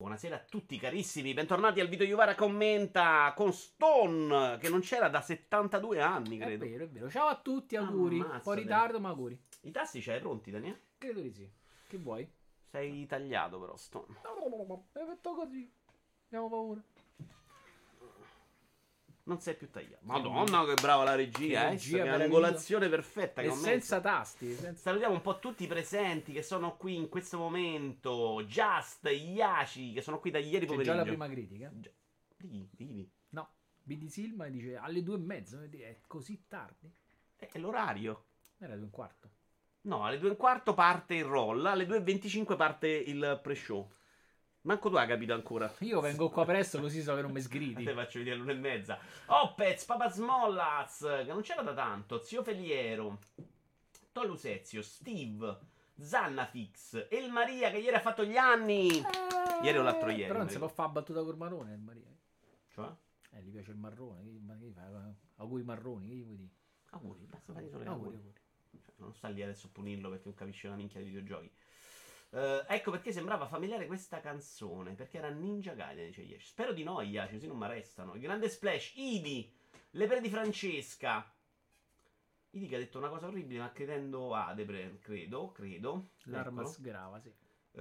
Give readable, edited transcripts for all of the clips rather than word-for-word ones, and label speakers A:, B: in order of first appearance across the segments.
A: Buonasera a tutti carissimi, bentornati al video Juvara commenta con Stone, che non c'era da 72 anni, credo.
B: È vero. Ciao a tutti, auguri. Un po' in ritardo, ma auguri.
A: I tasti ce li hai pronti, Daniele?
B: Credo di sì. Che vuoi?
A: Sei tagliato però, Stone.
B: L'ho fatto così. Abbiamo paura.
A: Non sei più tagliato. Madonna, che brava la regia,
B: regia
A: che angolazione perfetta.
B: E senza tasti.
A: Salutiamo un po' tutti i presenti che sono qui in questo momento. Just, Iaci, che sono qui da ieri pomeriggio.
B: Già la prima critica.
A: Di.
B: No, BD Silma dice alle 2:30. È così tardi?
A: È l'orario.
B: Era 2:15.
A: No, alle 2:15 parte il roll, alle 2:25 parte il pre-show. Manco tu hai capito ancora.
B: Io vengo qua presto così so che non mi sgridi.
A: Te faccio vedere l'1:30. Opez, Papa Smollaz, che non c'era da tanto. Zio Feliero, Tolusezio, Steve, Zannafix, El Maria che ieri ha fatto gli anni. Ieri o l'altro ieri.
B: Però non si può fare battuta col marrone, El Maria.
A: Cioè?
B: Gli piace il marrone. Che fa? Auguri marroni, che gli vuoi dire?
A: Auguri, basta fare solo
B: Auguri.
A: Cioè, non sta lì adesso a punirlo perché non capisce una minchia di videogiochi. Ecco perché sembrava familiare questa canzone. Perché era Ninja Gaiden, dice Iaci. Spero di no, Iaci, così non mi arrestano. Il grande splash, Idi, le pere di Francesca. Idi che ha detto una cosa orribile, ma credendo a Depre, credo.
B: L'arma
A: Eccolo.
B: sgrava, sì.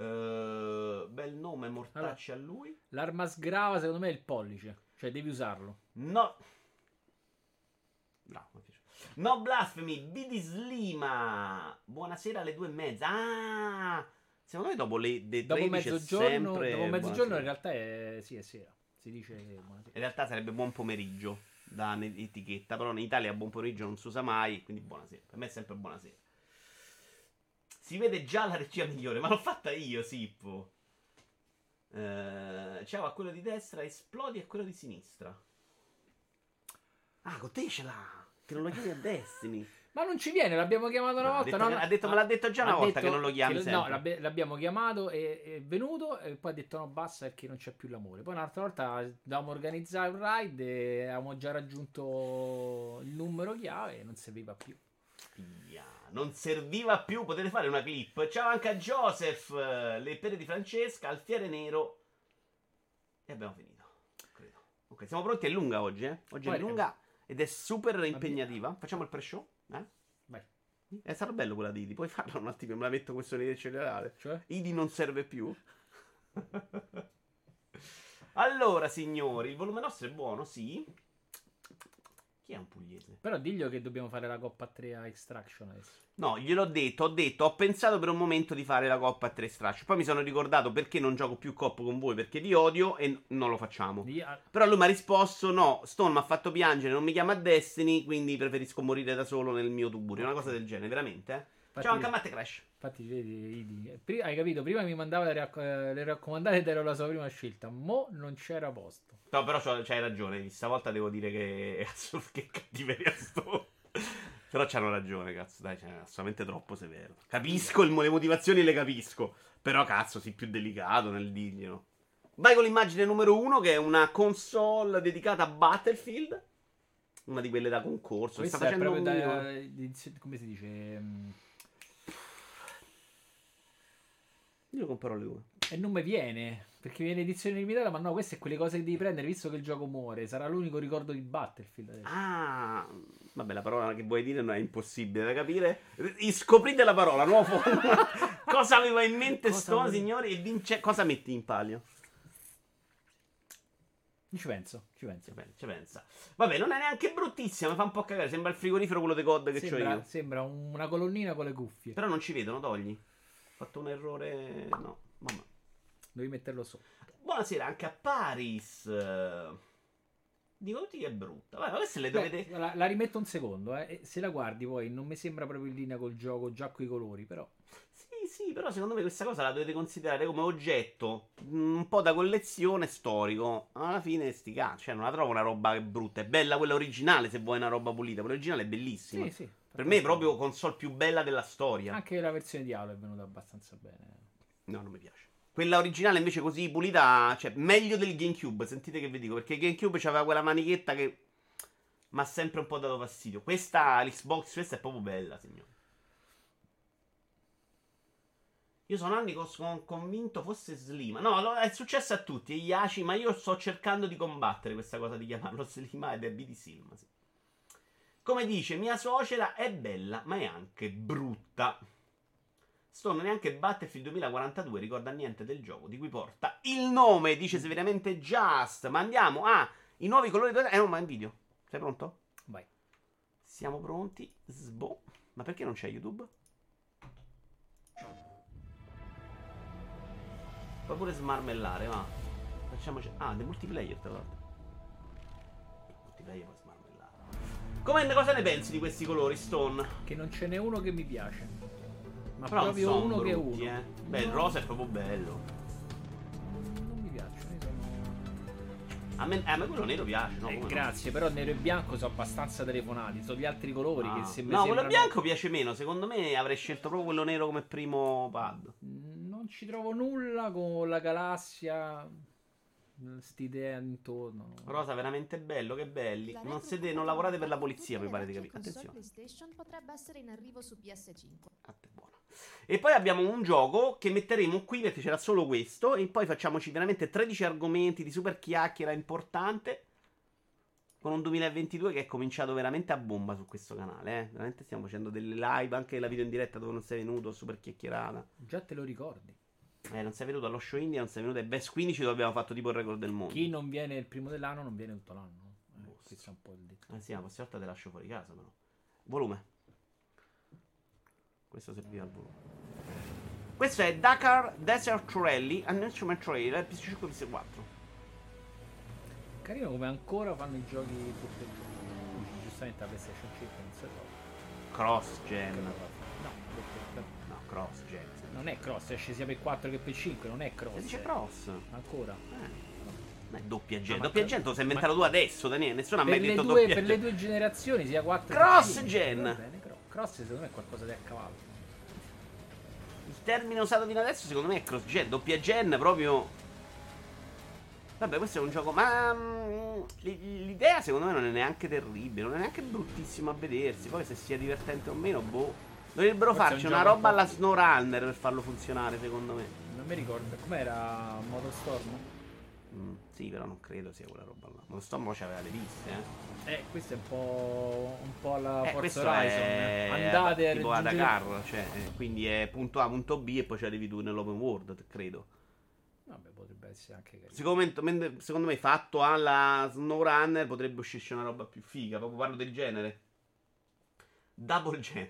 A: Bel nome, mortacci a lui.
B: L'arma sgrava, secondo me, è il pollice. Cioè, devi usarlo.
A: No. Bravo, mi piace. No blasphemy, BD Slima. Buonasera alle 2:30. Ah! Secondo me dopo le 13
B: mezzogiorno,
A: sempre
B: dopo mezzogiorno
A: buonasera.
B: in realtà è sera. Si dice buonasera.
A: In realtà sarebbe buon pomeriggio da etichetta, però in Italia buon pomeriggio non si usa mai, quindi buonasera. Per me è sempre buonasera. Si vede già la regia migliore, ma l'ho fatta io, Sippo. Ciao a quello di destra, esplodi a quello di sinistra. Ah, con te ce l'ha. Che non lo chiedi a Destiny.
B: Ma non ci viene, l'abbiamo chiamato una volta.
A: Me l'ha detto già una volta che non lo chiami sempre.
B: No, l'abbiamo chiamato, è venuto e poi ha detto no, basta perché non c'è più l'amore. Poi un'altra volta dovevamo organizzare un ride e avevamo già raggiunto il numero chiave e non serviva più.
A: Non serviva più, potete fare una clip. Ciao anche a Joseph, le pere di Francesca, Alfiere Nero. E abbiamo finito, credo. Ok, siamo pronti, è lunga oggi, Oggi è lunga ed è super impegnativa. Facciamo il pre-show?
B: Vai.
A: È stato bello quella di Idi. Puoi farlo un attimo? Me la metto questo nel cellulare.
B: Cioè?
A: Idi non serve più. Allora, signori, il volume nostro è buono, sì. Chi è un pugliese?
B: Però diglielo che dobbiamo fare la Coppa 3 a Extraction adesso.
A: No, gliel'ho detto, ho pensato per un momento di fare la Coppa a 3 stracci. Poi mi sono ricordato perché non gioco più Coppa con voi, perché vi odio e non lo facciamo. Però lui mi ha risposto, no, Stone mi ha fatto piangere, non mi chiama a Destiny, quindi preferisco morire da solo nel mio tuburio. Una cosa del genere, veramente,
B: Infatti,
A: ciao anche a Matte Crash.
B: Infatti, vedi, hai capito? Prima mi mandava le raccomandate ed ero la sua prima scelta. Mo' non c'era posto.
A: No, però c'hai ragione, stavolta devo dire che che cattiveria sto. Però c'hanno ragione, cazzo, dai, è assolutamente troppo severo. Capisco, le motivazioni le capisco, però cazzo, sei più delicato nel dirglielo. Vai con l'immagine numero 1, che è una console dedicata a Battlefield. Una di quelle da concorso.
B: Questa
A: sta facendo
B: è proprio
A: come si dice? Io con parole tue.
B: E non mi viene, perché viene edizione limitata, ma no, queste è quelle cose che devi prendere, visto che il gioco muore. Sarà l'unico ricordo di Battlefield adesso.
A: Ah, vabbè, la parola che vuoi dire non è impossibile da capire. Scoprite la parola, nuovo. Cosa aveva in mente sto signori? E vince. Cosa metti in palio?
B: Ci penso.
A: Ci pensa. Vabbè, non è neanche bruttissima, mi fa un po' cagare. Sembra il frigorifero quello di COD che c'ho io.
B: Sembra una colonnina con le cuffie.
A: Però non ci vedono, togli. Ho fatto un errore. No, mamma.
B: Devi metterlo sopra.
A: Buonasera anche a Paris. Dico tutti che è brutta. Vabbè, queste le dovete.
B: La rimetto un secondo, Se la guardi poi non mi sembra proprio in linea col gioco, già coi colori, però.
A: Sì, però secondo me questa cosa la dovete considerare come oggetto un po' da collezione storico. Alla fine sti cazzo, cioè non la trovo una roba che è brutta. È bella quella originale se vuoi una roba pulita. Quella originale è bellissima.
B: Sì.
A: Per me è proprio console più bella della storia.
B: Anche la versione di Halo è venuta abbastanza bene.
A: No, non mi piace. Quella originale invece così pulita, cioè meglio del GameCube, sentite che vi dico, perché il GameCube c'aveva quella manichetta che mi ha sempre un po' dato fastidio. Questa, l'Xbox, questa è proprio bella, signore. Io sono anni che sono convinto fosse Slima. No, è successo a tutti, e Yashi, ma io sto cercando di combattere questa cosa di chiamarlo Slima ed è B di Silma, sì. Come dice mia suocera, è bella, ma è anche brutta. Stone neanche Battlefield 2042 ricorda niente del gioco di cui porta il nome, dice severamente Just. Ma andiamo a i nuovi colori. No, ma in video. Sei pronto?
B: Vai.
A: Siamo pronti. Sbo. Ma perché non c'è YouTube? Puoi pure smarmellare, va. Facciamoci. Ah, del multiplayer, tra l'altro. Il multiplayer puoi smarmellare. Cosa ne pensi di questi colori, Stone?
B: Che non ce n'è uno che mi piace. Ma
A: però
B: proprio
A: non
B: uno
A: brutti,
B: che è uno.
A: Beh, il rosa è proprio bello.
B: Non mi piacciono.
A: A me quello nero piace, no?
B: Grazie, però nero e bianco sono abbastanza telefonati. Sono gli altri colori che se mi
A: no,
B: sembrano...
A: quello bianco piace meno. Secondo me avrei scelto proprio quello nero come primo pad.
B: Non ci trovo nulla con la galassia. St'idea intorno.
A: Rosa veramente bello, che belli. Non lavorate per la polizia, mi pare di capire. Attenzione.
C: PlayStation potrebbe essere in arrivo su PS5.
A: Buono. E poi abbiamo un gioco che metteremo qui perché c'era solo questo. E poi facciamoci veramente 13 argomenti di super chiacchiera importante. Con un 2022 che è cominciato veramente a bomba su questo canale. Veramente stiamo facendo delle live, anche la video in diretta dove non sei venuto, super chiacchierata.
B: Già te lo ricordi.
A: Non sei venuto allo show India, non sei venuto ai Best 15 dove abbiamo fatto tipo il record del mondo.
B: Chi non viene il primo dell'anno non viene tutto l'anno. Questo è un po' il detto.
A: Sì, la prossima volta te lascio fuori casa però. Volume. Questo serviva al volume. Questo è Dakar Desert Rally Announcement Trailer PS5 e PS4.
B: Carino come ancora fanno i giochi tutti e due. Giustamente la PlayStation 5 non si trova.
A: Cross gen.
B: No,
A: cross gen.
B: non è cross, esce sia per 4 che per 5, non è cross.
A: Si dice cross.
B: Ancora.
A: Non è doppia gen. Doppia gen te lo sei inventato tu adesso, Daniele. Nessuno ha mai detto
B: due,
A: doppia
B: per
A: gen.
B: le due generazioni, sia 4
A: Cross
B: che 5.
A: gen.
B: Va bene, cross secondo me è qualcosa di a cavallo.
A: Il termine usato fino adesso secondo me è cross gen. Doppia gen proprio. Vabbè, questo è un gioco. Ma l'idea secondo me non è neanche terribile. Non è neanche bruttissimo a vedersi. Poi se sia divertente o meno, boh. Dovrebbero farci una roba alla SnowRunner per farlo funzionare, secondo me.
B: Non mi ricordo. Com'era Motorstorm?
A: Sì, però non credo sia quella roba là. Motorstorm poi c'aveva le piste,
B: questo è un po' alla Forza
A: Horizon.
B: Andate
A: tipo a Dakar, cioè, quindi è punto A, punto B e poi ci arrivi tu nell'open world, credo.
B: Vabbè, potrebbe essere anche carino.
A: Secondo me fatto alla SnowRunner potrebbe uscirci una roba più figa. Proprio parlo del genere. Double gen.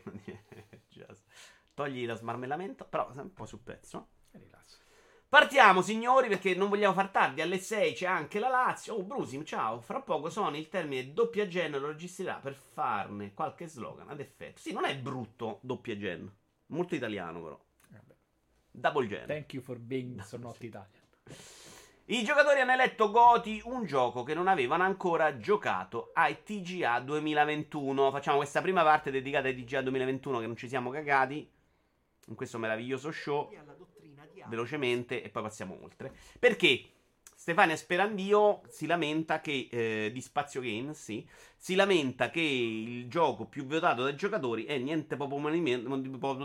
A: Togli lo smarmellamento, però un po' sul pezzo.
B: Rilassa.
A: Partiamo, signori, perché non vogliamo far tardi. Alle 6 c'è anche la Lazio. Oh, Brusim, ciao. Fra poco Sony il termine doppia gen lo registrerà per farne qualche slogan ad effetto. Sì, non è brutto doppia gen. Molto italiano, però.
B: Vabbè.
A: Double gen.
B: Thank you for being so not Italian.
A: I giocatori hanno eletto GOTY un gioco che non avevano ancora giocato ai TGA 2021. Facciamo questa prima parte dedicata ai TGA 2021 che non ci siamo cagati in questo meraviglioso show velocemente e poi passiamo oltre. Perché Stefania Sperandio si lamenta che di Spazio Games, sì, si lamenta che il gioco più votato dai giocatori è niente poco meno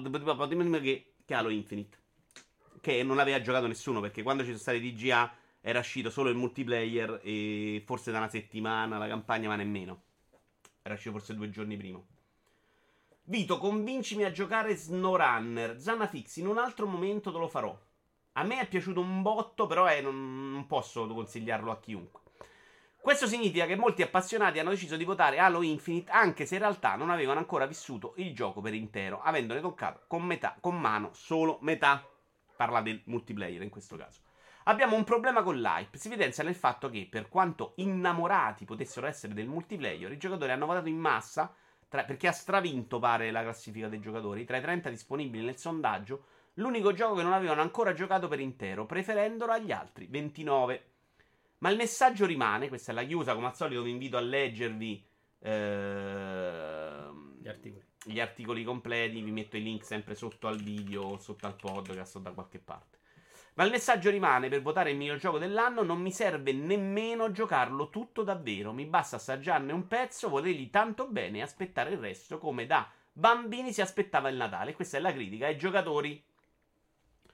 A: che Halo Infinite, che non aveva giocato nessuno perché quando ci sono stati i TGA era uscito solo il multiplayer e forse da una settimana la campagna, ma nemmeno. Era uscito forse 2 giorni prima. Vito, convincimi a giocare SnowRunner. Zanafix, in un altro momento te lo farò. A me è piaciuto un botto, però non posso consigliarlo a chiunque. Questo significa che molti appassionati hanno deciso di votare Halo Infinite, anche se in realtà non avevano ancora vissuto il gioco per intero, avendone toccato con mano solo metà. Parla del multiplayer in questo caso. Abbiamo un problema con l'hype. Si evidenzia nel fatto che, per quanto innamorati potessero essere del multiplayer, i giocatori hanno votato in massa perché ha stravinto, pare, la classifica dei giocatori. Tra i 30 disponibili nel sondaggio, l'unico gioco che non avevano ancora giocato per intero, preferendolo agli altri 29. Ma il messaggio rimane. Questa è la chiusa. Come al solito vi invito a leggervi gli articoli completi. Vi metto i link sempre sotto al video o sotto al podcast o da qualche parte. Ma il messaggio rimane: per votare il miglior gioco dell'anno non mi serve nemmeno giocarlo tutto davvero. Mi basta assaggiarne un pezzo, volergli tanto bene e aspettare il resto come da bambini si aspettava il Natale. Questa è la critica ai giocatori.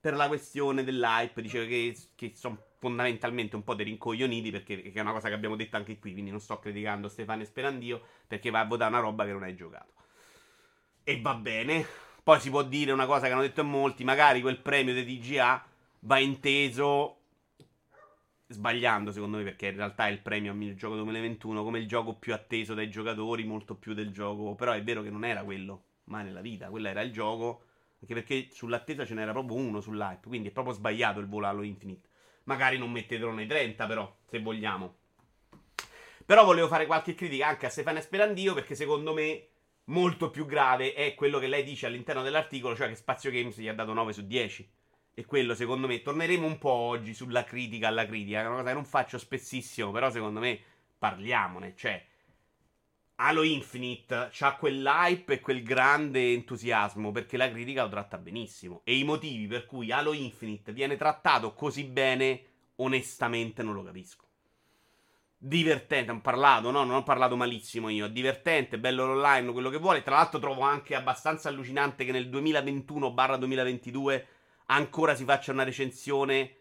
A: per la questione dell'hype. Diceva che sono fondamentalmente un po' dei rincoglioniti, perché che è una cosa che abbiamo detto anche qui, quindi non sto criticando Stefano e Sperandio, perché va a votare una roba che non hai giocato. E va bene. Poi si può dire una cosa che hanno detto in molti, magari quel premio dei TGA va inteso, sbagliando secondo me, perché in realtà è il premio al miglior gioco 2021, come il gioco più atteso dai giocatori, molto più del gioco. Però è vero che non era quello mai nella vita, quello era il gioco, anche perché sull'attesa ce n'era proprio uno sull'hype, quindi è proprio sbagliato il volo Halo Infinite. Magari non mettetelo nei 30, però, se vogliamo. Però volevo fare qualche critica anche a Stefania Sperandio, perché secondo me molto più grave è quello che lei dice all'interno dell'articolo, cioè che Spazio Games gli ha dato 9 su 10. E quello secondo me, torneremo un po' oggi sulla critica alla critica, è una cosa che non faccio spessissimo, però secondo me parliamone. Cioè, Halo Infinite c'ha quell'hype e quel grande entusiasmo perché la critica lo tratta benissimo. E i motivi per cui Halo Infinite viene trattato così bene, onestamente non lo capisco. Divertente, ho parlato, no? Non ho parlato malissimo io. Divertente, bello l'online, quello che vuole. Tra l'altro trovo anche abbastanza allucinante che nel 2021/2022 ancora si faccia una recensione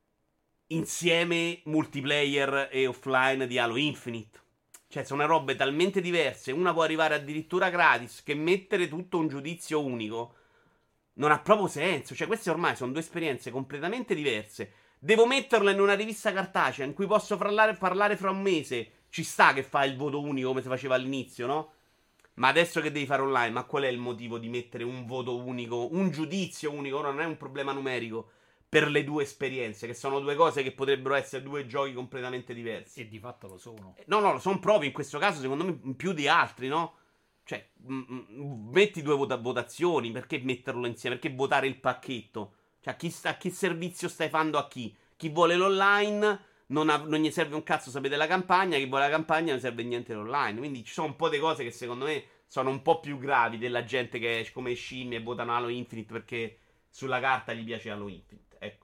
A: insieme multiplayer e offline di Halo Infinite. Cioè, sono robe talmente diverse. Una può arrivare addirittura gratis, che mettere tutto un giudizio unico non ha proprio senso. Cioè, queste ormai sono due esperienze completamente diverse. Devo metterlo in una rivista cartacea in cui posso parlare fra un mese. Ci sta che fa il voto unico come si faceva all'inizio, no? Ma adesso che devi fare online, ma qual è il motivo di mettere un voto unico, un giudizio unico? Ora non è un problema numerico, per le due esperienze, che sono due cose che potrebbero essere due giochi completamente diversi.
B: E di fatto lo sono.
A: No, lo sono proprio in questo caso, secondo me, più di altri, no? Cioè, metti due votazioni, perché metterlo insieme? Perché votare il pacchetto? Cioè, a che servizio stai fando a chi? Chi vuole l'online non gli serve un cazzo sapere la campagna, chi vuole la campagna non serve niente l'online. Quindi ci sono un po' di cose che secondo me sono un po' più gravi della gente che è come scimmie e votano Halo Infinite perché sulla carta gli piace Halo Infinite. Ecco.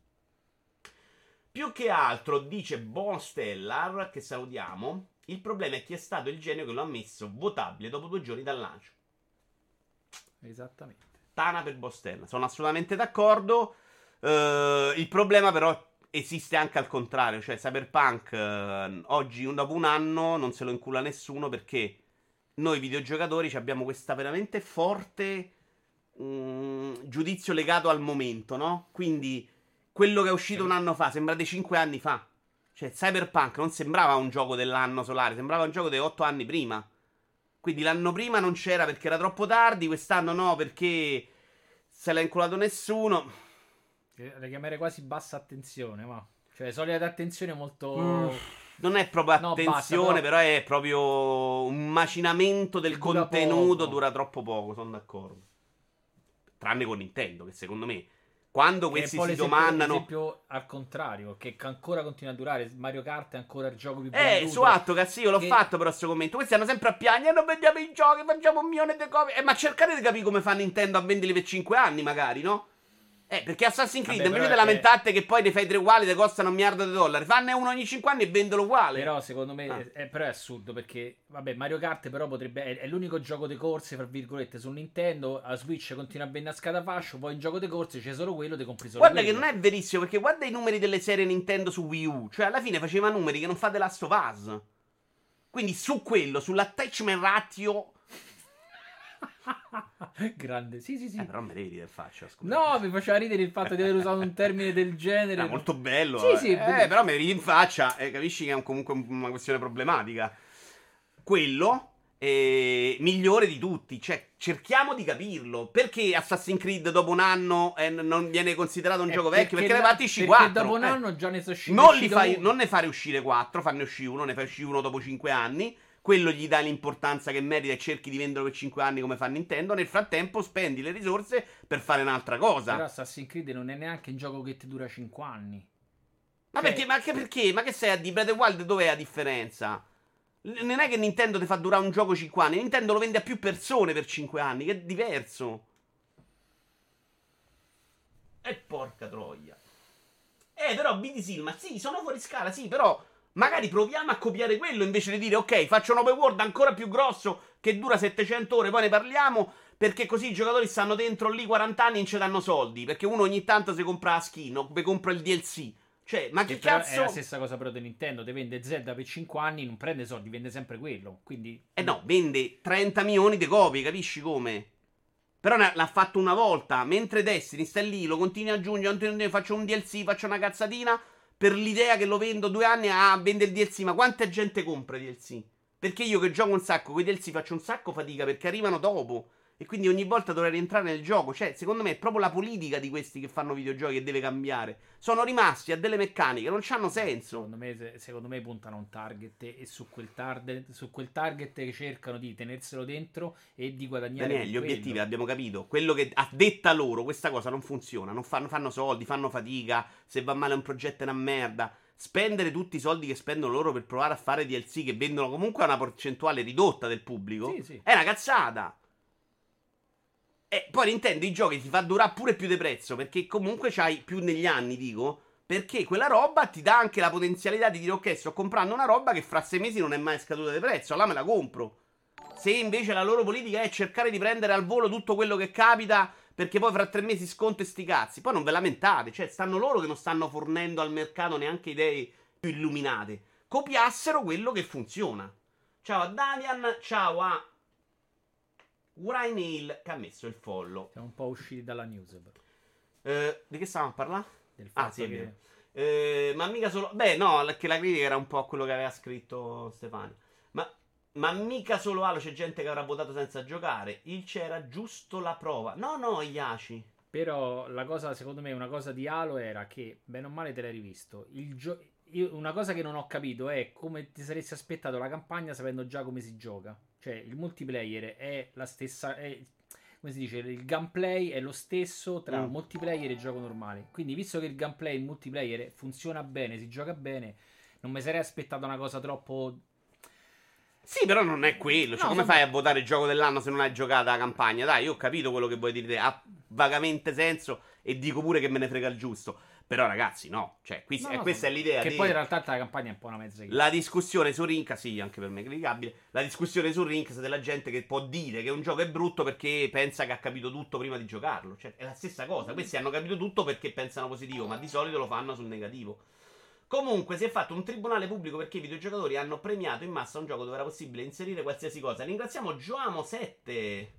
A: Più che altro, dice Bon Stellar, che salutiamo, il problema è chi è stato il genio che lo ha messo votabile dopo 2 giorni dal lancio.
B: Esattamente.
A: Tana per Bon Stellar. Sono assolutamente d'accordo. Il problema però esiste anche al contrario. Cioè Cyberpunk oggi, dopo un anno, non se lo incula nessuno perché noi videogiocatori abbiamo questa veramente forte giudizio legato al momento, no? Quindi quello che è uscito un anno fa sembra dei 5 anni fa. Cioè Cyberpunk non sembrava un gioco dell'anno solare, sembrava un gioco dei 8 anni prima. Quindi l'anno prima non c'era perché era troppo tardi, quest'anno no perché se l'ha inculato nessuno.
B: Le chiamerei quasi bassa attenzione, ma cioè solita attenzione molto
A: non è proprio attenzione,
B: basta,
A: però è proprio un macinamento del
B: dura
A: contenuto,
B: poco.
A: dura troppo poco, sono d'accordo. Tranne con Nintendo, che secondo me quando questi si domandano,
B: esempio al contrario, che ancora continua a durare. Mario Kart è ancora il gioco più venduto.
A: su Attocast io l'ho fatto però sto commento. Questi hanno sempre a piangere, non vendiamo i giochi, facciamo 1 milione di copie. Ma cercate di capire come fa Nintendo a venderli per 5 anni magari, no? Perché Assassin's Creed, invece di lamentate che poi ne fai 3 uguali, te costano $1 miliardo, fanne uno ogni 5 anni e vendono uguale.
B: Però secondo me però è assurdo, perché vabbè, Mario Kart però potrebbe è l'unico gioco di corse, fra virgolette, su Nintendo. A Switch continua a vendere a scatafascio, poi in gioco di corse c'è solo quello, te compri solo
A: guarda
B: quello.
A: che non è verissimo, perché guarda i numeri delle serie Nintendo su Wii U. Cioè alla fine faceva numeri che non fa The Last of Us. Quindi su quello, sull'attachment ratio
B: grande, sì.
A: però me devi dire faccia, scusa.
B: No, mi faceva ridere il fatto di aver usato un termine del genere.
A: Molto bello.
B: Sì,
A: però me devi in faccia e capisci che è comunque una questione problematica. Quello migliore di tutti. Cioè, cerchiamo di capirlo. Perché Assassin's Creed dopo un anno non viene considerato un gioco vecchio? Perché ne partisci 4.
B: Perché dopo un anno già ne sono usciti.
A: Non ne fare uscire 4, fanne uscire uno, ne fai uscire uno dopo 5 anni. Quello gli dai l'importanza che merita e cerchi di venderlo per 5 anni come fa Nintendo. Nel frattempo spendi le risorse per fare un'altra cosa.
B: Però Assassin's Creed non è neanche un gioco che ti dura 5 anni.
A: Ma perché? Ma anche perché? Ma che sei a di Breath of the Wild? Dov'è la differenza? Non è che Nintendo ti fa durare un gioco 5 anni. Nintendo lo vende a più persone per 5 anni, che è diverso. E porca troia. Però BD Silma, sì, sono fuori scala, sì, però magari proviamo a copiare quello invece di dire ok, faccio un open world ancora più grosso che dura 700 ore, poi ne parliamo, Perché così i giocatori stanno dentro lì 40 anni e non ci danno soldi. Perché uno ogni tanto si compra la skin o vi compra il DLC. Cioè, ma che cazzo...
B: È la stessa cosa però di Nintendo. Ti vende Zelda per 5 anni, non prende soldi, vende sempre quello. Quindi...
A: no, vende 30 milioni di copie, capisci come? Però l'ha fatto una volta. Mentre Destiny sta lì, lo continui a aggiungere, faccio un DLC, faccio una cazzatina... Per l'idea che lo vendo 2 anni a vendere il DLC. Ma quanta gente compra i DLC? Perché io che gioco un sacco, con i DLC faccio un sacco fatica perché arrivano dopo. E quindi ogni volta dovrei rientrare nel gioco. Cioè, secondo me è proprio la politica di questi che fanno videogiochi che deve cambiare. Sono rimasti a delle meccaniche, non c'hanno senso.
B: Secondo me puntano a un target e su quel target che cercano di tenerselo dentro e di guadagnare.
A: Daniele, gli obiettivi abbiamo capito. Quello che a detta loro questa cosa non funziona. Non fanno soldi, fanno fatica. Se va male un progetto è una merda. Spendere tutti i soldi che spendono loro per provare a fare DLC che vendono comunque a una percentuale ridotta del pubblico
B: sì.
A: È una cazzata. E poi Nintendo i giochi ti fa durare pure più di prezzo, perché comunque c'hai più negli anni, dico, perché quella roba ti dà anche la potenzialità di dire ok, sto comprando una roba che fra 6 mesi non è mai scaduta di prezzo, allora me la compro. Se invece la loro politica è cercare di prendere al volo tutto quello che capita, perché poi fra 3 mesi sconto e sti cazzi, poi non ve lamentate, cioè stanno loro che non stanno fornendo al mercato neanche idee più illuminate. Copiassero quello che funziona. Ciao a Damian, ciao a Wrynail che ha messo il follow.
B: Siamo un po' usciti dalla news.
A: Di che stavamo a parlare?
B: Del fatto
A: sì, è
B: che...
A: vero. Ma mica solo... Beh, no, perché la critica era un po' quello che aveva scritto Stefano. Ma mica solo Halo, c'è gente che avrà votato senza giocare. Il c'era giusto la prova. No, Iaci.
B: Però la cosa, secondo me, una cosa di Halo era che, bene o male, te l'hai rivisto. Una cosa che non ho capito è come ti saresti aspettato la campagna sapendo già come si gioca. Cioè, il multiplayer è la stessa... come si dice, il gameplay è lo stesso tra multiplayer e gioco normale. Quindi, visto che il gameplay e il multiplayer funziona bene, si gioca bene, non mi sarei aspettato una cosa troppo...
A: Sì, però non è quello. Cioè,
B: No,
A: come fai a votare il gioco dell'anno se non hai giocato la campagna? Dai, io ho capito quello che vuoi dire te. Ha vagamente senso e dico pure che me ne frega il giusto. Però, ragazzi, no. Cioè, questa è l'idea.
B: Che poi in realtà la campagna è un po' una mezza
A: La discussione su Rinks, sì, anche per me è criticabile. La discussione su Rinks della gente che può dire che un gioco è brutto perché pensa che ha capito tutto prima di giocarlo. Cioè, è la stessa cosa. Questi hanno capito tutto perché pensano positivo, ma di solito lo fanno sul negativo. Comunque si è fatto un tribunale pubblico perché i videogiocatori hanno premiato in massa un gioco dove era possibile inserire qualsiasi cosa. Ringraziamo Joamo 7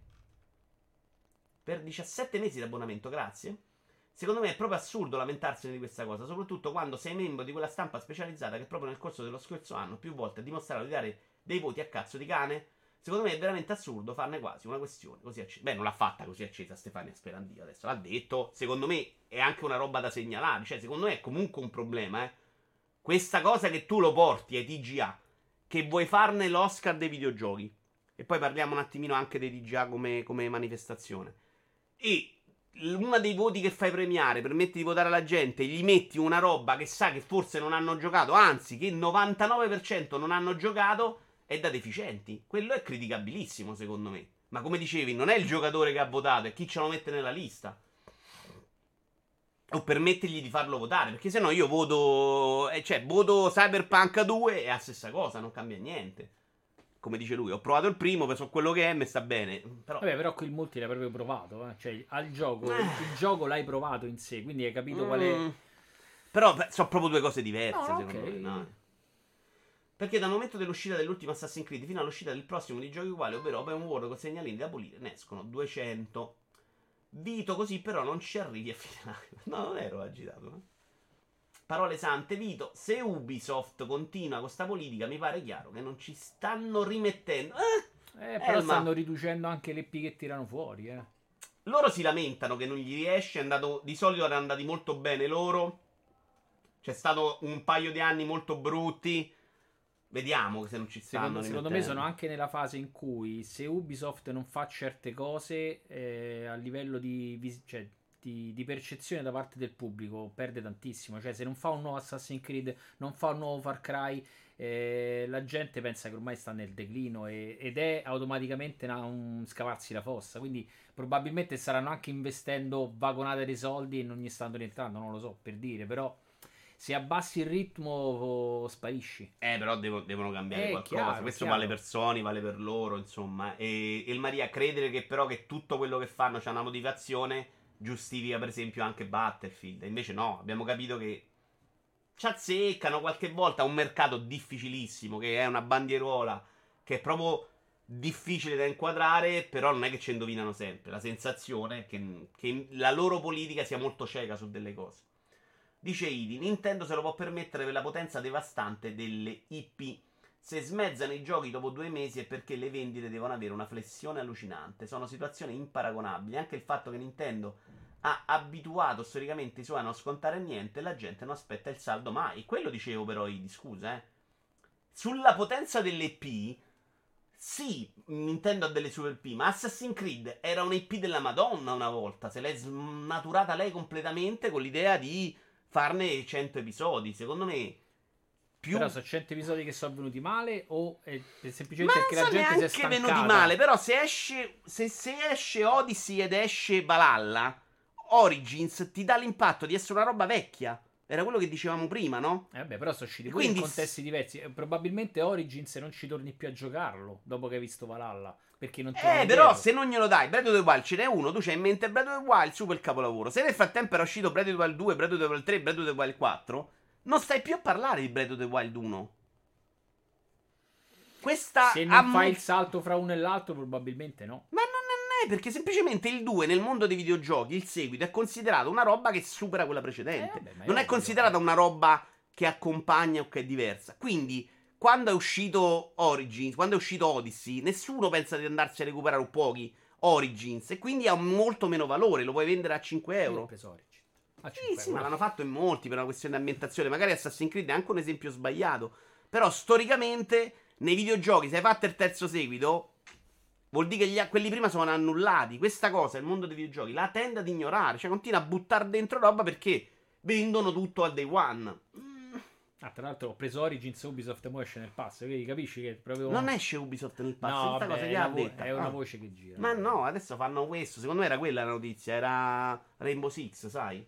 A: per 17 mesi di abbonamento, grazie. Secondo me è proprio assurdo lamentarsene di questa cosa, soprattutto quando sei membro di quella stampa specializzata che proprio nel corso dello scorso anno più volte ha dimostrato di dare dei voti a cazzo di cane. Secondo me è veramente assurdo farne quasi una questione così accesa. Beh, non l'ha fatta così accesa Stefania Sperandio, adesso l'ha detto. Secondo me è anche una roba da segnalare, cioè secondo me è comunque un problema, questa cosa che tu lo porti ai TGA, che vuoi farne l'Oscar dei videogiochi. E poi parliamo un attimino anche dei TGA come manifestazione. E uno dei voti che fai premiare, permetti di votare alla gente, gli metti una roba che sa che forse non hanno giocato, anzi che il 99% non hanno giocato, è da deficienti. Quello è criticabilissimo secondo me. Ma come dicevi, non è il giocatore che ha votato, è chi ce lo mette nella lista. O permettergli di farlo votare, perché sennò io voto Cyberpunk 2 è la stessa cosa, non cambia niente. Come dice lui, ho provato il primo, so quello che è, mi sta bene.
B: Però qui il multi l'hai proprio provato, cioè al gioco, il gioco l'hai provato in sé, quindi hai capito qual è.
A: Però sono proprio due cose diverse, secondo
B: me.
A: No. Perché dal momento dell'uscita dell'ultimo Assassin's Creed fino all'uscita del prossimo di giochi uguali, ovvero Open World con segnalini da pulire, ne escono 200. Vito, così però non ci arrivi a finale. No, non ero agitato. Parole sante, Vito. Se Ubisoft continua con sta politica, mi pare chiaro che non ci stanno rimettendo.
B: Però stanno riducendo anche le P che tirano fuori.
A: Loro si lamentano che non gli riesce. Di solito erano andati molto bene loro. C'è stato un paio di anni molto brutti. Vediamo se non ci stanno.
B: Secondo me sono anche nella fase in cui se Ubisoft non fa certe cose a livello di percezione da parte del pubblico perde tantissimo. Cioè se non fa un nuovo Assassin's Creed, non fa un nuovo Far Cry, la gente pensa che ormai sta nel declino ed è automaticamente un scavarsi la fossa. Quindi probabilmente staranno anche investendo vagonate di soldi e non gli stanno rientrando, non lo so per dire, però Se abbassi il ritmo sparisci.
A: Però devono cambiare qualcosa.
B: Chiaro,
A: Questo
B: chiaro.
A: vale per Sony, vale per loro, insomma. E il Maria credere che però che tutto quello che fanno c'ha una motivazione giustifica per esempio anche Battlefield. E invece no, abbiamo capito che ci azzeccano qualche volta un mercato difficilissimo, che è una bandieruola, che è proprio difficile da inquadrare, però non è che ci indovinano sempre. La sensazione è che la loro politica sia molto cieca su delle cose. Dice Idi, Nintendo se lo può permettere per la potenza devastante delle IP. Se smezzano i giochi dopo 2 mesi è perché le vendite devono avere una flessione allucinante. Sono situazioni imparagonabili. Anche il fatto che Nintendo ha abituato storicamente i suoi a non scontare niente, la gente non aspetta il saldo mai. Quello dicevo però, Idi, scusa, eh. Sulla potenza delle IP, sì, Nintendo ha delle super IP, ma Assassin's Creed era un'IP della Madonna una volta. Se l'è snaturata lei completamente con l'idea di farne 100 episodi. Secondo me, più.
B: Però sono 100 episodi che sono venuti male o è
A: Ma
B: semplicemente
A: non
B: perché la
A: sono
B: gente si è
A: neanche
B: stancata?
A: venuti male. Però se esce, se esce Odyssey ed esce Valhalla, Origins ti dà l'impatto di essere una roba vecchia. Era quello che dicevamo prima, no?
B: Vabbè, però sono usciti pure
A: Quindi
B: in contesti diversi. Probabilmente Origins non ci torni più a giocarlo dopo che hai visto Valhalla. Perché non torni
A: Però
B: dietro.
A: se non glielo dai, Breath of the Wild ce n'è uno, tu c'hai in mente Breath of the Wild, super capolavoro. Se nel frattempo era uscito Breath of the Wild 2, Breath of the Wild 3, Breath of the Wild 4, non stai più a parlare di Breath of the Wild 1. Questa
B: Se non fai il salto fra uno e l'altro, probabilmente no.
A: Ma non è perché semplicemente il 2 nel mondo dei videogiochi, il seguito, è considerato una roba che supera quella precedente.
B: Vabbè, ma
A: Non è
B: ovvio.
A: considerata una roba che accompagna o che è diversa. Quindi, quando è uscito Origins, quando è uscito Odyssey, nessuno pensa di andarsi a recuperare un pochi Origins. E quindi ha molto meno valore. Lo puoi vendere a 5
B: Io ho
A: euro.
B: preso Origins. A
A: Sì,
B: 5
A: sì, ma
B: euro.
A: l'hanno fatto in molti per una questione di ambientazione. Magari Assassin's Creed è anche un esempio sbagliato. Però, storicamente, nei videogiochi, se hai fatto il terzo seguito, vuol dire che quelli prima sono annullati. Questa cosa, il mondo dei videogiochi, la tende ad ignorare. Cioè, continua a buttare dentro roba perché vendono tutto al day one.
B: Tra l'altro ho preso Origins, Ubisoft mo esce nel pass, quindi capisci che proprio...
A: Non esce Ubisoft nel pass.
B: No,
A: Questa
B: vabbè,
A: cosa
B: è
A: che ha
B: una,
A: detta.
B: è una voce che gira.
A: Ma no, adesso fanno questo. Secondo me era quella la notizia. Era Rainbow Six, sai?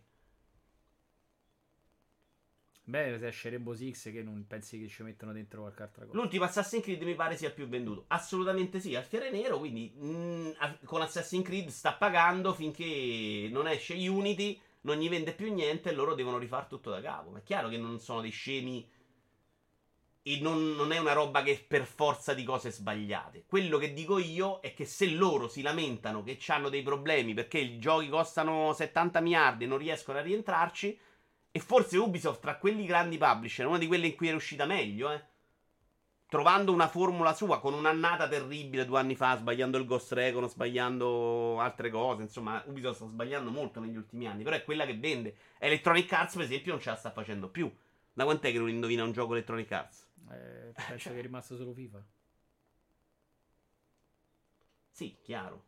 B: Beh, se esce Rainbow Six che non pensi che ci mettono dentro qualche altra cosa.
A: L'ultimo Assassin's Creed mi pare sia il più venduto. Assolutamente sì, al Fiere Nero. Quindi con Assassin's Creed sta pagando finché non esce Unity, non gli vende più niente e loro devono rifare tutto da capo. Ma è chiaro che non sono dei scemi e non è una roba che per forza di cose sbagliate. Quello che dico io è che se loro si lamentano che hanno dei problemi perché i giochi costano 70 miliardi e non riescono a rientrarci, e forse Ubisoft tra quelli grandi publisher è una di quelle in cui è riuscita meglio, trovando una formula sua con un'annata terribile 2 anni fa, sbagliando il Ghost Recon, sbagliando altre cose. Insomma, Ubisoft sta sbagliando molto negli ultimi anni, però è quella che vende. Electronic Arts, per esempio, non ce la sta facendo più. Da quant'è che non indovina un gioco Electronic Arts?
B: Penso che è rimasto solo FIFA.
A: Sì, chiaro.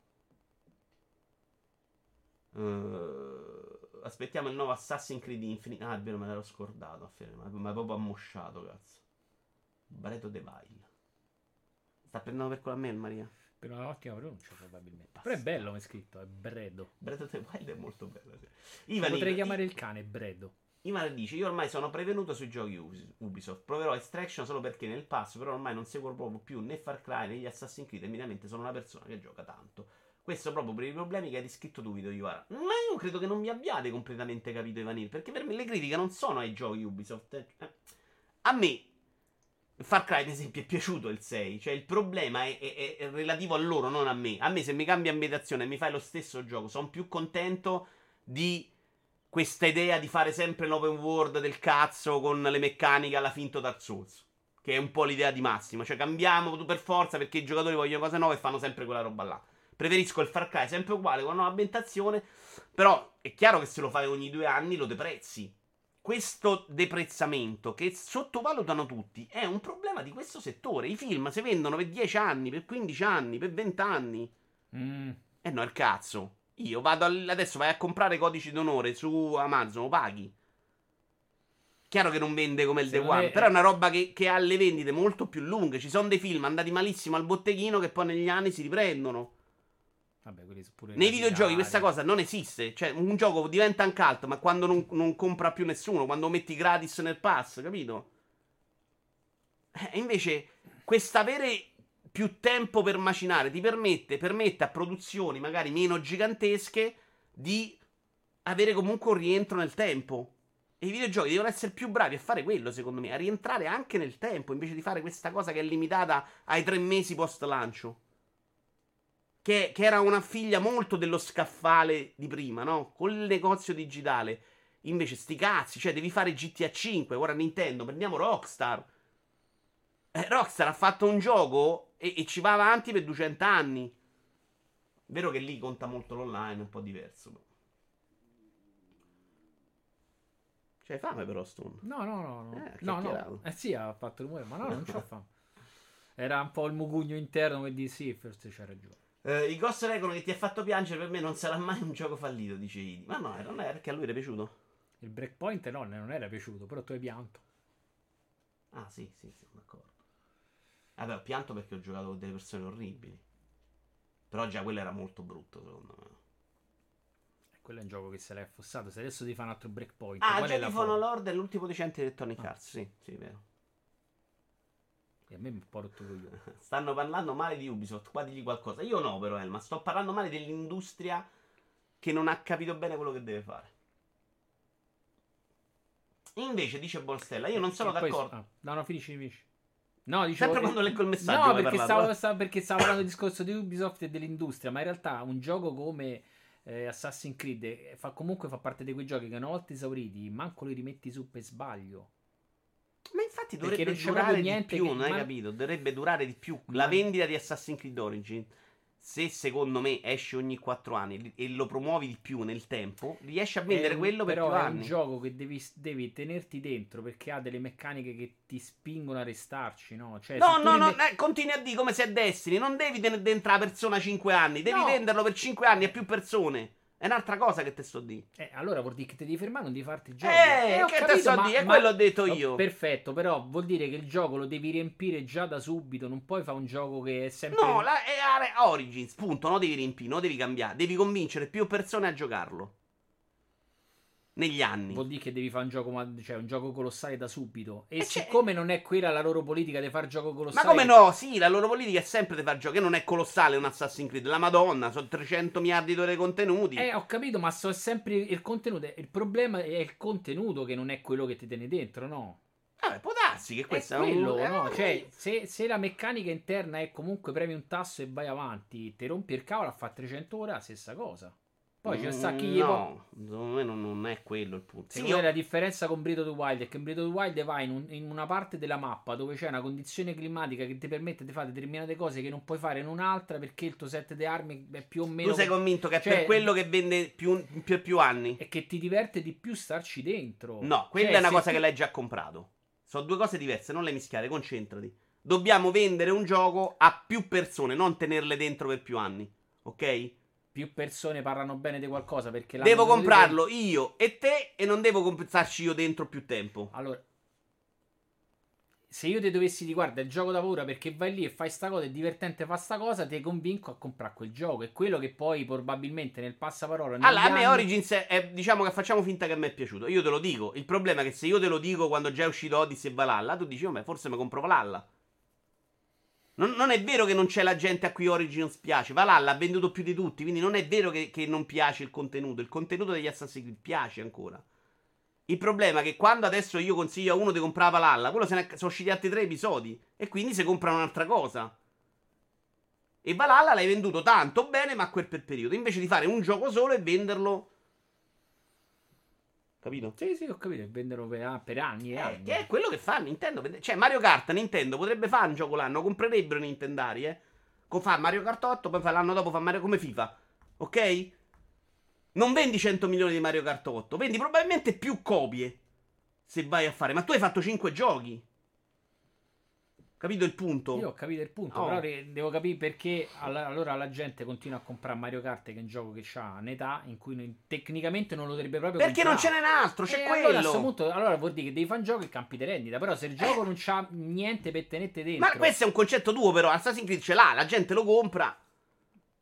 A: Aspettiamo il nuovo Assassin's Creed Infinite. Ah, è vero, me l'ero scordato. Ma proprio ammosciato, cazzo. Breath of the Wild. Sta prendendo per culo a me, il Maria.
B: Per una ottima pronuncia, probabilmente. Però è bello come è scritto, è Bredo.
A: Breath of the Wild è molto bello. Sì.
B: Potrei chiamare il cane Bredo.
A: Ivan dice: io ormai sono prevenuto sui giochi Ubisoft. Proverò Extraction solo perché nel pass, però ormai non seguo proprio più né Far Cry né gli Assassin's Creed. Evidentemente sono una persona che gioca tanto. Questo proprio per i problemi che hai descritto tu, Vito Ivara. Ma io credo che non mi abbiate completamente capito, Ivanil. Perché per me le critiche non sono ai giochi Ubisoft. A me Far Cry, ad esempio, è piaciuto il 6. Cioè, il problema è relativo a loro, non a me. A me, se mi cambia ambientazione e mi fai lo stesso gioco, sono più contento di questa idea di fare sempre l'open world del cazzo con le meccaniche alla finto Dark Souls. Che è un po' l'idea di Massimo. Cioè, cambiamo tu per forza perché i giocatori vogliono cose nuove e fanno sempre quella roba là. Preferisco il Far Cry sempre uguale con una nuova ambientazione. Però è chiaro che se lo fai ogni 2 anni lo deprezzi. Questo deprezzamento che sottovalutano tutti è un problema di questo settore. I film si vendono per 10 anni, per 15 anni, per 20 anni. E no, il cazzo. Io vado adesso vai a comprare Codici d'Onore su Amazon, lo paghi. Chiaro che non vende come il The One, però è una roba che ha le vendite molto più lunghe. Ci sono dei film andati malissimo al botteghino che poi negli anni si riprendono.
B: Vabbè, quelli sono pure
A: Nei videogiochi
B: capitali.
A: questa cosa non esiste. Cioè, un gioco diventa un cult, ma quando non compra più nessuno, quando lo metti gratis nel pass, capito? Invece, quest'avere più tempo per macinare ti permette a produzioni magari meno gigantesche di avere comunque un rientro nel tempo. E i videogiochi devono essere più bravi a fare quello, secondo me, a rientrare anche nel tempo, invece di fare questa cosa che è limitata ai 3 mesi post lancio. Che era una figlia molto dello scaffale di prima, no? Con il negozio digitale. Invece sti cazzi, cioè devi fare GTA 5, ora Nintendo, prendiamo Rockstar. Rockstar ha fatto un gioco e ci va avanti per 200 anni. Vero che lì conta molto l'online, è un po' diverso. C'hai fame però, Stone?
B: No.
A: ha
B: No.
A: chiacchierato.
B: Sì, ha fatto rumore, ma no, non c'ho fame. Era un po' il mugugno interno che dici sì, forse c'ha ragione.
A: Il Ghost Recon che ti ha fatto piangere per me non sarà mai un gioco fallito, dice Idi. Ma no, non è perché a lui era piaciuto.
B: Il Breakpoint no, non era piaciuto, però tu hai pianto.
A: Ah, sì, d'accordo. Vabbè, ho pianto perché ho giocato con delle persone orribili. Però già quello era molto brutto, secondo me.
B: Quello è un gioco che se l'è affossato. Se adesso ti fa un altro Breakpoint,
A: Ah,
B: qual è la
A: Jedi Fallen
B: forma?
A: Lord è l'ultimo decente di Electronic Arts. Sì, vero.
B: E a me mi ha un po' rotto il coglione.
A: Stanno parlando male di Ubisoft, qua digli qualcosa. Io no, però, Elma, sto parlando male dell'industria che non ha capito bene quello che deve fare. Invece, dice Bolstella, io non sono
B: E poi-
A: d'accordo.
B: No, finisci. No, dicevo
A: Sempre quando leggo il messaggio.
B: No,
A: hai
B: perché
A: parlato,
B: perché stavo parlando del discorso di Ubisoft e dell'industria, ma in realtà un gioco come Assassin's Creed comunque fa parte di quei giochi che una volta esauriti, manco li rimetti su per sbaglio.
A: Ma infatti
B: Perché
A: dovrebbe
B: non c'è
A: durare
B: proprio
A: di
B: niente
A: più,
B: che-
A: non hai
B: ma-
A: capito? Dovrebbe durare di più. La vendita di Assassin's Creed Origin, se secondo me esce ogni 4 anni e lo promuovi di più nel tempo, riesci a vendere quello per
B: però
A: più
B: è
A: anni.
B: un gioco che devi tenerti dentro perché ha delle meccaniche che ti spingono a restarci, no? Cioè,
A: No,
B: se tu li met-
A: continui a dire come se è Destiny. Non devi tenere dentro la persona 5 anni, devi
B: No.
A: venderlo per 5 anni a più persone. È un'altra cosa che te sto di.
B: allora vuol dire che ti devi fermare, non devi farti il gioco. Ho
A: Che te
B: capito,
A: sto di? È quello ho detto io.
B: Perfetto, però vuol dire che il gioco lo devi riempire già da subito. Non puoi fare un gioco che è sempre.
A: No, è Origins, punto. Non devi riempire, non devi cambiare. Devi convincere più persone a giocarlo. Negli anni.
B: Vuol dire che devi fare un gioco, cioè un gioco colossale da subito. E
A: c'è-
B: siccome non è quella la loro politica di fare gioco
A: Ma
B: colossale.
A: come no? Sì, la loro politica è sempre di far giochi. Che non è colossale un Assassin's Creed. La Madonna, sono 300 miliardi di ore di contenuti.
B: Ho capito, ma so sempre il contenuto. Il problema è il contenuto che non è quello che ti tiene dentro, no?
A: Vabbè, può darsi che questo
B: È quello,
A: un...
B: no? Cioè, se la meccanica interna è comunque premi un tasto e vai avanti, ti rompi il cavolo a fare 300 ore, la stessa cosa. Poi c'è sa chi gli può.
A: No, secondo me non è quello il punto. Sì,
B: Secondo me la differenza con Breath of the Wild è che in Breath of the Wild vai in una parte della mappa dove c'è una condizione climatica che ti permette di fare determinate cose che non puoi fare in un'altra perché il tuo set di armi è più o meno.
A: Tu sei convinto che è
B: cioè,
A: per quello che vende più anni?
B: E che ti diverte di più starci dentro.
A: No, quella
B: Cioè,
A: è una
B: se
A: cosa
B: tu-
A: che l'hai già comprato. Sono due cose diverse, non le mischiare, concentrati. Dobbiamo vendere un gioco a più persone, non tenerle dentro per più anni. Ok?
B: Più persone parlano bene di qualcosa perché
A: Devo
B: l'hanno
A: comprarlo io e te e non devo starci io dentro più tempo.
B: Allora, se io ti dovessi dire, guarda, il gioco da paura perché vai lì e fai sta cosa, è divertente fa sta cosa, ti convinco a comprare quel gioco. È quello che poi probabilmente nel passaparola.
A: Allora, a
B: negli
A: me
B: anni-
A: Origins diciamo che facciamo finta che a me è piaciuto. Io te lo dico. Il problema è che se io te lo dico quando già è uscito Odyssey e Valhalla, tu dici, oh, ma forse mi compro Valhalla. Non è vero che non c'è la gente a cui Origins piace. Valhalla ha venduto più di tutti, quindi non è vero che non piace il contenuto. Il contenuto degli Assassin's Creed piace ancora. Il problema è che quando adesso io consiglio a uno di comprare Valhalla, quello sono usciti altri 3 episodi e quindi si compra un'altra cosa. E Valhalla l'hai venduto tanto bene, ma a quel per periodo. Invece di fare un gioco solo e venderlo. Capito?
B: Sì, ho capito. Vendono per anni e anni.
A: Che è quello che fa Nintendo. Cioè, Mario Kart, Nintendo potrebbe fare un gioco l'anno. Comprerebbero i Nintendari, fa Mario Kart 8, poi l'anno dopo fa Mario come FIFA. Ok? Non vendi 100 milioni di Mario Kart 8, vendi probabilmente più copie. Se vai a fare. Ma tu hai fatto 5 giochi. Capito il punto?
B: Io ho capito il punto,
A: Oh.
B: però devo capire perché allora la gente continua a comprare Mario Kart, che è un gioco che ha un'età in cui tecnicamente non lo dovrebbe proprio
A: Perché non
B: comprare.
A: ce n'è un altro, c'è quello.
B: Allora, a questo punto, allora vuol dire che devi fare un gioco e campi di rendita. Però se il gioco non c'ha niente per tenerti dentro.
A: Ma questo è un concetto tuo, però. Assassin's Creed ce l'ha, la gente lo compra.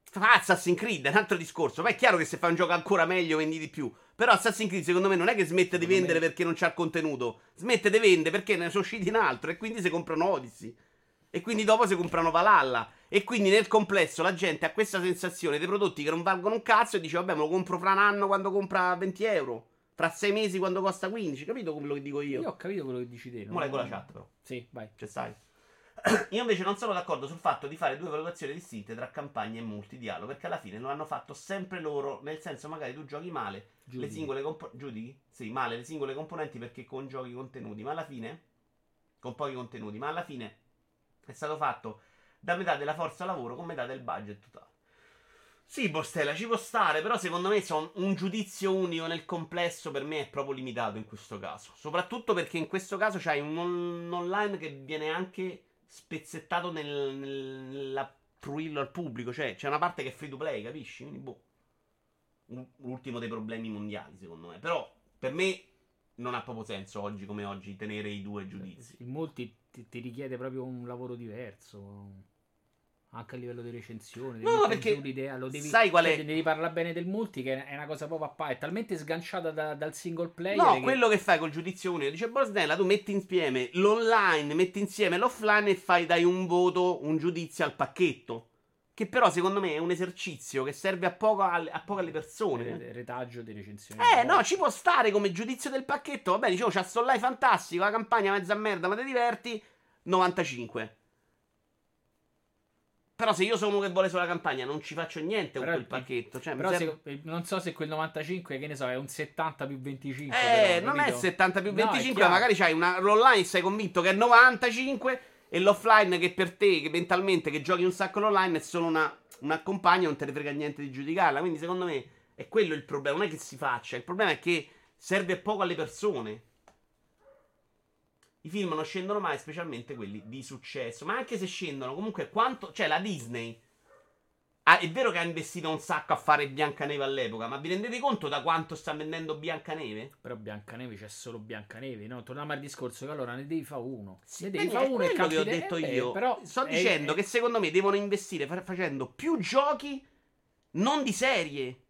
A: Fa Assassin's Creed, è un altro discorso. Ma è chiaro che se fai un gioco ancora meglio vendi di più. Però Assassin's Creed secondo me non è che smette di vendere perché non c'ha il contenuto. Smette di vendere perché ne sono usciti in altro. E quindi si comprano Odyssey. E quindi dopo si comprano Valhalla. E quindi nel complesso la gente ha questa sensazione dei prodotti che non valgono un cazzo e dice vabbè me lo compro fra un anno quando compra 20 euro. Fra 6 mesi quando costa 15. Capito come lo dico io?
B: Io ho capito quello che dici te.
A: Mo' leggo la chat però.
B: Sì, vai.
A: C'è stai? Io invece non sono d'accordo sul fatto di fare due valutazioni distinte tra campagna e multidialogo, perché alla fine lo hanno fatto sempre loro, nel senso magari tu giochi male le singole giudichi? Sì, male le singole componenti perché con giochi contenuti, ma alla fine con pochi contenuti, ma alla fine è stato fatto da metà della forza lavoro con metà del budget totale. Sì, Bostella, ci può stare, però secondo me un giudizio unico nel complesso per me è proprio limitato in questo caso. Soprattutto perché in questo caso c'hai un online che viene anche spezzettato nella fruirlo al pubblico. Cioè, c'è una parte che è free to play, capisci? Quindi, boh. L'ultimo dei problemi mondiali, secondo me. Però, per me, non ha proprio senso oggi come oggi tenere i due giudizi.
B: In molti ti richiede proprio un lavoro diverso. Anche a livello di recensione,
A: no, perché
B: l'idea, lo devi,
A: sai qual è?
B: Devi parlare bene del multi, che è una cosa proprio a parte, è talmente sganciata dal single player.
A: No, quello che fai col giudizio unico, dice Borsnella, tu metti insieme l'online, metti insieme l'offline e dai un voto, un giudizio al pacchetto. Che però secondo me è un esercizio che serve a poco alle persone.
B: Retaggio di recensioni.
A: No, ci può stare come giudizio del pacchetto. Va bene, dicevo, c'ha sto live fantastico, la campagna mezza merda, ma ti diverti, 95. Però se io sono uno che vuole solo la campagna non ci faccio niente con quel pacchetto. Cioè,
B: però non so se quel 95, che ne so, è un 70 più 25.
A: Però, non
B: capito?
A: è 70 più 25,
B: no,
A: magari c'hai l'online sei convinto che è 95 e l'offline che per te, che mentalmente che giochi un sacco l'online è solo una compagna, non te ne frega niente di giudicarla. Quindi secondo me è quello il problema, non è che si faccia, il problema è che serve poco alle persone. I film non scendono mai, specialmente quelli di successo. Ma anche se scendono, comunque quanto... Cioè la Disney è vero che ha investito un sacco a fare Biancaneve all'epoca, ma vi rendete conto da quanto sta vendendo Biancaneve?
B: Però Biancaneve c'è solo Biancaneve, no? Torniamo al discorso che allora ne devi fare uno.
A: Sì,
B: ne devi fare uno e
A: quello che ho detto io.
B: Però
A: sto dicendo che secondo me devono investire facendo più giochi non di serie.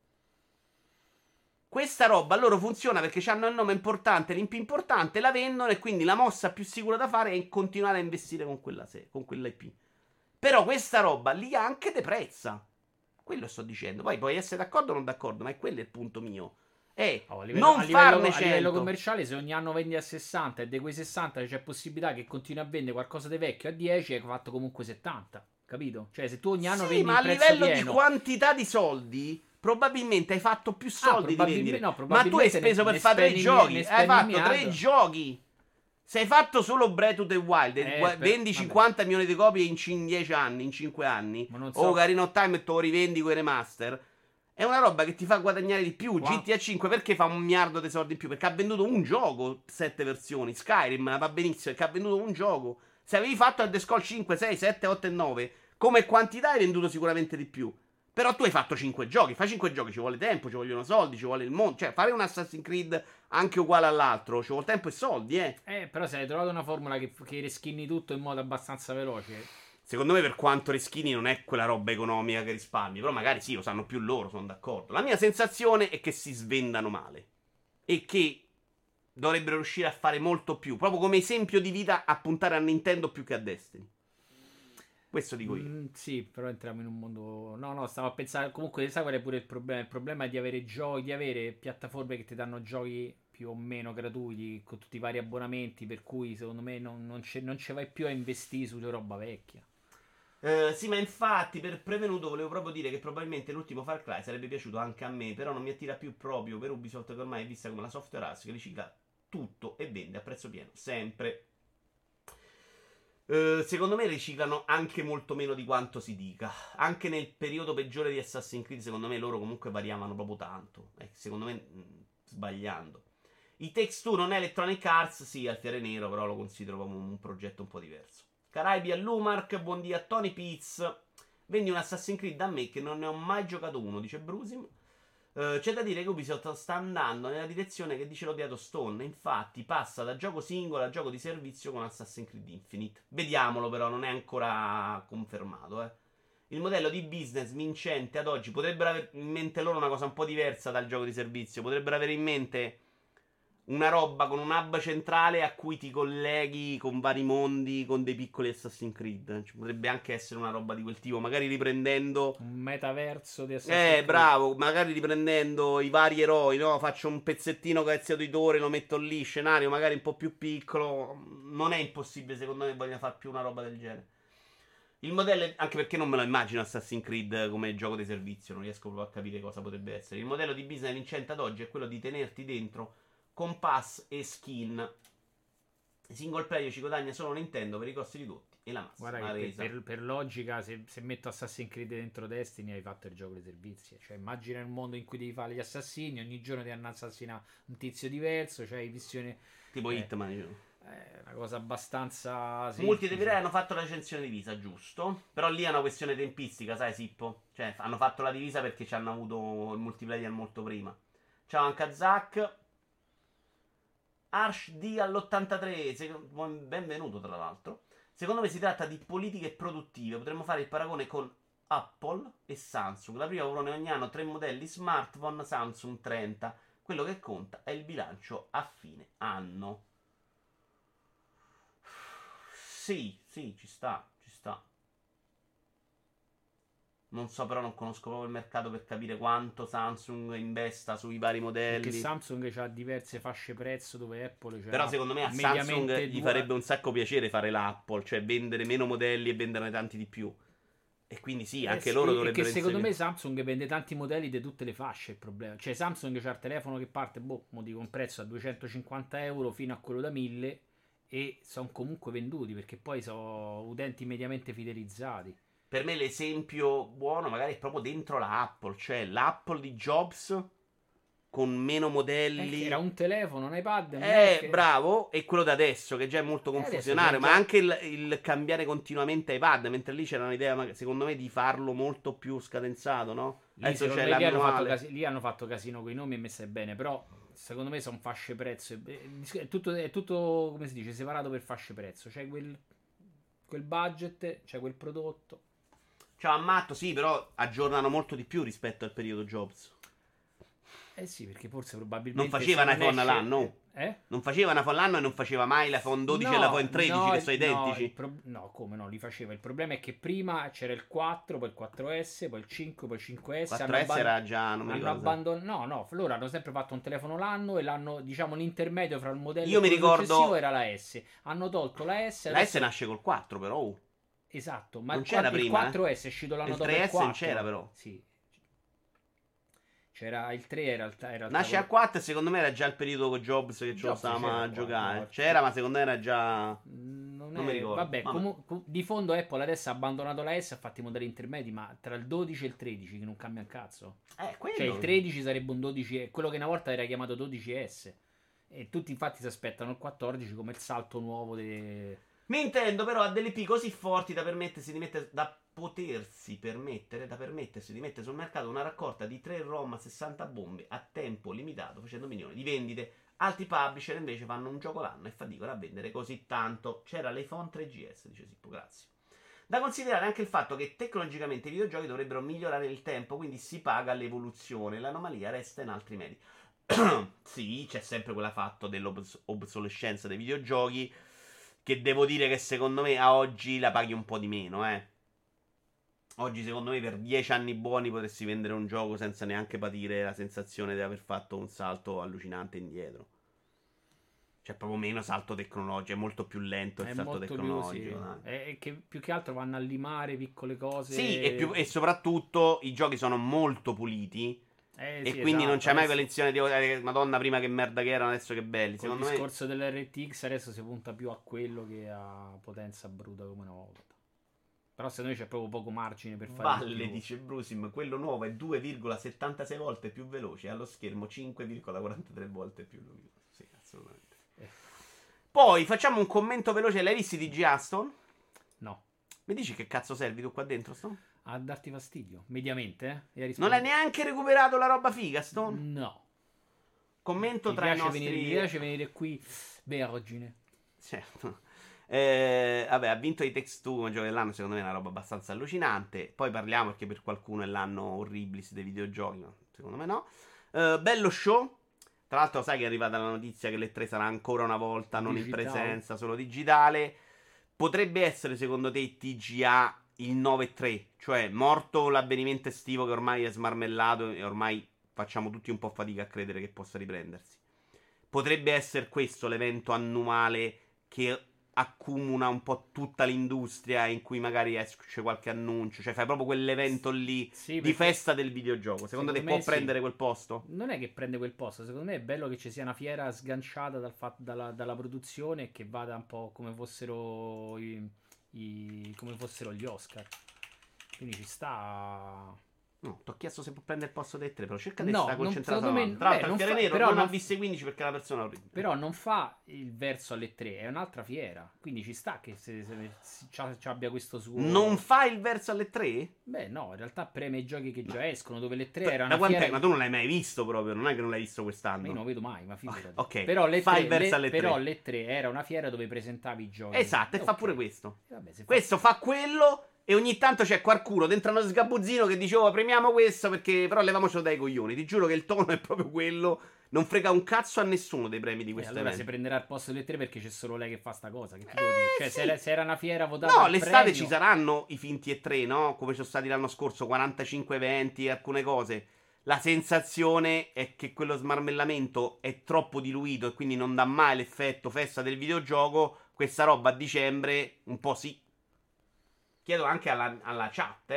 A: Questa roba a loro funziona perché hanno il nome importante, l'imp importante, la vendono e quindi la mossa più sicura da fare è continuare a investire con quella IP. Però questa roba li anche deprezza. Quello sto dicendo. Poi puoi essere d'accordo o non d'accordo, ma è quello il punto mio. Non farne 100.
B: A livello commerciale, se ogni anno vendi a 60 e di quei 60 c'è possibilità che continui a vendere qualcosa di vecchio a 10, hai fatto comunque 70. Capito? Cioè, se tu ogni anno vendi
A: ma
B: il prezzo
A: a livello
B: pieno,
A: di quantità di soldi, probabilmente hai fatto più soldi di vendere.
B: no,
A: ma tu hai speso per fare 3 giochi. Hai fatto 3 giochi. Se hai fatto solo Breath of the Wild, vendi 50 milioni di copie in 10 anni, in 5 anni. O Ocarina of Time e te lo rivendi con i remaster. È una roba che ti fa guadagnare di più. Wow. GTA 5 perché fa 1 miliardo di soldi in più? Perché ha venduto un gioco, 7 versioni. Skyrim va benissimo perché ha venduto un gioco. Se avevi fatto Elder Scrolls 5, 6, 7, 8 e 9, come quantità hai venduto sicuramente di più. Però tu hai fatto 5 giochi. Fai 5 giochi, ci vuole tempo, ci vogliono soldi, ci vuole il mondo. Cioè, fare un Assassin's Creed anche uguale all'altro, ci vuole tempo e soldi,
B: Però se hai trovato una formula che reskinni tutto in modo abbastanza veloce.
A: Secondo me, per quanto reschini, non è quella roba economica che risparmi. Però magari sì, lo sanno più loro, sono d'accordo. La mia sensazione è che si svendano male. E che dovrebbero riuscire a fare molto più. Proprio come esempio di vita a puntare a Nintendo più che a Destiny. Questo dico io.
B: Sì, però entriamo in un mondo... No, stavo a pensare... Comunque, sai qual è pure il problema? Il problema è di avere giochi, di avere piattaforme che ti danno giochi più o meno gratuiti, con tutti i vari abbonamenti, per cui secondo me non ci vai più a investire sulle roba vecchia.
A: Sì, ma infatti per prevenuto volevo proprio dire che probabilmente l'ultimo Far Cry sarebbe piaciuto anche a me, però non mi attira più proprio per Ubisoft, che ormai è vista come la software house che ricicla tutto e vende a prezzo pieno, sempre. Secondo me riciclano anche molto meno di quanto si dica. Anche nel periodo peggiore di Assassin's Creed, secondo me loro comunque variavano proprio tanto. Secondo me sbagliando. I Takes Two non è Electronic Arts, sì, Alfiere Nero, però lo considero come un progetto un po' diverso. Caraibi a Lumark, buondì a Tony Piz. Vendi un Assassin's Creed a me che non ne ho mai giocato uno, dice Brusim. C'è da dire che Ubisoft sta andando nella direzione che dice l'odiato Stone. Infatti passa da gioco singolo a gioco di servizio con Assassin's Creed Infinite. Vediamolo però, non è ancora confermato, Il modello di business vincente ad oggi potrebbero avere in mente loro una cosa un po' diversa dal gioco di servizio. Potrebbero avere in mente una roba con un hub centrale a cui ti colleghi con vari mondi, con dei piccoli Assassin's Creed. Potrebbe anche essere una roba di quel tipo, magari riprendendo
B: un metaverso di Assassin's Creed.
A: bravo, magari riprendendo i vari eroi, no? Faccio un pezzettino che è editore, lo metto lì, scenario magari un po' più piccolo. Non è impossibile, secondo me, voglio fare più una roba del genere. Il modello, anche perché non me lo immagino Assassin's Creed come gioco di servizio, non riesco proprio a capire cosa potrebbe essere. Il modello di business vincente ad oggi è quello di tenerti dentro con pass e skin. Single player ci guadagna solo Nintendo per i costi ridotti e la massima
B: Guarda che
A: resa.
B: per logica, se metto Assassin's Creed dentro Destiny, hai fatto il gioco di servizi. Cioè, immagina un mondo in cui devi fare gli assassini, ogni giorno devi andare a assassinare un tizio diverso, cioè hai missioni...
A: Tipo Hitman, diciamo.
B: È una cosa abbastanza...
A: Molti dei pirati hanno fatto la recensione divisa, giusto? Però lì è una questione tempistica, sai, Sippo? Cioè, hanno fatto la divisa perché ci hanno avuto il multiplayer molto prima. Ciao anche Zach. Arsh D all'83, benvenuto tra l'altro. Secondo me si tratta di politiche produttive. Potremmo fare il paragone con Apple e Samsung. La prima propone ogni anno 3 modelli smartphone Samsung 30. Quello che conta è il bilancio a fine anno. Sì, ci sta. Non so, però non conosco proprio il mercato per capire quanto Samsung investa sui vari modelli.
B: Perché Samsung ha diverse fasce prezzo dove Apple c'è.
A: Però secondo me a Samsung gli farebbe un sacco piacere fare l'Apple, cioè vendere meno modelli e venderne tanti di più. E quindi sì, anche loro dovrebbero
B: perché secondo me Samsung vende tanti modelli di tutte le fasce, il problema. Cioè Samsung c'ha il telefono che parte, mo dico un prezzo a 250 euro fino a quello da 1000 e sono comunque venduti perché poi sono utenti mediamente fidelizzati.
A: Per me l'esempio buono magari è proprio dentro la Apple, cioè l'Apple di Jobs con meno modelli.
B: Era un telefono, un iPad.
A: Bravo, e quello da adesso che già è molto confusionario, ma anche il cambiare continuamente iPad, mentre lì c'era un'idea, secondo me, di farlo molto più scadenzato, no?
B: Adesso c'è lì hanno fatto casino con i nomi e messe bene, però secondo me sono fasce prezzo. È tutto, come si dice, separato per fasce prezzo. C'è quel budget, c'è quel prodotto.
A: Ciao Ammatto, sì, però aggiornano molto di più rispetto al periodo Jobs.
B: Sì, perché forse probabilmente...
A: Non faceva un iPhone all'anno? Non faceva un iPhone all'anno e non faceva mai l'iPhone 12 e l'iPhone 13 che sono identici?
B: No, come no, li faceva. Il problema è che prima c'era il 4, poi il 4S, poi il 5, poi il 5S.
A: 4S era già, non mi ricordo.
B: No, loro hanno sempre fatto un telefono l'anno e l'hanno, diciamo, l'intermedio fra il modello
A: e il successivo
B: era la S. Hanno tolto la S.
A: La S nasce col 4 però.
B: Esatto, ma
A: non c'era prima,
B: il 4S è uscito l'anno dopo.
A: Il 3S non c'era però.
B: Sì. C'era il 3 era
A: nasce al 4 e secondo me era già il periodo con Jobs che ce lo stavamo a giocare. C'era, ma secondo me era già... Non mi ricordo.
B: Vabbè. Comunque, di fondo Apple adesso ha abbandonato la S e ha fatto i modelli intermedi, ma tra il 12 e il 13 che non cambia un cazzo. Cioè il 13 sarebbe un 12, quello che una volta era chiamato 12S. E tutti infatti si aspettano il 14 come il salto nuovo
A: Nintendo però ha delle P così forti da permettersi di mettere sul mercato una raccolta di 3 ROM a 60 bombe a tempo limitato, facendo milioni di vendite. Altri publisher invece fanno un gioco l'anno e faticano a vendere così tanto. C'era l'iPhone 3GS, dice Sippo, grazie. Da considerare anche il fatto che tecnologicamente i videogiochi dovrebbero migliorare nel tempo, quindi si paga l'evoluzione. L'anomalia resta in altri medi. Sì, c'è sempre quella fatto dell'obsolescenza dei videogiochi, che devo dire che secondo me a oggi la paghi un po' di meno, Oggi secondo me per 10 anni buoni potresti vendere un gioco senza neanche patire la sensazione di aver fatto un salto allucinante indietro. C'è proprio meno salto tecnologico, è molto più lento il salto tecnologico.
B: Sì. È che più che altro vanno a limare piccole cose.
A: Sì, e soprattutto i giochi sono molto puliti. E
B: sì,
A: quindi non c'è mai quella lezione di Madonna, prima che merda che erano, adesso che belli.
B: Secondo me il discorso dell'RTX adesso si punta più a quello che a potenza bruta come una volta. Però secondo me c'è proprio poco margine per fare
A: Valle, dice Brusim, quello nuovo è 2,76 volte più veloce e allo schermo 5,43 volte più luminoso. Sì, assolutamente. Poi facciamo un commento veloce. L'hai visto di G. Aston?
B: No.
A: Mi dici che cazzo servi tu qua dentro, Stone?
B: A darti fastidio, mediamente,
A: Non hai neanche recuperato la roba figa, Stone?
B: No.
A: Commento tra i nostri...
B: Mi piace venire qui vergine.
A: Certo. Vabbè, ha vinto i Takes Two come gioco dell'anno. Secondo me è una roba abbastanza allucinante. Poi parliamo perché per qualcuno è l'anno orribilis dei videogiochi, ma secondo me no. Bello show. Tra l'altro, sai che è arrivata la notizia che l'E3 sarà ancora una volta non in
B: Digitale.
A: presenza, solo digitale. Potrebbe essere, secondo te, TGA il 9-3? Cioè, morto l'avvenimento estivo che ormai è smarmellato e ormai facciamo tutti un po' fatica a credere che possa riprendersi. Potrebbe essere questo l'evento annuale che accumula un po' tutta l'industria, in cui magari esce qualche annuncio, cioè fai proprio quell'evento lì
B: Sì,
A: di
B: perché
A: festa del videogioco. Secondo te
B: secondo
A: può
B: me sì.
A: prendere quel posto?
B: Non è che prende quel posto, secondo me è bello che ci sia una fiera sganciata dalla produzione e che vada un po' come fossero come fossero gli Oscar. Quindi ci sta.
A: No, ti ho chiesto se può prendere il posto dei tre, però cerca di
B: No,
A: stare
B: non-
A: concentrato
B: secondo me-
A: avanti. Tra l'altro
B: beh,
A: il
B: non
A: Fiere
B: fa-
A: Nero
B: però
A: non ha
B: non-
A: viste 15 perché è una persona orribile.
B: Però non fa il verso alle 3, è un'altra fiera. Quindi ci sta che se ci abbia questo suo.
A: Non fa il verso alle 3?
B: Beh, no, in realtà preme i giochi che già escono, dove le 3 era
A: Da
B: una
A: quant'è?
B: fiera.
A: Ma tu non l'hai mai visto proprio, non è che non l'hai visto
B: Ma
A: quest'anno.
B: io non lo vedo mai, ma figurati.
A: Ok,
B: Però le
A: fa
B: 3,
A: il verso alle 3.
B: però le 3 era una fiera dove presentavi i giochi.
A: Esatto, e fa
B: Ok.
A: pure questo.
B: Vabbè, se fa-
A: Questo fa quello e ogni tanto c'è qualcuno dentro uno sgabuzzino che dice oh premiamo questo perché però leviamocelo dai coglioni. Ti giuro che il tono è proprio quello. Non frega un cazzo a nessuno dei premi di questo
B: allora
A: evento.
B: si prenderà il posto delle 3 perché c'è solo lei che fa sta cosa. Che ti devo dire? Cioè,
A: sì.
B: se era una fiera votata.
A: No,
B: al
A: l'estate
B: premio-
A: ci saranno i finti e 3, no? Come sono stati l'anno scorso, 45 eventi e alcune cose. La sensazione è che quello smarmellamento è troppo diluito e quindi non dà mai l'effetto festa del videogioco. Questa roba a dicembre, un po' sì. Chiedo anche alla chat,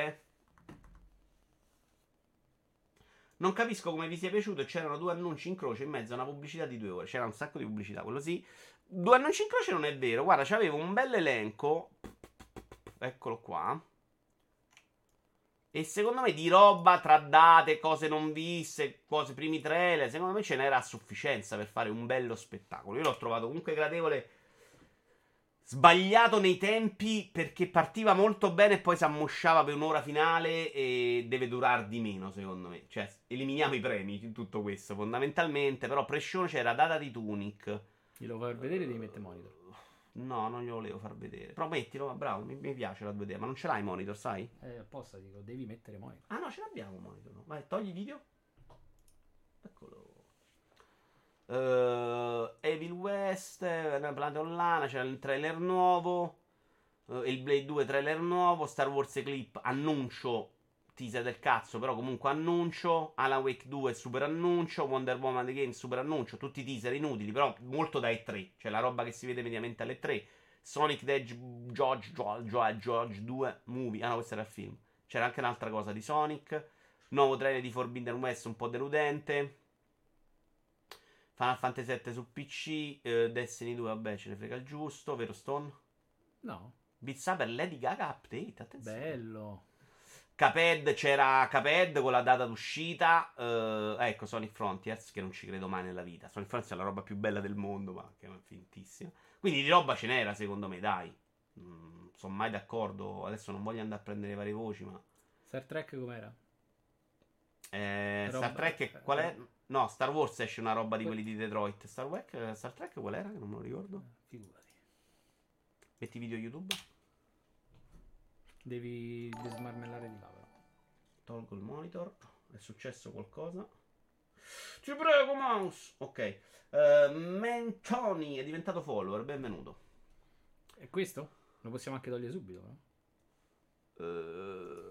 A: Non capisco come vi sia piaciuto. C'erano 2 annunci in croce in mezzo a una pubblicità di 2 ore. C'era un sacco di pubblicità, quello sì. 2 annunci in croce non è vero. Guarda, c'avevo un bel elenco. Eccolo qua. E secondo me di roba tra date, cose non viste, cose primi trailer, secondo me ce n'era a sufficienza per fare un bello spettacolo. Io l'ho trovato comunque gradevole. Sbagliato nei tempi perché partiva molto bene e poi si ammosciava per un'ora finale e deve durare di meno, secondo me. Cioè, eliminiamo i premi in tutto questo, fondamentalmente. Però Prescione c'era data di Tunic.
B: Glielo fai vedere devi mettere monitor.
A: No, non glielo volevo far vedere. Però mettilo, ma bravo, mi piace la 2D. Ma non ce l'hai monitor, sai?
B: Apposta dico, devi mettere monitor.
A: Ah no, ce l'abbiamo un monitor. No. Vai, togli video. Eccolo. Evil West, Platon Lana, c'era il trailer nuovo. Il Blade 2 trailer nuovo. Star Wars Eclipse, annuncio. Teaser del cazzo, però comunque annuncio. Alan Wake 2 super annuncio. Wonder Woman The Game super annuncio. Tutti teaser inutili, però molto da E3. Cioè la roba che si vede mediamente alle 3. Sonic the George 2 movie. Ah no, questo era il film. C'era anche un'altra cosa di Sonic. Nuovo trailer di Forbidden West un po' deludente. Final Fantasy VII su PC. Destiny 2 vabbè ce ne frega il giusto. Vero Stone?
B: No.
A: Beat Saber Lady Gaga update. Attenzione.
B: Bello.
A: Cuphead, c'era Cuphead con la data d'uscita. Ecco, Sonic Frontiers, che non ci credo mai nella vita. Sonic Frontiers è la roba più bella del mondo, ma che è fintissima. Quindi di roba ce n'era, secondo me, dai. Sono mai d'accordo. Adesso non voglio andare a prendere le varie voci, ma...
B: Star Trek com'era?
A: Star Trek, qual è? No, Star Wars esce una roba di quelli di Detroit. Star Trek qual era? Che non me lo ricordo.
B: Figurati.
A: Metti video YouTube.
B: Devi smarmellare di là però.
A: Tolgo il monitor. È successo qualcosa? Ti prego, mouse. Ok. Mentoni è diventato follower. Benvenuto.
B: E questo? Lo possiamo anche togliere subito, però.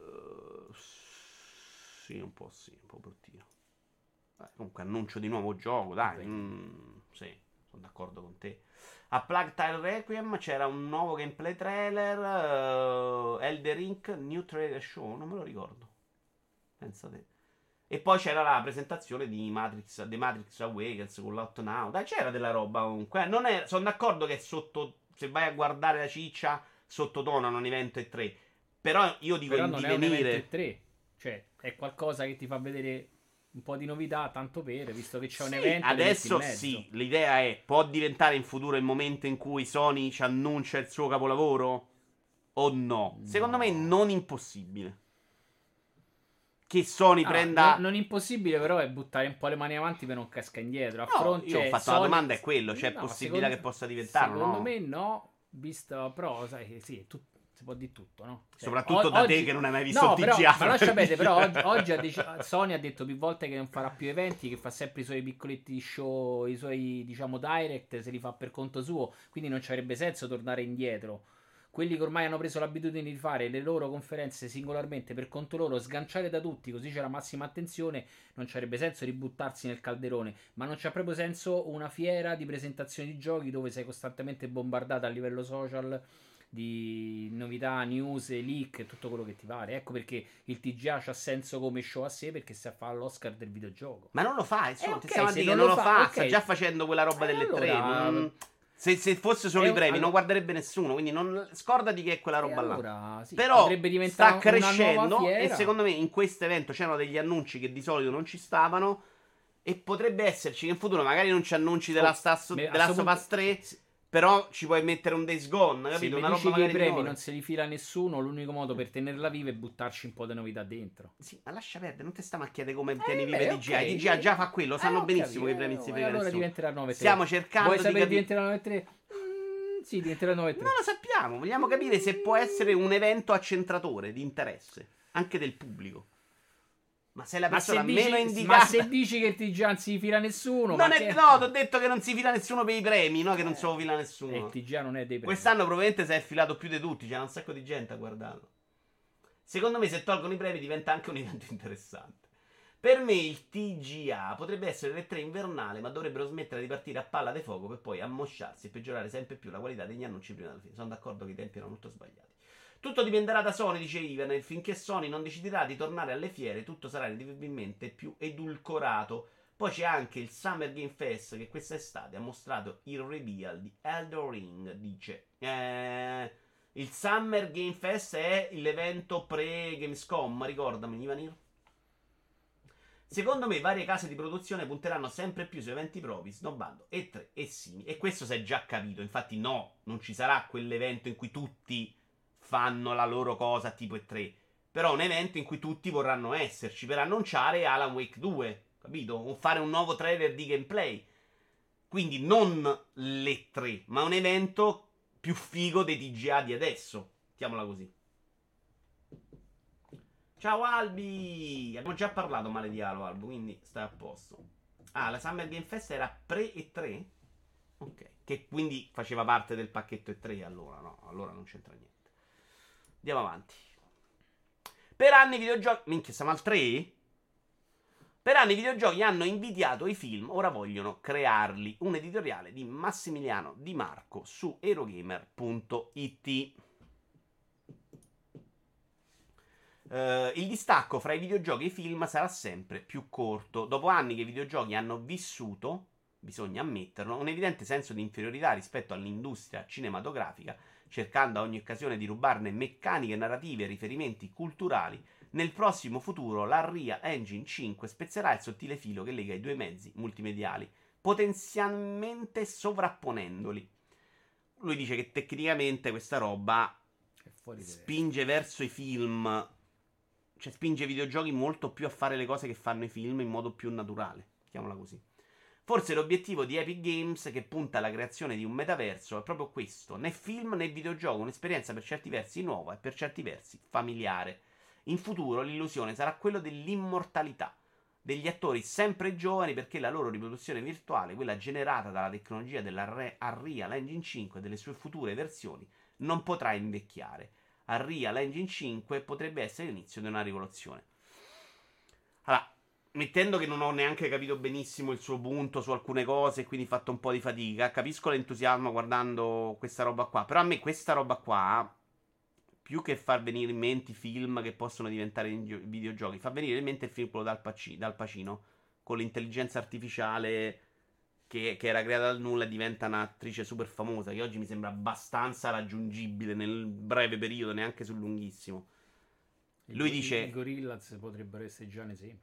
A: Sì, un po' bruttino. Comunque annuncio di nuovo gioco, dai. Sì, sono d'accordo con te. A Plague Tale Requiem c'era un nuovo gameplay trailer. Elder Ring New Trailer Show, non me lo ricordo. Pensate. E poi c'era la presentazione di Matrix, The Matrix Awakens con l'Hot Now. Dai, c'era della roba comunque. Sono d'accordo che sotto, se vai a guardare la ciccia, sottotono un evento E3. Però io dico
B: Però
A: in
B: non è un
A: divenire.
B: evento 3. Cioè, è qualcosa che ti fa vedere un po' di novità, tanto per, visto che c'è un
A: Sì,
B: evento.
A: adesso
B: li metti in mezzo.
A: sì, l'idea è, può diventare in futuro il momento in cui Sony ci annuncia il suo capolavoro? O no? Secondo me non impossibile. Che Sony prenda...
B: Non impossibile, però, è buttare un po' le mani avanti per non casca indietro.
A: No, io ho fatto una domanda, è quello, c'è possibilità che possa diventarlo,
B: Secondo
A: no?
B: me no, visto, però sai, sì, si può di tutto, no? Cioè,
A: Soprattutto da te
B: oggi-
A: che non hai mai visto
B: No,
A: il
B: però,
A: TGA.
B: ma lascia perdere, però oggi Sony ha detto più volte che non farà più eventi, che fa sempre i suoi piccoletti show, i suoi, diciamo, direct, se li fa per conto suo, quindi non ci avrebbe senso tornare indietro. Quelli che ormai hanno preso l'abitudine di fare le loro conferenze singolarmente per conto loro, sganciate da tutti, così c'è la massima attenzione, non ci avrebbe senso ributtarsi nel calderone, ma non c'è proprio senso una fiera di presentazioni di giochi dove sei costantemente bombardata a livello social di novità, news, leak e tutto quello che ti pare. Ecco perché il TGA c'ha senso come show a sé, perché si fa l'Oscar del videogioco.
A: Ma non lo fa, insomma,
B: ok,
A: ti stiamo a
B: se
A: dire che
B: non
A: non
B: lo
A: lo
B: fa,
A: fa,
B: ok.
A: sta già facendo quella roba delle
B: allora-
A: tre. Se fosse solo
B: È
A: i
B: un-
A: premi,
B: allora-
A: non guarderebbe nessuno. Quindi scordati che è quella
B: E
A: roba là.
B: allora, sì,
A: Però
B: potrebbe diventare
A: sta
B: una nuova
A: crescendo. E
B: fiera.
A: secondo me in questo evento c'erano degli annunci che di solito non ci stavano. E potrebbe esserci che in futuro magari non ci annunci della
B: Oh,
A: Last
B: a
A: of
B: sto
A: Us
B: punto-
A: 3. Però ci puoi mettere un Days Gone,
B: Se
A: capito?
B: mi
A: Una
B: dici
A: roba
B: che i
A: magari
B: premi
A: minore.
B: non se li fila nessuno, l'unico modo per tenerla viva è buttarci un po' di novità dentro.
A: Sì, ma lascia perdere, non ti stiamo a chiedere come tieni vive
B: beh,
A: DGA.
B: ok.
A: DGA già fa quello, sanno
B: Ho
A: benissimo che i
B: capito,
A: premi non si
B: e
A: frega
B: allora
A: nessuno.
B: diventerà 9-3.
A: Stiamo cercando
B: Vuoi
A: di
B: sapere
A: capire.
B: diventerà 9-3? Sì, diventerà 9-3.
A: Non lo sappiamo, vogliamo capire se può essere un evento accentratore di interesse anche del pubblico. Ma sei la persona meno indicata.
B: ma se dici che il TGA non si fila nessuno,
A: Non
B: ma
A: è,
B: che...
A: no, ti ho detto che non si fila nessuno per i premi, no? Che non si fila nessuno.
B: il TGA non è dei premi.
A: Quest'anno probabilmente si è filato più di tutti, c'è un sacco di gente a guardarlo. Secondo me se tolgono i premi diventa anche un evento interessante. Per me il TGA potrebbe essere le 3 invernale, ma dovrebbero smettere di partire a palla di fuoco per poi ammosciarsi e peggiorare sempre più la qualità degli annunci prima della fine. Sono d'accordo che i tempi erano molto sbagliati. Tutto dipenderà da Sony, dice Ivan, e finché Sony non deciderà di tornare alle fiere, tutto sarà inevitabilmente più edulcorato. Poi c'è anche il Summer Game Fest che quest'estate ha mostrato il reveal di Elden Ring, dice. Il Summer Game Fest è l'evento pre-Gamescom, ricordami, Ivanir. Secondo me varie case di produzione punteranno sempre più su eventi propri, snobbando E3 e simili. E questo si è già capito, infatti no, non ci sarà quell'evento in cui tutti fanno la loro cosa tipo E3. Però un evento in cui tutti vorranno esserci per annunciare Alan Wake 2, capito? O fare un nuovo trailer di gameplay. Quindi non l'E3, ma un evento più figo dei TGA di adesso. Mettiamola così. Ciao Albi! Abbiamo già parlato male di Halo, Albo, quindi stai a posto. Ah, la Summer Game Fest era pre-E3? Ok. Che quindi faceva parte del pacchetto E3, allora no, allora non c'entra niente. Andiamo avanti. Per anni i videogiochi... Minchia, siamo al 3? Per anni i videogiochi hanno invidiato i film, ora vogliono crearli. Un editoriale di Massimiliano Di Marco su Eurogamer.it. Il distacco fra i videogiochi e i film sarà sempre più corto. Dopo anni che i videogiochi hanno vissuto, bisogna ammetterlo, un evidente senso di inferiorità rispetto all'industria cinematografica, cercando a ogni occasione di rubarne meccaniche narrative e riferimenti culturali, nel prossimo futuro l'Unreal Engine 5 spezzerà il sottile filo che lega i due mezzi multimediali, potenzialmente sovrapponendoli. Lui dice che tecnicamente questa roba spinge verso i film, cioè spinge i videogiochi molto più a fare le cose che fanno i film in modo più naturale, chiamiamola così. Forse l'obiettivo di Epic Games, che punta alla creazione di un metaverso, è proprio questo: né film né videogioco, un'esperienza per certi versi nuova e per certi versi familiare. In futuro l'illusione sarà quello dell'immortalità, degli attori sempre giovani, perché la loro riproduzione virtuale, quella generata dalla tecnologia dell'Unreal Engine 5 e delle sue future versioni, non potrà invecchiare. Unreal Engine 5 potrebbe essere l'inizio di una rivoluzione. Allora, mettendo che non ho neanche capito benissimo il suo punto su alcune cose e quindi fatto un po' di fatica, capisco l'entusiasmo guardando questa roba qua, però a me questa roba qua, più che far venire in mente i film che possono diventare videogiochi, fa venire in mente il film quello dal Pacino, con l'intelligenza artificiale che era creata dal nulla e diventa un'attrice super famosa, che oggi mi sembra abbastanza raggiungibile nel breve periodo, neanche sul lunghissimo. Lui dice...
B: I Gorillaz potrebbero essere già un esempio.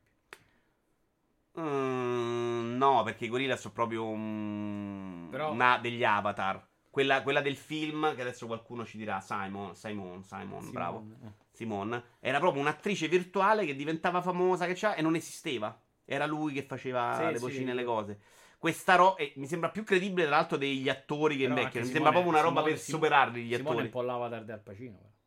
A: No, perché i gorilla sono proprio degli avatar. Quella del film, che adesso qualcuno ci dirà, Simon, bravo. Simon, era proprio un'attrice virtuale che diventava famosa, e non esisteva. Era lui che faceva le vocine e le cose. mi sembra più credibile tra l'altro degli attori che
B: Però
A: invecchiano. Mi
B: anche
A: sembra proprio una roba
B: Simone-
A: per superarli gli
B: Simone è
A: attori.
B: un po' l'avatar di Al Pacino. Però.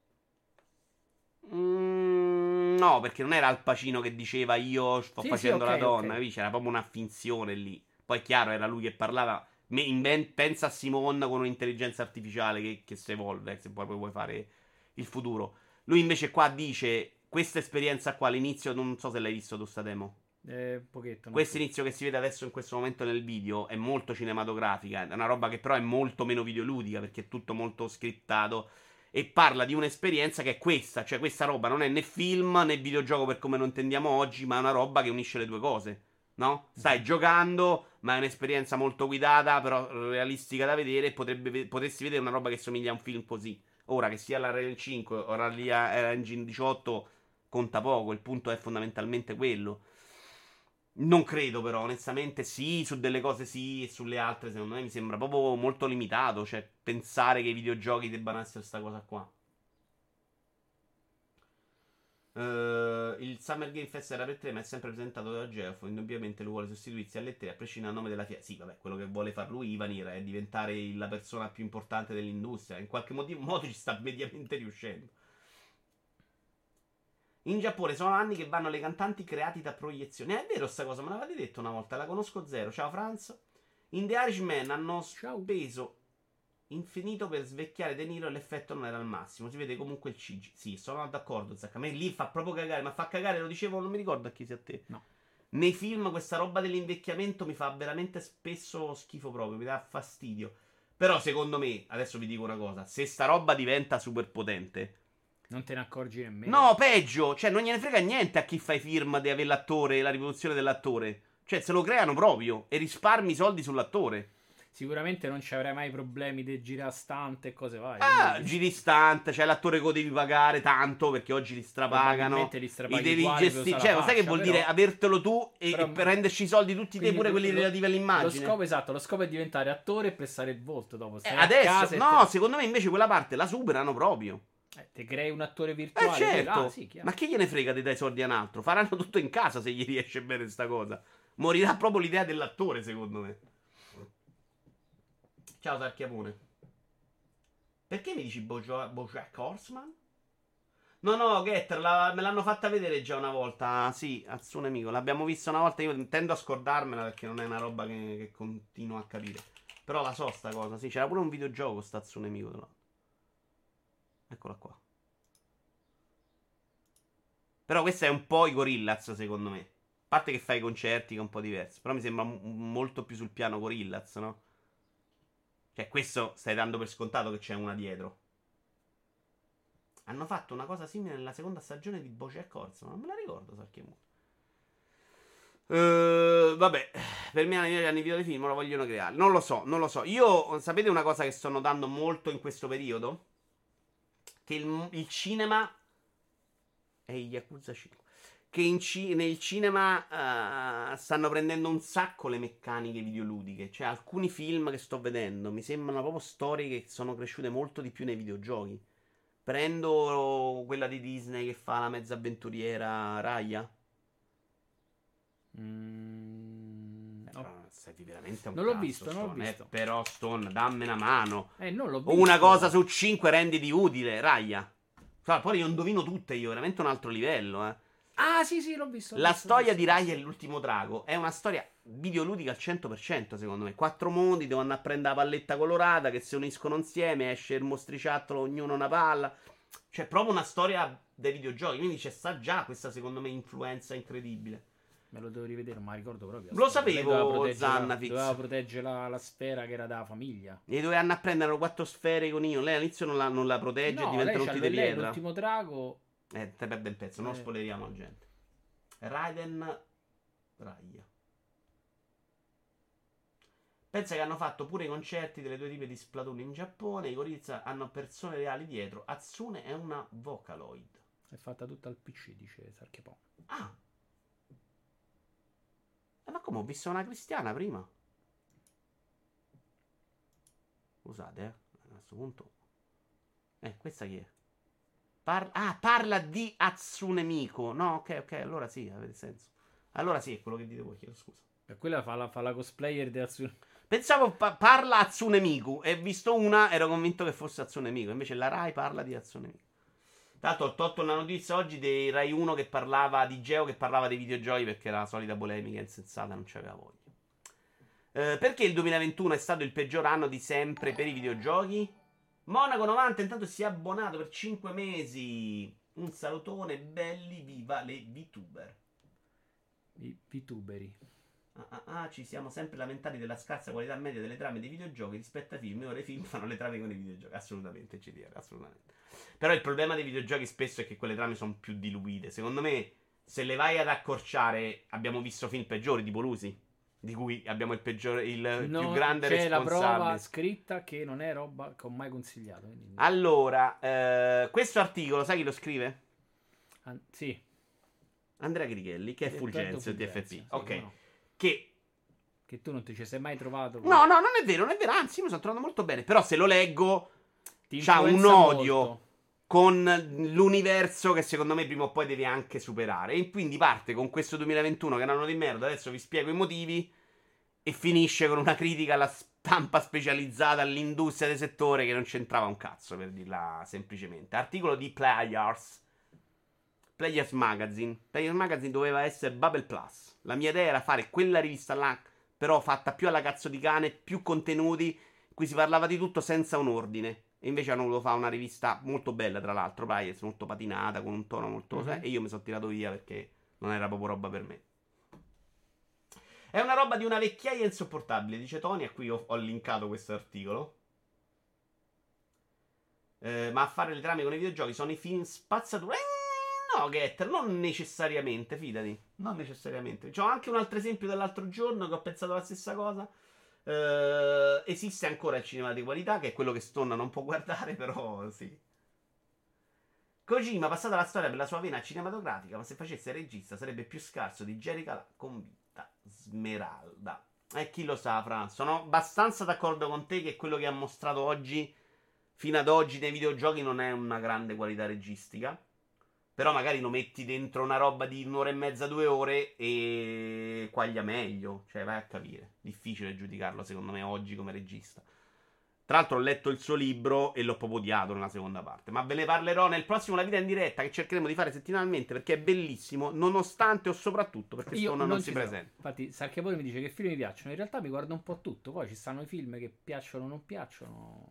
A: No, perché non era Al Pacino che diceva io sto
B: Sì,
A: facendo
B: ok,
A: la donna,
B: ok.
A: capisci? C'era proprio una finzione lì. Poi è chiaro, era lui che parlava. Pensa a Simone con un'intelligenza artificiale che si evolve, se poi vuoi fare il futuro. Lui invece qua dice, questa esperienza qua all'inizio, non so se l'hai visto tu sta demo.
B: Un pochetto. Non
A: Questo
B: so.
A: inizio che si vede adesso in questo momento nel video è molto cinematografica, è una roba che però è molto meno videoludica perché è tutto molto scriptato e parla di un'esperienza che è questa, cioè questa roba non è né film né videogioco per come lo intendiamo oggi, ma è una roba che unisce le due cose, no? Stai giocando, ma è un'esperienza molto guidata, però realistica da vedere e potresti vedere una roba che somiglia a un film così. Ora che sia la Real 5 o la Real Engine 18 conta poco, il punto è fondamentalmente quello. Non credo, però, onestamente, sì, su delle cose sì, e sulle altre, secondo me, mi sembra proprio molto limitato. Cioè, pensare che i videogiochi debbano essere questa cosa qua. Il Summer Game Fest era per 3, ma è sempre presentato da Geoff. Indubbiamente lui vuole sostituirsi alle 3, a prescindere dal nome della fiera. Sì, vabbè, quello che vuole far lui, Ivanir, è diventare la persona più importante dell'industria. In qualche modo ci sta mediamente riuscendo. In Giappone sono anni che vanno le cantanti creati da proiezioni. È vero sta cosa, me l'avete detto una volta, la conosco zero. Ciao Franz. In The Irishman hanno
B: Ciao.
A: speso infinito per svecchiare De Niro e l'effetto non era al massimo. Si vede comunque il CG. Sì, sono d'accordo, Zacca. A me lì fa proprio cagare, ma fa cagare, lo dicevo, non mi ricordo a chi sia a te.
B: No.
A: Nei film questa roba dell'invecchiamento mi fa veramente spesso schifo proprio, mi dà fastidio. Però secondo me, adesso vi dico una cosa, se sta roba diventa super potente...
B: Non te ne accorgi nemmeno.
A: No, peggio, cioè non gliene frega niente a chi fa i film di avere l'attore e la riproduzione dell'attore. Cioè, se lo creano proprio e risparmi i soldi sull'attore.
B: Sicuramente non ci avrai mai problemi di girare stante e cose varie.
A: Ah,
B: quindi
A: giri stante, cioè l'attore che lo devi pagare tanto perché oggi li strapagano.
B: probabilmente li strapaghi
A: I devi
B: uguali per
A: gestire.
B: usare
A: Cioè,
B: la
A: lo sai che
B: fascia,
A: vuol
B: però-
A: dire avertelo tu e
B: però-
A: per renderci i soldi tutti te,
B: quindi
A: pure quelli relativi
B: Lo
A: all'immagine.
B: scopo, esatto, lo scopo è diventare attore e prestare il volto dopo. Stai a
A: Adesso,
B: casa e
A: no, secondo me invece quella parte la superano proprio.
B: ti crei un attore virtuale.
A: Certo,
B: Ah, sì, chiaro.
A: ma che gliene frega di dare i soldi a un altro? Faranno tutto in casa se gli riesce bene sta cosa. Morirà proprio l'idea dell'attore, secondo me. Ciao Sarchiapone. Perché mi dici Bojack Horseman? No, no, Getter, me l'hanno fatta vedere già una volta. Sì, Hatsune Miku. L'abbiamo vista una volta. Io tendo a scordarmela perché non è una roba che continuo a capire. Però la so sta cosa. Sì, c'era pure un videogioco sta Hatsune Miku. Tra l'altro. Eccola qua. Però questa è un po' i Gorillaz, secondo me. A parte che fai i concerti, che è un po' diverso. Però mi sembra molto più sul piano Gorillaz, no? Cioè, questo stai dando per scontato che c'è una dietro. Hanno fatto una cosa simile nella seconda stagione di BoJack Horseman. Non me la ricordo, Sarchiamo. Vabbè, per me hanno video dei film lo vogliono creare. Non lo so, non lo so. Io, sapete una cosa che sto notando molto in questo periodo? Che il cinema è Yakuza 5. Che nel cinema stanno prendendo un sacco le meccaniche videoludiche. Cioè, alcuni film che sto vedendo mi sembrano proprio storie che sono cresciute molto di più nei videogiochi. Prendo quella di Disney che fa la mezza avventuriera Raya.
B: No.
A: Sei veramente un
B: Non l'ho
A: cazzo,
B: visto, non l'ho
A: Stone,
B: visto.
A: però, Stone, dammi una mano.
B: Non l'ho
A: O
B: visto.
A: una cosa su 5 renditi utile, Raya. Cioè, poi io indovino tutte io, veramente un altro livello, eh.
B: Ah, sì, sì, l'ho visto.
A: La storia di Raya e l'ultimo drago è una storia videoludica al 100%, secondo me. 4 mondi, devono andare a prendere la palletta colorata che si uniscono insieme, esce il mostriciattolo, ognuno una palla. Cioè, proprio una storia dei videogiochi. Quindi c'è sta già questa, secondo me, influenza incredibile.
B: Me lo devo rivedere, non mi ricordo proprio.
A: Lo
B: Aspetta,
A: sapevo,
B: lei doveva proteggere
A: Zannafix.
B: doveva proteggere la sfera che era da famiglia.
A: E dove hanno a prendere 4 sfere con io. Lei all'inizio non la protegge e
B: No,
A: diventa
B: lei
A: tutti
B: c'ha
A: di
B: lei
A: pietra.
B: l'ultimo drago.
A: Te perde il pezzo, non spoileriamo la gente. Raiden Raya. Pensa che hanno fatto pure i concerti delle due tipi di Splatoon in Giappone. I Gorillaz hanno persone reali dietro. Hatsune è una Vocaloid.
B: È fatta tutta al PC, dice Sarchepon.
A: Ah. Ma come ho visto una cristiana prima? Scusate, a questo punto. Questa chi è? Parla di Hatsune Miku. No, ok, allora sì, avete senso. Allora sì, è quello che dite voi, chiedo scusa.
B: E quella fa la cosplayer di Hatsune.
A: Pensavo parla Hatsune Miku. E visto una, ero convinto che fosse Hatsune Miku. Invece la Rai parla di Hatsune Miku. Tanto ho tolto una notizia oggi dei Rai 1 che parlava di Geo, che parlava dei videogiochi, perché era la solita polemica insensata, non c'aveva voglia. Perché il 2021 è stato il peggior anno di sempre per i videogiochi? Monaco 90 intanto si è abbonato per 5 mesi. Un salutone, belli, viva le VTuber.
B: I VTuberi.
A: Ci siamo sempre lamentati della scarsa qualità media delle trame dei videogiochi rispetto ai film. E ora i film fanno le trame con i videogiochi. Assolutamente, CDR, assolutamente. Però il problema dei videogiochi spesso è che quelle trame sono più diluite. Secondo me, se le vai ad accorciare, abbiamo visto film peggiori, tipo Lucy, di cui abbiamo il peggiore, più grande
B: c'è
A: responsabile.
B: la prova scritta che non è roba che ho mai consigliato. Quindi...
A: Allora, questo articolo, sai chi lo scrive?
B: Sì.
A: Andrea Grighelli, che è Fulgenzio TFP.
B: Sì,
A: Ok.
B: no.
A: Che
B: tu non ti ci sei mai trovato.
A: no, non è vero, non è vero. Anzi, mi sono trovato molto bene. Però se lo leggo,
B: Ti
A: c'ha un
B: influenza
A: odio
B: molto.
A: con l'universo che secondo me prima o poi devi anche superare. E quindi parte con questo 2021 che è un anno di merda. Adesso vi spiego i motivi. E finisce con una critica alla stampa specializzata, all'industria del settore, che non c'entrava un cazzo, per dirla semplicemente. Articolo di Players Magazine. Players Magazine doveva essere Bubble Plus. La mia idea era fare quella rivista là, però fatta più alla cazzo di cane, più contenuti, in cui si parlava di tutto senza un ordine. E invece hanno voluto fare una rivista molto bella, tra l'altro, Players, molto patinata, con un tono molto... E io mi sono tirato via perché non era proprio roba per me. È una roba di una vecchiaia insopportabile, dice Tony, a cui ho linkato questo articolo. Ma a fare le trame con i videogiochi sono i film spazzatura. No, Getter, non necessariamente, fidati. Non necessariamente. C'ho anche un altro esempio dell'altro giorno che ho pensato la stessa cosa. Esiste ancora il cinema di qualità, che è quello che Stonna non può guardare, però sì. Kojima, passata la storia per la sua vena cinematografica, ma se facesse il regista sarebbe più scarso di Jerica convinta. Smeralda. Chi lo sa, Fra. Sono abbastanza d'accordo con te che quello che ha mostrato oggi, fino ad oggi, nei videogiochi non è una grande qualità registica. Però magari lo metti dentro una roba di un'ora e mezza, 2 ore e quaglia meglio. Cioè, vai a capire. Difficile giudicarlo, secondo me, oggi come regista. Tra l'altro ho letto il suo libro e l'ho proprio odiato nella seconda parte. Ma ve ne parlerò nel prossimo La Vita in Diretta, che cercheremo di fare settimanalmente, perché è bellissimo, nonostante o soprattutto perché Stone non si presenta.
B: Infatti, Sarchiapone mi dice che film mi piacciono. In realtà mi guardo un po' tutto. Poi ci stanno i film che piacciono o non piacciono.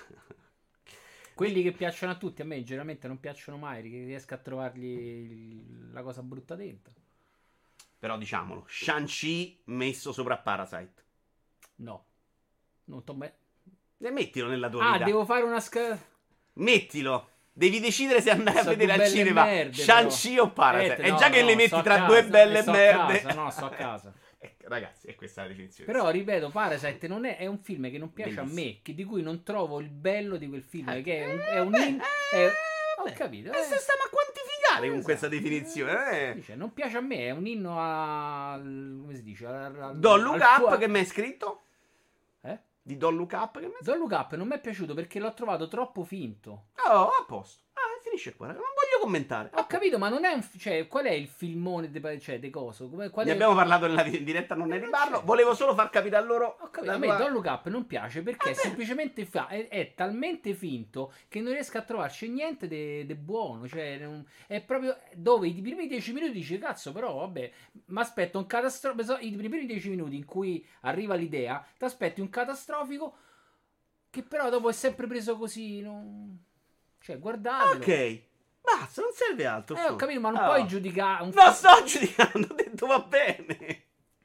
B: Quelli che piacciono a tutti, a me generalmente non piacciono mai, perché riesco a trovargli la cosa brutta dentro.
A: Però diciamolo, Shang-Chi messo sopra Parasite.
B: No. Non t'ho mai...
A: E mettilo nella tua vita.
B: devo fare una
A: Mettilo. Devi decidere se andare a
B: Sono
A: vedere
B: due
A: al
B: belle
A: cinema
B: merde,
A: Shang-Chi o Parasite. E
B: no,
A: già che
B: no,
A: le metti
B: sto a
A: tra
B: casa,
A: due belle
B: sto a
A: merde.
B: casa, no, sto a casa.
A: Ragazzi, è questa la definizione.
B: Però ripeto, Parasite non è un film che non piace
A: Bellissimo.
B: a me, di cui non trovo il bello di quel film, che è un ho capito.
A: Stiamo a quantificare con questa definizione.
B: Dice, non piace a me, è un inno come si dice?
A: Don Look Up che mi hai scritto?
B: Eh?
A: Di Don Look Up che mi hai scritto?
B: Don Look Up non mi è piaciuto perché l'ho trovato troppo finto.
A: Oh, a posto. Finisce qua. Non voglio commentare.
B: Ho capito, ma non è un... Cioè, qual è il filmone di coso?
A: Ne abbiamo parlato nella diretta, non ne riparlo. Volevo solo far capire a loro.
B: Ho capito, a me Don't Look Up non piace perché è semplicemente è talmente finto che non riesco a trovarci niente di buono. Cioè, è proprio dove i primi 10 minuti dici, cazzo, però vabbè, mi aspetto un catastrofico. I primi 10 minuti in cui arriva l'idea, ti aspetti un catastrofico che però dopo è sempre preso così. Cioè, guardatelo.
A: Ok. Basta, non serve altro.
B: Ho capito, ma non puoi giudicare.
A: Non sto giudicando, ho detto va bene.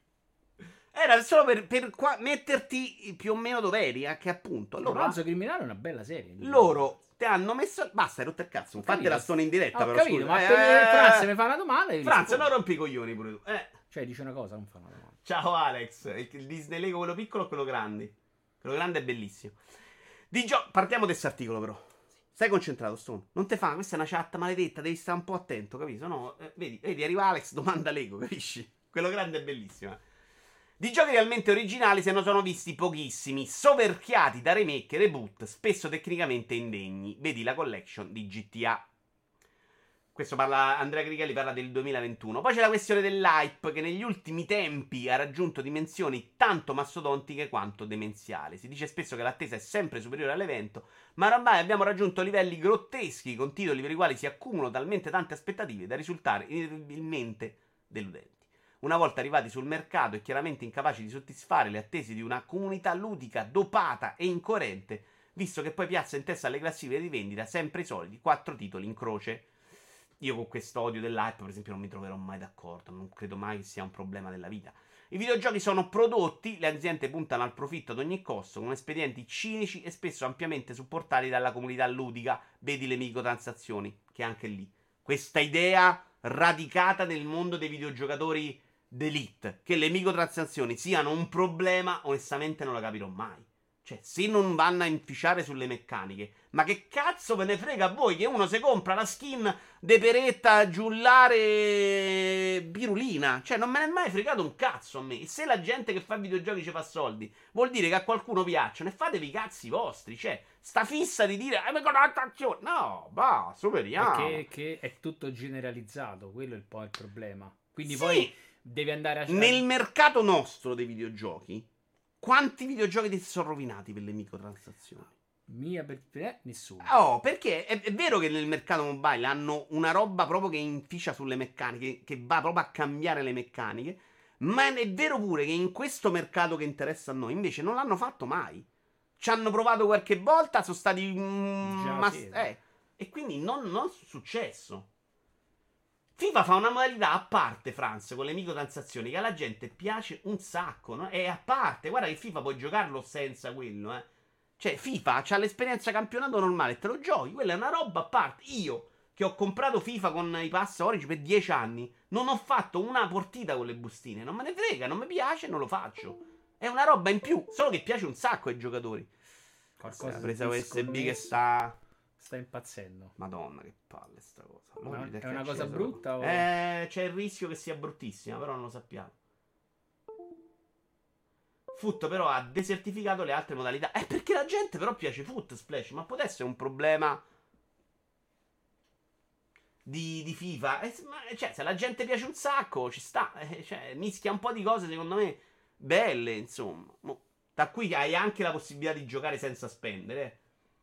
A: Era solo per metterti più o meno dove eri, che appunto.
B: Il Romanzo Criminale è una bella serie.
A: Loro ti hanno messo. Basta, hai rotto il cazzo. Infatti la sto in diretta, però.
B: Ho capito,
A: scusa.
B: ma per Franz mi fa una domanda.
A: Franz, non rompi i coglioni pure tu.
B: Cioè, dice una cosa, non fa una domanda.
A: Ciao Alex. Il Disney Lego, quello piccolo o quello grande? Quello grande è bellissimo. Partiamo da questo articolo, però. Stai concentrato, Stone. Non te fa, questa è una chat maledetta, devi stare un po' attento, capito? No, vedi, arriva Alex, domanda Lego, capisci? Quello grande è bellissimo. Di giochi realmente originali se ne sono visti pochissimi, soverchiati da remake e reboot, spesso tecnicamente indegni. Vedi la collection di GTA. Questo parla Andrea Grighelli, parla del 2021. Poi c'è la questione dell'hype che negli ultimi tempi ha raggiunto dimensioni tanto mastodontiche quanto demenziali. Si dice spesso che l'attesa è sempre superiore all'evento, ma ormai abbiamo raggiunto livelli grotteschi con titoli per i quali si accumulano talmente tante aspettative da risultare inevitabilmente deludenti. Una volta arrivati sul mercato e chiaramente incapaci di soddisfare le attese di una comunità ludica dopata e incoerente, visto che poi piazza in testa alle classifiche di vendita sempre i soliti 4 titoli in croce. Io con questo odio dell'hype, per esempio, non mi troverò mai d'accordo. Non credo mai che sia un problema della vita. I videogiochi sono prodotti, le aziende puntano al profitto ad ogni costo, con espedienti cinici e spesso ampiamente supportati dalla comunità ludica. Vedi le microtransazioni, che anche lì. Questa idea radicata nel mondo dei videogiocatori d'elite, che le microtransazioni siano un problema, onestamente non la capirò mai. Cioè, se non vanno a inficiare sulle meccaniche, ma che cazzo ve ne frega a voi che uno si compra la skin de Peretta Giullare Pirulina? Cioè, non me ne è mai fregato un cazzo a me. E se la gente che fa videogiochi ci fa soldi, vuol dire che a qualcuno piacciono e fatevi i cazzi vostri. Cioè, sta fissa di dire no, va, superiamo.
B: Perché è tutto generalizzato, quello è un po' il problema. Quindi
A: Sì,
B: poi devi andare a...
A: nel mercato nostro dei videogiochi, quanti videogiochi ti sono rovinati per le microtransazioni?
B: Nessuno.
A: Oh, perché è vero che nel mercato mobile hanno una roba proprio che inficia sulle meccaniche, che va proprio a cambiare le meccaniche, ma è vero pure che in questo mercato che interessa a noi invece non l'hanno fatto mai. Ci hanno provato qualche volta, sono stati... e quindi non è successo. FIFA fa una modalità a parte, Franz, con le microtransazioni, che alla gente piace un sacco, no? È a parte. Guarda che FIFA puoi giocarlo senza quello, eh. Cioè, FIFA c'ha l'esperienza campionato normale, te lo giochi, quella è una roba a parte. Io, che ho comprato FIFA con i pass Origin per 10 anni, non ho fatto una partita con le bustine. Non me ne frega, non mi piace, non lo faccio. È una roba in più, solo che piace un sacco ai giocatori.
B: Qualcosa
A: La presa
B: di
A: USB che
B: disconnesso. Sta impazzendo.
A: Madonna, che palle sta cosa.
B: Ma
A: Logitech
B: è una cosa
A: acceso.
B: brutta o...
A: C'è il rischio che sia bruttissima, però non lo sappiamo. Foot però ha desertificato le altre modalità. Perché la gente però piace Foot Splash, ma può essere un problema di FIFA. Cioè, se la gente piace un sacco, ci sta. Cioè, mischia un po' di cose, secondo me, belle, insomma. Da qui hai anche la possibilità di giocare senza spendere.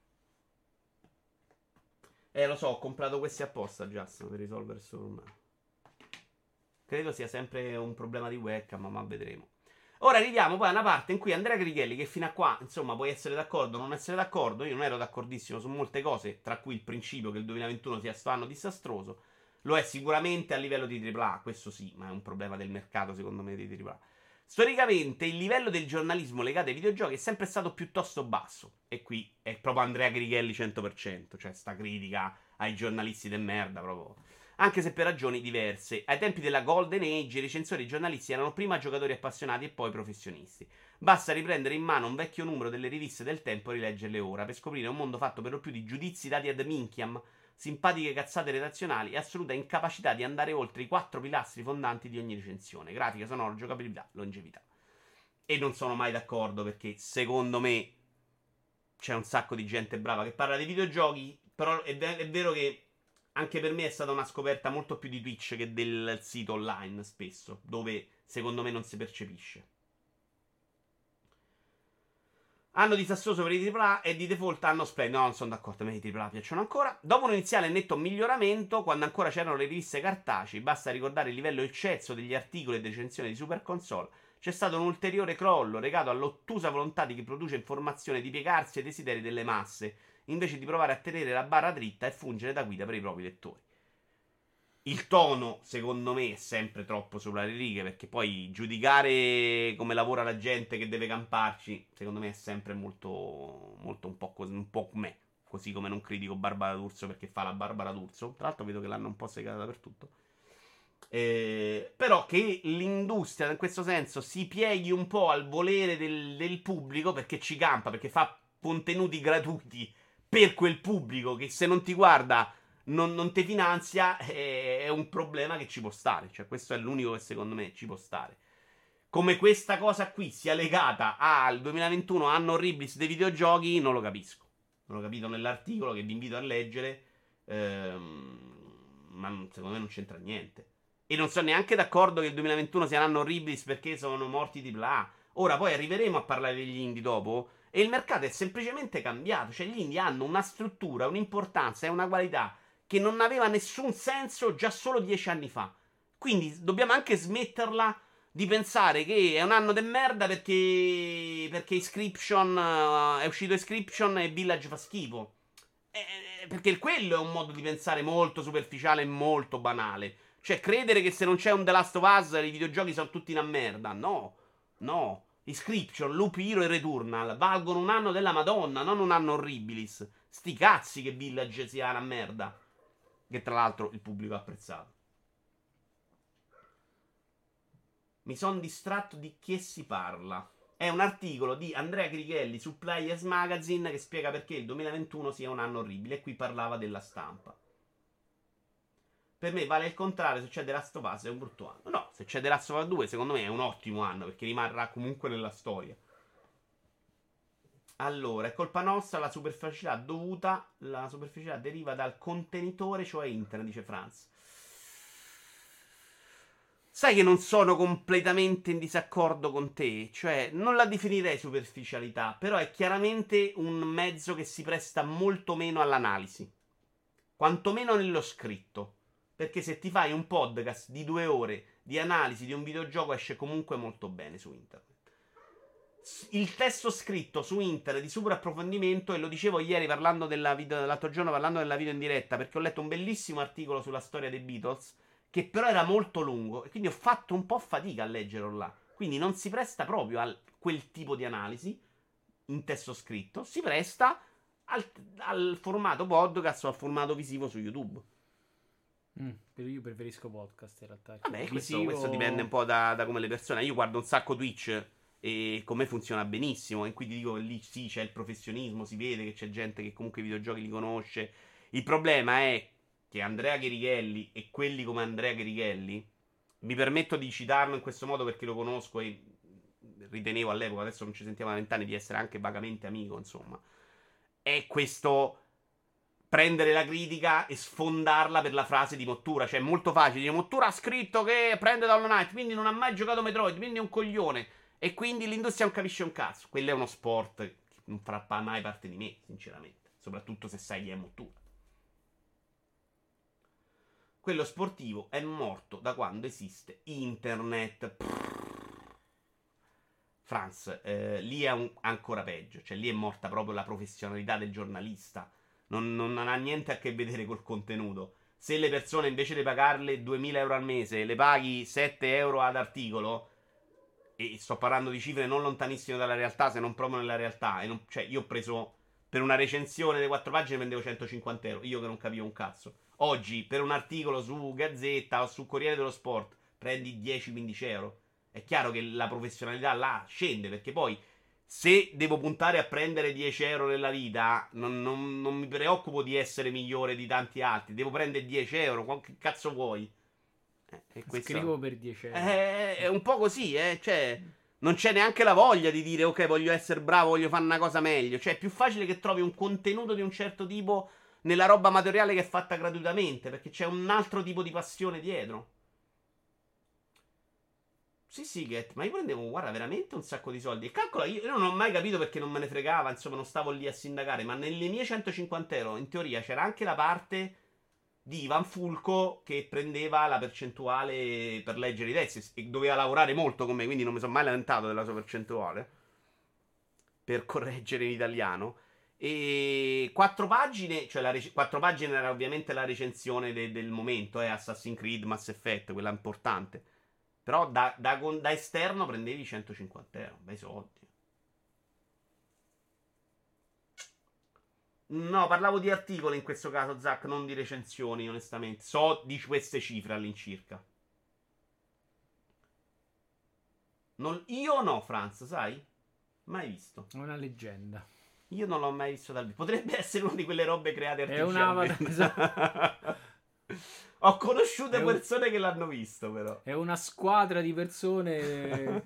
A: Lo so, ho comprato questi apposta, Justin, per risolvere questo problema. Credo sia sempre un problema di webcam, ma vedremo. Ora arriviamo poi a una parte in cui Andrea Grighelli, che fino a qua, insomma, puoi essere d'accordo o non essere d'accordo, io non ero d'accordissimo su molte cose, tra cui il principio che il 2021 sia sto anno disastroso, lo è sicuramente a livello di AAA, questo sì, ma è un problema del mercato secondo me di AAA. Storicamente il livello del giornalismo legato ai videogiochi è sempre stato piuttosto basso, e qui è proprio Andrea Grighelli 100%, cioè sta critica ai giornalisti de merda proprio... Anche se per ragioni diverse. Ai tempi della Golden Age i recensori e i giornalisti erano prima giocatori appassionati e poi professionisti. Basta riprendere in mano un vecchio numero delle riviste del tempo e rileggerle ora per scoprire un mondo fatto per lo più di giudizi dati ad minchiam, simpatiche cazzate redazionali e assoluta incapacità di andare oltre i 4 pilastri fondanti di ogni recensione: grafica, sonoro, giocabilità, longevità. E non sono mai d'accordo, perché secondo me c'è un sacco di gente brava che parla di videogiochi, però è vero che anche per me è stata una scoperta molto più di Twitch che del sito online, spesso, dove secondo me non si percepisce. Anno disastroso per i AAA e di default anno splendido. No, non sono d'accordo, a me i AAA piacciono ancora. Dopo un iniziale netto miglioramento, quando ancora c'erano le riviste cartacee, basta ricordare il livello eccesso degli articoli e recensioni di Super Console, c'è stato un ulteriore crollo legato all'ottusa volontà di chi produce informazione di piegarsi ai desideri delle masse, invece di provare a tenere la barra dritta e fungere da guida per i propri lettori. Il tono, secondo me, è sempre troppo sopra le righe, perché poi giudicare come lavora la gente che deve camparci, secondo me è sempre molto un po' me. Così come non critico Barbara D'Urso perché fa la Barbara D'Urso. Tra l'altro vedo che l'hanno un po' segata dappertutto. Però che l'industria in questo senso si pieghi un po' al volere del pubblico, perché ci campa, perché fa contenuti gratuiti per quel pubblico che se non ti guarda non ti finanzia, è un problema che ci può stare. Cioè, questo è l'unico che secondo me ci può stare. Come questa cosa qui sia legata al 2021, anno horribilis dei videogiochi, non lo capisco. Non l'ho capito nell'articolo che vi invito a leggere. ma secondo me non c'entra niente. E non sono neanche d'accordo che il 2021 sia un anno orribile perché sono morti di AAA. Ora poi arriveremo a parlare degli indie dopo. E il mercato è semplicemente cambiato. Cioè, gli indie hanno una struttura, un'importanza e una qualità che non aveva nessun senso già solo 10 anni fa. Quindi dobbiamo anche smetterla di pensare che è un anno de merda perché Inscription è uscito Inscription e Village fa schifo. Perché quello è un modo di pensare molto superficiale e molto banale. Cioè, credere che se non c'è un The Last of Us i videogiochi sono tutti una merda. No, no. Inscription, Loop Hero e Returnal valgono un anno della Madonna, non un anno horribilis. Sti cazzi che Village sia una merda. Che tra l'altro il pubblico ha apprezzato. Mi sono distratto di che si parla. È un articolo di Andrea Grighelli su Players Magazine che spiega perché il 2021 sia un anno orribile. E qui parlava della stampa. Per me vale il contrario, se c'è The Last of Us è un brutto anno. No, se c'è The Last of Us 2 secondo me è un ottimo anno perché rimarrà comunque nella storia. Allora, è colpa nostra la superficialità dovuta. La superficialità deriva dal contenitore, cioè internet, dice Franz. Sai che non sono completamente in disaccordo con te? Cioè, non la definirei superficialità, però è chiaramente un mezzo che si presta molto meno all'analisi. Quantomeno nello scritto. Perché se ti fai un podcast di 2 ore di analisi di un videogioco esce comunque molto bene su internet. Il testo scritto su internet di super approfondimento, e lo dicevo ieri parlando l'altro giorno parlando della video in diretta, perché ho letto un bellissimo articolo sulla storia dei Beatles, che però era molto lungo, e quindi ho fatto un po' fatica a leggerlo là. Quindi non si presta proprio a quel tipo di analisi in testo scritto, si presta al formato podcast o al formato visivo su YouTube.
B: Io preferisco podcast in realtà.
A: Vabbè, questo dipende un po' da come le persone. Io guardo un sacco Twitch e con me funziona benissimo. E quindi dico che lì sì, c'è il professionismo, si vede che c'è gente che comunque i videogiochi li conosce. Il problema è che Andrea Cherichelli e quelli come Andrea Cherichelli, mi permetto di citarlo in questo modo perché lo conosco e ritenevo all'epoca, adesso non ci sentiamo da 20 anni, di essere anche vagamente amico, insomma. È questo prendere la critica e sfondarla per la frase di Mottura. Cioè è molto facile dire Mottura ha scritto che prende da Hollow Knight, quindi non ha mai giocato Metroid, quindi è un coglione, e quindi l'industria non capisce un cazzo. Quello è uno sport che non farà mai parte di me, sinceramente, soprattutto se sai chi è Mottura. Quello sportivo è morto da quando esiste internet. Franz, lì è ancora peggio. Cioè lì è morta proprio la professionalità del giornalista. Non ha niente a che vedere col contenuto. Se le persone invece di pagarle 2000 euro al mese le paghi 7 euro ad articolo, e sto parlando di cifre non lontanissime dalla realtà, se non proprio nella realtà, cioè io ho preso per una recensione di 4 pagine prendevo 150 euro, io che non capivo un cazzo. Oggi per un articolo su Gazzetta o su Corriere dello Sport prendi 10-15 euro. È chiaro che la professionalità là scende, perché poi se devo puntare a prendere 10 euro nella vita, non mi preoccupo di essere migliore di tanti altri. Devo prendere 10 euro, che cazzo vuoi?
B: Scrivo per 10 euro.
A: È un po' così, cioè non c'è neanche la voglia di dire ok, voglio essere bravo, voglio fare una cosa meglio. Cioè è più facile che trovi un contenuto di un certo tipo nella roba amatoriale che è fatta gratuitamente, perché c'è un altro tipo di passione dietro. Sì, Get, ma io prendevo, guarda, veramente un sacco di soldi. E calcola, io non ho mai capito perché non me ne fregava, insomma, non stavo lì a sindacare, ma nelle mie 150 euro, in teoria, c'era anche la parte di Ivan Fulco che prendeva la percentuale per leggere i testi e doveva lavorare molto con me, quindi non mi sono mai lamentato della sua percentuale per correggere in italiano. E 4 pagine, cioè 4 pagine era ovviamente la recensione del momento, Assassin's Creed, Mass Effect, quella importante. Però da esterno prendevi 150 euro, bei soldi. No, parlavo di articoli in questo caso, Zach, non di recensioni, onestamente. So di queste cifre all'incirca. Io no, Franz, sai? Mai visto.
B: È una leggenda.
A: Io non l'ho mai visto dal vivo. Potrebbe essere una di quelle robe create
B: È un avatar,
A: esatto. Ho conosciuto persone che l'hanno visto, però.
B: È una squadra di persone.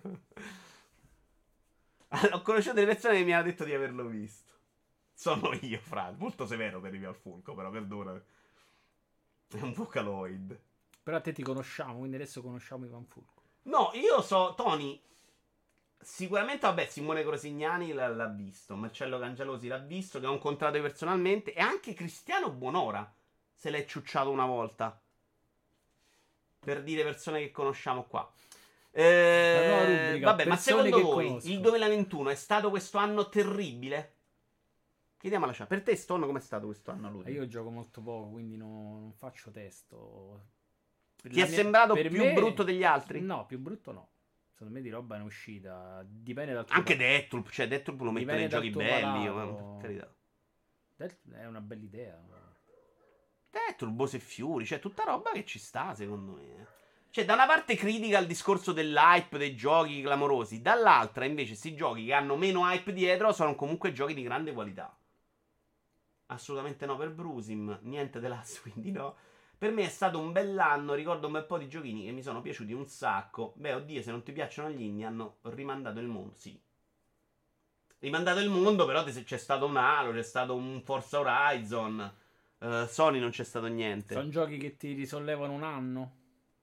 A: Ho conosciuto delle persone che mi hanno detto di averlo visto. Sono io, Franz. Molto severo per Rivial Fulco, però perdona. È un Vocaloid.
B: Però a te ti conosciamo, quindi adesso conosciamo Ivan Fulco.
A: No, io so, Tony. Sicuramente, vabbè, Simone Grosignani l'ha visto. Marcello Cangialosi l'ha visto, che ho incontrato personalmente. E anche Cristiano Buonora se l'è ciucciato una volta. Per dire persone che conosciamo qua.
B: La nuova rubrica,
A: Vabbè, ma
B: persone
A: secondo
B: che
A: voi
B: conosco.
A: il 2021 è stato questo anno terribile? Chiediamo alla chat. Per te, Stone, com'è stato questo anno?
B: Io gioco molto poco, quindi non faccio testo.
A: Ti è sembrato più brutto degli altri?
B: No, più brutto no. Secondo me di roba è uscita. Dipende dal tuo
A: Anche Deathloop, cioè Deathloop lo metto nei giochi belli.
B: palato.
A: Per carità.
B: È una bella idea.
A: Deathloop, Bose e Fiori, cioè tutta roba che ci sta, secondo me. Cioè, da una parte critica il discorso dell'hype dei giochi clamorosi, dall'altra invece questi giochi che hanno meno hype dietro sono comunque giochi di grande qualità. Assolutamente no per Brusim, niente The Last, quindi no. Per me è stato un bell'anno, ricordo un bel po' di giochini che mi sono piaciuti un sacco. Beh, oddio, se non ti piacciono gli indie hanno rimandato il mondo, sì. Rimandato il mondo, però c'è stato un Halo, c'è stato un Forza Horizon, Sony non c'è stato niente.
B: Sono giochi che ti risollevano un anno.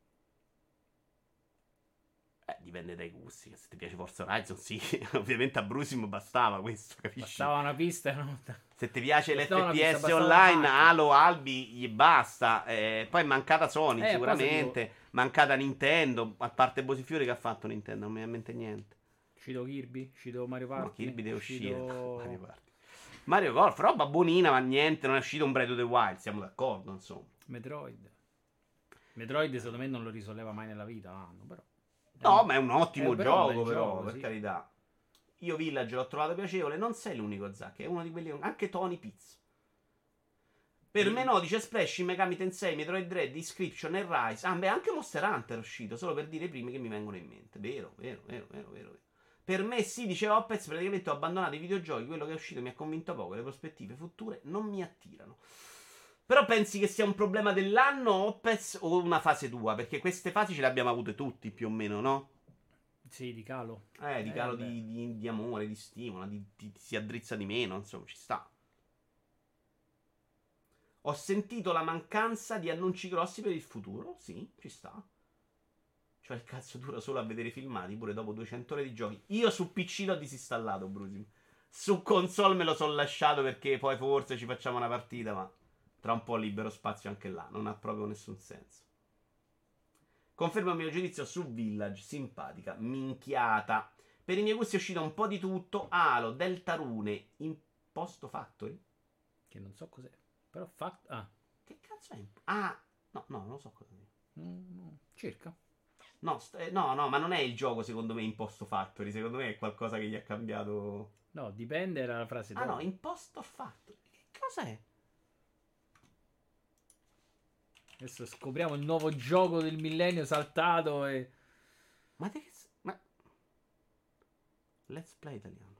A: Dipende dai gusti. Se ti piace Forza Horizon, sì. Ovviamente a Brusim bastava questo, capisci?
B: Bastava una pista e no.
A: Se ti piace
B: Bastava una
A: l'FPS
B: pista,
A: online,
B: bastava
A: Halo, Albi, gli basta. Poi è mancata Sony,
B: poi
A: sicuramente. Mancata Nintendo. A parte Bosifiori che ha fatto Nintendo, non mi viene in mente niente.
B: Uscito Kirby, uscito Mario Party.
A: No, Kirby deve uscire.
B: uscito...
A: Mario Party. Mario Golf, roba buonina, ma niente. Non è uscito un Breath of the Wild, siamo d'accordo, insomma.
B: Metroid. Metroid secondo me non lo risolleva mai nella vita, l'anno, però.
A: No, ma è un ottimo
B: però un
A: gioco,
B: bel
A: però,
B: gioco,
A: per
B: sì.
A: carità. Io Village l'ho trovato piacevole. Non sei l'unico, Zack. È uno di quelli. Anche Tony Piz. Per me no, dice Splash, Shin Megami Tensei, Metroid Dread, Inscription e Rise. Ah, beh, anche Monster Hunter è uscito. Solo per dire i primi che mi vengono in mente. Vero. Per me sì, dice Opez, praticamente ho abbandonato i videogiochi. Quello che è uscito mi ha convinto poco. Le prospettive future non mi attirano. Però pensi che sia un problema dell'anno, Opez, o una fase tua? Perché queste fasi ce le abbiamo avute tutti, più o meno, no?
B: Sì, di calo.
A: Di calo
B: beh.
A: di amore, di stimola, si addrizza di meno, insomma, ci sta. Ho sentito la mancanza di annunci grossi per il futuro, sì, ci sta. Cioè il cazzo dura solo a vedere filmati, pure dopo 200 ore di giochi. Io su PC l'ho disinstallato, Brusim. Su console me lo sono lasciato perché poi forse ci facciamo una partita, ma tra un po' libero spazio anche là, non ha proprio nessun senso. Confermo il mio giudizio su Village, simpatica, minchiata. Per i miei gusti è uscito un po' di tutto. Halo, Deltarune, Imposto Factory.
B: Che non so cos'è. Però
A: Che cazzo è? Ah, no, non lo so cosa dire.
B: circa.
A: No, ma non è il gioco secondo me Imposto Factory. Secondo me è qualcosa che gli ha cambiato.
B: No, dipende dalla frase.
A: Ah no, Imposto Factory. Che cos'è?
B: Adesso scopriamo il nuovo gioco del millennio saltato e...
A: Ma che... Ma... Let's Play italiano.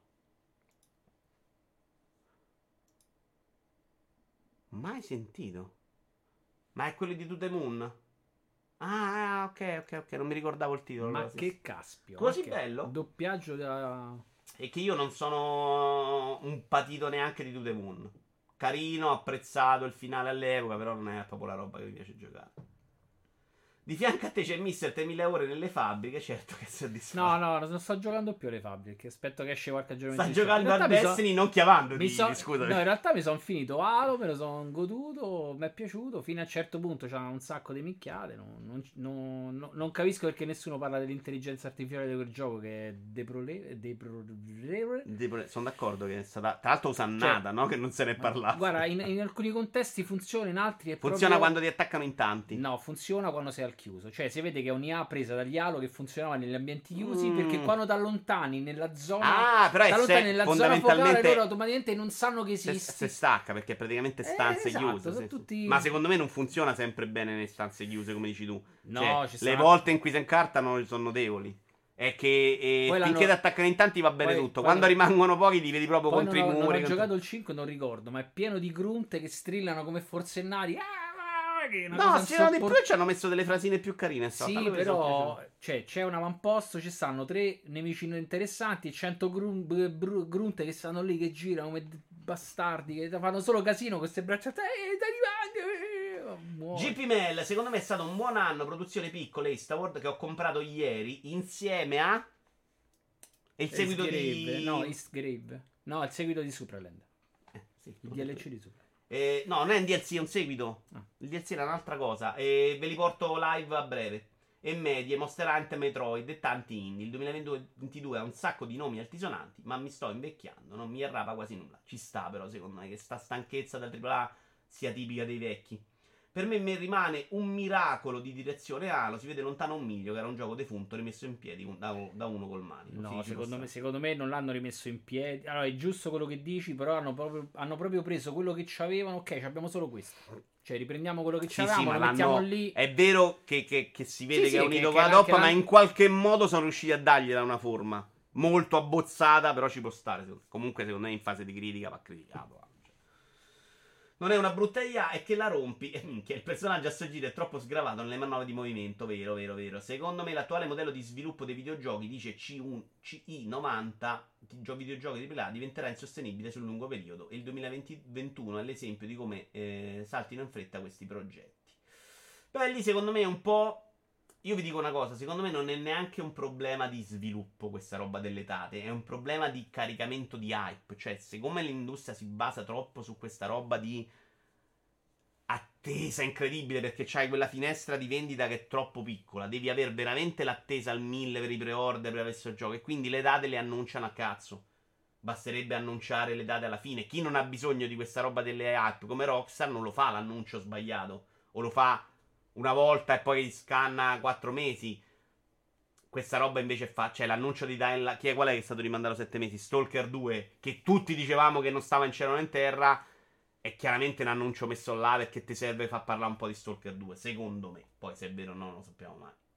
A: Mai sentito? Ma è quello di To The Moon? Ah, ok, non mi ricordavo il titolo.
B: Ma
A: allora,
B: che
A: sì.
B: caspio.
A: Così
B: anche
A: bello?
B: Doppiaggio da...
A: E che io non sono un patito neanche di To The Moon. Carino, apprezzato il finale all'epoca, però non è proprio la roba che mi piace giocare. Di fianco a te c'è Mister 3000 ore nelle fabbriche, certo che soddisfatto.
B: No, non sto giocando più alle fabbriche. Aspetto che esce qualche giorno.
A: Sta giocando a Destiny, non chiamandoti, scusami.
B: No, in realtà mi sono finito Halo, me lo sono goduto, mi è piaciuto. Fino a un certo punto c'ha un sacco di minchiate. Non capisco perché nessuno parla dell'intelligenza artificiale di quel gioco che è
A: Sono d'accordo che è stata... Tra l'altro usannata, no? Che non se ne è parlato.
B: Guarda, in alcuni contesti funziona, in altri è
A: Funziona
B: proprio...
A: quando ti attaccano in tanti.
B: No, funziona quando sei al chiuso. Cioè, si vede che è un'IA presa dagli Halo che funzionava negli ambienti chiusi. Perché quando ti allontani nella zona.
A: Ah, però è
B: nella zona focale,
A: fondamentalmente
B: loro automaticamente non sanno che esisti.
A: se stacca perché è praticamente stanze
B: esatto,
A: chiuse.
B: sono tutti...
A: Ma secondo me non funziona sempre bene nelle stanze chiuse, come dici tu.
B: No,
A: Cioè,
B: ci
A: le
B: sta-
A: volte in cui si incartano sono notevoli. È che
B: Poi
A: finché ti attaccano in tanti va bene
B: poi-
A: tutto.
B: poi
A: Quando
B: non-
A: rimangono pochi li vedi proprio
B: Poi
A: contro i
B: non ho
A: muri.
B: giocato il 5, non ricordo, ma è pieno di grunte che strillano come forsennati. Che è una
A: No,
B: cosa
A: si erano di
B: insopport-
A: più e ci hanno messo delle frasine più carine.
B: Sì,
A: Quello mi sono
B: però
A: piaciute.
B: cioè, c'è un avamposto, ci stanno 3 nemici interessanti e 100 grunte che stanno lì che girano come bastardi, che fanno solo casino con queste braccia. Sta arrivando!
A: GP Mel, secondo me è stato un buon anno, produzione piccola, Eastward, che ho comprato ieri, insieme a... E il seguito di...
B: No, Eastgrave. No, il seguito di Supraland.
A: Sì,
B: Il DLC di Supraland.
A: no, non è un DLC, è un seguito.
B: Ah.
A: Il DLC era un'altra cosa. E ve li porto live a breve. E medie, Monster Hunter, Metroid e tanti indie. Il 2022 ha un sacco di nomi altisonanti, ma mi sto invecchiando, non mi arrapa quasi nulla. Ci sta però, secondo me, che sta stanchezza da AAA sia tipica dei vecchi. Per me rimane un miracolo di direzione Halo. Si vede lontano un miglio, che era un gioco defunto rimesso in piedi da uno col manico.
B: No, secondo me non l'hanno rimesso in piedi. Allora, è giusto quello che dici, però hanno proprio preso quello che c'avevano. Ok, abbiamo solo questo. Cioè, riprendiamo quello che c'avevamo, lo mettiamo lì.
A: È vero che si vede
B: Sì,
A: che è unito con la toppa, ma in qualche modo sono riusciti a dargliela una forma molto abbozzata, però ci può stare. Comunque, secondo me, in fase di critica va criticato. Non è una brutta idea, è che la rompi. E minchia, il personaggio a suo giro è troppo sgravato nelle manovre di movimento. Vero. Secondo me l'attuale modello di sviluppo dei videogiochi, dice CI90, videogiochi di AAA, diventerà insostenibile sul lungo periodo. E il 2021 è l'esempio di come saltino in fretta questi progetti. Però lì secondo me è un po'... Io vi dico una cosa, secondo me non è neanche un problema di sviluppo questa roba delle date, è un problema di caricamento di hype. Cioè, siccome l'industria si basa troppo su questa roba di attesa incredibile, perché c'hai quella finestra di vendita che è troppo piccola, devi avere veramente l'attesa al 1000 per i pre-order per avere questo gioco, e quindi le date le annunciano a cazzo. Basterebbe annunciare le date alla fine. Chi non ha bisogno di questa roba delle hype come Rockstar non lo fa l'annuncio sbagliato, o lo fa una volta e poi scanna 4 mesi. Questa roba invece fa... Cioè l'annuncio di Dying Light... Qual è che è stato rimandato 7 mesi? Stalker 2, che tutti dicevamo che non stava in cielo né in terra. È chiaramente un annuncio messo là perché ti serve far parlare un po' di Stalker 2, secondo me. Poi se è vero o no non lo sappiamo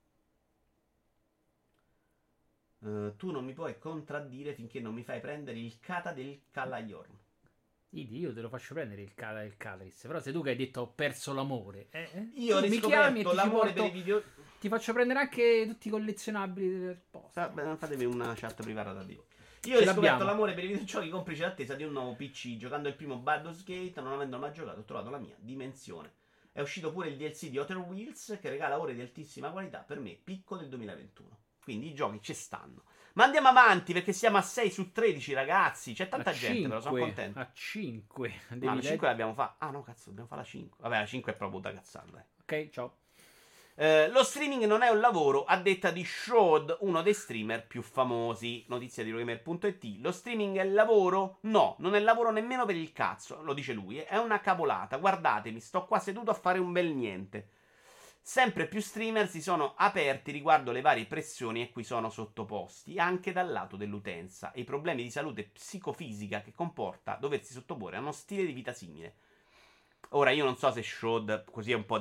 A: mai. Tu non mi puoi contraddire finché non mi fai prendere il kata del Calayorn.
B: Io te lo faccio prendere il Calaris. Però sei tu che hai detto ho perso l'amore.
A: Io ho
B: mi chiami e
A: l'amore per i video.
B: Ti faccio prendere anche tutti i collezionabili del posto.
A: Fatemi una chat privata da Dio. Io ho riscoperto l'amore per i videogiochi complice l'attesa di un nuovo PC. Giocando il primo Baldur's Gate, non avendo mai giocato, ho trovato la mia dimensione. È uscito pure il DLC di Outer Wheels, che regala ore di altissima qualità, per me picco del 2021. Quindi i giochi ci stanno. Ma andiamo avanti, perché siamo a 6 su 13, ragazzi. C'è tanta gente, però sono contento.
B: A 5.
A: No, la 5 l'abbiamo fatta. Ah no, cazzo, dobbiamo fare la 5. Vabbè, la 5 è proprio da cazzare, dai.
B: Ok, ciao.
A: Lo streaming non è un lavoro, a detta di Shod, uno dei streamer più famosi. Notizia di Rogamer.it. Lo streaming è lavoro? No, non è lavoro nemmeno per il cazzo, lo dice lui. È una cavolata. Guardatemi, sto qua seduto a fare un bel niente. Sempre più streamer si sono aperti riguardo le varie pressioni a cui sono sottoposti, anche dal lato dell'utenza, e i problemi di salute psicofisica che comporta doversi sottoporre a uno stile di vita simile. Ora, io non so se Shod così è un po'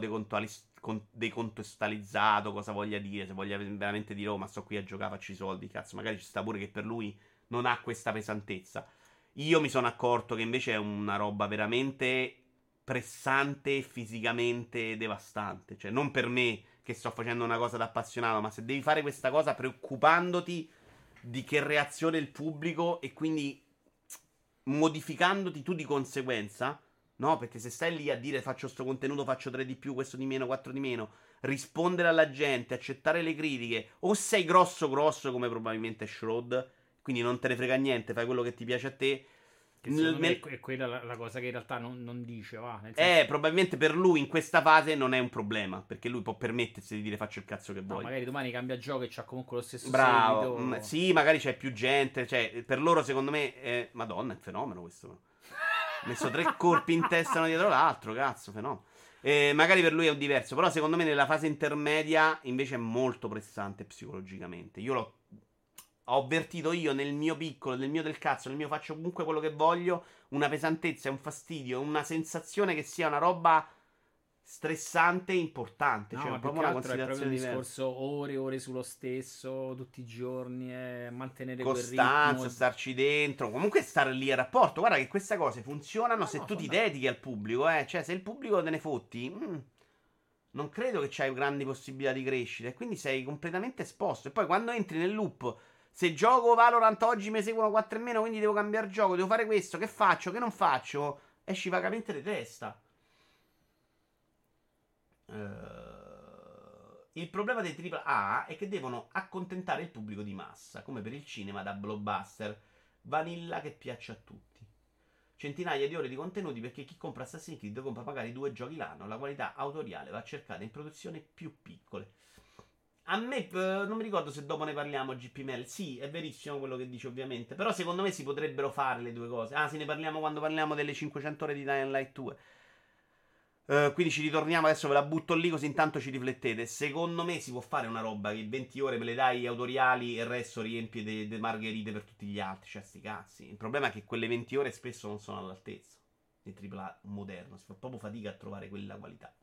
A: decontestualizzato cosa voglia dire, se voglia veramente dire, oh, ma sto qui a giocare, faccio i soldi, cazzo, magari ci sta pure che per lui non ha questa pesantezza. Io mi sono accorto che invece è una roba veramente pressante e fisicamente devastante. Cioè, non per me che sto facendo una cosa da appassionato, ma se devi fare questa cosa preoccupandoti di che reazione il pubblico e quindi modificandoti tu di conseguenza, no? Perché se stai lì a dire faccio sto contenuto, faccio 3 di più, questo di meno, 4 di meno, rispondere alla gente, accettare le critiche, o sei grosso come probabilmente Shroud, quindi non te ne frega niente, fai quello che ti piace a te.
B: È quella la cosa che in realtà non dice, va. Nel senso...
A: probabilmente per lui in questa fase non è un problema, perché lui può permettersi di dire faccio il cazzo che vuoi.
B: Magari domani cambia gioco e c'ha comunque lo stesso
A: bravo
B: seguito.
A: Sì, magari c'è più gente, cioè per loro secondo me Madonna, è un fenomeno questo. Ha messo 3 colpi in testa uno dietro l'altro, cazzo, fenomeno. Magari per lui è un diverso, però secondo me nella fase intermedia invece è molto pressante psicologicamente. Ho avvertito io nel mio piccolo, nel mio del cazzo, nel mio faccio comunque quello che voglio, una pesantezza, un fastidio, una sensazione che sia una roba stressante e importante.
B: No,
A: cioè
B: ma
A: proprio una
B: considerazione è proprio un
A: diversa.
B: discorso ore sullo stesso, tutti i giorni, mantenere
A: Costanza,
B: quel ritmo.
A: starci dentro, comunque stare lì a rapporto. Guarda che queste cose funzionano se tu ti dedichi al pubblico, Cioè se il pubblico te ne fotti, non credo che c'hai grandi possibilità di crescita, e quindi sei completamente esposto. E poi quando entri nel loop, se gioco Valorant oggi mi seguono 4 in meno, quindi devo cambiare gioco, devo fare questo, che faccio, che non faccio, esci vagamente di testa. Il problema dei AAA è che devono accontentare il pubblico di massa, come per il cinema da blockbuster vanilla che piace a tutti. Centinaia di ore di contenuti perché chi compra Assassin's Creed compra magari 2 giochi l'anno. La qualità autoriale va cercata in produzioni più piccole. A me, non mi ricordo se dopo ne parliamo, GP Mel. Sì, è verissimo quello che dice ovviamente. Però secondo me si potrebbero fare le due cose. Ah, se ne parliamo quando parliamo delle 500 ore di Dying Light 2. Quindi ci ritorniamo, adesso ve la butto lì così intanto ci riflettete. Secondo me si può fare una roba che 20 ore me le dai autoriali e il resto riempie de margherite per tutti gli altri. Cioè sti cazzi. Il problema è che quelle 20 ore spesso non sono all'altezza del AAA moderno. Si fa proprio fatica a trovare quella qualità.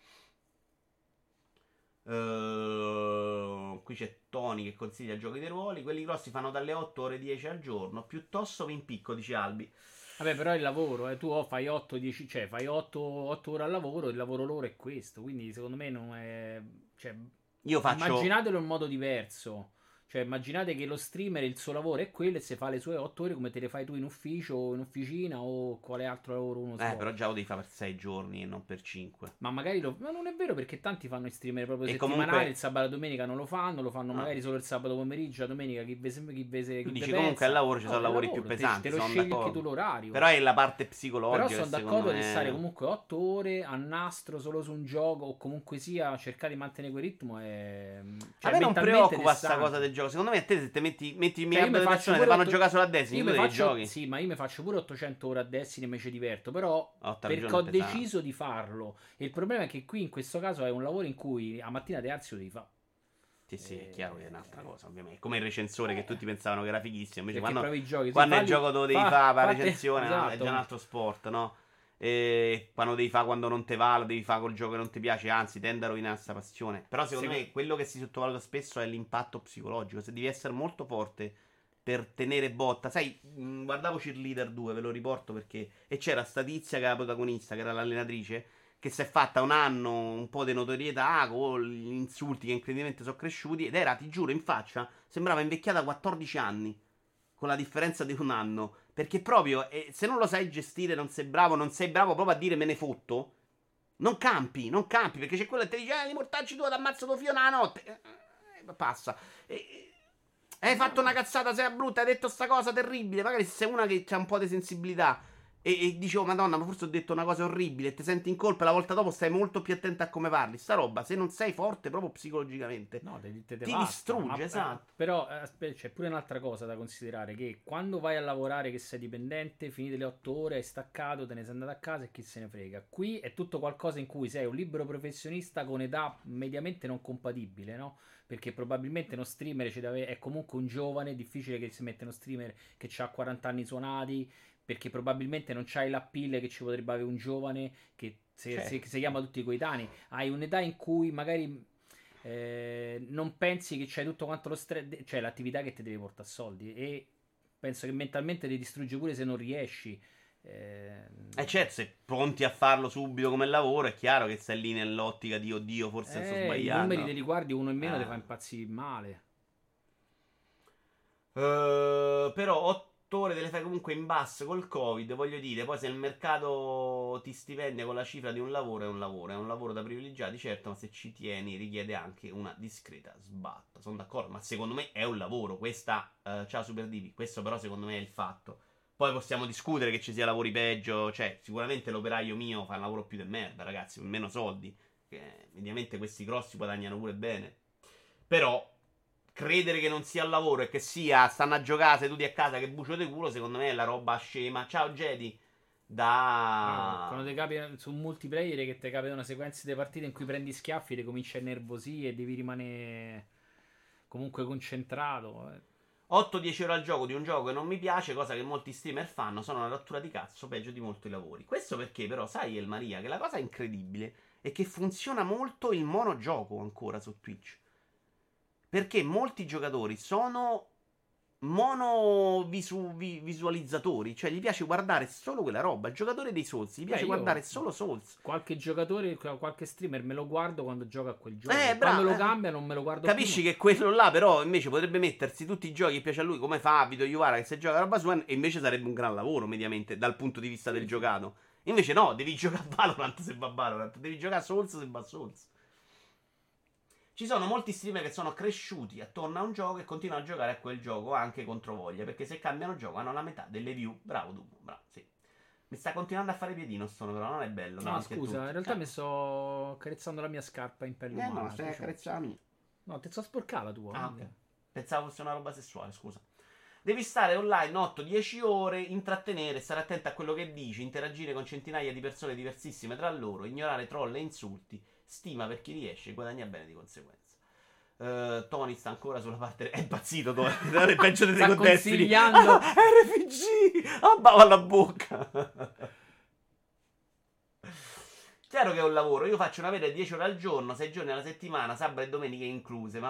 A: Qui c'è Tony che consiglia giochi dei ruoli. Quelli grossi fanno dalle 8 ore 10 al giorno. Piuttosto vi impicco, dice Albi.
B: Vabbè, però il lavoro, tu fai 8-10, cioè fai 8 ore al lavoro, il lavoro loro è questo, quindi secondo me non è... Cioè,
A: io faccio...
B: immaginatelo in modo diverso. Cioè, immaginate che lo streamer il suo lavoro è quello e se fa le sue 8 ore come te le fai tu in ufficio o in officina o quale altro lavoro uno svolge.
A: Però già lo devi fare per 6 giorni e non per 5.
B: Ma magari ma non è vero perché tanti fanno i streamer proprio
A: E
B: settimanali,
A: comunque...
B: il sabato e domenica non lo fanno magari solo il sabato pomeriggio, la domenica chi
A: Tu dici comunque al lavoro ci sono lavori più pesanti,
B: te lo scegli anche tu l'orario.
A: Però è la parte psicologica.
B: Però sono d'accordo di stare comunque 8 ore a nastro solo su un gioco o comunque sia cercare di mantenere quel ritmo e...
A: Cioè, a me non preoccupa sta cosa del gioco. Secondo me a te se te metti miliardo di persone, te fanno giocare solo a Destiny, tu devi giochi.
B: Sì, ma io mi faccio pure 800 ore a Destiny e mi ci diverto, però perché ho deciso di farlo. E il problema è che qui in questo caso è un lavoro in cui a mattina ti alzi lo devi fare.
A: Sì, è chiaro che è un'altra cosa, ovviamente. Come il recensore che tutti pensavano che era fighissimo. Invece
B: quando
A: i
B: giochi,
A: quando è il gioco dove devi fare la recensione,
B: esatto.
A: È già un altro sport, no? E quando devi fare quando non te va, lo devi fare col gioco che non ti piace, anzi tende a rovinare questa passione. Però secondo me quello che si sottovaluta spesso è l'impatto psicologico. Se devi essere molto forte per tenere botta, sai, guardavo Cheerleader 2, ve lo riporto perché e c'era sta tizia che era la protagonista, che era l'allenatrice, che si è fatta un anno un po' di notorietà con gli insulti che incredibilmente sono cresciuti ed era, ti giuro, in faccia sembrava invecchiata 14 anni, con la differenza di un anno. Perché proprio, se non lo sai gestire, non sei bravo proprio a dire me ne fotto, non campi, perché c'è quello che ti dice, li mortacci tu, ti ammazzo tuo figlio nella notte. Passa. Hai fatto una cazzata, sei brutta, hai detto sta cosa terribile. Magari se sei una che ha un po' di sensibilità e dicevo, Madonna, ma forse ho detto una cosa orribile e ti senti in colpa, la volta dopo stai molto più attenta a come parli. Sta roba, se non sei forte proprio psicologicamente,
B: no, ti
A: distrugge, esatto.
B: Però c'è pure un'altra cosa da considerare, che quando vai a lavorare che sei dipendente, finite le 8 ore, hai staccato, te ne sei andato a casa e chi se ne frega. Qui è tutto qualcosa in cui sei un libero professionista con età mediamente non compatibile, no? Perché probabilmente uno streamer è comunque un giovane, è difficile che si metta uno streamer che ha 40 anni suonati, perché probabilmente non c'hai l'appeal che ci potrebbe avere un giovane che si chiama tutti i coetanei. Hai un'età in cui magari non pensi che c'hai tutto quanto lo stress, cioè l'attività che ti deve portare soldi, e penso che mentalmente ti distrugge pure se non riesci.
A: Certo, se pronti a farlo subito come lavoro, è chiaro che sei lì nell'ottica di oddio, forse sto sbagliando.
B: I numeri te li guardi, uno in meno ti fa impazzire male.
A: Però 8 ore te le fai comunque in basso col Covid, voglio dire. Poi se il mercato ti stipendia con la cifra di un lavoro, è un lavoro da privilegiati, certo, ma se ci tieni richiede anche una discreta sbatta. Sono d'accordo, ma secondo me è un lavoro. Ciao Super Divi, questo però secondo me è il fatto. Poi possiamo discutere che ci sia lavori peggio, cioè sicuramente l'operaio mio fa un lavoro più del merda, ragazzi, con meno soldi, che mediamente questi grossi guadagnano pure bene. Però credere che non sia un lavoro e che stanno a giocare seduti a casa che bucio di culo, secondo me è la roba scema. Ciao Jedi.
B: Quando ti capita su un multiplayer che ti capita una sequenza di partite in cui prendi schiaffi, ti cominci a innervosire e devi rimanere comunque concentrato.
A: 8-10 ore al gioco di un gioco che non mi piace, cosa che molti streamer fanno, sono una rottura di cazzo, peggio di molti lavori. Questo perché però, sai El Maria, che la cosa incredibile è che funziona molto il monogioco ancora su Twitch. Perché molti giocatori sono visualizzatori, cioè gli piace guardare solo quella roba. Il giocatore dei Souls gli piace guardare solo Souls.
B: Qualche giocatore, qualche streamer me lo guardo quando gioca a quel gioco. Quando lo cambia non me lo guardo
A: Capisci
B: più.
A: Che quello là però invece potrebbe mettersi tutti i giochi che piace a lui, come fa Vito Iuvara che se gioca a roba sua, e invece sarebbe un gran lavoro mediamente dal punto di vista del giocato. Invece no, devi giocare a Valorant se va Valorant, devi giocare a Souls se va Souls. Ci sono molti streamer che sono cresciuti attorno a un gioco e continuano a giocare a quel gioco anche contro voglia, perché se cambiano gioco hanno la metà delle view. Bravo Dumo, bravo, sì. Mi sta continuando a fare piedino sto, però non è bello.
B: No, scusa, in realtà mi sto carezzando la mia scarpa in pelle umana.
A: No, stai accarezzando la mia.
B: No, te sto sporcata la tua.
A: Ah, ok. Pensavo fosse una roba sessuale, scusa. Devi stare online 8-10 ore, intrattenere, stare attento a quello che dici, interagire con centinaia di persone diversissime tra loro, ignorare troll e insulti, stima per chi riesce e guadagna bene di conseguenza. Tony sta ancora sulla parte. È impazzito Tony. Non è peggio di Dragon Destiny.
B: consigliando
A: RPG. Abbava alla bocca. Chiaro che è un lavoro. Io faccio una media 10 ore al giorno, 6 giorni alla settimana, sabato e domeniche incluse.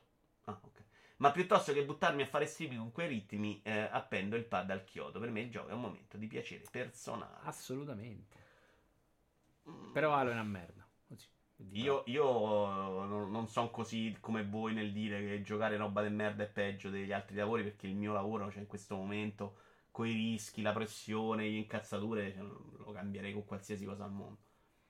A: Ma piuttosto che buttarmi a fare streaming con quei ritmi, appendo il pad al chiodo. Per me il gioco è un momento di piacere personale.
B: Assolutamente. Però Halo è una merda. Così.
A: Io non sono così come voi nel dire che giocare roba del merda è peggio degli altri lavori, perché il mio lavoro, cioè in questo momento, coi rischi, la pressione, le incazzature, cioè, lo cambierei con qualsiasi cosa al mondo.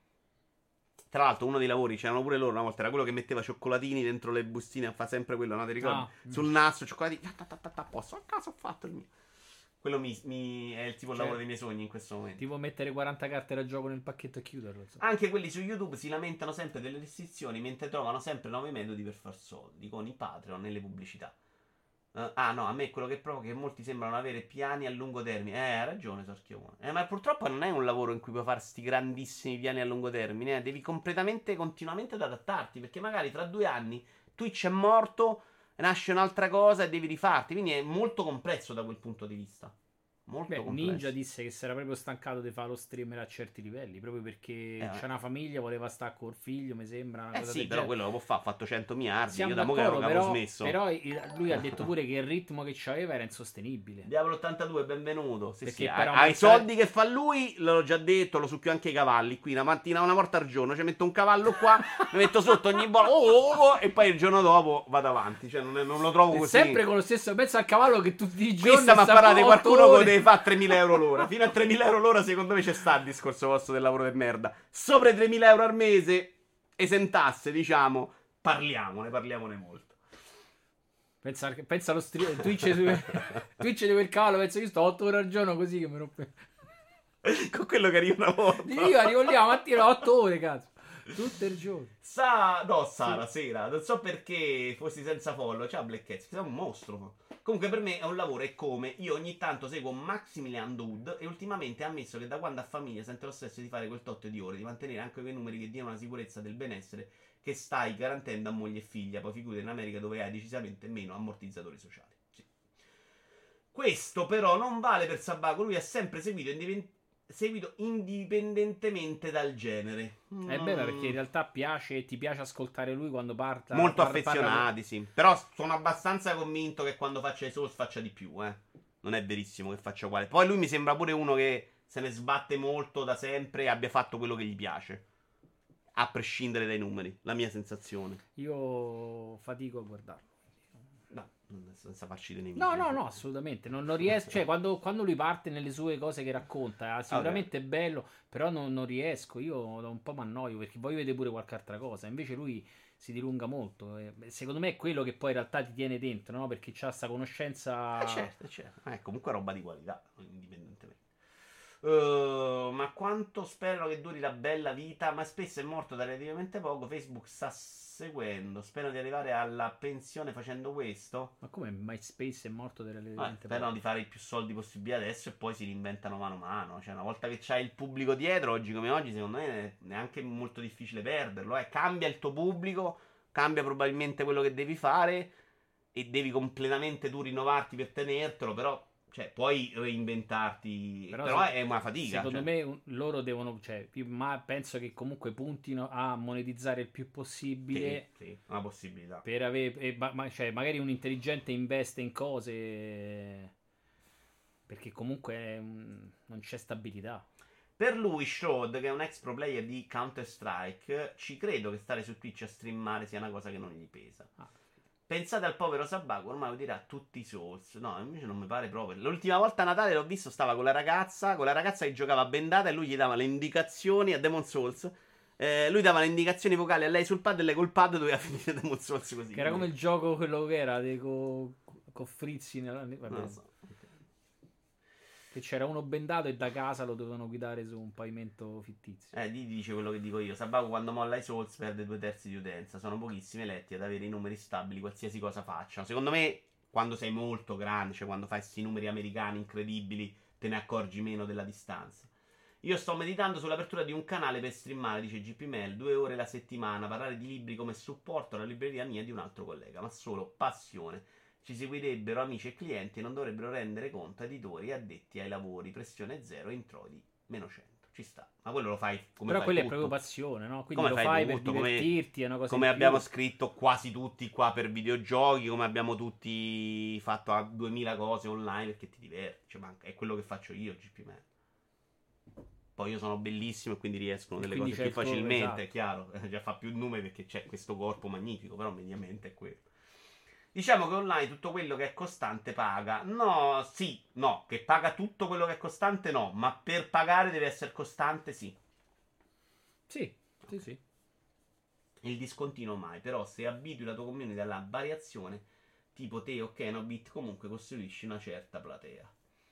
A: Tra l'altro uno dei lavori, c'erano pure loro una volta, era quello che metteva cioccolatini dentro le bustine, fa sempre quello, no? Ti ricordi? Sul nastro, cioccolatini, a posto, a caso ho fatto il mio. Quello è il tipo di lavoro dei miei sogni in questo momento.
B: Tipo mettere 40 carte da gioco nel pacchetto e chiuderlo. Insomma.
A: Anche quelli su YouTube si lamentano sempre delle restrizioni, mentre trovano sempre nuovi metodi per far soldi, con i Patreon e le pubblicità. No, a me quello che provo è che molti sembrano avere piani a lungo termine. Ha ragione Sorchione. Ma purtroppo non è un lavoro in cui puoi fare sti grandissimi piani a lungo termine. Devi continuamente ad adattarti, perché magari tra 2 anni Twitch è morto, nasce un'altra cosa e devi rifarti. Quindi è molto complesso da quel punto di vista. Molto complesso.
B: Ninja disse che si era proprio stancato di fare lo streamer a certi livelli, proprio perché c'è una famiglia, voleva stare col figlio, mi sembra. Una cosa
A: sì, però quello lo può fare, ha fatto 100 miliardi.
B: Siamo
A: io da mo' che avevo smesso.
B: Però lui ha detto pure che il ritmo che c'aveva era insostenibile.
A: Diavolo 82, benvenuto. Sì,
B: perché
A: ai soldi che fa lui, l'ho già detto, lo succhio anche i cavalli. Qui una mattina, una volta al giorno, ci metto un cavallo qua, mi metto sotto ogni volta, e poi il giorno dopo vado avanti. Cioè, non lo trovo così.
B: Sempre con lo stesso pezzo al cavallo che tutti i giorni.
A: Questa mi ha parlato qualcuno che deve fare 3.000 euro l'ora. Fino a 3.000 euro l'ora, secondo me, c'è sta il discorso vostro del lavoro di merda. Sopra i 3.000 euro al mese, esentasse, diciamo, parliamone molto.
B: Pensa allo Twitch dove il cavallo, penso io sto 8 ore al giorno così che mi rompe.
A: Con quello che arriva una volta.
B: Io arrivo lì la mattina 8 ore, cazzo. Tutto il giorno.
A: Sara, sera. Non so perché fossi senza follow. Ciao Black Cats, sei un mostro. Comunque per me è un lavoro, è come io ogni tanto seguo Maximilian Dude e ultimamente ha ammesso che da quando ha famiglia sente lo stesso di fare quel tot di ore, di mantenere anche quei numeri che diano una sicurezza del benessere che stai garantendo a moglie e figlia, poi figure in America dove hai decisamente meno ammortizzatori sociali. Sì. Questo però non vale per Sabaco, lui ha sempre seguito indipendentemente dal genere.
B: È vero, perché in realtà ti piace ascoltare lui quando parla.
A: Molto affezionati, sì. Però sono abbastanza convinto che quando faccia i Souls faccia di più, Non è verissimo che faccia uguale. Poi lui mi sembra pure uno che se ne sbatte molto da sempre e abbia fatto quello che gli piace. A prescindere dai numeri, la mia sensazione.
B: Io fatico a guardarlo.
A: No, senza farci dei nemici.
B: No, assolutamente. Non riesco. Cioè, quando lui parte nelle sue cose che racconta, sicuramente è bello, però non riesco. Io da un po' mi annoio perché voglio vedere pure qualche altra cosa. Invece lui si dilunga molto. Secondo me è quello che poi in realtà ti tiene dentro, no? Perché c'ha sta conoscenza.
A: Certo. Comunque roba di qualità, indipendentemente. Ma quanto spero che duri la bella vita. Ma spesso è morto da relativamente poco. Facebook sta seguendo. Spero di arrivare alla pensione facendo questo.
B: Ma come MySpace è morto da relativamente poco?
A: Sperano di fare i più soldi possibili adesso e poi si reinventano mano a mano. Cioè una volta che c'hai il pubblico dietro, oggi come oggi, secondo me è anche molto difficile perderlo. Cambia il tuo pubblico, cambia probabilmente quello che devi fare e devi completamente tu rinnovarti per tenertelo, però cioè, puoi reinventarti, però è una fatica.
B: Secondo me loro devono, ma penso che comunque puntino a monetizzare il più possibile.
A: Sì, una possibilità.
B: Per avere, magari un intelligente investe in cose, perché comunque non c'è stabilità.
A: Per lui, Shroud, che è un ex pro player di Counter-Strike, ci credo che stare su Twitch a streamare sia una cosa che non gli pesa. Pensate al povero Sabaku, ormai lo dirà tutti i Souls. No, invece non mi pare proprio. L'ultima volta a Natale l'ho visto, stava con la ragazza che giocava bendata e lui gli dava le indicazioni a Demon Souls. Lui dava le indicazioni vocali a lei sul pad e lei col pad doveva finire Demon Souls così.
B: Che era come il gioco quello che era con Frizzi vabbè.
A: Non lo so.
B: Che c'era uno bendato e da casa lo dovevano guidare su un pavimento fittizio.
A: Dice quello che dico io. Sabaku quando molla i Souls perde 2/3 di utenza. Sono pochissimi eletti ad avere i numeri stabili qualsiasi cosa facciano. Secondo me, quando sei molto grande, cioè quando fai questi numeri americani incredibili, te ne accorgi meno della distanza. Io sto meditando sull'apertura di un canale per streamare, dice GPML, 2 ore la settimana, parlare di libri come supporto alla libreria mia e di un altro collega, ma solo passione. Ci seguirebbero amici e clienti e non dovrebbero rendere conto editori e addetti ai lavori. Pressione zero, introiti meno 100. Ci sta. Ma quello lo fai come
B: però
A: fai
B: quella
A: tutto.
B: è proprio passione, no? Quindi
A: Come
B: lo fai per divertirti, è una cosa
A: come
B: in più.
A: abbiamo scritto quasi tutti qua per videogiochi, come abbiamo tutti fatto a 2000 cose online perché ti diverti. Cioè, è quello che faccio io, GPML. Poi io sono bellissimo e quindi riescono delle cose più facilmente, esatto. È chiaro. Già fa più numeri perché c'è questo corpo magnifico, però mediamente è quello. Diciamo che online tutto quello che è costante paga. No, sì, no, che paga tutto quello che è costante no, ma per pagare deve essere costante sì.
B: Sì, sì, sì.
A: Il discontinuo mai, però se abitui la tua community alla variazione, tipo te o Kenobit, comunque costruisci una certa platea.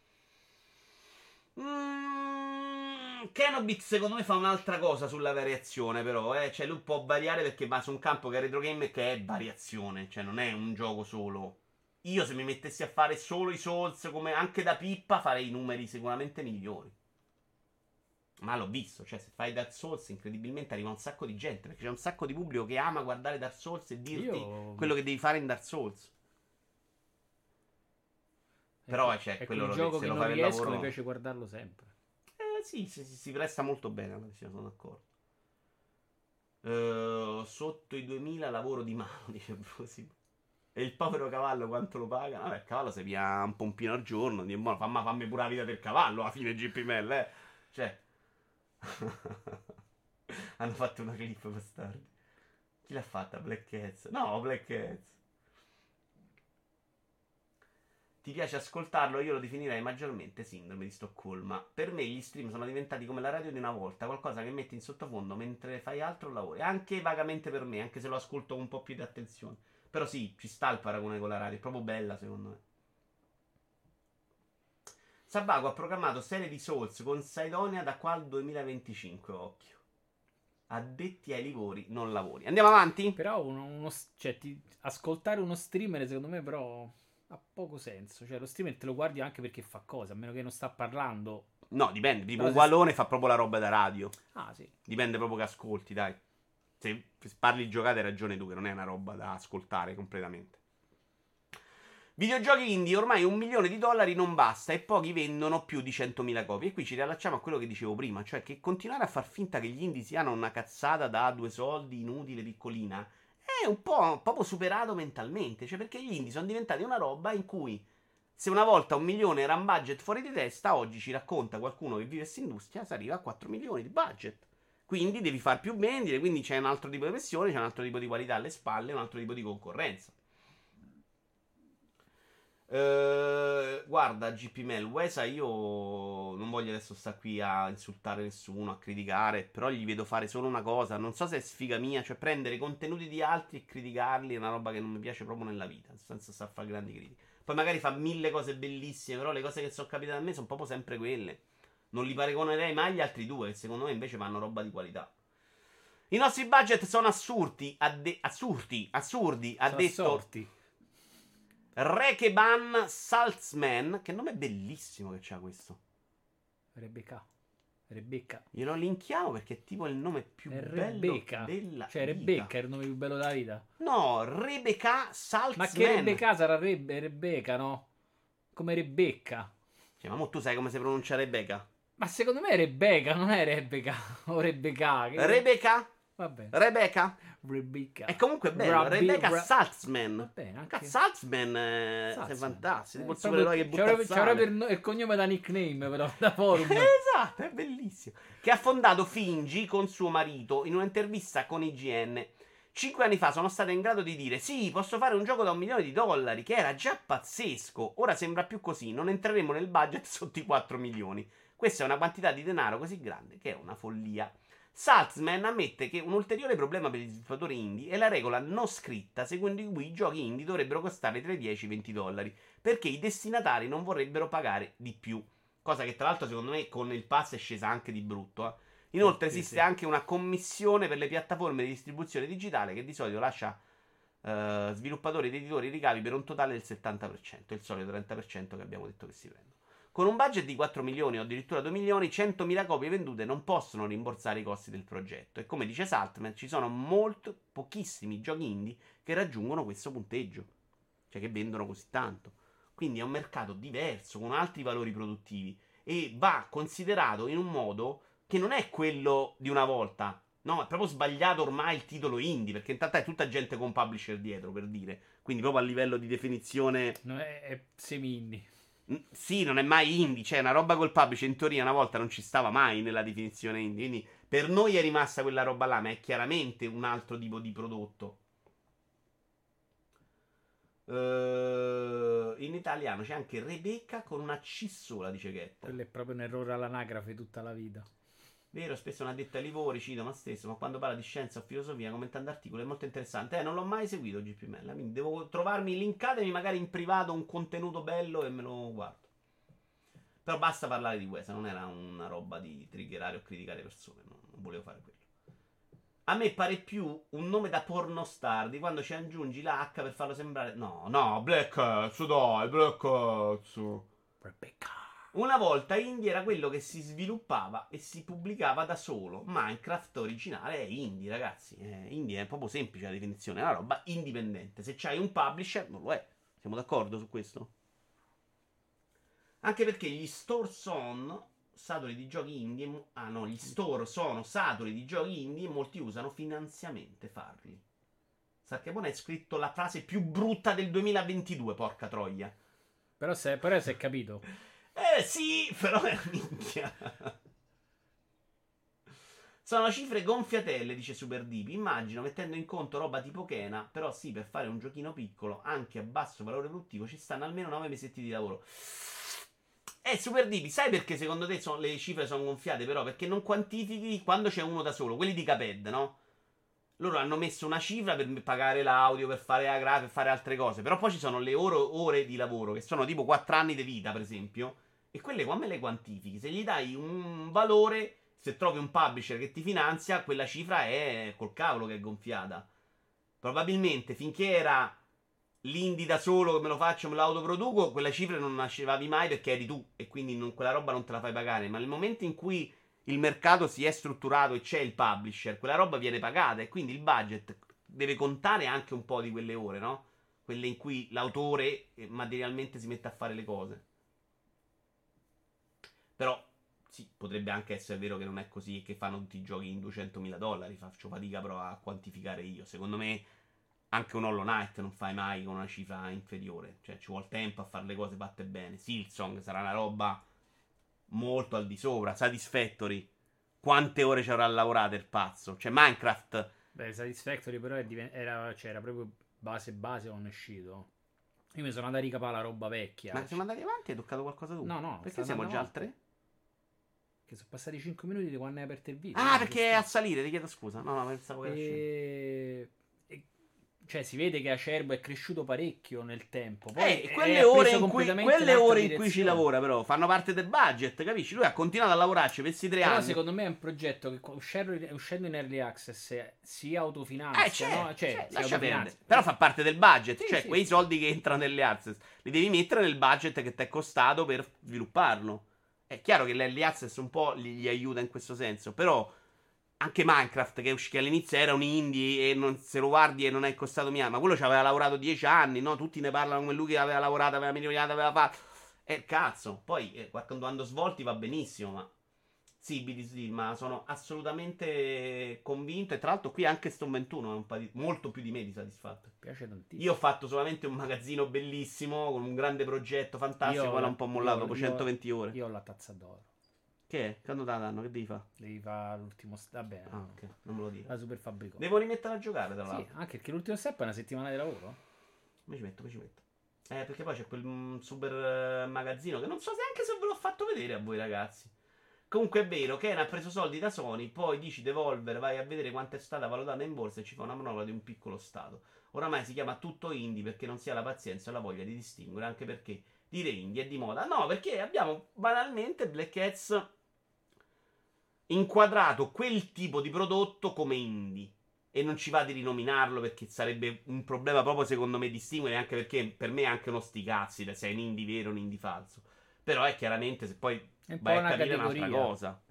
A: Kenobit secondo me fa un'altra cosa sulla variazione però, cioè lui può variare perché va su un campo che è retro game che è variazione, cioè non è un gioco solo. Io se mi mettessi a fare solo i Souls come anche da pippa farei numeri sicuramente migliori. Ma l'ho visto, cioè se fai Dark Souls incredibilmente arriva un sacco di gente, perché c'è un sacco di pubblico che ama guardare Dark Souls e dirti quello che devi fare in Dark Souls. Però c'è quello
B: quel
A: che
B: gioco
A: se
B: che
A: lo
B: non
A: fai
B: riesco,
A: lavoro...
B: mi piace guardarlo sempre.
A: Sì, si presta molto bene alla visione, sono d'accordo. Sotto i 2000 lavoro di mano, dice Brusi. E il povero cavallo quanto lo paga? Vabbè, il cavallo si pia un pompino al giorno. Fammi pure la vita del cavallo alla fine GPML, Cioè... Hanno fatto una clip bastardi. Chi l'ha fatta? Black Cats? No, Black Cats. Ti piace ascoltarlo? Io lo definirei maggiormente sindrome di Stoccolma. Per me gli stream sono diventati come la radio di una volta, qualcosa che metti in sottofondo mentre fai altro o lavori. Anche vagamente per me, anche se lo ascolto con un po' più di attenzione. Però sì, ci sta il paragone con la radio, è proprio bella secondo me. Sabaku ha programmato serie di Souls con Sidonia da qua al 2025, occhio. Addetti ai lavori, non lavori. Andiamo avanti?
B: Però ascoltare uno streamer secondo me però ha poco senso. Cioè lo streamer te lo guardi anche perché fa cosa, a meno che non sta parlando.
A: No, dipende, tipo
B: però
A: Wallone fa proprio la roba da radio.
B: Ah sì.
A: Dipende proprio che ascolti, dai. Se parli giocate hai ragione tu, che non è una roba da ascoltare completamente. Videogiochi indie, ormai $1 milione non basta e pochi vendono più di 100.000 copie. E qui ci riallacciamo a quello che dicevo prima, cioè che continuare a far finta che gli indie siano una cazzata da 2 soldi, inutile, piccolina, è un po' proprio superato mentalmente. Cioè perché gli indie sono diventati una roba in cui se una volta 1 milione era un budget fuori di testa, oggi ci racconta qualcuno che vive questa industria, si arriva a 4 milioni di budget. Quindi devi far più vendite, quindi c'è un altro tipo di pressione, c'è un altro tipo di qualità alle spalle, un altro tipo di concorrenza. Guarda GPML Wesa, io non voglio adesso stare qui a insultare nessuno, a criticare, però gli vedo fare solo una cosa, non so se è sfiga mia, cioè prendere i contenuti di altri e criticarli è una roba che non mi piace proprio nella vita, senza star a fare grandi critiche. Poi magari fa 1000 cose bellissime, però le cose che sono capitate a me sono proprio sempre quelle. Non li paragonerei mai agli altri due, che secondo me invece fanno roba di qualità. I nostri budget sono assurdi, ha detto
B: Assorti.
A: Rekeban Saltzman. Che nome bellissimo che c'ha questo.
B: Rebecca.
A: Glielo linkiamo perché è tipo il nome più bello della
B: Cioè
A: vita.
B: Rebecca è il nome più bello della vita.
A: No, Rebecca Saltzman.
B: Ma che Rebecca sarà Rebecca, no? Come Rebecca.
A: Cioè, ma mo tu sai come si pronuncia Rebecca?
B: Ma secondo me è Rebecca, non è Rebecca. O Rebecca.
A: Rebecca?
B: Vabbè.
A: Rebecca?
B: Rebecca.
A: È comunque bello. Rebecca Saltzman.
B: Va bene, anche
A: Saltzman è fantastico. Tipo il
B: proprio-
A: supereroe che
B: c'era
A: butta sale.
B: il cognome da nickname, però, da forum.
A: Esatto, è bellissimo. Che ha fondato Fingi con suo marito in un'intervista con IGN. 5 anni fa sono state in grado di dire sì, posso fare un gioco da $1 milione, che era già pazzesco. Ora sembra più così, non entreremo nel budget sotto i 4 milioni. Questa è una quantità di denaro così grande che è una follia. Saltzman ammette che un ulteriore problema per gli sviluppatori indie è la regola non scritta secondo cui i giochi indie dovrebbero costare tra i 10 e i $20, perché i destinatari non vorrebbero pagare di più. Cosa che tra l'altro secondo me con il pass è scesa anche di brutto. Inoltre esiste anche una commissione per le piattaforme di distribuzione digitale che di solito lascia sviluppatori ed editori ricavi per un totale del 70%, il solito 30% che abbiamo detto che si prendono. Con un budget di 4 milioni o addirittura 2 milioni, 100.000 copie vendute non possono rimborsare i costi del progetto. E come dice Saltman, ci sono molto pochissimi giochi indie che raggiungono questo punteggio, cioè che vendono così tanto. Quindi è un mercato diverso, con altri valori produttivi, e va considerato in un modo che non è quello di una volta. No, è proprio sbagliato ormai il titolo indie, perché intanto è tutta gente con publisher dietro, per dire. Quindi proprio a livello di definizione
B: No, è semi-indie.
A: Sì, non è mai indie, cioè una roba col publisher in teoria una volta non ci stava mai nella definizione indie, quindi per noi è rimasta quella roba là, ma è chiaramente un altro tipo di prodotto. In italiano c'è anche Rebecca con una C sola, dice Getta.
B: Quello è proprio un errore all'anagrafe tutta la vita.
A: Vero, spesso non addetta ai lavori, cito me stesso, ma quando parla di scienza o filosofia commentando articoli è molto interessante. Non l'ho mai seguito GP Mella, quindi devo trovarmi, linkatemi magari in privato un contenuto bello e me lo guardo. Però basta parlare di questa, non era una roba di triggerare o criticare persone, non volevo fare quello. A me pare più un nome da pornostar di quando ci aggiungi la H per farlo sembrare... No, Black Cats, dai, Black Cats.
B: Rebecca.
A: Una volta indie era quello che si sviluppava e si pubblicava da solo. Minecraft originale è indie, ragazzi. Indie è proprio semplice la definizione, è una roba indipendente. Se c'hai un publisher, non lo è. Siamo d'accordo su questo? Anche perché gli store sono saturi di giochi indie. Gli store sono saturi di giochi indie e molti usano finanziamenti farli. Sarchiapone è scritto la frase più brutta del 2022, porca troia.
B: Però si è capito.
A: Sì, però è minchia. Sono cifre gonfiatelle, dice Super Deep. Immagino, mettendo in conto roba tipo Kena, però sì, per fare un giochino piccolo, anche a basso valore produttivo, ci stanno almeno 9 mesetti di lavoro. Super Deep, sai perché secondo te le cifre sono gonfiate però? Perché non quantifichi quando c'è uno da solo, quelli di Cuphead, no? Loro hanno messo una cifra per pagare l'audio, per fare la grafica, per fare altre cose. Però poi ci sono le ore di lavoro, che sono tipo 4 anni di vita, per esempio. E quelle come le quantifichi? Se gli dai un valore, se trovi un publisher che ti finanzia, quella cifra è col cavolo che è gonfiata. Probabilmente finché era l'indie da solo che me lo faccio, me lo autoproduco, quella cifra non nascevavi mai perché eri tu. E quindi quella roba non te la fai pagare. Ma nel momento in cui il mercato si è strutturato e c'è il publisher, quella roba viene pagata e quindi il budget deve contare anche un po' di quelle ore, no? Quelle in cui l'autore materialmente si mette a fare le cose. Però sì, potrebbe anche essere vero che non è così e che fanno tutti i giochi in $200.000. Faccio fatica però a quantificare io. Secondo me anche un Hollow Knight non fai mai con una cifra inferiore. Cioè ci vuole tempo a fare le cose fatte bene. Silksong sarà una roba molto al di sopra. Satisfactory, quante ore ci avrà lavorato il pazzo? Cioè Minecraft...
B: Beh, Satisfactory però era proprio base non è uscito. Io mi sono andato a ricapare la roba vecchia.
A: Ma siamo andati avanti? Hai toccato qualcosa tu?
B: No.
A: Perché siamo già al 3?
B: Che sono passati 5 minuti di quando hai aperto il video.
A: Ah, perché è a salire, ti chiedo scusa. No, pensavo che era
B: cioè si vede che Acerbo è cresciuto parecchio nel tempo. Poi
A: quelle ore in cui ci lavora però fanno parte del budget, capisci? Lui ha continuato a lavorarci per questi 3 anni.
B: Però secondo me è un progetto che uscendo in early access si autofinanzia, no? Cioè, si autofinanzia.
A: Però fa parte del budget,
B: Sì,
A: quei soldi che entrano nelle access li devi mettere nel budget che ti è costato per svilupparlo. È chiaro che l'early access un po' gli aiuta in questo senso, però anche Minecraft che all'inizio era un indie e non se lo guardi e non è costato niente, ma quello ci aveva lavorato 10 anni, no? Tutti ne parlano come lui che aveva lavorato, aveva milionato, aveva fatto. Cazzo, poi quando svolti va benissimo, ma sì, BD ma sono assolutamente convinto. E tra l'altro qui anche Stone 21 è molto più di me di soddisfatto.
B: Mi piace tantissimo.
A: Io ho fatto solamente un magazzino bellissimo con un grande progetto fantastico, poi l'ho un po' mollato dopo 120 ore.
B: Io ho la tazza d'oro.
A: Che è? Quando te la danno? Che devi fare?
B: Devi fare l'ultimo vabbè,
A: Ah, ok, non me lo dire.
B: la super fabbricò.
A: Devo rimettere a giocare, tra
B: Sì,
A: l'altro.
B: anche perché l'ultimo step è una settimana di lavoro.
A: Mi ci metto. Perché poi c'è quel super magazzino che non so neanche se ve l'ho fatto vedere a voi, ragazzi. Comunque è vero, Ken ha preso soldi da Sony, poi dici Devolver, vai a vedere quanto è stata valutata in borsa e ci fa una manovra di un piccolo stato. Oramai si chiama tutto indie perché non si ha la pazienza e la voglia di distinguere, anche perché dire indie è di moda. No, perché abbiamo banalmente Black Hats inquadrato quel tipo di prodotto come indie. E non ci va di rinominarlo perché sarebbe un problema proprio secondo me distinguere, anche perché per me è anche uno sti cazzi se è un indie vero o un indie falso. Però è chiaramente se poi
B: È un po'
A: vai a
B: una
A: capire
B: categoria.
A: un'altra cosa.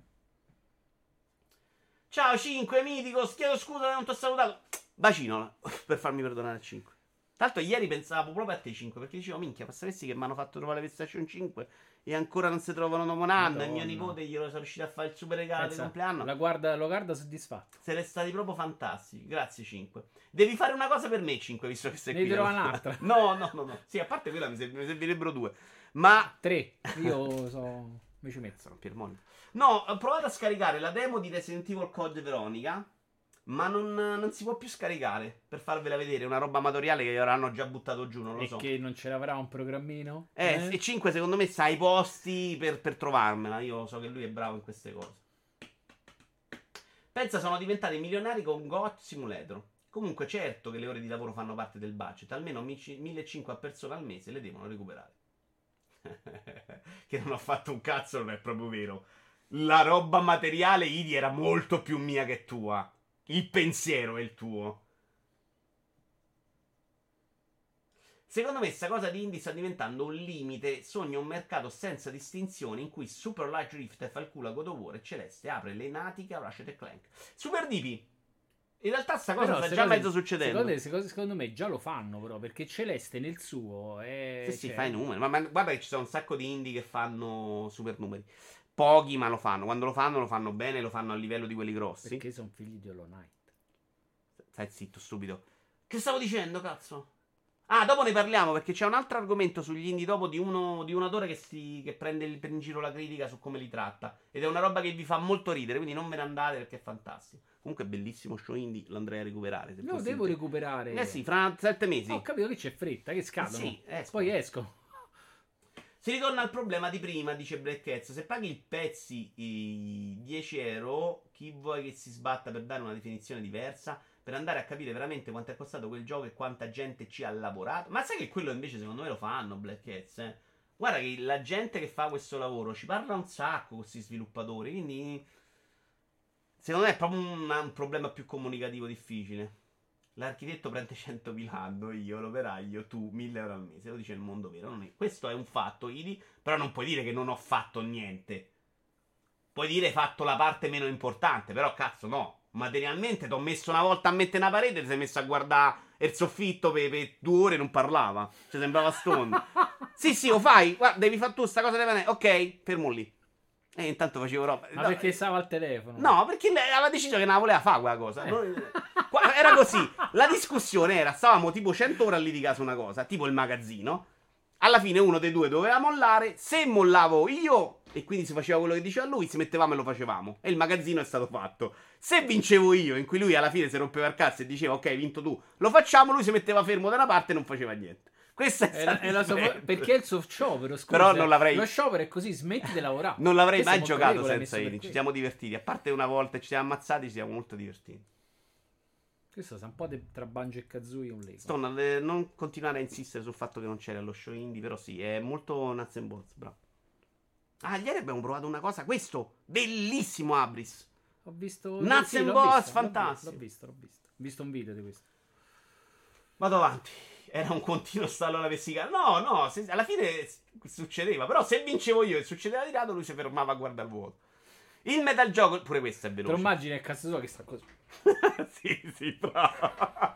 A: Ciao 5 mitico, chiedo scusa che non ti ho salutato. Bacino per farmi perdonare a 5. Tra l'altro ieri pensavo proprio a te 5 perché dicevo minchia, sapessi che mi hanno fatto trovare la PlayStation 5 e ancora non si trovano dopo un anno. E mio nipote glielo sono riuscito a fare il super regalo di
B: Pensa,
A: compleanno.
B: lo guarda soddisfatto.
A: Siete stati proprio fantastici. Grazie 5. Devi fare una cosa per me 5 visto che sei
B: Ne
A: qui.
B: dirò un'altra.
A: No. Sì, a parte quella mi servirebbero 2. Ma
B: 3. Io mi ci metto.
A: sono Piermoni. No, ho provato a scaricare la demo di Resident Evil Code Veronica, ma non si può più scaricare per farvela vedere. Una roba amatoriale che avranno già buttato giù, non lo
B: E
A: so.
B: che non ce l'avrà un programmino?
A: E 5 secondo me sa i posti per trovarmela. Io so che lui è bravo in queste cose. Pensa, sono diventati milionari con Goat Simulator. Comunque certo che le ore di lavoro fanno parte del budget. Almeno 1.500 a persona al mese le devono recuperare. Che non ho fatto un cazzo non è proprio vero. La roba materiale Idi era molto più mia che tua. Il pensiero è il tuo. Secondo me sta cosa di indie sta diventando un limite. Sogno un mercato senza distinzione in cui Super Light Rift fa il culo a God of War e Celeste apre le natiche a Ratchet Clank. Super Dipi. In realtà sta cosa
B: Però
A: sta già mezzo succedendo.
B: Secondo me già lo fanno però perché Celeste nel suo è...
A: Sì, fa i numeri. Ma guarda che ci sono un sacco di indie che fanno super numeri. Pochi, ma lo fanno. Quando lo fanno bene, lo fanno a livello di quelli grossi.
B: Perché sono figli di Hollow Knight.
A: Stai zitto, stupido. Che stavo dicendo, cazzo? Ah, dopo ne parliamo perché c'è un altro argomento sugli indie dopo di un autore che prende in giro la critica su come li tratta. Ed è una roba che vi fa molto ridere, quindi non me ne andate perché è fantastico. Comunque è bellissimo show indie, lo andrei a recuperare. Se
B: No,
A: fossi
B: devo
A: in te.
B: recuperare.
A: Eh sì, fra 7 mesi.
B: Ho capito che c'è fretta, che scadono.
A: Sì, escono.
B: Poi esco.
A: Si ritorna al problema di prima, dice Black Cats. Se paghi il pezzi i 10 euro, chi vuoi che si sbatta per dare una definizione diversa? Per andare a capire veramente quanto è costato quel gioco e quanta gente ci ha lavorato. Ma sai che quello invece secondo me lo fanno Black Cats, eh? Guarda che la gente che fa questo lavoro ci parla un sacco con questi sviluppatori, quindi secondo me è proprio un problema più comunicativo difficile. L'architetto prende 100.000 anno, io l'operaio, tu 1.000 euro al mese. Lo dice il mondo vero. Questo è un fatto, Idi. Però non puoi dire che non ho fatto niente. Puoi dire hai fatto la parte meno importante. Però cazzo no. Materialmente ti ho messo una volta a mettere una parete e ti sei messo a guardare il soffitto per 2 ore e non parlava. Cioè sembrava stoned. Sì, lo fai. Guarda, devi fare tu sta cosa. Ok, fermo lì. E intanto facevo roba.
B: Ma
A: No,
B: perché stava al telefono?
A: No, perché lei aveva deciso che non la voleva fare quella cosa. Era così. La discussione era: stavamo tipo 100 ore a litigare su una cosa, tipo il magazzino. Alla fine uno dei due doveva mollare. Se mollavo io, e quindi si faceva quello che diceva lui, si mettevamo e lo facevamo. E il magazzino è stato fatto. Se vincevo io, in cui lui alla fine si rompeva il cazzo e diceva: ok, hai vinto tu, lo facciamo. Lui si metteva fermo da una parte e non faceva niente. Questa
B: perché è il suo sciopero, scusa.
A: Però non l'avrei.
B: Lo sciopero è così, smetti di lavorare.
A: Non l'avrei
B: Questo
A: mai
B: è molto
A: giocato
B: regole,
A: senza
B: messo per
A: Idi. Ci
B: questo.
A: siamo divertiti. A parte una volta ci siamo ammazzati, ci siamo molto divertiti.
B: Questo sa un po' tra Banjo e Kazooie un Lego.
A: Stone, non continuare a insistere sul fatto che non c'era lo show indie, però sì, è molto nuts and bolts, bravo. Ah, ieri abbiamo provato una cosa, questo, bellissimo Abris.
B: Ho visto...
A: Nuts and
B: l'ho
A: Bolts,
B: visto,
A: fantastico.
B: L'ho visto. Ho visto un video di questo.
A: Vado avanti. Era un continuo stallo alla vesicale. No, alla fine succedeva, però se vincevo io e succedeva di lato, lui si fermava a guardare il vuoto. Il metal gioco, pure questo è
B: Te lo
A: veloce.
B: immagini a cazzo sua che sta così.
A: sì, bravo.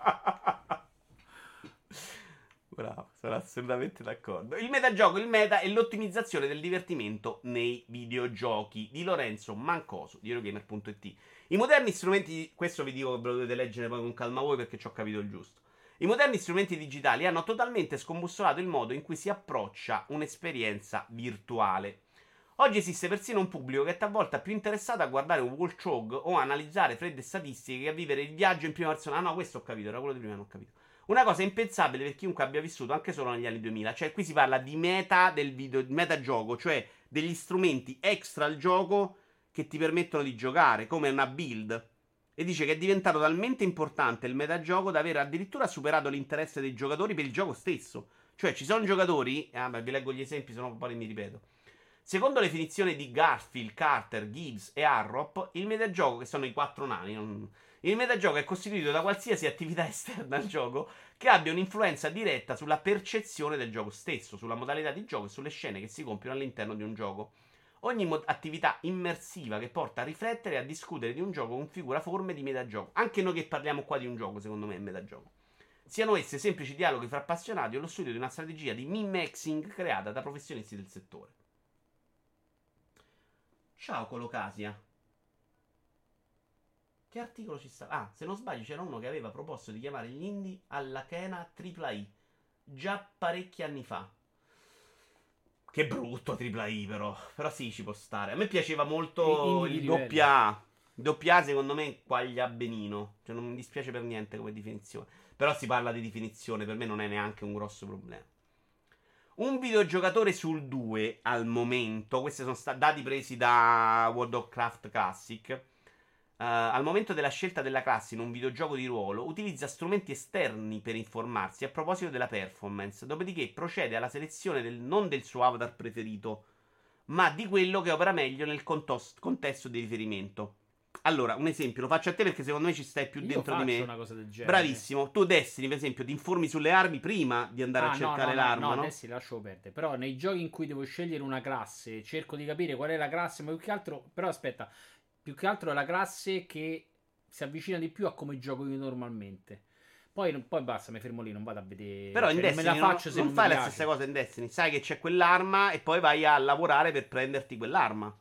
A: Bravo, sono assolutamente d'accordo. Il metagioco, il meta è l'ottimizzazione del divertimento nei videogiochi di Lorenzo Mancoso di Eurogamer.it. I moderni strumenti, questo vi dico che ve lo dovete leggere poi con calma voi perché ci ho capito il giusto. I moderni strumenti digitali hanno totalmente scombussolato il modo in cui si approccia un'esperienza virtuale. Oggi esiste persino un pubblico che è talvolta più interessato a guardare un Walk o a analizzare fredde statistiche che a vivere il viaggio in prima persona. Ah no, questo ho capito, era quello di prima, non ho capito. Una cosa impensabile per chiunque abbia vissuto anche solo negli anni 2000. Cioè, qui si parla di meta del video, di metagioco, cioè degli strumenti extra al gioco che ti permettono di giocare, come una build. E dice che è diventato talmente importante il metagioco da aver addirittura superato l'interesse dei giocatori per il gioco stesso. Cioè, ci sono giocatori. Vi leggo gli esempi, sennò poi mi ripeto. Secondo le definizioni di Garfield, Carter, Gibbs e Harrop, il metagioco, che sono i 4 nani, il metagioco è costituito da qualsiasi attività esterna al gioco che abbia un'influenza diretta sulla percezione del gioco stesso, sulla modalità di gioco e sulle scene che si compiono all'interno di un gioco. Ogni attività immersiva che porta a riflettere e a discutere di un gioco configura forme di metagioco. Anche noi che parliamo qua di un gioco, secondo me, è metagioco. Siano esse semplici dialoghi fra appassionati o lo studio di una strategia di min-maxing creata da professionisti del settore. Ciao Colocasia. Che articolo ci sta? Ah, se non sbaglio c'era uno che aveva proposto di chiamare gli indie alla Kena AAA già parecchi anni fa. Che brutto AAA però. Però sì, ci può stare. A me piaceva molto il doppia A. Doppia A secondo me quaglia benino. Cioè non mi dispiace per niente come definizione. Però si parla di definizione, per me non è neanche un grosso problema. Un videogiocatore sul 2 al momento, questi sono dati presi da World of Warcraft Classic, al momento della scelta della classe in un videogioco di ruolo, utilizza strumenti esterni per informarsi a proposito della performance, dopodiché procede alla selezione non del suo avatar preferito, ma di quello che opera meglio nel contesto di riferimento. Allora, un esempio, lo faccio a te perché secondo me ci stai più dentro di me.
B: Una cosa del genere.
A: Bravissimo. Tu Destiny, per esempio, ti informi sulle armi prima di andare a cercare l'arma, no?
B: Destiny lascio perdere. Però nei giochi in cui devo scegliere una classe, cerco di capire qual è la classe, ma più che altro... Però aspetta, più che altro è la classe che si avvicina di più a come gioco io normalmente. Poi basta, mi fermo lì, non vado a vedere.
A: Però in Destiny non me la faccio se non fai la stessa cosa in Destiny. Sai che c'è quell'arma e poi vai a lavorare per prenderti quell'arma.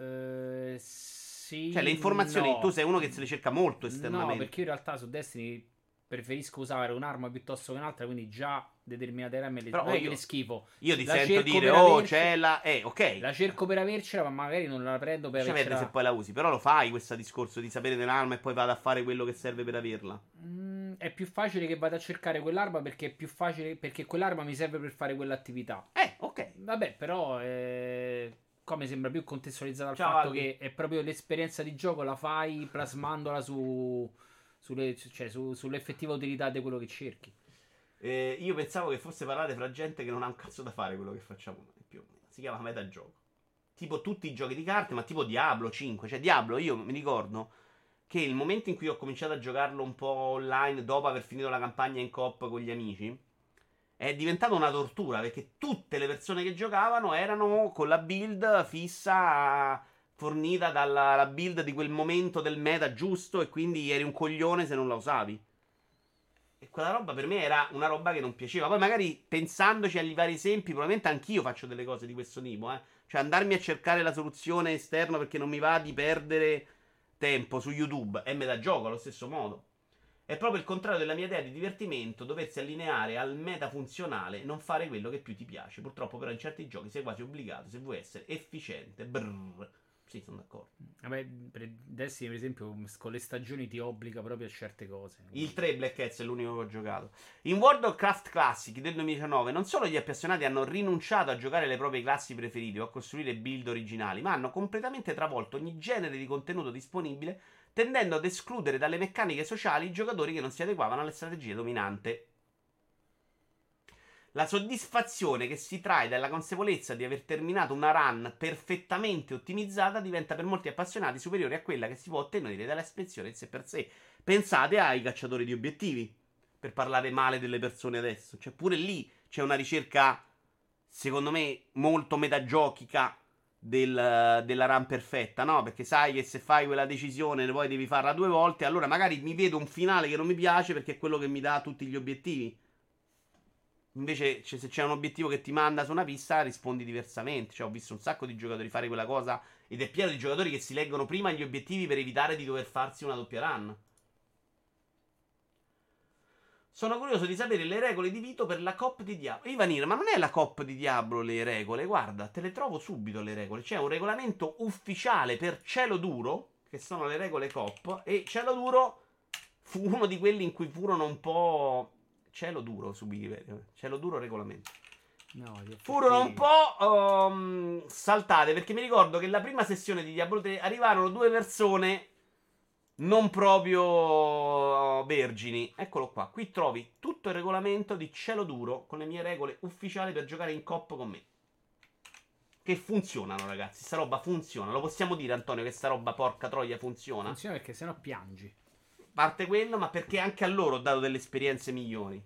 B: Sì,
A: cioè le informazioni tu sei uno che se le cerca molto esternamente.
B: No, perché io in realtà su Destiny preferisco usare un'arma piuttosto che un'altra, quindi già determinate armi le schifo.
A: Io ti sento dire c'è la ok.
B: La cerco per avercela, ma magari non la prendo per avercela.
A: Se poi la usi, però lo fai questo discorso di sapere dell'arma e poi vado a fare quello che serve per averla.
B: È più facile che vada a cercare quell'arma perché è più facile, perché quell'arma mi serve per fare quell'attività.
A: Ok.
B: Vabbè, però qua mi sembra più contestualizzata al fatto che è proprio l'esperienza di gioco, la fai plasmandola sull'effettiva utilità di quello che cerchi.
A: Io pensavo che fosse parlare fra gente che non ha un cazzo da fare quello che facciamo noi, più o meno. Si chiama metagioco. Tipo tutti i giochi di carte, ma tipo Diablo 5. Cioè Diablo, io mi ricordo che il momento in cui ho cominciato a giocarlo un po' online, dopo aver finito la campagna in coop con gli amici, è diventata una tortura, perché tutte le persone che giocavano erano con la build fissa fornita dalla build di quel momento del meta giusto, e quindi eri un coglione se non la usavi. E quella roba per me era una roba che non piaceva. Poi magari pensandoci agli vari esempi, probabilmente anch'io faccio delle cose di questo tipo, Cioè andarmi a cercare la soluzione esterna perché non mi va di perdere tempo su YouTube e metagioco allo stesso modo. È proprio il contrario della mia idea di divertimento, doversi allineare al meta funzionale, non fare quello che più ti piace. Purtroppo però in certi giochi sei quasi obbligato se vuoi essere efficiente. Sì, sono d'accordo.
B: Vabbè, per Destiny per esempio con le stagioni ti obbliga proprio a certe cose.
A: Il 3 Black Hats è l'unico che ho giocato. In World of Warcraft Classic del 2019 non solo gli appassionati hanno rinunciato a giocare le proprie classi preferite o a costruire build originali, ma hanno completamente travolto ogni genere di contenuto disponibile, tendendo ad escludere dalle meccaniche sociali i giocatori che non si adeguavano alle strategie dominanti. La soddisfazione che si trae dalla consapevolezza di aver terminato una run perfettamente ottimizzata diventa per molti appassionati superiore a quella che si può ottenere dall'espressione in sé per sé. Pensate ai cacciatori di obiettivi, per parlare male delle persone adesso. Cioè pure lì c'è una ricerca, secondo me, molto metagiochica della run perfetta, no? Perché sai che se fai quella decisione poi devi farla 2 volte, allora magari mi vedo un finale che non mi piace perché è quello che mi dà tutti gli obiettivi. Invece se c'è un obiettivo che ti manda su una pista rispondi diversamente. Cioè ho visto un sacco di giocatori fare quella cosa, ed è pieno di giocatori che si leggono prima gli obiettivi per evitare di dover farsi una doppia run. Sono curioso di sapere le regole di Vito per la COP di Diablo. Ivanir, ma non è la COP di Diablo le regole? Guarda, te le trovo subito le regole. C'è un regolamento ufficiale per Cielo Duro, che sono le regole COP, e Cielo Duro fu uno di quelli in cui furono un po'... Cielo Duro su Wikipedia. Cielo Duro regolamento.
B: No,
A: Furono un po' saltate, perché mi ricordo che la prima sessione di Diablo 3 arrivarono due persone non proprio vergini. Eccolo qua. Qui trovi tutto il regolamento di Cielo Duro con le mie regole ufficiali per giocare in coop con me. Che funzionano, ragazzi. Sta roba funziona. Lo possiamo dire, Antonio, che sta roba porca troia funziona?
B: Funziona perché sennò piangi.
A: Parte quello, ma perché anche a loro ho dato delle esperienze migliori.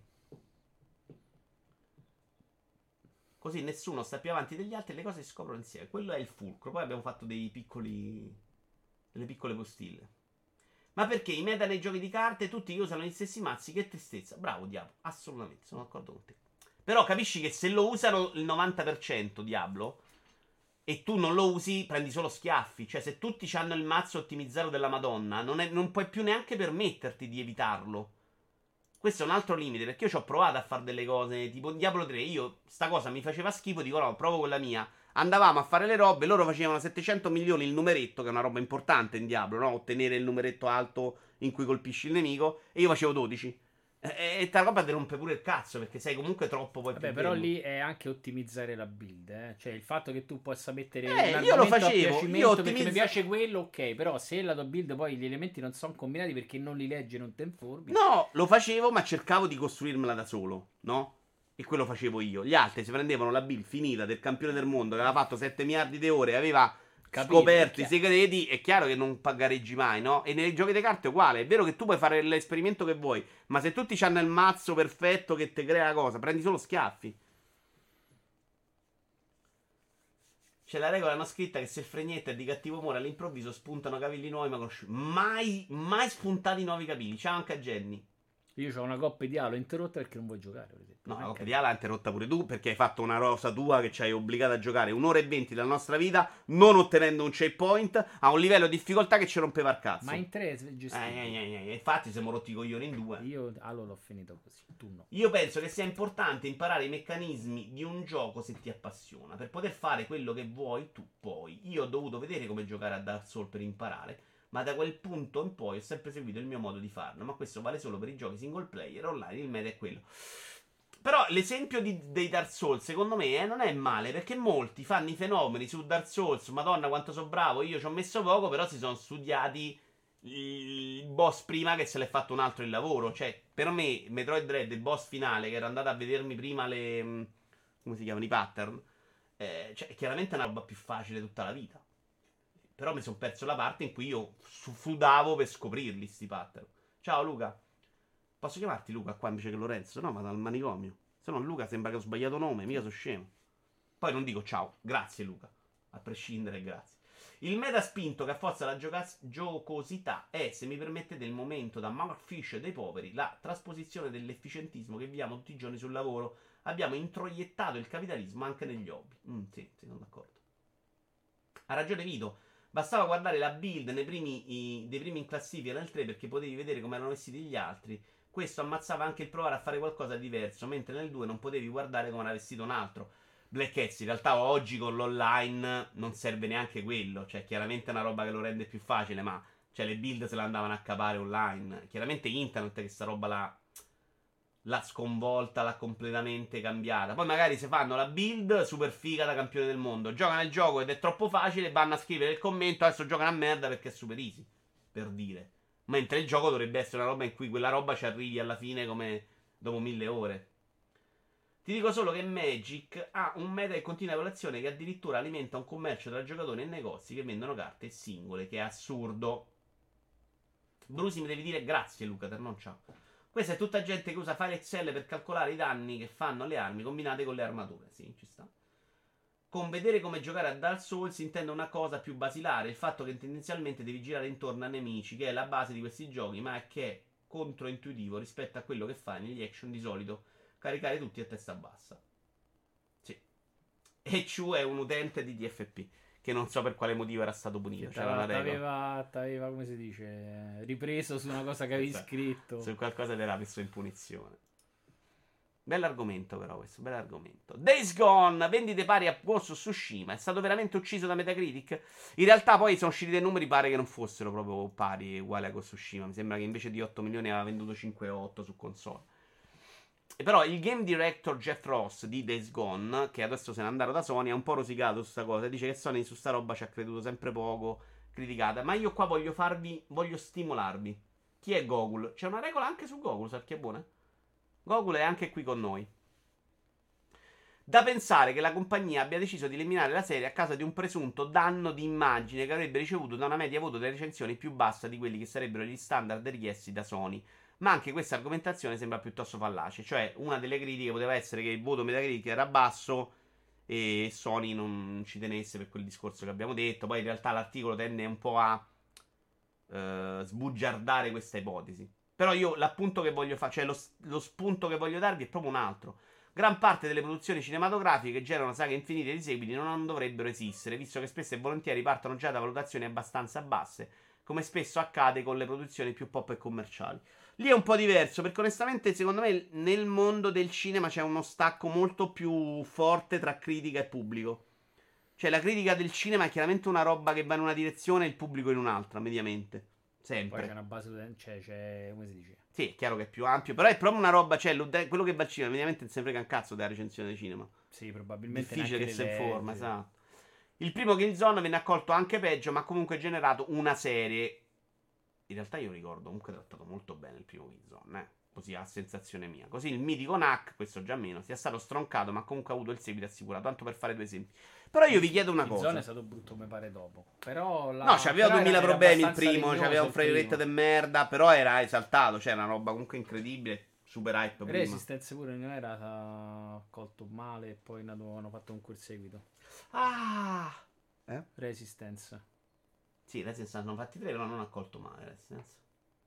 A: Così nessuno sta più avanti degli altri e le cose si scoprono insieme. Quello è il fulcro. Poi abbiamo fatto delle piccole postille. Ma perché i meta nei giochi di carte tutti usano gli stessi mazzi? Che tristezza. Bravo, Diablo. Assolutamente, sono d'accordo con te. Però capisci che se lo usano il 90% Diablo e tu non lo usi, prendi solo schiaffi. Cioè, se tutti hanno il mazzo ottimizzato della Madonna, non puoi più neanche permetterti di evitarlo. Questo è un altro limite, perché io ci ho provato a fare delle cose, tipo in Diablo 3, io sta cosa mi faceva schifo, dico no, provo con la mia. Andavamo a fare le robe, loro facevano 700 milioni il numeretto, che è una roba importante in Diablo, no? Ottenere il numeretto alto in cui colpisci il nemico, e io facevo 12. E ta roba ti rompe pure il cazzo, perché sei comunque troppo poi
B: Vabbè,
A: più
B: però
A: debole.
B: lì è anche ottimizzare la build, eh. Cioè il fatto che tu possa mettere un
A: Io lo
B: argomento a
A: facevo,
B: piacimento
A: io
B: perché mi piace quello, ok. Però se la tua build poi gli elementi non sono combinati perché non li leggi e non te informi.
A: No, lo facevo, ma cercavo di costruirmela da solo, no? E quello facevo io. Gli altri si prendevano la build finita del campione del mondo che aveva fatto 7 miliardi di ore, aveva
B: Capito,
A: scoperto i
B: è chiaro.
A: segreti. È chiaro che non gareggi mai, no? E nei giochi di carte è uguale. È vero che tu puoi fare l'esperimento che vuoi, ma se tutti hanno il mazzo perfetto che ti crea la cosa, prendi solo schiaffi. C'è la regola non scritta che se il fregnetto è di cattivo umore all'improvviso spuntano capelli nuovi ma conosciuti. Mai spuntati nuovi capelli. Ciao anche a Jenny.
B: Io ho una coppa di alo interrotta perché non vuoi giocare, per esempio.
A: No, la
B: Non è
A: Coppa di
B: carino.
A: Ala l'ha interrotta pure tu perché hai fatto una rosa tua che ci hai obbligato a giocare un'ora e 20 della nostra vita non ottenendo un checkpoint a un livello di difficoltà che ci rompeva il cazzo.
B: Ma in tre è gestibile.
A: Infatti siamo rotti i coglioni in due.
B: Io Halo l'ho finito così, tu no.
A: Io penso che sia importante imparare i meccanismi di un gioco se ti appassiona. Per poter fare quello che vuoi, tu puoi. Io ho dovuto vedere come giocare a Dark Souls per imparare. Ma da quel punto in poi ho sempre seguito il mio modo di farlo. Ma questo vale solo per i giochi single player. Online il meta è quello. Però l'esempio dei Dark Souls, secondo me, non è male. Perché molti fanno i fenomeni su Dark Souls. Madonna, quanto sono bravo. Io ci ho messo poco, però si sono studiati il boss prima che se l'è fatto un altro il lavoro. Cioè, per me, Metroid Dread, il boss finale, che ero andato a vedermi prima le... come si chiamano i pattern. Cioè, è chiaramente una roba più facile tutta la vita. Però mi sono perso la parte in cui io sudavo per scoprirli sti pattern. Ciao Luca. Posso chiamarti Luca qua invece che Lorenzo? No, ma dal manicomio. Se no Luca sembra che ho sbagliato nome, mica sono scemo. Poi non dico ciao, grazie Luca. A prescindere, grazie. Il meta spinto che affozza la giocosità è, se mi permettete il momento da Markfish dei poveri, la trasposizione dell'efficientismo che viviamo tutti i giorni sul lavoro. Abbiamo introiettato il capitalismo anche negli hobby. Sì, sono d'accordo. Ha ragione Vito. Bastava guardare la build dei primi in classifica nel 3 perché potevi vedere come erano vestiti gli altri. Questo ammazzava anche il provare a fare qualcosa di diverso, mentre nel 2 non potevi guardare come era vestito un altro. Black Hats in realtà oggi con l'online non serve neanche quello. Cioè, chiaramente è una roba che lo rende più facile, ma cioè, le build se le andavano a capare online. Chiaramente internet che sta roba l'ha sconvolta, l'ha completamente cambiata. Poi magari se fanno la build super figa da campione del mondo, giocano il gioco ed è troppo facile, vanno a scrivere il commento, adesso giocano a merda perché è super easy, per dire. Mentre il gioco dovrebbe essere una roba in cui quella roba ci arrivi alla fine come dopo 1000 ore. Ti dico solo che Magic ha un meta in continua evoluzione che addirittura alimenta un commercio tra giocatori e negozi che vendono carte singole, che è assurdo. Brusi mi devi dire grazie Luca, per non ciao. Questa è tutta gente che usa file Excel per calcolare i danni che fanno le armi combinate con le armature. Sì, ci sta. Con vedere come giocare a Dark Souls intendo una cosa più basilare, il fatto che tendenzialmente devi girare intorno a nemici, che è la base di questi giochi, ma che è controintuitivo rispetto a quello che fai negli action di solito, caricare tutti a testa bassa. Sì. E Chu è un utente di DFP. che non so per quale motivo era stato punito. C'era una regola.
B: T'aveva, come si dice, ripreso su una cosa che avevi scritto.
A: Su qualcosa ti era messo in punizione. Bell'argomento però questo, bell'argomento. Days Gone, vendite pari a Ghost of Tsushima. È stato veramente ucciso da Metacritic? In realtà poi sono usciti dei numeri, pare che non fossero proprio pari, uguali a Ghost of Tsushima. Mi sembra che invece di 8 milioni aveva venduto 5,8 su console. E però il game director Jeff Ross di Days Gone, che adesso se n'è andato da Sony, ha un po' rosicato su sta cosa. Dice che Sony su sta roba ci ha creduto sempre poco, criticata. Ma io qua voglio stimolarvi. Chi è Gogol? C'è una regola anche su Gogol, sa chi è buona? Gogol è anche qui con noi. Da pensare che la compagnia abbia deciso di eliminare la serie a causa di un presunto danno di immagine che avrebbe ricevuto da una media voto delle recensioni più bassa di quelli che sarebbero gli standard richiesti da Sony. Ma anche questa argomentazione sembra piuttosto fallace. Cioè, una delle critiche poteva essere che il voto Metacritic era basso e Sony non ci tenesse per quel discorso che abbiamo detto. Poi in realtà l'articolo tende un po' a sbugiardare questa ipotesi. Però io l'appunto che voglio fare, cioè lo spunto che voglio darvi è proprio un altro. Gran parte delle produzioni cinematografiche che generano saghe infinite di seguiti non dovrebbero esistere, visto che spesso e volentieri partono già da valutazioni abbastanza basse, come spesso accade con le produzioni più pop e commerciali. Lì è un po' diverso, perché onestamente secondo me nel mondo del cinema c'è uno stacco molto più forte tra critica e pubblico. Cioè la critica del cinema è chiaramente una roba che va in una direzione e il pubblico in un'altra, mediamente. Sempre.
B: Poi c'è una base, c'è come si dice?
A: Sì, è chiaro che è più ampio, però è proprio una roba, cioè quello che va al cinema, mediamente non se ne frega un cazzo della recensione del cinema.
B: Sì, probabilmente
A: difficile che si informa,
B: legge.
A: esatto. Il primo Killzone venne accolto anche peggio, ma comunque generato una serie. In realtà io ricordo comunque trattato molto bene il primo Killzone, così a sensazione mia. Così il mitico Knack, questo già meno, sia stato stroncato, ma comunque ha avuto il seguito assicurato, tanto per fare due esempi. Però io vi chiedo una cosa.
B: Killzone è stato brutto, mi pare, dopo. Però
A: no, c'aveva 2000 problemi il primo,
B: c'aveva
A: c'aveva un frame rate di merda, però era esaltato, cioè una roba comunque incredibile, super hype prima.
B: Resistance pure non era accolto male e poi hanno fatto un quel seguito. Resistance.
A: Sì, Resistance hanno fatti 3, però non accolto male Resistance.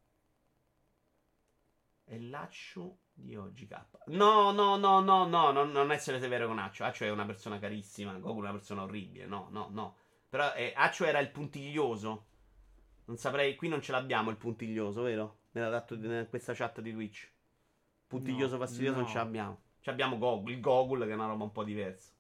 A: È l'Accio di OGK. No, non essere severo con Accio. Accio è una persona carissima, Goku è una persona orribile. No. Però Accio era il puntiglioso. Non saprei, qui non ce l'abbiamo il puntiglioso, vero? Nella dato in questa chat di Twitch. Puntiglioso fastidioso non ce l'abbiamo. Ci abbiamo Gogol, il Gogol che è una roba un po' diversa.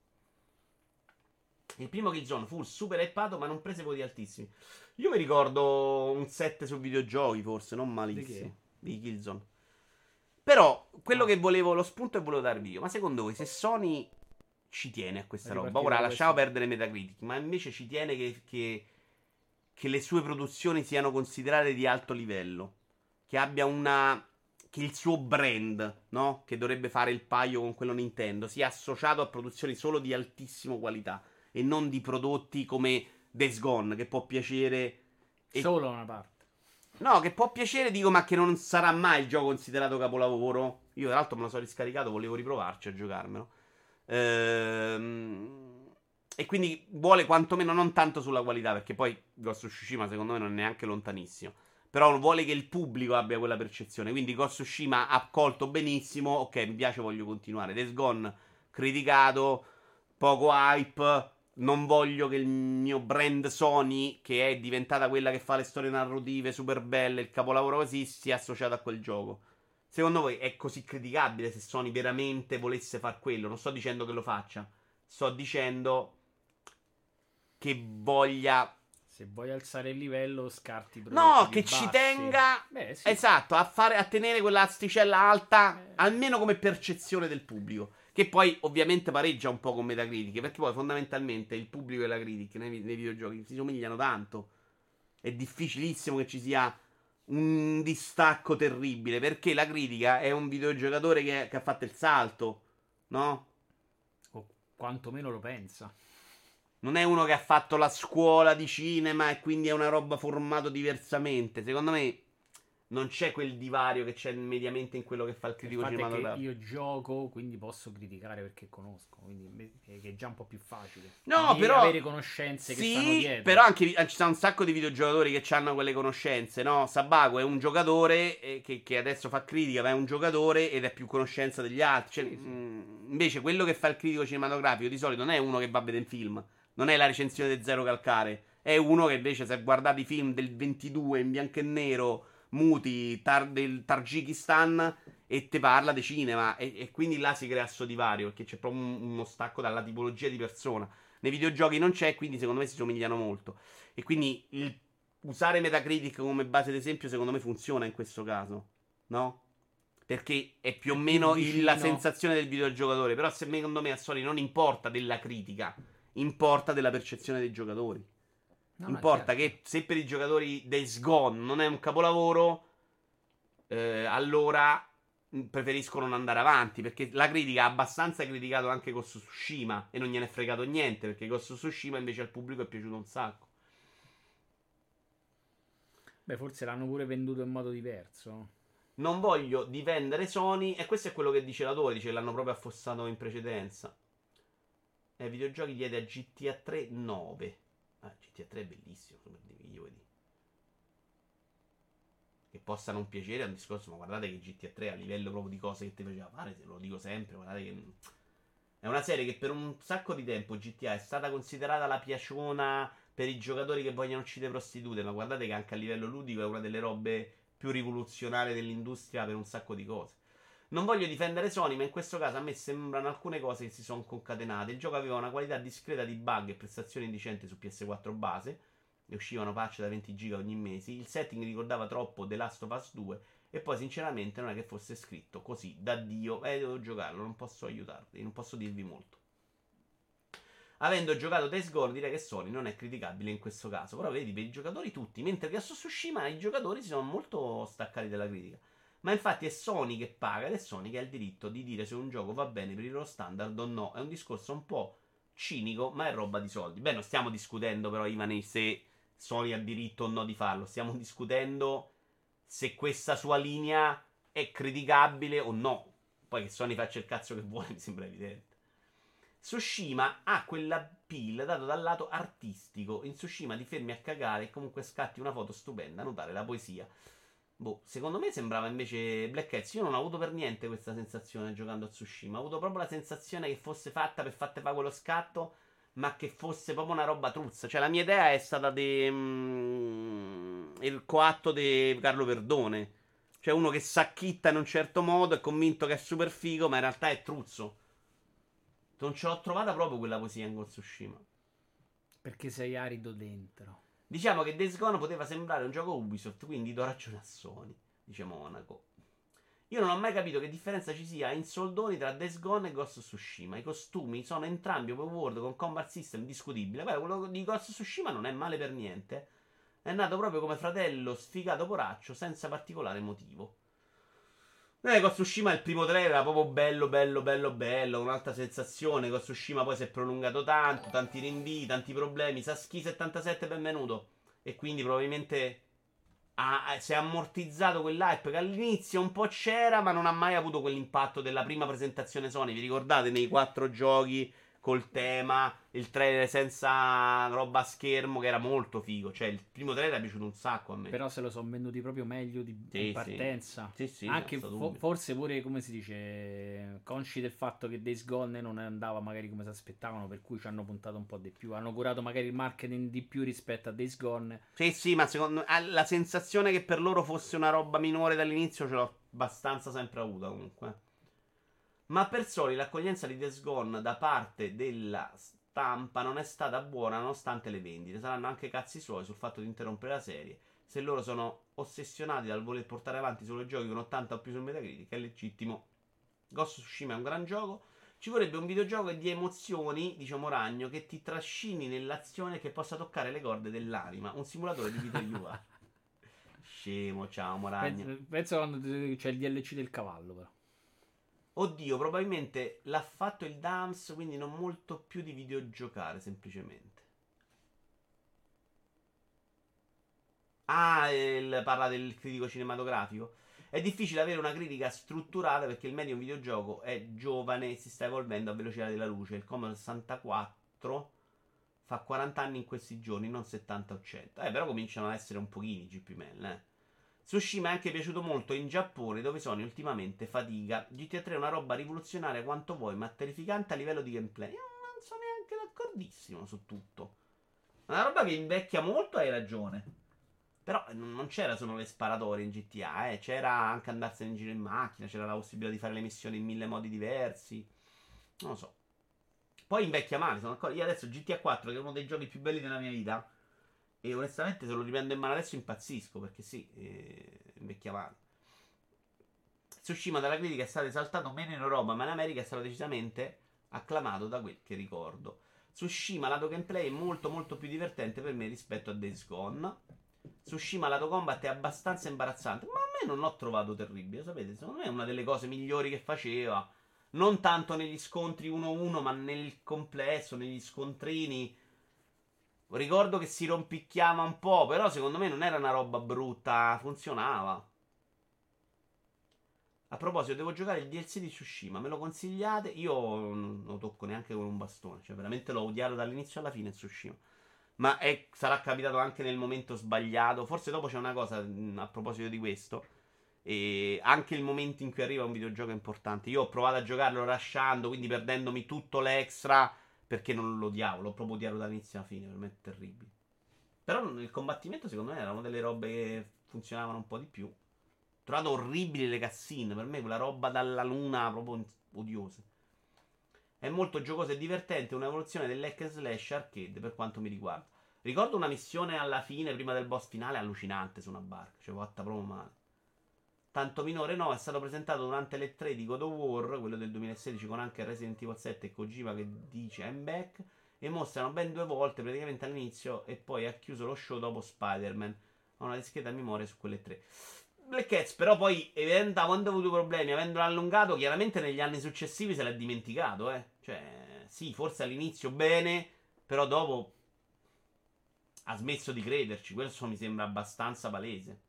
A: Il primo Killzone fu super hypato, ma non prese voti altissimi. Io mi ricordo un 7 su videogiochi, forse, non malissimo. Di Killzone. Però, quello che volevo, lo spunto che volevo darvi io. Ma secondo voi, se Sony ci tiene a questa roba, ora lasciamo perdere Metacritic, ma invece ci tiene che le sue produzioni siano considerate di alto livello, che abbia che il suo brand, no? Che dovrebbe fare il paio con quello Nintendo, sia associato a produzioni solo di altissima qualità e non di prodotti come Days Gone, che può piacere
B: solo una parte.
A: No, che può piacere, dico, ma che non sarà mai il gioco considerato capolavoro. Io tra l'altro me lo sono riscaricato, volevo riprovarci a giocarmelo. E quindi vuole quantomeno non tanto sulla qualità, perché poi Ghost of Tsushima secondo me non è neanche lontanissimo. Però vuole che il pubblico abbia quella percezione. Quindi Ghost of Tsushima ha accolto benissimo. Ok, mi piace, voglio continuare. Days Gone criticato, poco hype. Non voglio che il mio brand Sony, che è diventata quella che fa le storie narrative super belle, il capolavoro così, sia associato a quel gioco. Secondo voi è così criticabile se Sony veramente volesse far quello? Non sto dicendo che lo faccia. Sto dicendo che voglia...
B: Se vuoi alzare il livello, scarti
A: no, che ci tenga...
B: sì.
A: Esatto, a tenere quella asticella alta, almeno come percezione del pubblico. Che poi ovviamente pareggia un po' con Metacritic, perché poi fondamentalmente il pubblico e la critica nei videogiochi si somigliano tanto. È difficilissimo che ci sia un distacco terribile, perché la critica è un videogiocatore che ha fatto il salto, no?
B: O quantomeno lo pensa.
A: Non è uno che ha fatto la scuola di cinema e quindi è una roba formato diversamente. Secondo me non c'è quel divario che c'è mediamente in quello che fa il critico cinematografico.
B: Io gioco, quindi posso criticare perché conosco, quindi che è già un po' più facile.
A: No, però
B: avere conoscenze che stanno dietro.
A: Però anche ci sono un sacco di videogiocatori che hanno quelle conoscenze, no? Sabaku è un giocatore che adesso fa critica, ma è un giocatore ed è più conoscenza degli altri. Cioè, invece quello che fa il critico cinematografico di solito non è uno che va a vedere un film, Non è la recensione del Zero Calcare. È uno che invece si è guardato i film del 22 in bianco e nero, muti, del Tagikistan, e te parla di cinema. E quindi là si crea sto divario, perché c'è proprio uno stacco dalla tipologia di persona. Nei videogiochi non c'è, quindi secondo me si somigliano molto. E quindi usare Metacritic come base d'esempio secondo me funziona in questo caso, no? Perché è più o
B: È più
A: meno la
B: vicino.
A: sensazione del videogiocatore. Però secondo me a Sony non importa della critica, importa della percezione dei giocatori.
B: No, no,
A: Importa
B: certo.
A: che se per i giocatori Days Gone non è un capolavoro, allora preferiscono non andare avanti. Perché la critica ha abbastanza criticato anche Ghost of Tsushima e non gliene è fregato niente. Perché Ghost of Tsushima invece al pubblico è piaciuto un sacco.
B: Beh, forse l'hanno pure venduto in modo diverso.
A: Non voglio difendere Sony, e questo è quello che dice l'autore, dice che l'hanno proprio affossato in precedenza. Videogiochi diede a GTA 3 9. GTA 3 è bellissimo, super di video, vedi. Che possa non piacere è un discorso, ma guardate che GTA 3 a livello proprio di cose che ti faceva fare, te lo dico sempre, guardate che è una serie che per un sacco di tempo GTA è stata considerata la piaciona per i giocatori che vogliono uccidere prostitute, ma guardate che anche a livello ludico è una delle robe più rivoluzionarie dell'industria per un sacco di cose. Non voglio difendere Sony, ma in questo caso a me sembrano alcune cose che si sono concatenate. Il gioco aveva una qualità discreta di bug e prestazioni indecenti su PS4 base, ne uscivano patch da 20 giga ogni mese. Il setting ricordava troppo The Last of Us 2 e poi sinceramente non è che fosse scritto così da Dio. Devo giocarlo, non posso aiutarvi, non posso dirvi molto. Avendo giocato Days Gone direi che Sony non è criticabile in questo caso. Però vedi, per i giocatori tutti, mentre che su Tsushima i giocatori si sono molto staccati dalla critica. Ma infatti è Sony che paga ed è Sony che ha il diritto di dire se un gioco va bene per i loro standard o no. È un discorso un po' cinico, ma è roba di soldi. Beh, non stiamo discutendo però, Ivani, se Sony ha diritto o no di farlo. Stiamo discutendo se questa sua linea è criticabile o no. Poi che Sony faccia il cazzo che vuole mi sembra evidente. Tsushima ha quell'appeal dato dal lato artistico. In Tsushima ti fermi a cagare e comunque scatti una foto stupenda, notare la poesia. Boh, secondo me sembrava invece Black Cats. Io non ho avuto per niente questa sensazione giocando a Tsushima. Ho avuto proprio la sensazione che fosse fatta per fatte fare quello scatto, ma che fosse proprio una roba truzza. Cioè, la mia idea è stata il coatto di Carlo Verdone. Cioè, uno che s'acchitta in un certo modo, è convinto che è super figo, ma in realtà è truzzo. Non ce l'ho trovata proprio quella poesia in Ghost of Tsushima.
B: Perché sei arido dentro.
A: Diciamo che Days Gone poteva sembrare un gioco Ubisoft, quindi do ragione a Sony, dice Monaco. Io non ho mai capito che differenza ci sia in soldoni tra Days Gone e Ghost of Tsushima. I costumi sono entrambi open world con combat system discutibile. Guarda, quello di Ghost of Tsushima non è male per niente. È nato proprio come fratello sfigato poraccio, senza particolare motivo. Ghost of Tsushima il primo trailer era proprio bello, bello, bello, bello, un'altra sensazione. Ghost of Tsushima poi si è prolungato tanto, tanti rinvii, tanti problemi. Sasuke 77 benvenuto. E quindi probabilmente si è ammortizzato quell'hype che all'inizio un po' c'era, ma non ha mai avuto quell'impatto della prima presentazione Sony. Vi ricordate nei 4 giochi col tema, il trailer senza roba a schermo che era molto figo. Cioè il primo trailer è piaciuto un sacco a me.
B: Però se lo sono venduti proprio meglio di
A: Sì,
B: partenza.
A: sì,
B: Anche
A: senza dubbio.
B: forse pure, come si dice, consci del fatto che Days Gone non andava magari come si aspettavano, per cui ci hanno puntato un po' di più. Hanno curato magari il marketing di più rispetto a Days Gone.
A: Sì, ma secondo me la sensazione che per loro fosse una roba minore dall'inizio ce l'ho abbastanza sempre avuta comunque. Ma per Sony l'accoglienza di Days Gone da parte della stampa non è stata buona nonostante le vendite. Saranno anche cazzi suoi sul fatto di interrompere la serie. Se loro sono ossessionati dal voler portare avanti solo i giochi con 80 o più su Metacritic, è legittimo. Ghost of Tsushima è un gran gioco. Ci vorrebbe un videogioco di emozioni, diciamo Ragno, che ti trascini nell'azione e che possa toccare le corde dell'anima. Un simulatore di vita UA. Scemo, ciao Moragno.
B: Penso quando c'è il DLC del cavallo, però.
A: Oddio, probabilmente l'ha fatto il Dams, quindi non molto più di videogiocare, semplicemente. Parla del critico cinematografico. È difficile avere una critica strutturata perché il medium videogioco è giovane e si sta evolvendo a velocità della luce. Il Commodore 64 fa 40 anni in questi giorni, non 70 o 100. Però cominciano ad essere un pochini GP Man, Tsushima è anche piaciuto molto in Giappone, dove Sony ultimamente fatica. GTA 3 è una roba rivoluzionaria quanto vuoi, ma terrificante a livello di gameplay. Io non sono neanche d'accordissimo su tutto. Una roba che invecchia molto, hai ragione. Però non c'era solo le sparatorie in GTA, c'era anche andarsene in giro in macchina, c'era la possibilità di fare le missioni in 1000 modi diversi. Non lo so. Poi invecchia male, sono d'accordo. Io adesso GTA 4, che è uno dei giochi più belli della mia vita, e onestamente se lo riprendo in mano adesso impazzisco, perché sì, invecchia male. Tsushima dalla critica è stato esaltato meno in Europa, ma in America è stato decisamente acclamato da quel che ricordo. Tsushima lato gameplay è molto molto più divertente per me rispetto a Days Gone. Tsushima lato combat è abbastanza imbarazzante, ma a me non l'ho trovato terribile, sapete? Secondo me è una delle cose migliori che faceva. Non tanto negli scontri 1-1, ma nel complesso, negli scontrini. Ricordo che si rompicchiava un po', però secondo me non era una roba brutta, funzionava. A proposito, devo giocare il DLC di Tsushima, me lo consigliate? Io non lo tocco neanche con un bastone, cioè veramente l'ho odiato dall'inizio alla fine Tsushima. Ma sarà capitato anche nel momento sbagliato. Forse dopo c'è una cosa a proposito di questo. E anche il momento in cui arriva un videogioco è importante. Io ho provato a giocarlo rushando, quindi perdendomi tutto l'extra, perché non lo odiavo, l'ho proprio odiato dall'inizio alla fine, per me è terribile. Però il combattimento secondo me era una delle robe che funzionavano un po' di più. Ho trovato orribili le cutscene, per me quella roba dalla luna proprio odiose. È molto giocosa e divertente, un'evoluzione dell'hack and slash arcade per quanto mi riguarda. Ricordo una missione alla fine, prima del boss finale, allucinante su una barca, cioè fatta proprio male. Tanto minore no, è stato presentato durante le 3 di God of War, quello del 2016 con anche Resident Evil 7 e Kojima che dice I'm back, e mostrano ben 2 volte praticamente all'inizio e poi ha chiuso lo show dopo Spider-Man. Ho una discreta memoria su quelle 3. Black Cats però poi, quando ha avuto problemi, avendolo allungato, chiaramente negli anni successivi se l'ha dimenticato, Cioè, sì, forse all'inizio bene, però dopo ha smesso di crederci, questo mi sembra abbastanza palese.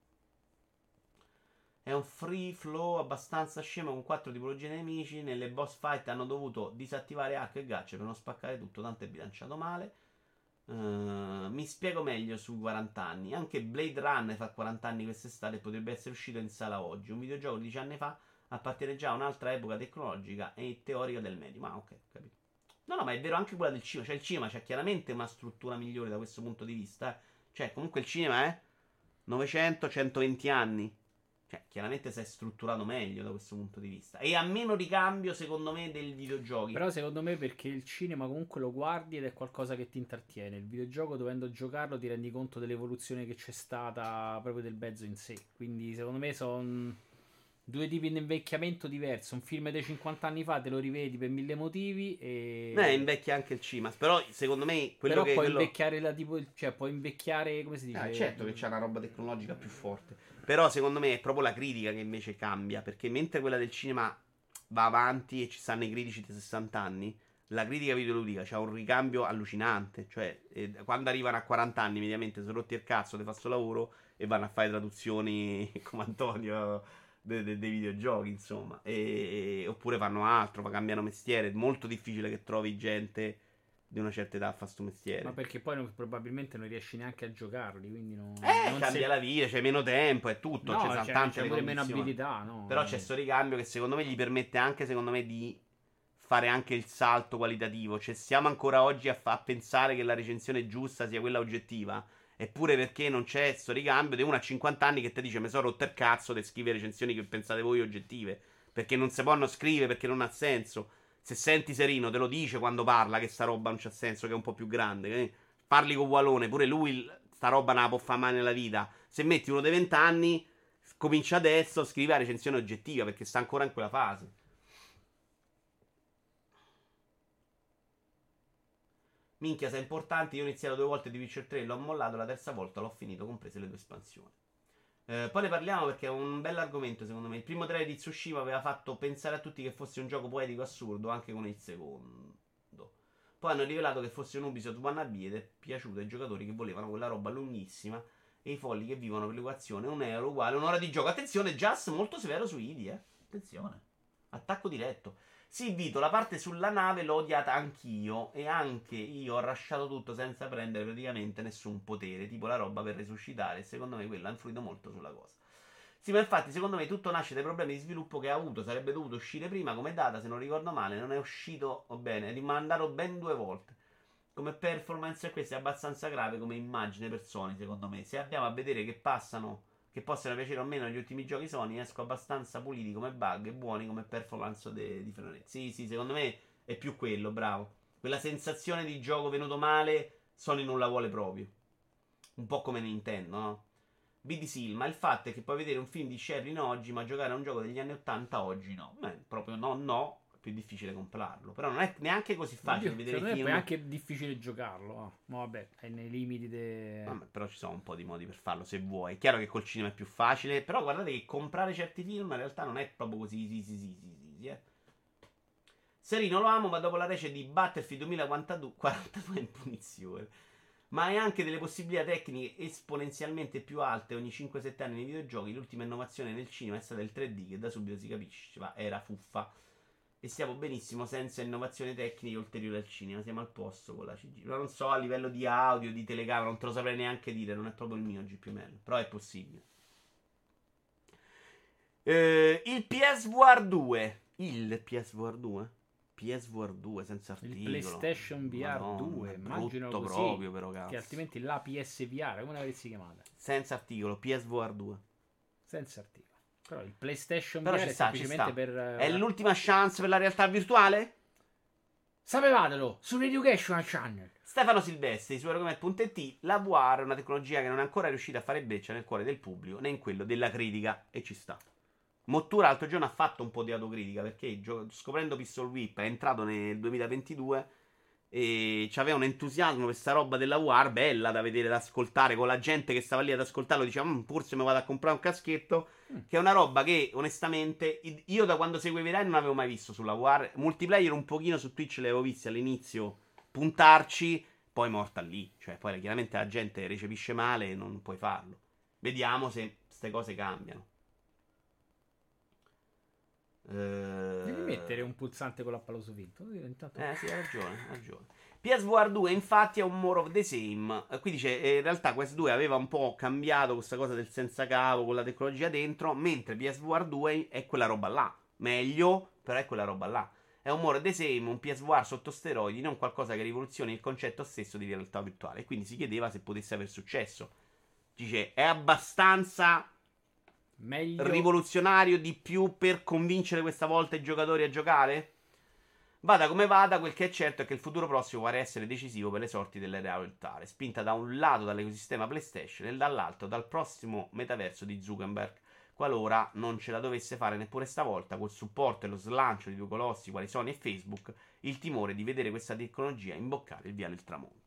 A: È un free flow abbastanza scemo con 4 tipologie di nemici. Nelle boss fight hanno dovuto disattivare arco e gacce per non spaccare tutto, tanto è bilanciato male. Mi spiego meglio sui 40 anni. Anche Blade Runner fa 40 anni quest'estate e potrebbe essere uscito in sala oggi. Un videogioco di 10 anni fa appartiene già a un'altra epoca tecnologica e teorica del medio. Ma ok, capito. No, ma è vero anche quella del cinema. Cioè, il cinema c'ha chiaramente una struttura migliore da questo punto di vista. Cioè, comunque il cinema è 900-120 anni. Cioè, chiaramente si è strutturato meglio da questo punto di vista. E ha meno ricambio, secondo me, dei videogiochi.
B: Però secondo me perché il cinema comunque lo guardi ed è qualcosa che ti intrattiene. Il videogioco, dovendo giocarlo, ti rendi conto dell'evoluzione che c'è stata proprio del mezzo in sé. Quindi secondo me sono due tipi di invecchiamento diverso. Un film dei 50 anni fa te lo rivedi per mille motivi e...
A: invecchia anche il cinema. Però secondo me quello
B: Però
A: che...
B: puoi invecchiare la tipo... Cioè puoi invecchiare, come si dice?
A: Certo che c'è una roba tecnologica più forte. Però secondo me è proprio la critica che invece cambia. Perché mentre quella del cinema va avanti e ci stanno i critici di 60 anni, la critica videoludica c'ha un ricambio allucinante. Cioè, quando arrivano a 40 anni, mediamente sono rotti il cazzo, ti fa sto lavoro e vanno a fare traduzioni come Antonio dei videogiochi, insomma. Oppure fanno altro, cambiano mestiere. È molto difficile che trovi gente di una certa età a fare sto mestiere.
B: Ma perché poi probabilmente non riesci neanche a giocarli, quindi non
A: cambia la vita, c'è meno tempo, è tutto,
B: no,
A: c'è tante
B: pure meno
A: condizioni.
B: abilità, no?
A: Però c'è sto ricambio che secondo me gli permette anche, secondo me, di fare anche il salto qualitativo. Cioè, siamo ancora oggi a pensare che la recensione giusta sia quella oggettiva. Eppure perché non c'è sto ricambio di uno a 50 anni che ti dice mi sono rotto il cazzo di scrivere recensioni che pensate voi oggettive. Perché non si possono scrivere, perché non ha senso. Se senti Serino te lo dice quando parla che sta roba non c'ha senso, che è un po' più grande. Parli con Walone, pure lui sta roba non la può fare mai nella vita. Se metti uno dei 20 anni, comincia adesso, scrive la recensione oggettiva, perché sta ancora in quella fase. Minchia, sei importante. Io ho iniziato 2 volte di Witcher 3, l'ho mollato, la terza volta l'ho finito, comprese le 2 espansioni. Poi ne parliamo perché è un bell'argomento secondo me. Il primo trailer di Tsushima aveva fatto pensare a tutti che fosse un gioco poetico assurdo, anche con il secondo. Poi hanno rivelato che fosse un Ubisoft wannabe ed è piaciuto ai giocatori che volevano quella roba lunghissima e i folli che vivono per l'equazione 1 euro uguale un'ora di gioco. Attenzione, Just molto severo su ID, attenzione. Attacco diretto. Sì, Vito, la parte sulla nave l'ho odiata anch'io. E anche io ho rasciato tutto senza prendere praticamente nessun potere. Tipo la roba per resuscitare. Secondo me quello ha influito molto sulla cosa. Sì, ma infatti secondo me tutto nasce dai problemi di sviluppo che ha avuto. Sarebbe dovuto uscire prima come data, se non ricordo male. Non è uscito, o bene, è rimandato ben 2 volte. come performance questa è abbastanza grave come immagine per Sony, secondo me. Se andiamo a vedere che passano, che possano piacere o meno gli ultimi giochi Sony, esco abbastanza puliti come bug e buoni come performance di Frenet. Sì, secondo me è più quello, bravo. Quella sensazione di gioco venuto male, Sony non la vuole proprio. Un po' come Nintendo, no? BDC, ma il fatto è che puoi vedere un film di Sherrin oggi, ma giocare a un gioco degli anni 80 oggi no. Proprio no. È più difficile comprarlo. Però non è neanche così facile
B: Oddio,
A: vedere
B: secondo me
A: film.
B: poi è anche difficile giocarlo. Ma vabbè, è nei limiti
A: Vabbè, però ci sono un po' di modi per farlo se vuoi. È chiaro che col cinema è più facile. Però guardate che comprare certi film in realtà non è proprio così. Serino lo amo, ma dopo la rece di Battlefield 2042 in punizione. Ma hai anche delle possibilità tecniche esponenzialmente più alte ogni 5-7 anni nei videogiochi. L'ultima innovazione nel cinema è stata il 3D, che da subito si capisce, ma era fuffa. E stiamo benissimo senza innovazione tecnica ulteriore al cinema. Siamo al posto con la CG. Ma non so, a livello di audio, di telecamera, non te lo saprei neanche dire. Non è proprio il mio GPML, però è possibile. Il PSVR 2. Il PSVR 2? PSVR 2 senza articolo.
B: il PlayStation VR
A: Madonna,
B: 2, immagino
A: brutto
B: così,
A: proprio però, cazzo.
B: che altrimenti la PSVR, come l'avresti chiamata?
A: Senza articolo, PSVR 2.
B: Senza articolo. Però il PlayStation
A: Però
B: VR
A: ci
B: è
A: sta,
B: semplicemente per...
A: È l'ultima chance per la realtà virtuale?
B: Sapevatelo, su Educational Channel.
A: Stefano Silvestri su Eurogamer.it. La VR è una tecnologia che non è ancora riuscita a fare breccia nel cuore del pubblico né in quello della critica, e ci sta. Mottura l'altro giorno ha fatto un po' di autocritica perché scoprendo Pistol Whip è entrato nel 2022 e c'aveva un entusiasmo per sta roba della VR bella da vedere, da ascoltare, con la gente che stava lì ad ascoltarlo diceva forse mi vado a comprare un caschetto, che è una roba che onestamente io da quando seguo i Virai non avevo mai visto sulla VR. Multiplayer un pochino su Twitch l'avevo visto all'inizio puntarci, poi morta lì, cioè poi chiaramente la gente recepisce male e non puoi farlo. Vediamo se queste cose cambiano.
B: Devi mettere un pulsante con l'appalloso vinto. Intanto...
A: sì, hai ragione. PSVR 2 infatti è un more of the same. Qui dice in realtà Quest 2 aveva un po' cambiato questa cosa del senza cavo con la tecnologia dentro, mentre PSVR 2 è quella roba là. Meglio, però è quella roba là. È un more of the same, un PSVR sotto steroidi, non qualcosa che rivoluzioni il concetto stesso di realtà virtuale. E quindi si chiedeva se potesse aver successo. Dice, è abbastanza...
B: meglio
A: rivoluzionario di più per convincere questa volta i giocatori a giocare? Vada come vada, quel che è certo è che il futuro prossimo pare essere decisivo per le sorti dell'era virtuale, spinta da un lato dall'ecosistema PlayStation e dall'altro dal prossimo metaverso di Zuckerberg, qualora non ce la dovesse fare neppure stavolta col supporto e lo slancio di due colossi quali Sony e Facebook, il timore di vedere questa tecnologia imboccare il via del tramonto.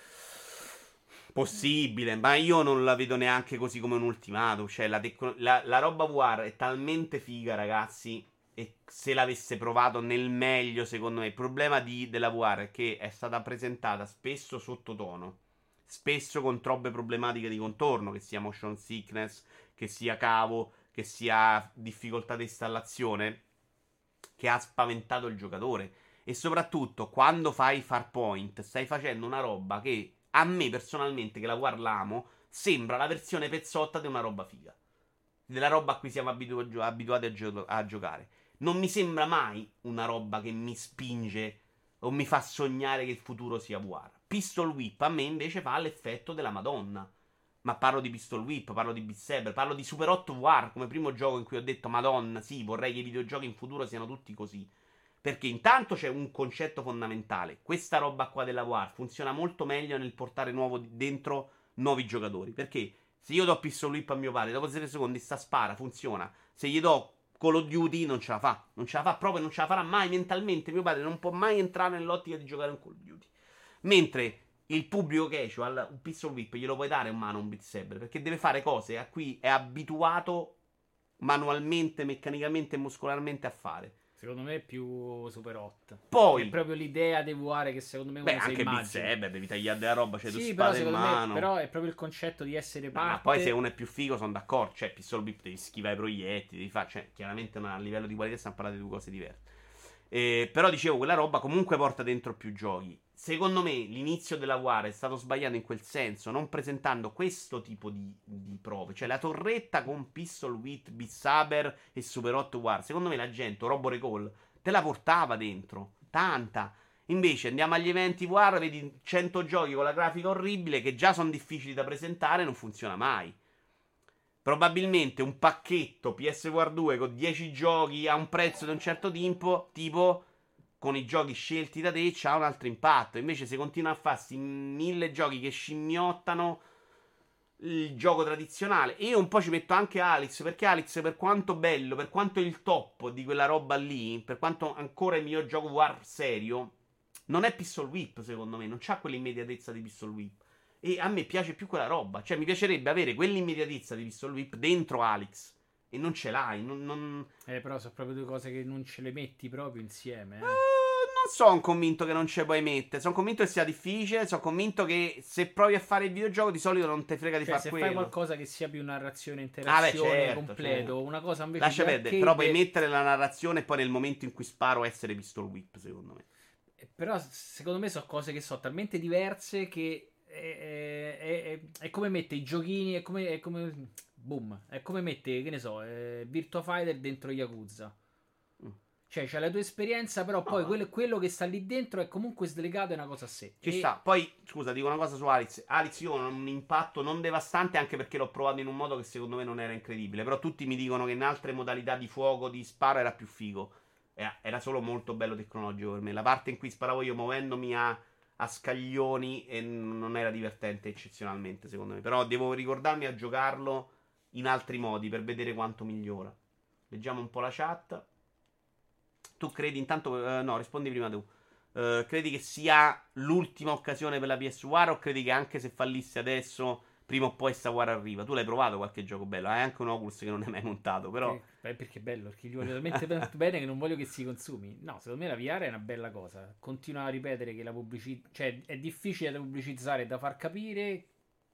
A: Possibile, ma io non la vedo neanche così come un ultimatum. Cioè, la roba VR è talmente figa, ragazzi. E se l'avesse provato nel meglio, secondo me, il problema della VR è che è stata presentata spesso sottotono, spesso con troppe problematiche di contorno, che sia motion sickness, che sia cavo, che sia difficoltà di installazione, che ha spaventato il giocatore. E soprattutto, quando fai Farpoint, stai facendo una roba che a me personalmente, che la VR l'amo, sembra la versione pezzotta di una roba figa, della roba a cui siamo abituati a giocare. Non mi sembra mai una roba che mi spinge o mi fa sognare che il futuro sia VR. Pistol Whip a me invece fa l'effetto della Madonna. Ma parlo di Pistol Whip, parlo di Beat Saber, parlo di Super 8 VR come primo gioco in cui ho detto Madonna, sì, vorrei che i videogiochi in futuro siano tutti così. Perché intanto c'è un concetto fondamentale. Questa roba qua della VR funziona molto meglio nel portare dentro nuovi giocatori. Perché se io do Pistol Whip a mio padre, dopo 0 secondi sta spara, funziona. Se gli do Call of Duty non ce la fa. Non ce la fa proprio, non ce la farà mai mentalmente. Mio padre non può mai entrare nell'ottica di giocare un Call of Duty. Mentre il pubblico casual, un Pistol Whip glielo puoi dare in mano un Beat Saber, perché deve fare cose a cui è abituato manualmente, meccanicamente e muscolarmente a fare.
B: Secondo me è più Super 8.
A: Poi
B: è proprio l'idea di VR che secondo me uno si
A: anche
B: immagina.
A: Beat Saber, devi tagliare della roba, c'è
B: Sì,
A: due
B: però
A: spade in
B: secondo
A: mano.
B: me però è proprio il concetto di essere parte.
A: Ma poi se uno è più figo sono d'accordo. Cioè Pistol Whip devi schivare i proiettili, devi fare, cioè chiaramente a livello di qualità stiamo parlando di due cose diverse. Però dicevo, quella roba comunque porta dentro più giochi. Secondo me l'inizio della VR è stato sbagliato in quel senso, non presentando questo tipo di prove. Cioè la torretta con Pistol Whip, Beat Saber e Super 8 VR. Secondo me la gente, Robo Recall, te la portava dentro, tanta. Invece andiamo agli eventi VR, vedi 100 giochi con la grafica orribile che già sono difficili da presentare, non funziona mai. Probabilmente un pacchetto PS4 2 con 10 giochi a un prezzo di un certo tipo con i giochi scelti da te, c'ha un altro impatto. Invece se continua a farsi 1000 giochi che scimmiottano il gioco tradizionale. E io un po' ci metto anche Alex, perché Alex, per quanto bello, per quanto è il top di quella roba lì, per quanto ancora è il mio gioco VR serio, non è Pistol Whip, secondo me, non c'ha quell'immediatezza di Pistol Whip. E a me piace più quella roba. Cioè, mi piacerebbe avere quell'immediatezza di Pistol Whip dentro Alex. E non ce l'hai.
B: Però sono proprio due cose che non ce le metti proprio insieme.
A: Non sono convinto che non ce puoi mettere. Sono convinto che sia difficile. Sono convinto che se provi a fare il videogioco, di solito non te frega di
B: Cioè,
A: far
B: se
A: quello.
B: fai qualcosa che sia più narrazione, interazione,
A: certo,
B: completo,
A: certo.
B: una cosa invece
A: Lascia
B: di
A: perdere.
B: arcade,
A: Però puoi mettere la narrazione e poi nel momento in cui sparo essere Pistol Whip, secondo me.
B: Però secondo me sono cose che sono talmente diverse che è come mette i giochini, è come boom, è come mette, che ne so, Virtua Fighter dentro Yakuza. Cioè, c'è la tua esperienza, però poi quello che sta lì dentro è comunque slegato, è una cosa a sé.
A: Ci sta. Poi, scusa, dico una cosa su Alex. Alex io ho un impatto non devastante, anche perché l'ho provato in un modo che secondo me non era incredibile. Però tutti mi dicono che in altre modalità di fuoco, di sparo, era più figo. Era solo molto bello tecnologico per me. La parte in cui sparavo io muovendomi a scaglioni e non era divertente eccezionalmente, secondo me. Però devo ricordarmi a giocarlo in altri modi per vedere quanto migliora. Leggiamo un po' la chat. Tu credi intanto... no, rispondi prima tu. Credi che sia l'ultima occasione per la PS4 o credi che anche se fallisse adesso, prima o poi sta War arriva? Tu l'hai provato qualche gioco bello? Hai anche un Oculus che non hai mai montato, però...
B: Perché è bello, perché gli voglio talmente bene che non voglio che si consumi. No, secondo me la VR è una bella cosa. Continua a ripetere che la pubblicità... Cioè, è difficile da pubblicizzare, da far capire...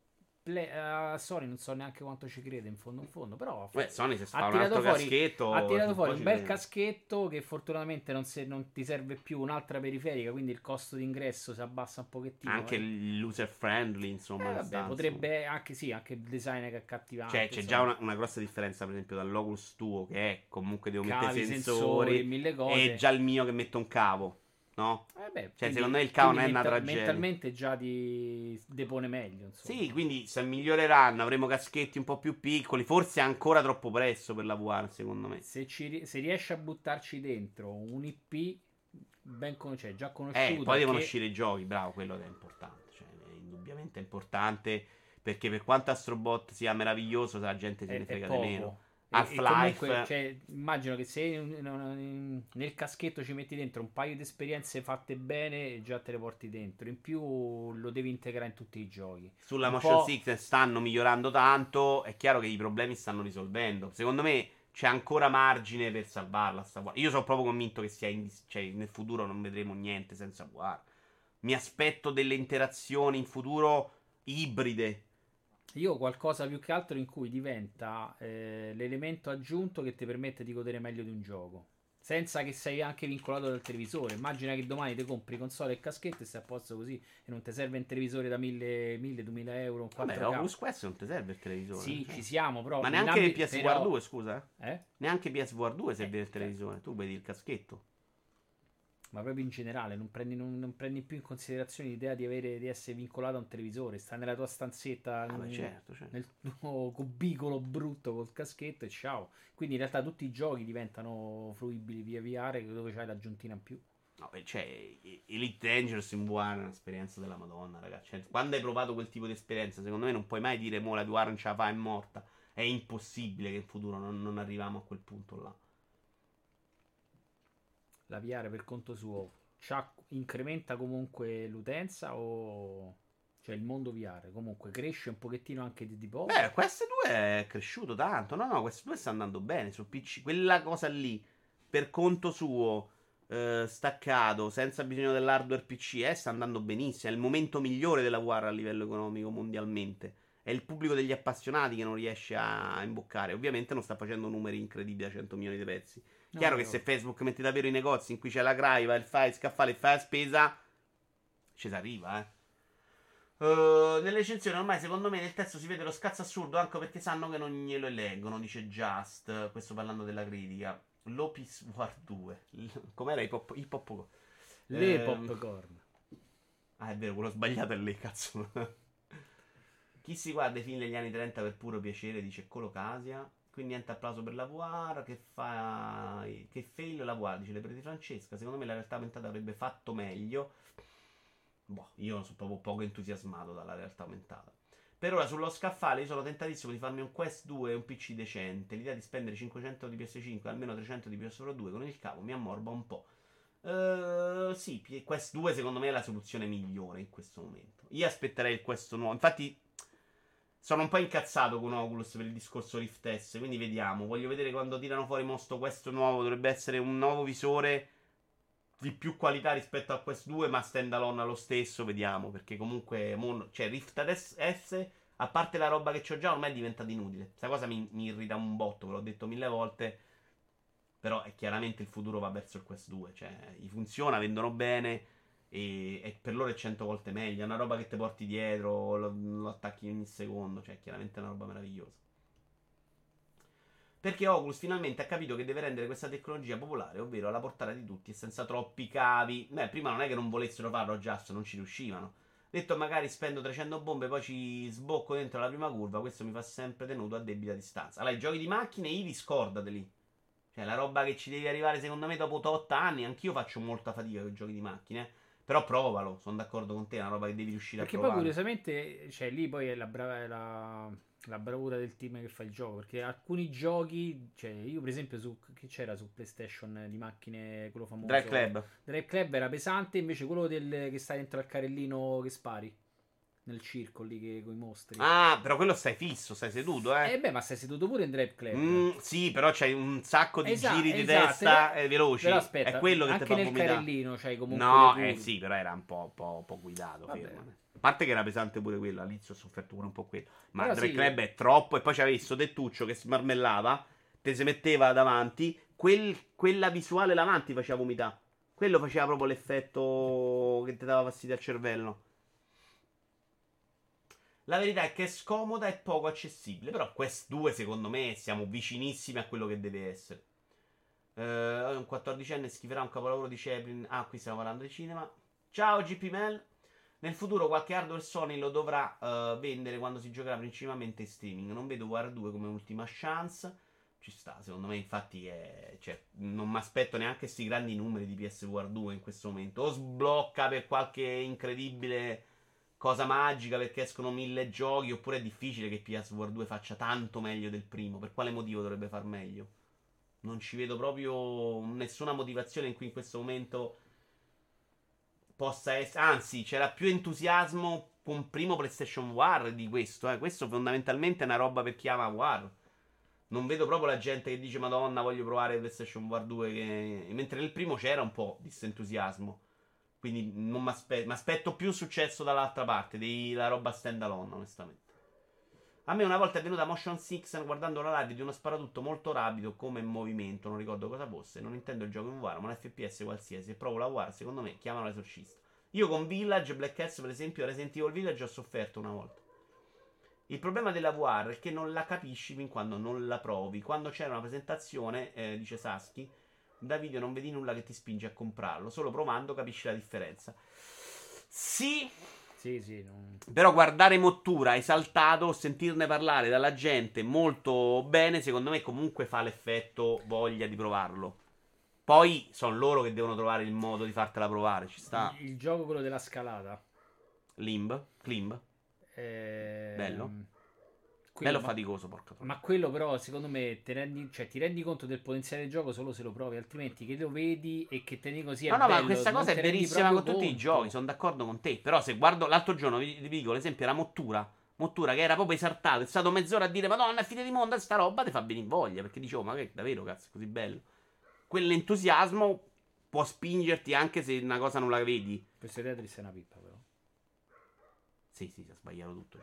B: Sony non so neanche quanto ci crede in fondo, però
A: Sony se
B: ha
A: fa un
B: tirato
A: altro
B: fuori,
A: caschetto,
B: ha tirato
A: un
B: fuori
A: po'
B: un
A: ci
B: bel
A: crede.
B: caschetto che fortunatamente non ti serve più un'altra periferica, quindi il costo d'ingresso si abbassa un pochettino.
A: Anche l'user friendly, insomma.
B: Vabbè, potrebbe anche sì, anche il design che è accattivante.
A: Cioè, c'è
B: insomma.
A: già una grossa differenza, per esempio, dall'Oculus tuo, che è comunque devo
B: Cavi,
A: mettere
B: sensori,
A: sensori,
B: mille cose.
A: e già il mio che metto un cavo, no? Cioè, secondo me il cavo non è una tragedia.
B: Mentalmente già ti depone meglio, insomma.
A: Sì, quindi se miglioreranno, avremo caschetti un po' più piccoli, forse è ancora troppo presto per la VR, secondo me.
B: Se riesci a buttarci dentro un IP cioè, già conosciuto,
A: Poi devono uscire i giochi, bravo, quello è importante, cioè, è indubbiamente importante, perché per quanto Astrobot sia meraviglioso, la gente se ne frega di meno. Half-Life,
B: comunque, cioè, immagino che se nel caschetto ci metti dentro un paio di esperienze fatte bene, già te le porti dentro. In più lo devi integrare in tutti i giochi.
A: sulla
B: Un
A: motion
B: po'...
A: sickness stanno migliorando tanto, è chiaro che i problemi stanno risolvendo. Secondo me c'è ancora margine per salvarla sta VR. Io sono proprio convinto che cioè, nel futuro non vedremo niente senza VR. Mi aspetto delle interazioni in futuro ibride.
B: Io qualcosa più che altro in cui diventa l'elemento aggiunto che ti permette di godere meglio di un gioco. Senza che sei anche vincolato dal televisore. Immagina che domani ti compri console e caschetto e stai a posto così e non ti serve un televisore da 1000-2000 euro.
A: Vabbè, Oculus Quest non ti serve il televisore.
B: Sì, ci siamo, però.
A: Ma neanche PS4 2, scusa.
B: Eh?
A: Neanche PS4 2 serve il televisore. Tu vedi il caschetto.
B: Ma proprio in generale, non prendi più in considerazione l'idea di essere vincolato a un televisore. Sta nella tua stanzetta,
A: certo.
B: nel tuo cubicolo brutto col caschetto e ciao. Quindi in realtà tutti i giochi diventano fruibili via VR dove c'hai l'aggiuntina in più.
A: No, cioè, Elite Dangerous in VR è un'esperienza della Madonna, ragazzi. Cioè, quando hai provato quel tipo di esperienza, secondo me non puoi mai dire, mo la VR non ce la fa, è morta. È impossibile che in futuro non arriviamo a quel punto là.
B: La VR per conto suo incrementa comunque l'utenza o... Cioè il mondo VR comunque cresce un pochettino anche di poco.
A: Beh, Quest 2 è cresciuto tanto. No, Quest 2 sta andando bene su PC. Quella cosa lì, per conto suo, staccato, senza bisogno dell'hardware PC, sta andando benissimo. È il momento migliore della VR a livello economico mondialmente. È il pubblico degli appassionati che non riesce a imboccare. Ovviamente non sta facendo numeri incredibili da 100 milioni di pezzi. Chiaro che se Facebook mette davvero i negozi in cui c'è la Graiva, il fai scaffale e fai la spesa, ci si arriva, nelle recensioni ormai secondo me nel testo si vede lo scazzo assurdo anche perché sanno che non glielo eleggono, dice Just, questo parlando della critica. L'Opis War 2. Com'era Hip Hop?
B: Le popcorn.
A: Ah, è vero, quello sbagliato è lì, cazzo. Chi si guarda i film degli anni 30 per puro piacere, dice Colocasia. Quindi niente applauso per la VR. Che fail la VR, dice Lepreti Francesca. Secondo me la realtà aumentata avrebbe fatto meglio. Boh, io sono proprio poco entusiasmato dalla realtà aumentata. Per ora sullo scaffale io sono tentatissimo di farmi un Quest 2 e un PC decente. L'idea di spendere 500 di PS5 e almeno 300 di PS4 2 con il cavo mi ammorba un po'. Sì, Quest 2 secondo me è la soluzione migliore in questo momento. Io aspetterei il Quest nuovo. Infatti sono un po' incazzato con Oculus per il discorso Rift S, quindi vediamo. Voglio vedere quando tirano fuori sto Quest nuovo. Dovrebbe essere un nuovo visore di più qualità rispetto a Quest 2, ma standalone lo stesso. Vediamo, perché comunque cioè Rift S, a parte la roba che c'ho già, ormai è diventata inutile. Questa cosa mi irrita un botto, ve l'ho detto 1000 volte. Però è chiaramente il futuro va verso il Quest 2. Cioè, gli funziona, vendono bene. E per loro è 100 volte meglio. È una roba che ti porti dietro, lo attacchi ogni secondo. Cioè, chiaramente è una roba meravigliosa. Perché Oculus finalmente ha capito che deve rendere questa tecnologia popolare, ovvero alla portata di tutti e senza troppi cavi. Beh, prima non è che non volessero farlo, già non ci riuscivano. Detto magari spendo 300 bombe, poi ci sbocco dentro la prima curva. Questo mi fa sempre tenuto a debita distanza. Allora, i giochi di macchine, Ivi, scordateli. Cioè, la roba che ci devi arrivare, secondo me, dopo 8 anni. Anch'io faccio molta fatica con i giochi di macchine. Però provalo, sono d'accordo con te. È una roba che devi riuscire
B: Perché
A: a
B: poi
A: provare.
B: curiosamente, cioè lì poi è la bravura del team che fa il gioco. Perché alcuni giochi, cioè io per esempio che c'era su PlayStation di macchine, quello famoso
A: Drive Club.
B: Drive Club era pesante, invece quello che sta dentro al carrellino che spari nel circo lì con i mostri.
A: Ah, però quello stai fisso, stai seduto,
B: Beh, ma sei seduto pure in Drive Club.
A: Sì, però c'hai un sacco di giri di
B: esatto,
A: testa veloci.
B: però aspetta,
A: è quello che ti
B: anche
A: fa
B: nel
A: vomitare.
B: carrellino c'hai comunque
A: No,
B: le curve.
A: sì, però era un po' guidato,
B: Vabbè.
A: fermo. A parte che era pesante pure quello, all'inizio ho sofferto pure un po' quello. Ma
B: Però
A: Drive
B: sì.
A: Club è troppo. E poi c'avevi sto tettuccio che smarmellava, te si metteva davanti. Quella visuale davanti faceva vomitare. Quello faceva proprio l'effetto che ti dava fastidio al cervello. La verità è che è scomoda e poco accessibile. Però Quest 2, secondo me, siamo vicinissimi a quello che deve essere. Un 14enne schiferà un capolavoro di Chaplin. Ah, qui stiamo parlando di cinema. Ciao GP Mel. Nel futuro qualche hardware Sony lo dovrà vendere quando si giocherà principalmente in streaming. Non vedo War 2 come ultima chance. Ci sta, secondo me, infatti cioè, non mi aspetto neanche questi grandi numeri di PS War 2 in questo momento. O sblocca per qualche incredibile cosa magica perché escono 1000 giochi, oppure è difficile che PS War 2 faccia tanto meglio del primo. Per quale motivo dovrebbe far meglio? Non ci vedo proprio nessuna motivazione in cui in questo momento possa essere. Anzi, c'era più entusiasmo con primo PlayStation War di questo. Questo fondamentalmente è una roba per chi ama War. Non vedo proprio la gente che dice Madonna, voglio provare PlayStation War 2. Mentre nel primo c'era un po' di entusiasmo. Quindi non mi aspetto più successo dall'altra parte, la roba standalone, onestamente. A me una volta è venuta Motion Sickness guardando la live di uno sparatutto molto rapido come movimento, non ricordo cosa fosse. Non intendo il gioco in VR, ma un FPS qualsiasi. E provo la VR, secondo me, chiamano l'esorcista. Io con Village, Black Cats, per esempio, Resident Evil Village ho sofferto una volta. Il problema della VR è che non la capisci fin quando non la provi. Quando c'era una presentazione, dice Saschi, da video non vedi nulla che ti spinge a comprarlo. Solo provando capisci la differenza. Sì.
B: Sì.
A: Però guardare Mottura esaltato, sentirne parlare dalla gente molto bene, secondo me comunque fa l'effetto voglia di provarlo. Poi sono loro che devono trovare il modo di fartela provare. Ci sta.
B: Il gioco, quello della scalata.
A: Climb. Bello. Bello faticoso, porca troia.
B: Ma quello però, secondo me, ti rendi conto del potenziale del gioco solo se lo provi, altrimenti che lo vedi e che te ne così è
A: No,
B: bello,
A: ma questa cosa è verissima con tutti i giochi, sono d'accordo con te. Però se guardo l'altro giorno, vi dico, l'esempio era Mottura, che era proprio esaltato, è stato mezz'ora a dire Madonna, è fine di mondo, sta roba ti fa venire in voglia, perché dicevo, ma che davvero, cazzo, è così bello. Quell'entusiasmo può spingerti anche se una cosa non la vedi.
B: Questo Tetris è una pippa, però.
A: Sì, si è sbagliato tutto,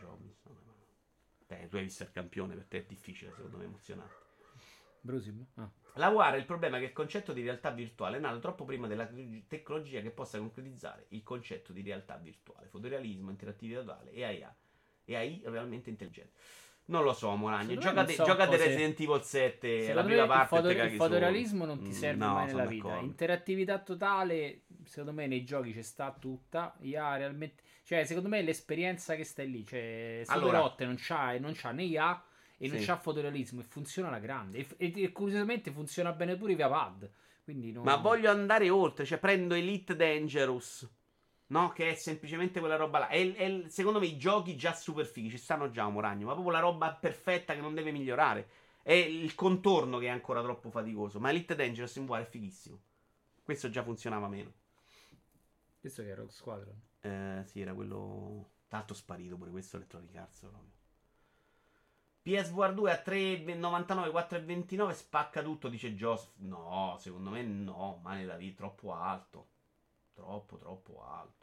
A: tu hai visto il campione, per te è difficile, secondo me, emozionante.
B: Brusim? Ah.
A: La VR, il problema è che il concetto di realtà virtuale è nato troppo prima della tecnologia che possa concretizzare il concetto di realtà virtuale, fotorealismo, interattività totale e AI realmente intelligente. Non lo so, Moragno. Gioca a Resident Evil 7, la prima parte.
B: Il fotorealismo non ti serve mai nella vita.
A: D'accordo.
B: Interattività totale, secondo me nei giochi c'è sta tutta. IA realmente, cioè, secondo me l'esperienza che stai lì, cioè, Super
A: Allora.
B: 8 non c'ha né IA e non
A: Sì.
B: c'ha fotorealismo e funziona alla grande. E curiosamente funziona bene pure via pad. Quindi
A: Ma voglio andare oltre, cioè prendo Elite Dangerous, no? Che è semplicemente quella roba là. Secondo me i giochi già super fighi, ci stanno già un ragno, ma proprio la roba perfetta che non deve migliorare. È il contorno che è ancora troppo faticoso. Ma Elite Dangerous in VR è fighissimo. Questo già funzionava meno.
B: Questo che è Rogue Squadron.
A: Sì, era quello. Tanto sparito pure questo Electronic Arts proprio. PSVR 2 a 3,99, 4,29 spacca tutto, dice Joseph. No, secondo me no, ma nella vita troppo alto. Troppo alto.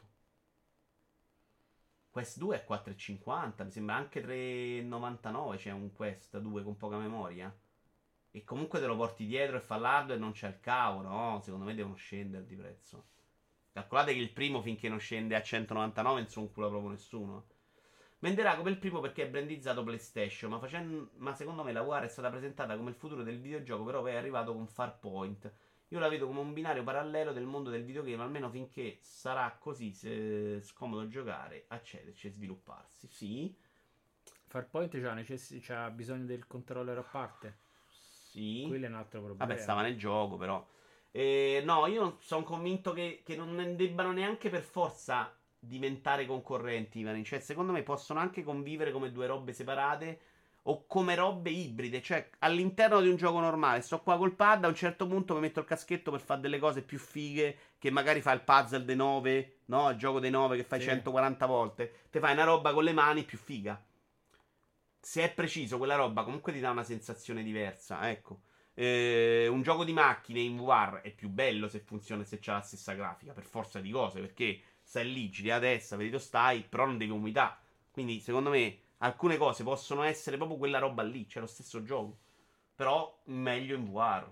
A: Quest 2 è 4,50, mi sembra anche 3,99 c'è un Quest 2 con poca memoria. E comunque te lo porti dietro e fa l'hardware e non c'è il cavo, no? Secondo me devono scendere di prezzo. Calcolate che il primo finché non scende a 199 non sono un culo proprio nessuno. Venderà come il primo perché è brandizzato PlayStation, ma secondo me la VR è stata presentata come il futuro del videogioco, però poi è arrivato con Farpoint. Io la vedo come un binario parallelo del mondo del videogame, almeno finché sarà così scomodo giocare, accederci e svilupparsi. Sì,
B: Farpoint c'ha bisogno del controller a parte.
A: sì.
B: Quello è un altro problema.
A: Vabbè, stava nel gioco, però. No, io sono convinto che non ne debbano neanche per forza diventare concorrenti, Ivani. Cioè, secondo me possono anche convivere come due robe separate o come robe ibride. Cioè, all'interno di un gioco normale, sto qua col pad, a un certo punto mi metto il caschetto per fare delle cose più fighe, che magari fa il puzzle dei 9, no? Il gioco dei 9 che fai
B: Sì.
A: 140 volte. Te fai una roba con le mani più figa. Se è preciso, quella roba comunque ti dà una sensazione diversa, ecco. Un gioco di macchine in VR è più bello se funziona e se c'ha la stessa grafica, per forza di cose, perché stai lì, giri a destra, vedi dove stai, però non devi vomitare. Quindi, secondo me, alcune cose possono essere proprio quella roba lì, c'è lo stesso gioco, però meglio in VR.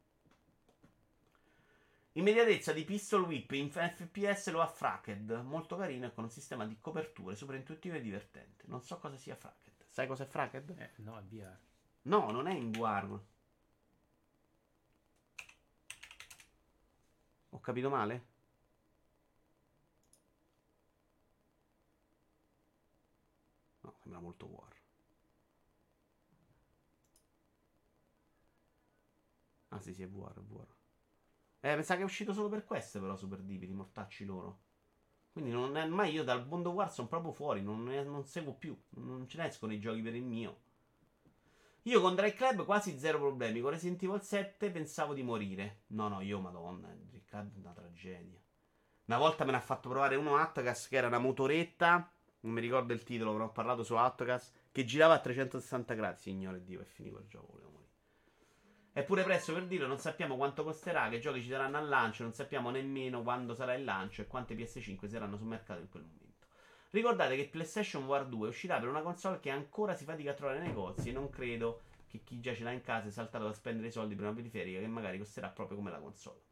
A: Immediatezza di Pistol Whip in FPS lo ha Fracked, molto carino e con un sistema di coperture super intuitivo e divertente. Non so cosa sia Fracked. Sai cos'è Fracked?
B: No, è VR.
A: No, non è in VR. Ho capito male? No, sembra molto VR. Ah sì, sì, è VR, è VR. Pensavo che è uscito solo per queste però Super Dividi, mortacci loro. Quindi non è mai io dal mondo VR sono proprio fuori, non seguo più. Non ce ne escono i giochi per il mio. Io con Drive Club quasi zero problemi. Con Resident Evil 7 pensavo di morire. No, io madonna, Drive Club è una tragedia. Una volta me ne ha fatto provare uno Atticus che era una motoretta. Non mi ricordo il titolo, però ho parlato su Atticus. Che girava a 360 gradi. Signore Dio, è finito il gioco. Volevo morire. Eppure presto per dirlo, non sappiamo quanto costerà, che giochi ci daranno al lancio, non sappiamo nemmeno quando sarà il lancio e quante PS5 saranno sul mercato in quel momento. Ricordate che PlayStation VR 2 uscirà per una console che ancora si fatica a trovare nei negozi e non credo che chi già ce l'ha in casa è saltato da spendere i soldi per una periferica che magari costerà proprio come la console.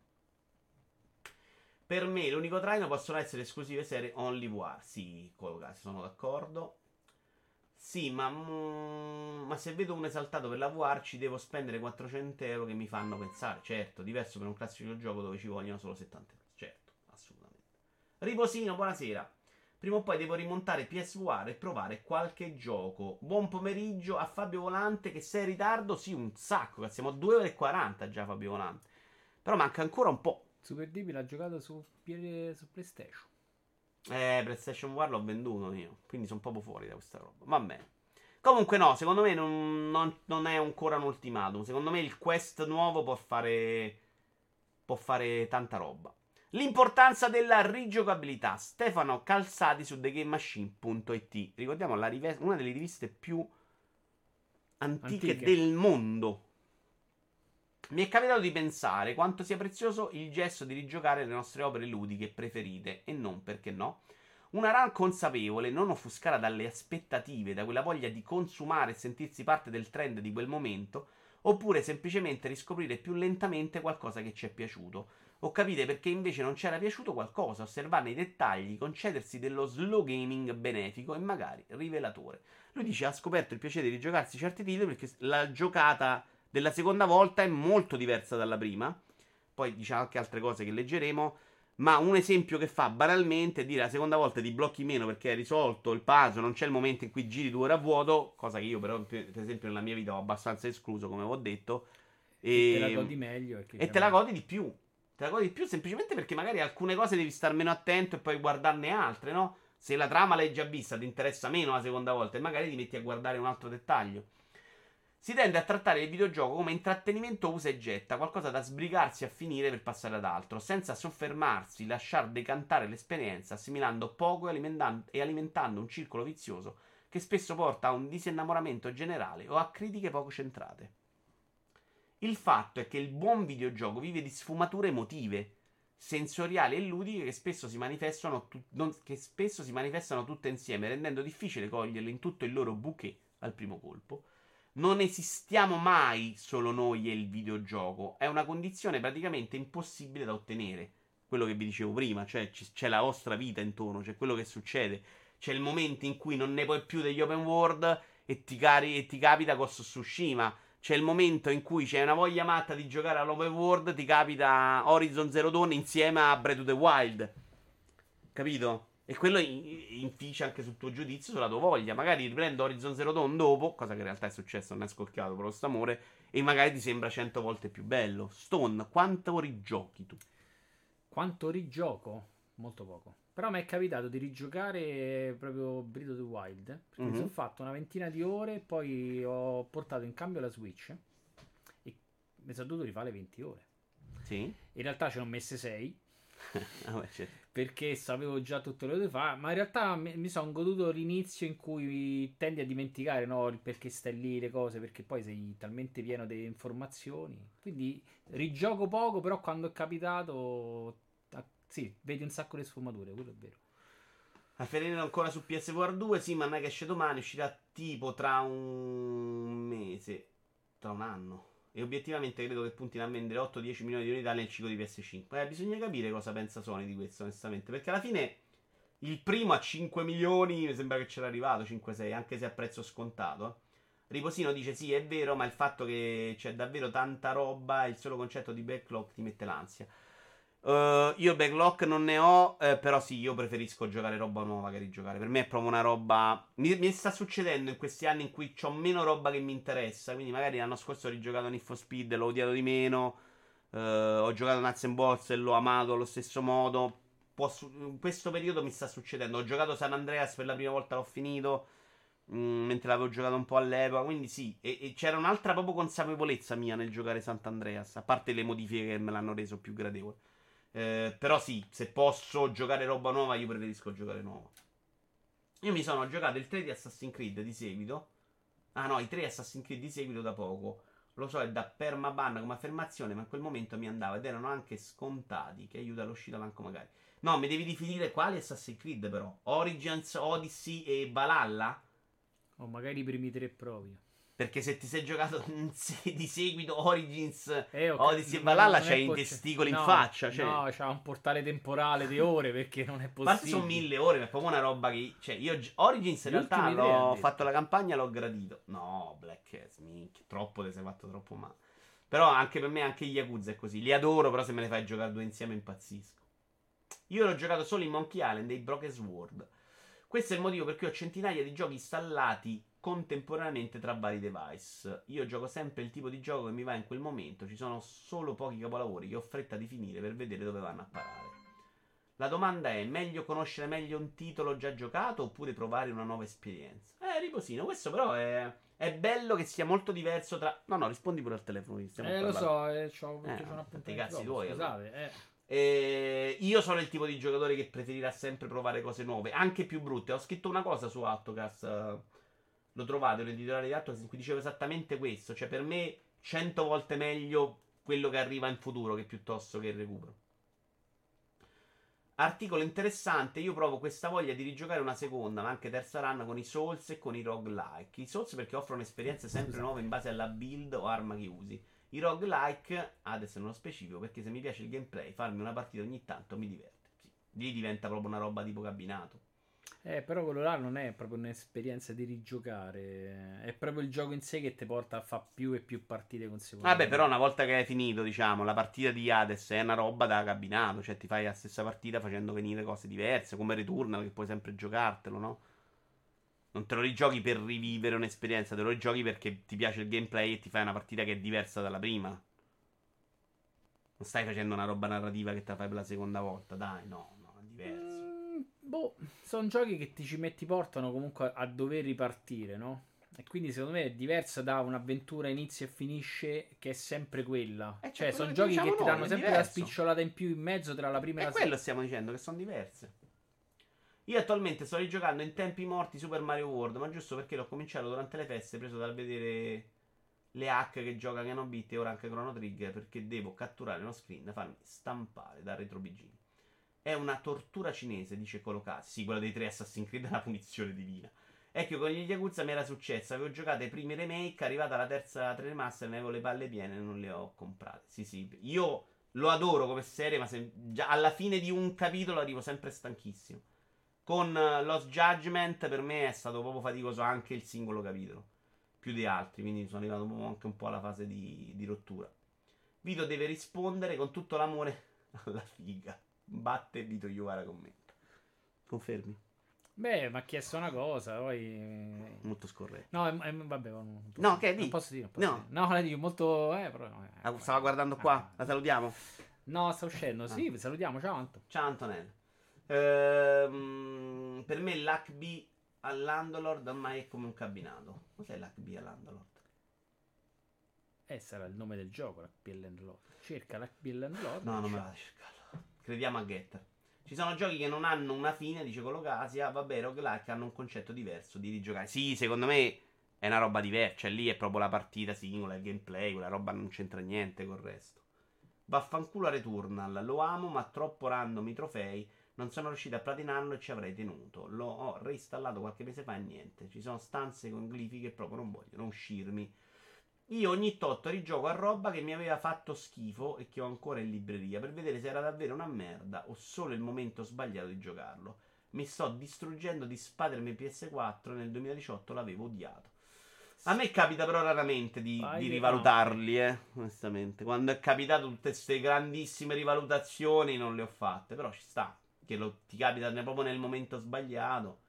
A: Per me l'unico traino possono essere esclusive serie Only VR. Sì, Colgasi, sono d'accordo. Sì, ma se vedo un esaltato per la VR ci devo spendere 400 euro che mi fanno pensare. Certo, diverso per un classico gioco dove ci vogliono solo 70 euro. Certo, assolutamente. Riposino, buonasera. Prima o poi devo rimontare PSVR e provare qualche gioco. Buon pomeriggio a Fabio Volante, che sei in ritardo? Sì, un sacco, che siamo a 2 ore e 40 già Fabio Volante. Però manca ancora un po'.
B: Super Deep l'ha giocato su PlayStation.
A: PlayStation VR l'ho venduto io, quindi sono proprio fuori da questa roba. Va bene. Comunque no, secondo me non è ancora un ultimatum. Secondo me il Quest nuovo può fare tanta roba. L'importanza della rigiocabilità. Stefano Calzati su TheGameMachine.it. Ricordiamo una delle riviste più antiche del mondo. Mi è capitato di pensare quanto sia prezioso il gesto di rigiocare le nostre opere ludiche preferite e non, perché no, una run consapevole, non offuscata dalle aspettative, da quella voglia di consumare e sentirsi parte del trend di quel momento, oppure semplicemente riscoprire più lentamente qualcosa che ci è piaciuto. O capite perché invece non c'era piaciuto qualcosa, osservarne i dettagli, concedersi dello slow gaming benefico e magari rivelatore. Lui dice ha scoperto il piacere di rigiocarsi certi titoli perché la giocata della seconda volta è molto diversa dalla prima. Poi dice anche altre cose che leggeremo. Ma un esempio che fa banalmente è dire la seconda volta ti blocchi meno perché hai risolto il puzzle, non c'è il momento in cui giri 2 ore a vuoto, cosa che io però per esempio nella mia vita ho abbastanza escluso, come ho detto,
B: E te la godi meglio.
A: e te la godi di più. Te la godi di più semplicemente perché magari alcune cose devi star meno attento e poi guardarne altre, no? Se la trama l'hai già vista, ti interessa meno la seconda volta e magari ti metti a guardare un altro dettaglio. Si tende a trattare il videogioco come intrattenimento usa e getta, qualcosa da sbrigarsi a finire per passare ad altro, senza soffermarsi, lasciar decantare l'esperienza, assimilando poco e alimentando un circolo vizioso che spesso porta a un disinnamoramento generale o a critiche poco centrate. Il fatto è che il buon videogioco vive di sfumature emotive, sensoriali e ludiche che spesso si manifestano, tutte insieme, rendendo difficile coglierle in tutto il loro bouquet al primo colpo. Non esistiamo mai solo noi e il videogioco, è una condizione praticamente impossibile da ottenere. Quello che vi dicevo prima, cioè c'è la vostra vita intorno, c'è quello che succede, c'è il momento in cui non ne puoi più degli open world e ti capita Ghost of Tsushima. C'è il momento in cui c'è una voglia matta di giocare all'open world, ti capita Horizon Zero Dawn insieme a Breath of the Wild. Capito? E quello inficia anche sul tuo giudizio, sulla tua voglia. Magari riprendo Horizon Zero Dawn dopo, cosa che in realtà è successo, non è scocchiato per lo st'amore, e magari ti sembra 100 volte più bello. Stone, quanto rigiochi tu?
B: Quanto rigioco? Molto poco. Però mi è capitato di rigiocare proprio Breath of the Wild, perché mi sono fatto una ventina di ore, poi ho portato in cambio la Switch e mi sono dovuto rifare 20 ore.
A: Sì?
B: In realtà ce ne ho messe 6.
A: Vabbè, certo.
B: Perché sapevo già tutto quello che dovevo fare, ma in realtà mi sono goduto l'inizio in cui tendi a dimenticare, no, il perché stai lì, le cose, perché poi sei talmente pieno di informazioni. Quindi rigioco poco, però quando è capitato, sì, vedi un sacco di sfumature, quello è vero.
A: A Ferrero ancora su PS4 2, sì, ma non è che esce domani, uscirà tipo tra un mese, tra un anno. E obiettivamente credo che puntino a vendere 8-10 milioni di unità nel ciclo di PS5. Bisogna capire cosa pensa Sony di questo, onestamente. Perché alla fine il primo a 5 milioni mi sembra che c'era arrivato, 5-6, anche se a prezzo scontato. Riposino dice sì, è vero, ma il fatto che c'è davvero tanta roba, il solo concetto di backlog ti mette l'ansia. Io backlog non ne ho, però sì, io preferisco giocare roba nuova che rigiocare. Per me è proprio una roba. Mi sta succedendo in questi anni in cui ho meno roba che mi interessa. Quindi magari l'anno scorso ho rigiocato Need for Speed, l'ho odiato di meno. Ho giocato Nuts and Bolts e l'ho amato allo stesso modo. In questo periodo mi sta succedendo. Ho giocato San Andreas per la prima volta, l'ho finito. Mentre l'avevo giocato un po' all'epoca. Quindi sì, e c'era un'altra proprio consapevolezza mia nel giocare Sant'Andreas. A parte le modifiche che me l'hanno reso più gradevole. Però sì, se posso giocare roba nuova, io preferisco giocare nuovo. Io mi sono giocato il 3 di Assassin's Creed di seguito. Ah no, i 3 Assassin's Creed di seguito da poco. Lo so, è da permaban come affermazione, ma in quel momento mi andava ed erano anche scontati, che aiuta l'uscita manco magari. No, mi devi definire quali Assassin's Creed però. Origins, Odyssey e Valhalla?
B: O magari i primi 3 proprio.
A: Perché se ti sei giocato di seguito Origins,
B: Okay,
A: Odyssey e Valhalla, c'hai i testicoli in faccia. Cioè.
B: No, c'ha un portale temporale di ore perché non è possibile.
A: A parte sono 1000 ore, ma è proprio una roba che. Cioè, io Origins in realtà l'ho fatto la campagna, l'ho gradito. No, Black Cats, minchia, troppo te sei fatto troppo male. Però anche per me, anche gli Yakuza è così. Li adoro, però se me ne fai giocare due insieme impazzisco. Io l'ho giocato solo in Monkey Island e in Broken Sword. Questo è il motivo per cui ho centinaia di giochi installati contemporaneamente tra vari device. Io gioco sempre il tipo di gioco che mi va in quel momento. Ci sono solo pochi capolavori che ho fretta di finire per vedere dove vanno a parare. La domanda è: meglio conoscere meglio un titolo già giocato oppure provare una nuova esperienza? Riposino, questo però è bello che sia molto diverso tra. No, rispondi pure al telefono.
B: Lo so, c'ho un
A: appuntamento. Cazzi tuoi,
B: scusate,
A: io sono il tipo di giocatore che preferirà sempre provare cose nuove, anche più brutte. Ho scritto una cosa su Autocast. Lo trovate nell'editoriale di Autocast in cui dicevo esattamente questo. Cioè, per me 100 volte meglio quello che arriva in futuro che piuttosto che il recupero. Articolo interessante. Io provo questa voglia di rigiocare una seconda, ma anche terza run con i Souls e con i roguelike. I Souls perché offrono esperienze sempre nuove in base alla build o arma che usi. I roguelike, adesso nello specifico, perché se mi piace il gameplay, farmi una partita ogni tanto mi diverte. Sì, lì diventa proprio una roba tipo cabinato.
B: Però quello là non è proprio un'esperienza di rigiocare, è proprio il gioco in sé che ti porta a fare più e più partite consecutive.
A: Vabbè, però una volta che hai finito, diciamo, la partita di Hades è una roba da cabinato, cioè ti fai la stessa partita facendo venire cose diverse, come Returnal che puoi sempre giocartelo, no? Non te lo rigiochi per rivivere un'esperienza, te lo rigiochi perché ti piace il gameplay e ti fai una partita che è diversa dalla prima. Non stai facendo una roba narrativa che te la fai per la seconda volta, dai, no, è diverso.
B: Sono giochi che ti ci metti portano comunque a dover ripartire, no? E quindi secondo me è diversa da un'avventura inizia e finisce che è sempre quella. Cioè, sono giochi che ti danno sempre la spicciolata in più in mezzo tra la prima e la seconda.
A: E quello stiamo dicendo, che sono diverse. Io attualmente sto rigiocando in tempi morti Super Mario World, ma giusto perché l'ho cominciato durante le feste, preso dal vedere le hack che gioca Canobit e ora anche Chrono Trigger, perché devo catturare uno screen da farmi stampare da Retro BG. È una tortura cinese, dice Colocasi. Sì, quella dei 3 Assassin's Creed è una punizione divina. Ecco, con gli Yakuza mi era successo, avevo giocato i primi remake, arrivata la terza 3 remaster, ne avevo le palle piene e non le ho comprate. Sì, io lo adoro come serie, ma già alla fine di un capitolo arrivo sempre stanchissimo. Con Lost Judgment per me è stato proprio faticoso anche il singolo capitolo, più di altri, quindi sono arrivato anche un po' alla fase di rottura. Vito deve rispondere con tutto l'amore alla figa. Batte Vito Iuvara commenta. Confermi?
B: Beh, mi ha chiesto una cosa, poi...
A: Molto scorretto.
B: No, vabbè, non posso
A: No,
B: dire.
A: che di?
B: Non posso dire,
A: No.
B: No, la dico molto... però no,
A: Stava guardando qua, la salutiamo.
B: No, sta uscendo, sì, salutiamo, ciao Anto.
A: Ciao Antonella. Per me l'HB all'Andalord ormai è come un cabinato. Cos'è l'HB all'Andalord?
B: Sarà il nome del gioco, l'HB Landlord. Cerca l'HB Landlord.
A: No, non me la vado a cercarlo. Crediamo a Getter. Ci sono giochi che non hanno una fine, dice Colocasia. Vabbè, roguelike hanno un concetto diverso di rigiocare. Sì, secondo me è una roba diversa. Cioè, lì è proprio la partita singola, il gameplay. Quella roba non c'entra niente col resto. Vaffanculo a Returnal. Lo amo, ma troppo random i trofei. Non sono riuscito a platinarlo e ci avrei tenuto. Lo ho reinstallato qualche mese fa e niente. Ci sono stanze con glifi che proprio non vogliono uscirmi. Io ogni tot rigioco a roba che mi aveva fatto schifo e che ho ancora in libreria per vedere se era davvero una merda o solo il momento sbagliato di giocarlo. Mi sto distruggendo di Spider-Man PS4 e nel 2018 l'avevo odiato. A me capita però raramente di rivalutarli, onestamente. Quando è capitato tutte queste grandissime rivalutazioni non le ho fatte, però ci sta. Che ti capita proprio nel momento sbagliato.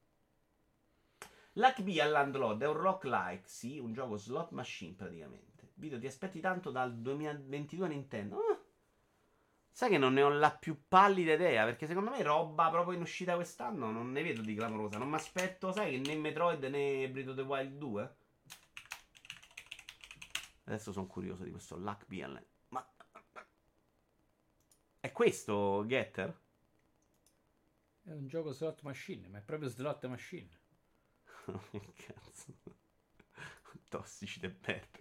A: L'HB all'Andlord è un rock-like, sì, un gioco slot machine praticamente. Vito, ti aspetti tanto dal 2022 Nintendo? Sai che non ne ho la più pallida idea, perché secondo me roba proprio in uscita quest'anno non ne vedo di clamorosa. Non mi aspetto, sai, che né Metroid né Breath of the Wild 2. Adesso sono curioso di questo l'HB all'Andlord. Ma è questo Getter?
B: È un gioco slot machine, ma è proprio slot machine.
A: Cazzo. Tossici de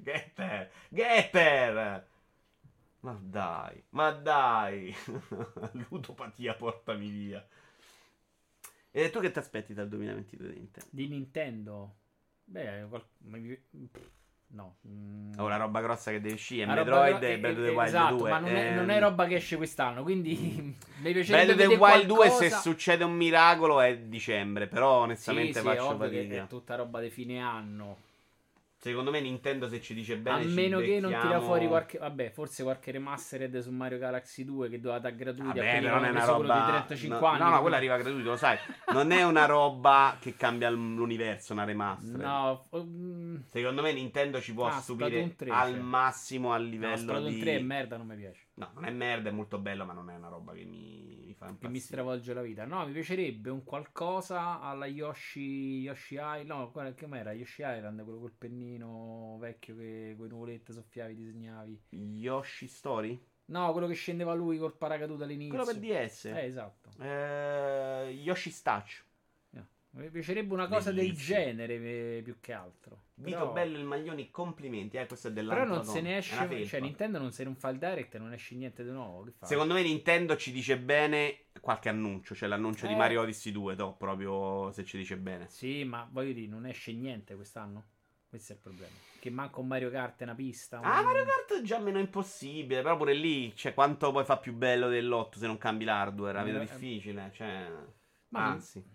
A: Getter. Ma dai. Ludopatia, portami via. E tu che ti aspetti dal 2022 di Nintendo?
B: Di Nintendo? Beh, no.
A: Una roba grossa che deve uscire è Metroid e Breath of the Wild
B: esatto,
A: 2.
B: Ma non è roba che esce quest'anno, quindi mi piacerebbe
A: Breath of the Wild 2
B: qualcosa...
A: se succede un miracolo è dicembre, però onestamente
B: sì,
A: faccio
B: è ovvio
A: fatica.
B: che è tutta roba di fine anno.
A: Secondo me Nintendo se ci dice bene
B: a meno che non tira fuori qualche... Vabbè, forse qualche remastered su Mario Galaxy 2 che doveva dare gratuiti a quelli che
A: non è una roba
B: di 35 anni.
A: No, quella arriva gratuito, lo sai. Non è una roba che cambia l'universo, una remastered.
B: No.
A: Secondo me Nintendo ci può stupire 3, al massimo a livello
B: Splatoon 3 è merda, non mi piace.
A: No, non è merda, è molto bello, ma non è una roba che mi fa impazzire.
B: Che mi stravolge la vita. No, mi piacerebbe un qualcosa alla Yoshi Island. No, come era? Yoshi Island, quello col pennino vecchio che con i nuvolette soffiavi, disegnavi.
A: Yoshi Story?
B: No, quello che scendeva lui col paracadute all'inizio.
A: Quello per DS.
B: Esatto.
A: Yoshi Touch.
B: Mi piacerebbe una cosa del genere più che altro.
A: Vito
B: però...
A: bello il maglioni, complimenti. Questo è dell'altro.
B: Però non se ne esce. Cioè, Nintendo non fa il direct e non esce niente di nuovo. Che fa?
A: Secondo me Nintendo ci dice bene qualche annuncio. Cioè l'annuncio di Mario Odyssey 2, proprio se ci dice bene.
B: Sì, ma voglio dire, non esce niente quest'anno. Questo è il problema. Che manca un Mario Kart è una pista.
A: Mario Kart è già meno impossibile. Però pure lì, cioè, quanto poi fa più bello dell'8 se non cambi l'hardware? La vedo difficile. Cioè, anzi.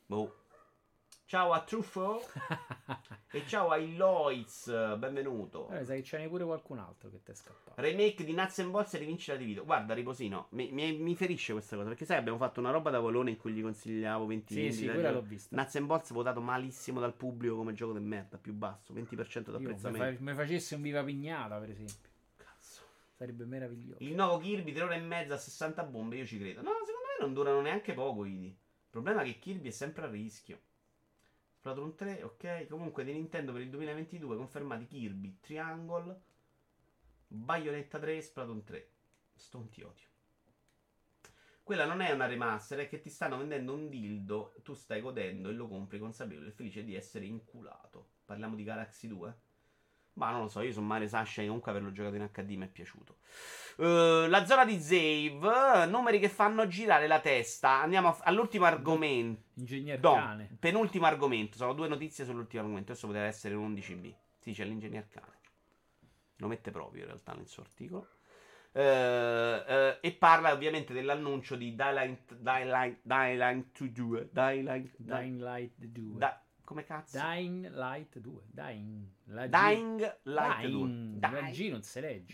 A: Boh. Ciao a Truffo e ciao a Iloiz, benvenuto.
B: Sai che ce n'è pure qualcun altro che ti è scappato.
A: Remake di Nuts and Bolts e rivincita di Vito. Guarda, Riposino, mi ferisce questa cosa. Perché sai, abbiamo fatto una roba da volone in cui gli consigliavo 20
B: Sì,
A: minuti.
B: quella l'ho vista.
A: Nuts and Bolts votato malissimo dal pubblico come gioco di merda, più basso, 20% d'apprezzamento.
B: Mi facesse un Viva Pignata, per esempio.
A: Cazzo.
B: Sarebbe meraviglioso.
A: Il nuovo Kirby 3 ore e mezza a 60 bombe, io ci credo. No, secondo me non durano neanche poco, Idi. Il problema è che Kirby è sempre a rischio. Splatoon 3, ok. Comunque di Nintendo per il 2022 confermati Kirby, Triangle, Bayonetta 3 e Splatoon 3. Stonti odio. Quella non è una remaster, è che ti stanno vendendo un dildo, tu stai godendo e lo compri consapevole e felice di essere inculato. Parliamo di Galaxy 2? Ma non lo so, io sono Mario Sunshine, comunque averlo giocato in HD mi è piaciuto. La zona di Zave, numeri che fanno girare la testa. Andiamo all'ultimo argomento.
B: Ingegner
A: No,
B: cane.
A: penultimo argomento. Sono 2 notizie sull'ultimo argomento. Adesso poteva essere un 11B. Sì, c'è l'ingegner cane. Lo mette proprio in realtà nel suo articolo. E parla ovviamente dell'annuncio di Dying Light 2.
B: Dying Light 2.
A: Come cazzo?
B: Dying Light 2. Dying
A: Light 2.
B: La G non si legge.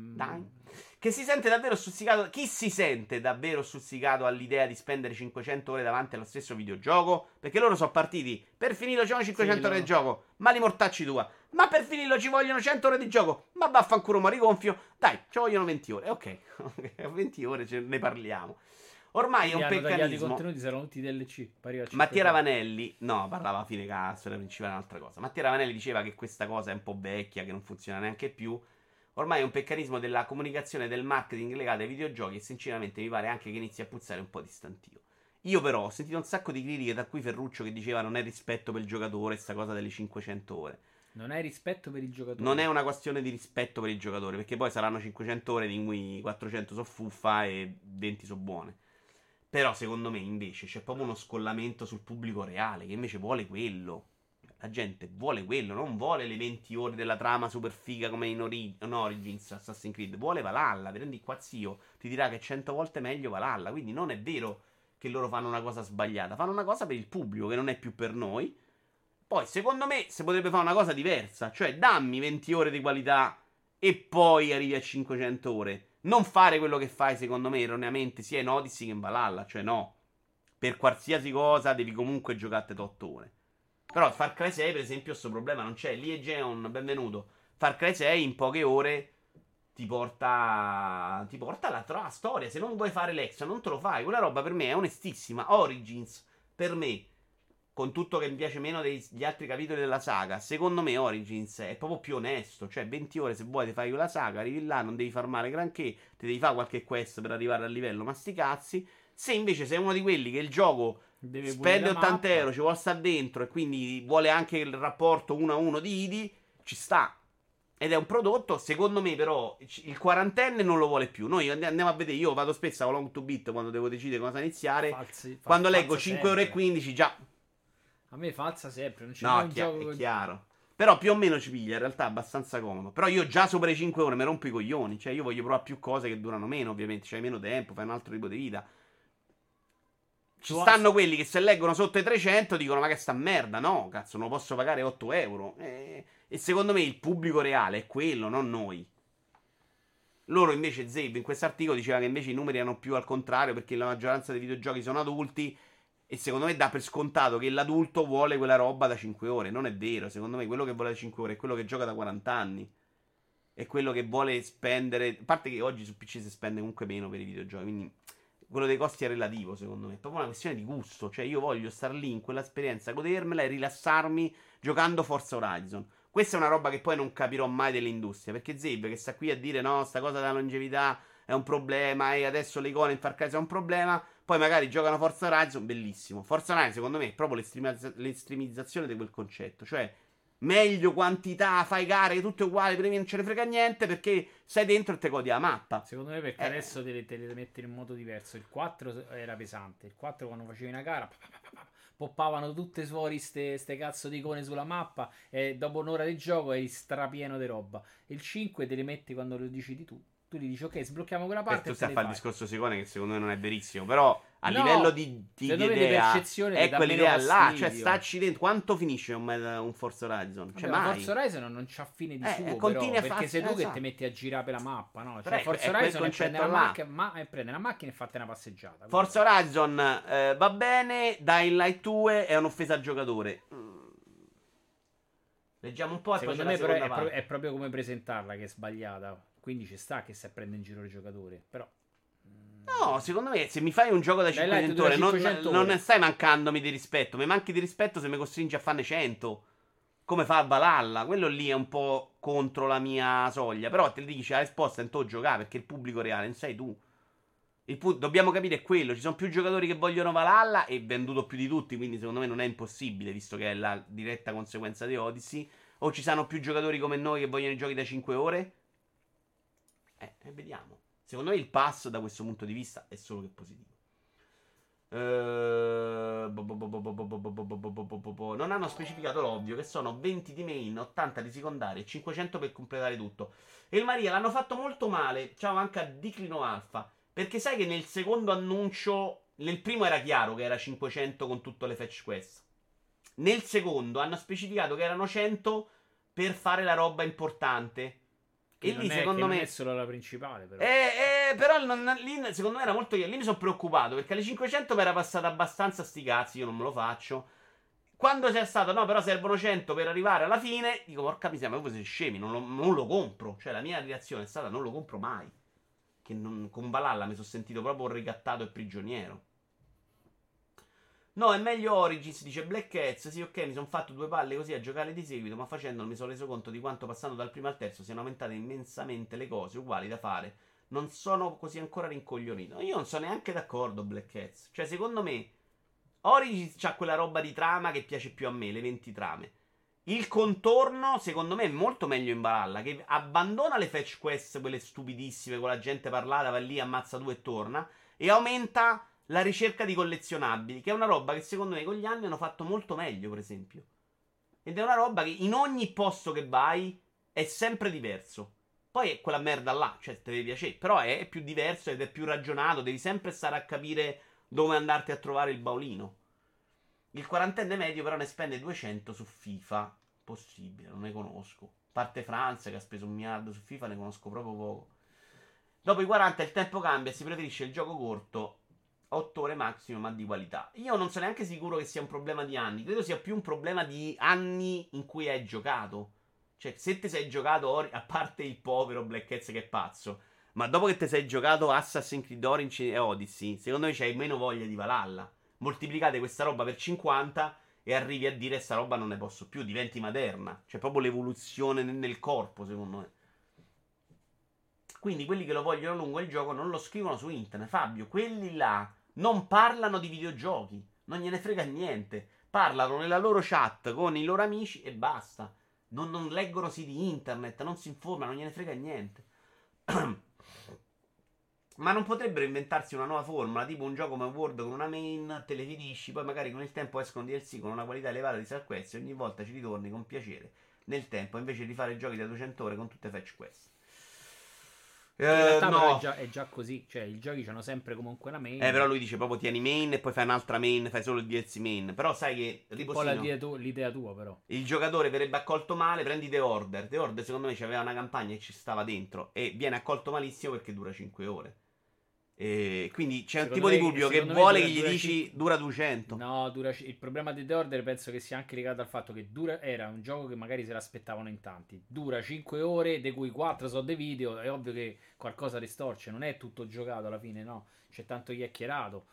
A: Che si sente davvero stuzzicato. Chi si sente davvero stuzzicato all'idea di spendere 500 ore davanti allo stesso videogioco? Perché loro sono partiti. Per finirlo ci vogliono 500 ore di gioco. Ma li mortacci tua. Ma per finirlo ci vogliono 100 ore di gioco. Ma vaffanculo, ma rigonfio. Dai, ci vogliono 20 ore. Ok, 20 ore ne parliamo. Ormai è un peccanismo.
B: I contenuti saranno tutti DLC.
A: Mattia Ravanelli, no, parlava a fine cazzo, era principale un'altra cosa. Mattia Ravanelli diceva che questa cosa è un po' vecchia, che non funziona neanche più. Ormai è un peccanismo della comunicazione e del marketing legato ai videogiochi e sinceramente mi pare anche che inizi a puzzare un po' di stantio. Io però ho sentito un sacco di critiche, da cui Ferruccio che diceva non è rispetto per il giocatore, sta cosa delle 500 ore.
B: Non è rispetto per il giocatore.
A: Non è una questione di rispetto per il giocatore, perché poi saranno 500 ore di cui 400 sono fuffa e 20 sono buone. Però secondo me invece c'è proprio uno scollamento sul pubblico reale, che invece vuole quello. La gente vuole quello, non vuole le 20 ore della trama super figa come in Origins, Assassin's Creed. Vuole Valhalla, prendi qua zio, ti dirà che è 100 volte meglio Valhalla. Quindi non è vero che loro fanno una cosa sbagliata, fanno una cosa per il pubblico, che non è più per noi. Poi secondo me si potrebbe fare una cosa diversa, cioè dammi 20 ore di qualità e poi arrivi a 500 ore. Non fare quello che fai, secondo me, erroneamente, sia in Odyssey che in Valhalla. Cioè, no. Per qualsiasi cosa devi comunque giocare 8 ore. Però Far Cry 6, per esempio, questo problema non c'è. Lì è Geon, benvenuto. Far Cry 6 in poche ore ti porta la storia. Se non vuoi fare l'extra, non te lo fai. Quella roba per me è onestissima. Origins, per me, con tutto che mi piace meno degli altri capitoli della saga, secondo me Origins è proprio più onesto. Cioè 20 ore se vuoi ti fai quella saga, arrivi là, non devi far male granché, ti devi fare qualche quest per arrivare al livello, ma sti cazzi. Se invece sei uno di quelli che il gioco spende 80 euro, ci vuole stare dentro e quindi vuole anche il rapporto 1 a 1 di ID, ci sta. Ed è un prodotto, secondo me però, il quarantenne non lo vuole più. Noi andiamo a vedere, io vado spesso a Long to Beat quando devo decidere cosa iniziare. Quando leggo 5 ore e 15 già...
B: A me falsa sempre, non c'è
A: no,
B: un gioco
A: è chiaro. Però più o meno ci piglia, in realtà è abbastanza comodo. Però io già sopra i 5 ore mi rompo i coglioni. Cioè io voglio provare più cose che durano meno, ovviamente. C'hai meno tempo, fai un altro tipo di vita. Ci stanno quelli che se leggono sotto i 300 dicono ma che sta merda. No, cazzo, non lo posso pagare 8 euro. E secondo me il pubblico reale è quello, non noi. Loro invece, Zabe in questo articolo diceva che invece i numeri erano più al contrario, perché la maggioranza dei videogiochi sono adulti. E secondo me dà per scontato che l'adulto vuole quella roba da 5 ore. Non è vero. Secondo me quello che vuole da 5 ore è quello che gioca da 40 anni. È quello che vuole spendere. A parte che oggi su PC si spende comunque meno per i videogiochi. Quindi quello dei costi è relativo, secondo me. È proprio una questione di gusto. Cioè io voglio star lì in quell'esperienza, godermela e rilassarmi giocando Forza Horizon. Questa è una roba che poi non capirò mai dell'industria. Perché Zeb che sta qui a dire no, sta cosa della longevità è un problema e adesso le icone in Far Cry sono un problema. Poi magari giocano Forza Horizon, bellissimo. Forza Horizon secondo me è proprio l'estremizzazione di quel concetto. Cioè, meglio quantità, fai gare, tutto è uguale, prima non ce ne frega niente perché sei dentro e te godi la mappa.
B: Secondo me perché adesso te le mettere in modo diverso. Il 4 era pesante. Il 4 quando facevi una gara poppavano tutte fuori ste cazzo di icone sulla mappa e dopo un'ora di gioco eri strapieno di roba. Il 5 te le metti quando lo decidi tu. Tu gli dici ok, sblocchiamo quella
A: Per
B: parte
A: tu
B: e
A: stai
B: te
A: a
B: le
A: fare il
B: fai.
A: discorso Sicone, che secondo me non è verissimo. Però a
B: No,
A: livello di
B: secondo me di
A: idea
B: percezione ti
A: è
B: dà
A: quell'idea
B: meno
A: là. Cioè,
B: fastidio.
A: starci dentro. Quanto finisce un Forza Horizon? Cioè,
B: Vabbè, ma
A: mai.
B: Forza Horizon non c'ha fine di suo,
A: Continui
B: però,
A: a
B: perché sei tu che
A: esatto.
B: ti metti a girare per la mappa, no?
A: Però
B: Cioè, Forza
A: è quel
B: Horizon è prendere
A: concetto
B: la,
A: là.
B: prendere la macchina e fate una passeggiata.
A: Forza Horizon va bene, Dying Light 2 è un'offesa al giocatore. Leggiamo un po' e
B: Secondo
A: poi
B: me
A: c'è la
B: però
A: seconda parte.
B: è proprio come presentarla che è sbagliata. Quindi ci sta che si prende in giro il giocatore. Però
A: No, secondo me se mi fai un gioco da
B: Dying
A: 500
B: Light
A: ore
B: dura
A: non,
B: 500
A: non
B: ore.
A: stai mancandomi di rispetto. Mi manchi di rispetto se mi costringi a farne 100. Come fa Valhalla. Quello lì è un po' contro la mia soglia. Però te dici la risposta è in to giocare perché il pubblico reale non sei tu. Dobbiamo capire è quello. Ci sono più giocatori che vogliono Valhalla e venduto più di tutti. Quindi secondo me non è impossibile, visto che è la diretta conseguenza di Odyssey. O ci saranno più giocatori come noi che vogliono i giochi da 5 ore? Vediamo. Secondo me il pass da questo punto di vista è solo che positivo. Non hanno specificato l'ovvio che sono 20 di main, 80 di secondarie e 500 per completare tutto. E il Maria l'hanno fatto molto male. Ciao anche a Diclino Alpha. Perché sai che nel secondo annuncio, nel primo era chiaro che era 500 con tutte le fetch quest. Nel secondo hanno specificato che erano 100 per fare la roba importante.
B: che
A: E
B: non
A: lì
B: è,
A: secondo
B: che
A: me
B: non è solo la principale, però.
A: però lì secondo me era molto chiaro. Lì mi sono preoccupato perché alle 500 mi era passata abbastanza sti cazzi. Io non me lo faccio. Quando c'è stato, no, però servono 100 per arrivare alla fine. Dico, porca miseria, ma voi siete scemi. Non lo compro. Cioè, la mia reazione è stata: non lo compro mai. Con Valhalla mi sono sentito proprio ricattato e prigioniero. No, è meglio Origins, dice Black Cats. Sì, ok, mi sono fatto due palle così a giocare di seguito, ma facendolo mi sono reso conto di quanto passando dal primo al terzo siano aumentate immensamente le cose uguali da fare. Non sono così ancora rincoglionito. Io non sono neanche d'accordo, Black Cats. Cioè, secondo me, Origins c'ha quella roba di trama che piace più a me, le 20 trame. Il contorno, secondo me, è molto meglio in Valhalla, che abbandona le fetch quest, quelle stupidissime, con la gente parlata, va lì, ammazza due e torna, e aumenta la ricerca di collezionabili, che è una roba che secondo me con gli anni hanno fatto molto meglio, per esempio. Ed è una roba che in ogni posto che vai è sempre diverso. Poi è quella merda là, cioè te deve piacere, però è più diverso ed è più ragionato, devi sempre stare a capire dove andarti a trovare il baulino. Il quarantenne medio però ne spende 200 su FIFA. Possibile, non ne conosco. A parte Francia che ha speso 1 miliardo su FIFA, ne conosco proprio poco. Dopo i 40 il tempo cambia e si preferisce il gioco corto, 8 ore massimo, ma di qualità. Io non sono neanche sicuro che sia un problema di anni, credo sia più un problema di anni in cui hai giocato. Cioè, se te sei giocato, a parte il povero Black Cats che è pazzo, ma dopo che te sei giocato Assassin's Creed Origins e Odyssey, secondo me c'hai meno voglia di Valhalla. Moltiplicate questa roba per 50 e arrivi a dire sta roba non ne posso più, diventi materna. C'è proprio l'evoluzione nel corpo, secondo me. Quindi quelli che lo vogliono lungo il gioco non lo scrivono su internet. Fabio, quelli là non parlano di videogiochi, non gliene frega niente. Parlano nella loro chat con i loro amici e basta. Non leggono siti internet, non si informano, non gliene frega niente. Ma non potrebbero inventarsi una nuova formula, tipo un gioco come World con una main, te le finisci, poi magari con il tempo escono DLC con una qualità elevata di side quest e ogni volta ci ritorni con piacere nel tempo, invece di fare giochi da 200 ore con tutte fetch quest.
B: In realtà
A: No.
B: però è già così, cioè i giochi hanno sempre comunque una main.
A: Però lui dice proprio tieni main e poi fai un'altra main, fai solo il DLC main. Però sai che,
B: un po' l'idea tua però.
A: il giocatore verrebbe accolto male, prendi The Order. The Order secondo me c'aveva una campagna e ci stava dentro e viene accolto malissimo perché dura 5 ore. E quindi c'è un tipo di pubblico che vuole che gli dici dura 200.
B: No, il problema di The Order penso che sia anche legato al fatto che era un gioco che magari se l'aspettavano in tanti. Dura 5 ore, di cui 4 sono dei video. È ovvio che qualcosa ristorce, non è tutto giocato alla fine, no. C'è tanto chiacchierato.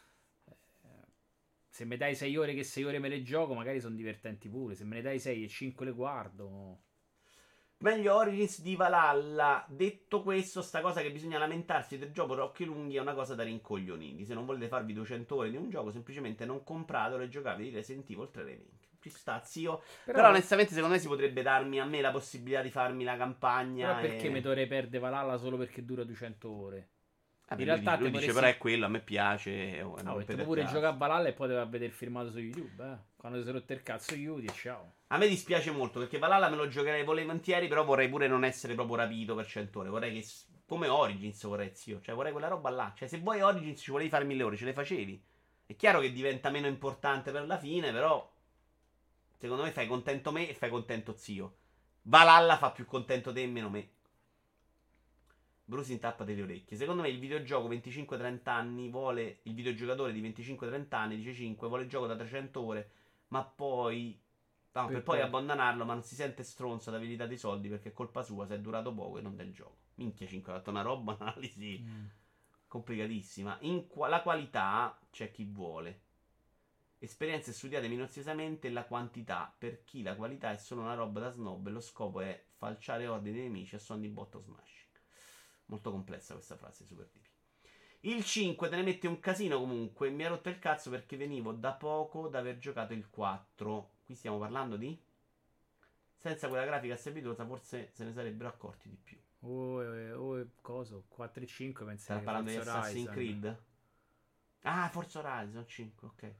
B: Se mi dai 6 ore che 6 ore me le gioco, magari sono divertenti pure. Se me ne dai 6 e 5 le guardo.
A: Meglio Origins di Valhalla. Detto questo, sta cosa che bisogna lamentarsi del gioco per occhi lunghi è una cosa da rincoglioniti. Se non volete farvi 200 ore di un gioco, semplicemente non compratelo e giocatevi di Resident Evil 3 Remake. Ci sta, zio. Però onestamente secondo me si potrebbe darmi a me la possibilità di farmi la campagna.
B: Però perché mi dovrei perdere Valhalla solo perché dura 200 ore?
A: In realtà lui dice però è quello, a me piace.
B: Tu pure giocare a Valhalla e poi devi vedere il filmato su YouTube, Quando si è rotto il cazzo Yudi e ciao.
A: A me dispiace molto perché Valhalla me lo giocherei volentieri, però vorrei pure non essere proprio rapito per 100 ore. Vorrei che Come Origins vorrei, zio. Cioè, vorrei quella roba là. Cioè, se vuoi Origins ci volevi fare 1000 ore, ce le facevi. È chiaro che diventa meno importante per la fine, però secondo me fai contento me e fai contento zio. Valhalla fa più contento te e meno me. Bruce intappa delle orecchie. Secondo me il videogioco 25-30 anni vuole. Il videogiocatore di 25-30 anni, dice 5, vuole il gioco da 300 ore, ma poi. No, per poi abbandonarlo, ma non si sente stronzo ad abilità dei soldi perché è colpa sua se è durato poco e non del gioco. Minchia 5, ha fatto una roba, un'analisi complicatissima. La qualità c'è chi vuole. Esperienze studiate minuziosamente e la quantità. Per chi la qualità è solo una roba da snob e lo scopo è falciare ordini dei nemici a suon di botto smashing. Molto complessa questa frase, super tipi. Il 5 te ne mette un casino comunque. Mi ha rotto il cazzo perché venivo da poco da aver giocato il 4. Qui stiamo parlando di. Senza quella grafica servitosa forse se ne sarebbero accorti di più.
B: Coso? 4 e 5 pensavo.
A: Stiamo parlando di Assassin's Creed? Ah, Forza Horizon 5, ok.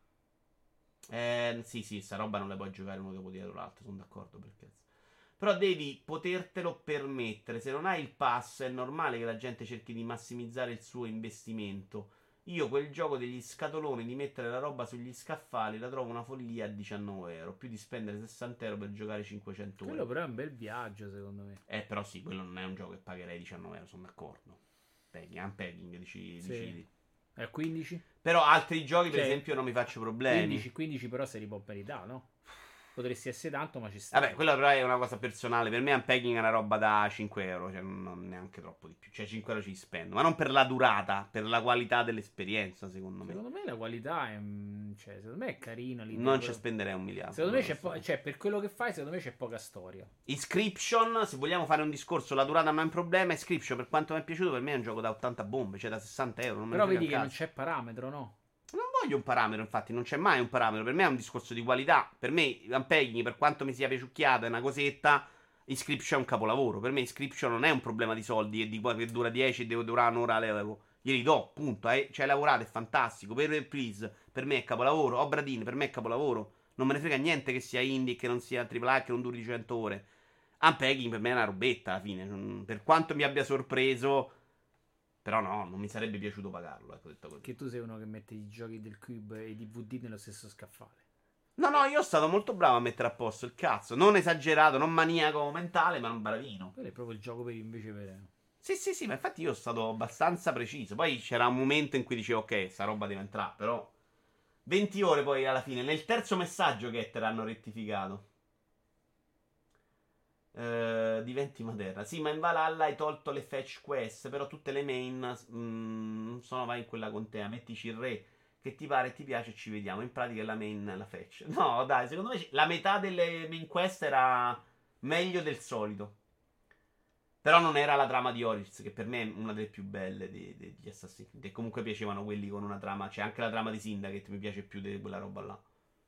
A: Sì, sta roba non la puoi giocare uno dopo dietro l'altro, sono d'accordo per cazzo. Però devi potertelo permettere. Se non hai il pass è normale che la gente cerchi di massimizzare il suo investimento. Io quel gioco degli scatoloni di mettere la roba sugli scaffali la trovo una follia a 19 euro. Più di spendere 60 euro per giocare 500
B: Quello però è un bel viaggio secondo me.
A: Però sì, quello non è un gioco che pagherei 19 euro, sono d'accordo. Unpacking, decidi.
B: 15?
A: Però altri giochi, per esempio, non mi faccio problemi.
B: 15 però se li può meritare, no? Potresti essere tanto, ma ci sta.
A: Vabbè, quella però è una cosa personale. Per me Unpacking è una roba da 5 euro, cioè non neanche troppo di più. Cioè 5 euro ci spendo, ma non per la durata, per la qualità dell'esperienza, secondo me.
B: Secondo me la qualità è. Cioè, secondo me è carina.
A: Non ci spenderei 1 miliardo.
B: Secondo me c'è cioè, per quello che fai, secondo me c'è poca storia.
A: Inscription, se vogliamo fare un discorso, la durata non è un problema. Inscription, per quanto mi è piaciuto, per me è un gioco da 80 bombe, cioè da 60 euro. Non
B: però
A: me ne
B: vedi che
A: frega
B: non c'è parametro, no?
A: Non voglio un parametro, infatti, non c'è mai un parametro. Per me è un discorso di qualità. Per me, Unpacking, per quanto mi sia piaciucchiata, è una cosetta. Inscription è un capolavoro. Per me, Inscription non è un problema di soldi e di che dura 10 e deve durare un'ora all'euro. Glieli do, punto. Ci hai lavorato, è fantastico. Please, per me è capolavoro. Obra Dinn, per me è capolavoro. Non me ne frega niente che sia indie, che non sia AAA, che non duri 100 ore. Unpacking per me è una robetta alla fine. Per quanto mi abbia sorpreso. Però no, non mi sarebbe piaciuto pagarlo, ecco, detto così.
B: Che tu sei uno che mette i giochi del Cube e i DVD nello stesso scaffale.
A: No, io sono stato molto bravo a mettere a posto il cazzo. Non esagerato, non maniaco mentale, ma un bravino.
B: Quello è proprio il gioco per invece per.
A: Sì, ma infatti io sono stato abbastanza preciso. Poi c'era un momento in cui dicevo, ok, sta roba deve entrare, però 20 ore poi alla fine. Nel terzo messaggio che te l'hanno rettificato. Diventi Materra. Sì, ma in Valhalla hai tolto le fetch quest. Però tutte le main sono vai in quella con te. Mettici il re che ti pare e ti piace e ci vediamo. In pratica è la main, la fetch. No, dai, secondo me la metà delle main quest era meglio del solito. Però non era la trama di Origins, che per me è una delle più belle degli Assassin's Creed. E comunque piacevano quelli con una trama. C'è anche la trama di Syndicate, mi piace più di quella roba là.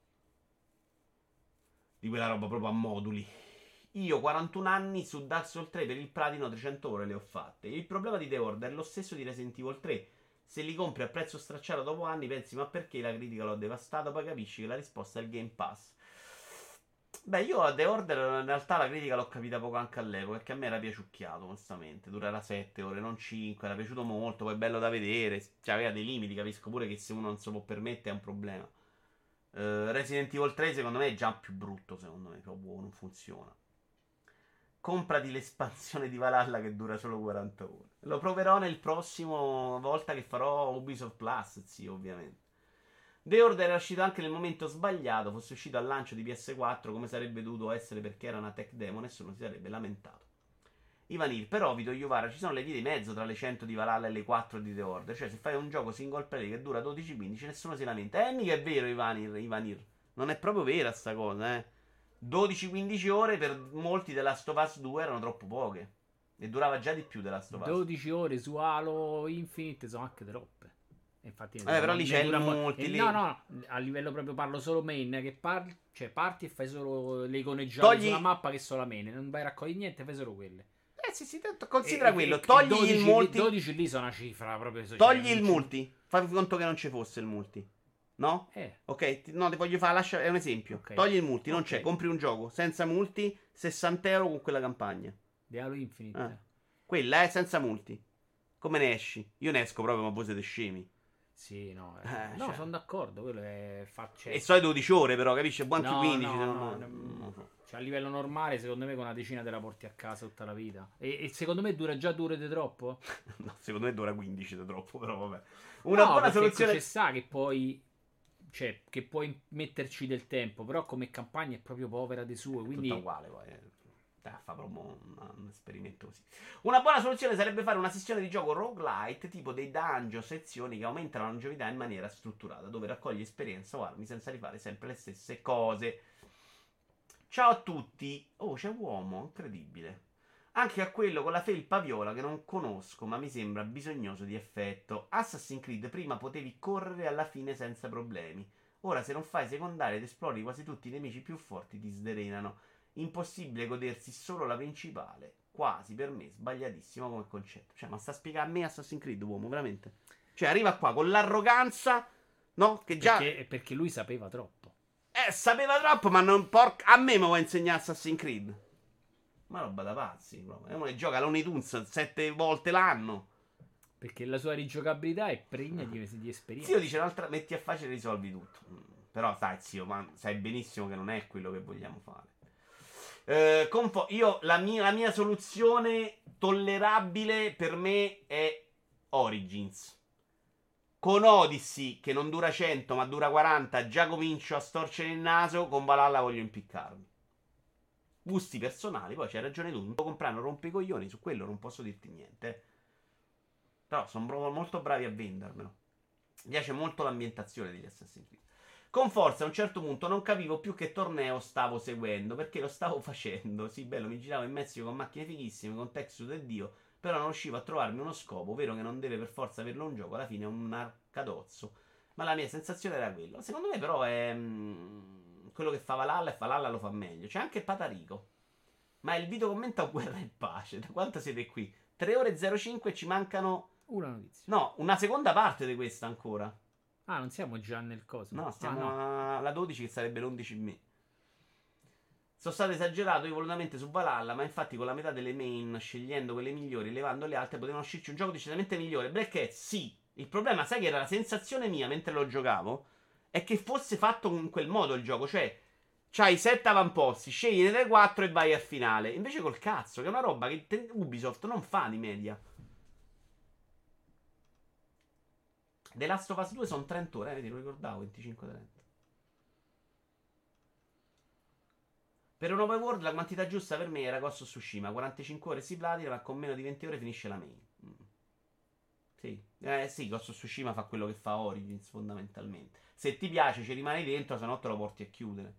A: Di quella roba proprio a moduli. Io 41 anni su Dark Souls 3 per il platino 300 ore le ho fatte. Il problema di The Order è lo stesso di Resident Evil 3. Se li compri a prezzo stracciato dopo anni pensi ma perché la critica l'ho devastato, poi capisci che la risposta è il Game Pass. Beh, io a The Order in realtà la critica l'ho capita poco anche all'epoca, perché a me era piaciucchiato onestamente. Durerà 7 ore, non 5, era piaciuto molto, poi è bello da vedere. Cioè aveva dei limiti, capisco pure che se uno non se lo può permettere è un problema. Resident Evil 3 secondo me è già più brutto, secondo me proprio non funziona. Comprati l'espansione di Valhalla che dura solo 40 ore. Lo proverò nel prossimo volta che farò Ubisoft Plus, sì, ovviamente. The Order era uscito anche nel momento sbagliato. Fosse uscito al lancio di PS4 come sarebbe dovuto essere perché era una tech demo, nessuno si sarebbe lamentato. Ivanir, però Vito Iovara, ci sono le vie di mezzo tra le 100 di Valhalla e le 4 di The Order. Cioè se fai un gioco single player che dura 12-15 nessuno si lamenta. Mica è vero Ivanir. Non è proprio vera sta cosa, 12-15 ore per molti The Last of Us 2 erano troppo poche. E durava già di più The Last of Us.
B: 12 ore su Halo Infinite sono anche troppe. Infatti,
A: però lì c'è il multi.
B: No, a livello proprio parlo solo main. Che cioè parti e fai solo le iconeggiate sulla mappa che sono la main. Non vai a raccogliere niente, fai solo quelle.
A: Sì, considera quello. Togli 12, il multi.
B: 12 lì sono una cifra proprio.
A: Togli il multi. Fai conto che non ci fosse il multi. No? Ok, no, ti voglio fare. È un esempio. Okay. Togli il multi, non c'è. Compri un gioco senza multi, 60 euro con quella campagna.
B: di Halo Infinite.
A: Quella è senza multi. Come ne esci? Io ne esco proprio, ma voi siete scemi.
B: Sì, no,
A: Cioè.
B: sono d'accordo. Quello è
A: E so 12 ore, però, capisci? È buon anche
B: No,
A: 15.
B: no,
A: se
B: no,
A: no- non so.
B: cioè, a livello normale, secondo me, con una decina te la porti a casa tutta la vita. E secondo me dura già 2 ore di troppo?
A: No, secondo me dura 15 da troppo, però vabbè. Una
B: No,
A: buona
B: perché
A: soluzione.
B: ci sta che puoi. Cioè, che puoi metterci del tempo, però come campagna è proprio povera di sue. Quindi.
A: Tutta uguale poi. Fa proprio un esperimento così. Una buona soluzione sarebbe fare una sessione di gioco roguelite, tipo dei dungeon, sezioni che aumentano la longevità in maniera strutturata, dove raccogli esperienza o armi senza rifare sempre le stesse cose. Ciao a tutti. Oh, c'è un uomo, incredibile. Anche a quello con la felpa viola che non conosco, ma mi sembra bisognoso di effetto. Assassin's Creed prima potevi correre alla fine senza problemi. Ora se non fai secondarie ed esplori quasi tutti i nemici più forti ti sdrenano. Impossibile godersi solo la principale. Quasi per me sbagliatissimo come concetto. Cioè, ma sta a spiegare a me Assassin's Creed, uomo, veramente. Cioè, arriva qua con l'arroganza, no? Che già
B: Perché lui sapeva troppo.
A: sapeva troppo, ma non a me mi vuoi insegnare Assassin's Creed? Ma roba da pazzi, proprio. È uno che gioca Looney Tunes 7 volte l'anno.
B: Perché la sua rigiocabilità è pregna di esperienza.
A: Zio dice un'altra, metti a facile e risolvi tutto. Però sai, zio, ma sai benissimo che non è quello che vogliamo fare. Io la mia soluzione tollerabile per me è Origins. Con Odyssey, che non dura 100 ma dura 40, già comincio a storcere il naso. Con Valhalla voglio impiccarmi. Gusti personali, poi c'hai ragione tu. Non può comprare un rompicoglioni, su quello non posso dirti niente. Però sono molto bravi a vendermelo. Mi piace molto l'ambientazione degli Assassin's Creed. Con Forza a un certo punto non capivo più che torneo stavo seguendo, perché lo stavo facendo. Sì, bello, mi giravo in Messico con macchine fighissime, con Texas del Dio, però non riuscivo a trovarmi uno scopo, vero che non deve per forza averlo un gioco, alla fine è un arcadozzo. Ma la mia sensazione era quella. Secondo me però è quello che fa Valhalla, e Valhalla lo fa meglio. C'è anche Patarico. Ma il video commenta Guerra e Pace. Da quanto siete qui? 3 ore e 05 e ci mancano...
B: Una notizia.
A: No, una seconda parte di questa ancora.
B: Ah, non siamo già nel coso.
A: No, stiamo
B: no.
A: alla 12 che sarebbe l'11 Sono stato esagerato io volutamente su Valhalla, ma infatti con la metà delle main, scegliendo quelle migliori, levando le altre, potevano uscirci un gioco decisamente migliore. Black Hat, sì. Il problema, sai che era la sensazione mia mentre lo giocavo? È che fosse fatto in quel modo il gioco, cioè c'hai 7 avamposti, scegli delle 4 e vai al finale. Invece col cazzo, che è una roba che Ubisoft non fa di media. The Last of Us 2 sono 30 ore, vedi, lo ricordavo, 25-30. Per un open world la quantità giusta per me era Ghost of Tsushima, 45 ore si platina, ma con meno di 20 ore finisce la main. Sì, sì, Ghost of Tsushima fa quello che fa Origins fondamentalmente. Se ti piace ci rimani dentro, se no te lo porti a chiudere.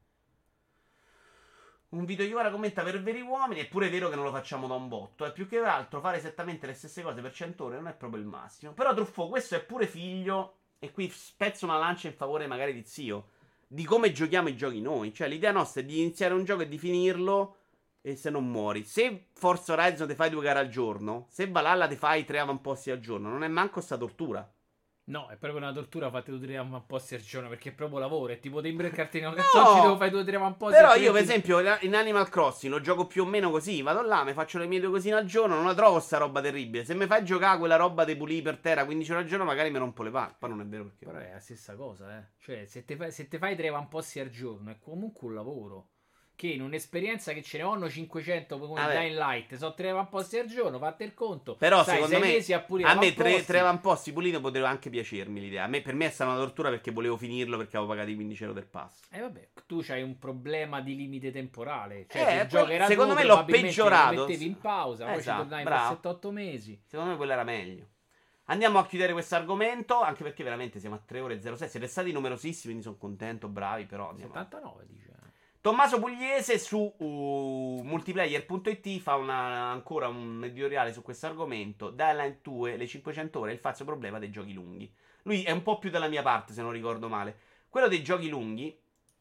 A: Un video ora commenta per veri uomini. È pure vero che non lo facciamo da un botto. È più che altro fare esattamente le stesse cose per 100 ore non è proprio il massimo. Però Truffo, questo è pure figlio. E qui spezzo una lancia in favore magari di zio. Di come giochiamo i giochi noi. Cioè l'idea nostra è di iniziare un gioco e di finirlo. E se non muori. Se Forza Horizon ti fai 2 gare al giorno. Se Valhalla ti fai 3 avamposti al giorno. Non è manco sta tortura.
B: No, è proprio una tortura fate 2 o 3 avamposti al giorno perché è proprio lavoro. È tipo timbro e cartellino cazzocci devo fare 2 o 3 avamposti.
A: Però io per esempio in Animal Crossing lo gioco più o meno così. Vado là, mi faccio le mie 2 cosine al giorno. Non la trovo sta roba terribile. Se mi fai giocare quella roba dei pulì per terra 15 ore al giorno magari mi rompo le palle. Poi non è vero perché.
B: Però è la stessa cosa, eh. Cioè se te fai 3 avamposti al giorno è comunque un lavoro. Che in un'esperienza che ce ne hanno 500 come Dying Light sono 3 avamposti al giorno, fate il conto.
A: Però
B: sai,
A: secondo me a me 3 avamposti puliti poteva anche piacermi l'idea. Per me è stata una tortura perché volevo finirlo perché avevo pagato i 15 euro del pass.
B: Vabbè, tu c'hai un problema di limite temporale. Cioè se il gioco era
A: secondo
B: due,
A: me l'ho peggiorato.
B: Lo mettevi in pausa, poi ci tornavi per 7-8 mesi.
A: Secondo me quello era meglio. Andiamo a chiudere questo argomento, anche perché veramente siamo a 3 ore e 06. Siete stati numerosissimi, quindi sono contento, bravi, però andiamo
B: 79 dice.
A: Tommaso Pugliese su multiplayer.it fa ancora un editoriale su questo argomento. Dying 2, le 500 ore, il falso problema dei giochi lunghi. Lui è un po' più dalla mia parte, se non ricordo male. Quello dei giochi lunghi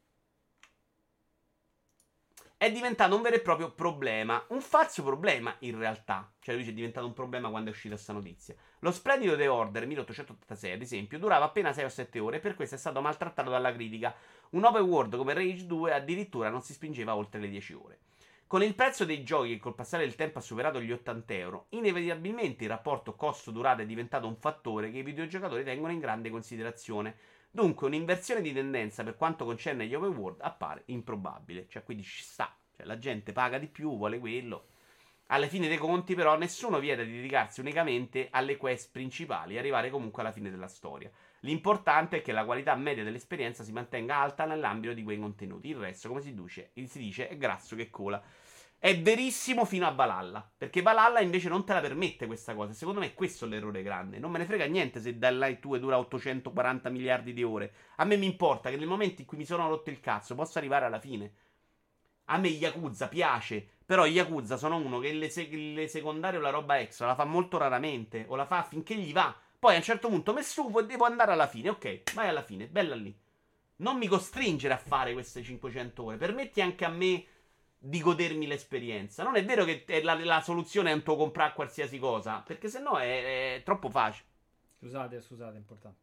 A: è diventato un vero e proprio problema. Un falso problema, in realtà. Cioè lui è diventato un problema quando è uscita questa notizia. Lo splendido The Order 1886, ad esempio, durava appena 6 o 7 ore e per questo è stato maltrattato dalla critica. Un open world come Rage 2 addirittura non si spingeva oltre le 10 ore. Con il prezzo dei giochi che col passare del tempo ha superato gli 80 euro, inevitabilmente il rapporto costo-durata è diventato un fattore che i videogiocatori tengono in grande considerazione. Dunque un'inversione di tendenza per quanto concerne gli open world appare improbabile. Cioè, quindi ci sta. Cioè, la gente paga di più, vuole quello. Alla fine dei conti, però, nessuno vieta di dedicarsi unicamente alle quest principali e arrivare comunque alla fine della storia. L'importante è che la qualità media dell'esperienza si mantenga alta nell'ambito di quei contenuti. Il resto, come si dice, è grasso che cola. È verissimo fino a Valhalla. Perché Valhalla invece non te la permette questa cosa. Secondo me questo è l'errore grande. Non me ne frega niente se Daylight 2 dura 840 miliardi di ore. A me mi importa che nel momento in cui mi sono rotto il cazzo possa arrivare alla fine. A me Yakuza piace. Però Yakuza sono uno che le secondarie o la roba extra la fa molto raramente. O la fa finché gli va. Poi a un certo punto mi stufo e devo andare alla fine. Ok, vai alla fine, bella lì. Non mi costringere a fare queste 500 ore. Permetti anche a me di godermi l'esperienza. Non è vero che la soluzione è un tuo comprare qualsiasi cosa. Perché sennò è troppo facile.
B: Scusate, è importante.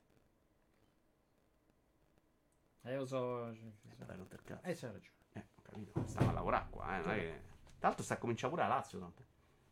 B: Lo so.
A: Dai, non per cazzo.
B: C'hai ragione.
A: Ho capito. Stiamo a lavorare qua, non è che... Tra l'altro sta a cominciare pure a Lazio. Tanto.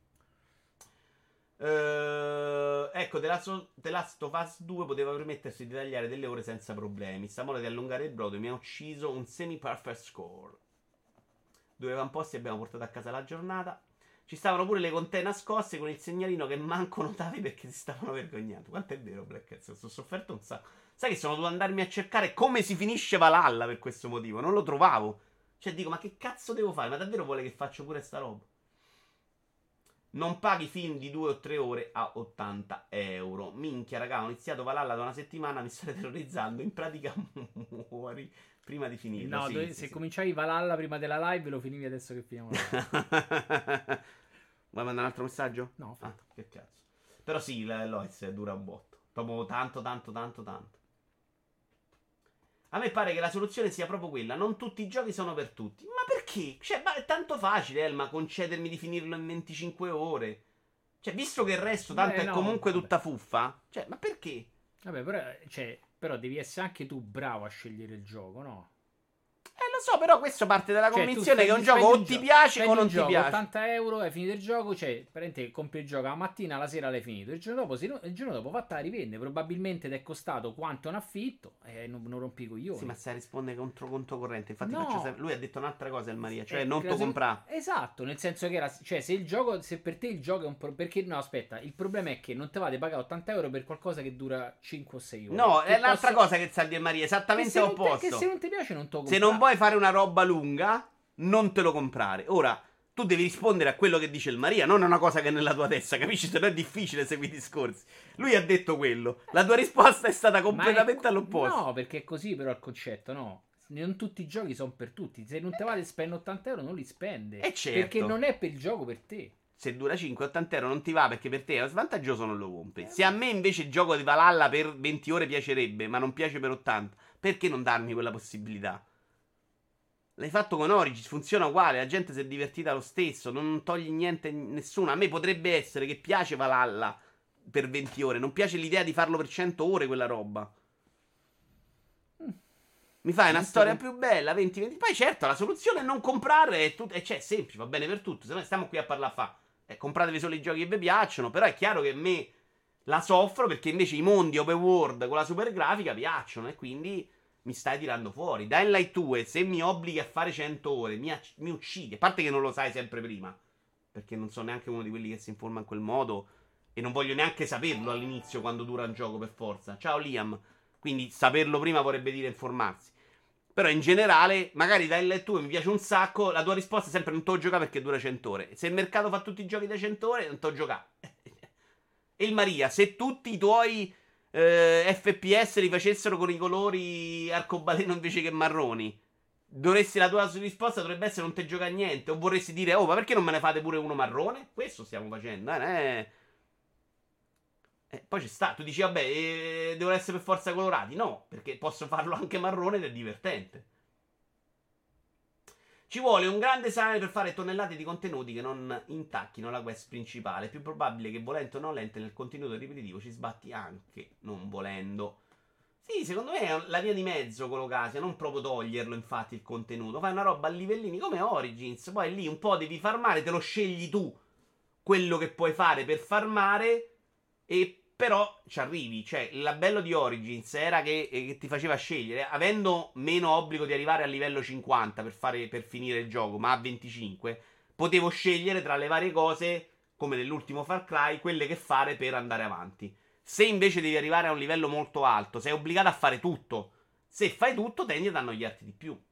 A: Ecco, The Last of Us 2 poteva permettersi di tagliare delle ore senza problemi. Sta modo di allungare il brodo mi ha ucciso un semi-perfect score. Dove avamposti abbiamo portato a casa la giornata. Ci stavano pure le contee nascoste con il segnalino che manco notavi perché si stavano vergognando. Quanto è vero, Black Cats? Ho sofferto un sacco. Sai che sono dovuto andarmi a cercare come si finisce Valhalla per questo motivo. Non lo trovavo. Cioè dico, ma che cazzo devo fare? Ma davvero vuole che faccio pure sta roba? Non paghi film di 2 o 3 ore a 80 euro. Minchia, raga, ho iniziato Valhalla da una settimana, mi state terrorizzando. In pratica muori prima di finirlo.
B: No, se cominciavi Valhalla prima della live, lo finivi adesso che finiamo.
A: Vuoi mandare un altro messaggio?
B: No,
A: che cazzo. Però sì, l'OS dura un botto. Proprio tanto. A me pare che la soluzione sia proprio quella. Non tutti i giochi sono per tutti. Ma perché? Cioè, è tanto facile, Elma, concedermi di finirlo in 25 ore. Cioè, visto che il resto tanto è comunque tutta fuffa. Cioè, ma perché?
B: Vabbè, però devi essere anche tu bravo a scegliere il gioco, no?
A: Lo so, però questo parte dalla convinzione che un gioco o ti piace o non ti piace.
B: 80 euro, hai finito il gioco, cioè, praticamente compri il gioco la mattina, la sera l'hai finito. Il giorno dopo vatta a rivende. Probabilmente ti è costato quanto un affitto e non rompi i coglioni.
A: Sì, ma stai a rispondere contro conto corrente. Infatti,
B: no.
A: lui ha detto un'altra cosa, il Maria, cioè non to comprare.
B: Esatto, nel senso che cioè, se per te il gioco è un perché no, aspetta, il problema è che non te vate pagare 80 euro per qualcosa che dura 5 o 6 ore.
A: No, è l'altra cosa che sa dire Maria, esattamente opposto.
B: Che se non ti piace non te lo
A: comprare. Se non vuoi fare una roba lunga, non te lo comprare. Ora, tu devi rispondere a quello che dice il Maria, non a una cosa che è nella tua testa, capisci? Se no è difficile seguire i discorsi. Lui ha detto quello. La tua risposta è stata completamente all'opposto.
B: No, perché è così però il concetto, no? Non tutti i giochi sono per tutti. Se non te vale spendere 80 euro, non li spende.
A: Certo.
B: Perché non è per il gioco per te.
A: Se dura 5-80 euro non ti va perché per te è svantaggioso, non lo compri. Se a me invece il gioco di Valhalla per 20 ore piacerebbe, ma non piace per 80, perché non darmi quella possibilità? L'hai fatto con Origins, funziona uguale, la gente si è divertita lo stesso, non togli niente nessuno. A me potrebbe essere che piace Valhalla per 20 ore, non piace l'idea di farlo per 100 ore quella roba. Mi fai una storia più bella, 20. Poi certo, la soluzione è non comprare, cioè è semplice, va bene per tutto, se no stiamo qui a parlare compratevi solo i giochi che vi piacciono, però è chiaro che a me la soffro perché invece i mondi open world con la super grafica piacciono e quindi mi stai tirando fuori. Dying Light 2, se mi obblighi a fare 100 ore, mi uccidi. A parte che non lo sai sempre prima, perché non sono neanche uno di quelli che si informa in quel modo e non voglio neanche saperlo all'inizio quando dura un gioco per forza. Ciao Liam. Quindi saperlo prima vorrebbe dire informarsi. Però in generale, magari Dying Light 2 mi piace un sacco, la tua risposta è sempre non te lo giocare perché dura 100 ore. Se il mercato fa tutti i giochi da 100 ore, non te lo giocare. E il Maria, se tutti i tuoi FPS li facessero con i colori arcobaleno invece che marroni, la tua risposta dovrebbe essere non te gioca a niente. O vorresti dire, oh, ma perché non me ne fate pure uno marrone? Questo stiamo facendo, poi ci sta, tu dici, vabbè, devono essere per forza colorati. No, perché posso farlo anche marrone ed è divertente. Ci vuole un grande design per fare tonnellate di contenuti che non intacchino la quest principale. È più probabile che volente o non nel contenuto ripetitivo ci sbatti anche non volendo. Sì, secondo me è la via di mezzo collocasia, non proprio toglierlo, infatti, il contenuto. Fai una roba a livellini come Origins, poi lì un po' devi farmare, te lo scegli tu quello che puoi fare per farmare, e però ci arrivi. Cioè, il bello di Origins era che ti faceva scegliere, avendo meno obbligo di arrivare a livello 50 per finire il gioco, ma a 25, potevo scegliere tra le varie cose, come nell'ultimo Far Cry, quelle che fare per andare avanti. Se invece devi arrivare a un livello molto alto, sei obbligato a fare tutto. Se fai tutto, tendi ad annoiarti di più.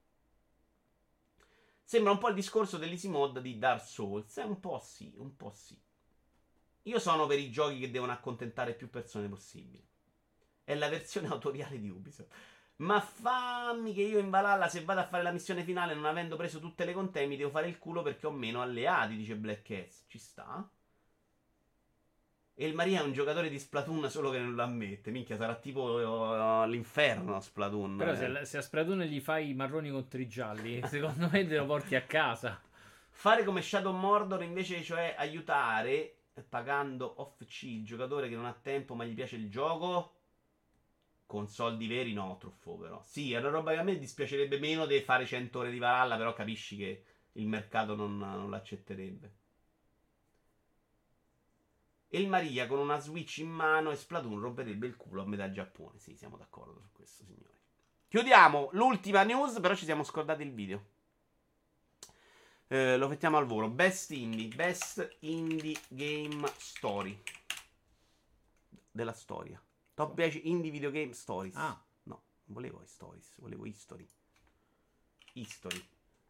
A: Sembra un po' il discorso dell'easy mod di Dark Souls. Un po' sì, un po' sì. Io sono per i giochi che devono accontentare più persone possibile. È la versione autoriale di Ubisoft. Ma fammi che io in Valhalla, se vado a fare la missione finale non avendo preso tutte le contee, mi devo fare il culo perché ho meno alleati, dice Black Cats. Ci sta? E il Maria è un giocatore di Splatoon solo che non lo ammette. Minchia, sarà tipo l'inferno Splatoon.
B: Però se a Splatoon gli fai i marroni contro i gialli, secondo me te lo porti a casa.
A: Fare come Shadow Mordor invece, cioè aiutare pagando off-C il giocatore che non ha tempo ma gli piace il gioco. Con soldi veri no, troppo però. Sì, è una roba che a me dispiacerebbe meno di fare 100 ore di Valhalla, però capisci che il mercato non l'accetterebbe. E il Maria con una Switch in mano e Splatoon romperebbe il culo a metà Giappone. Sì, siamo d'accordo su questo, signori. Chiudiamo l'ultima news, però ci siamo scordati il video. Lo mettiamo al volo. Best Indie Game Story. Della storia. Top 10 Indie Video Game Stories.
B: Ah.
A: No, non volevo stories, volevo history. History.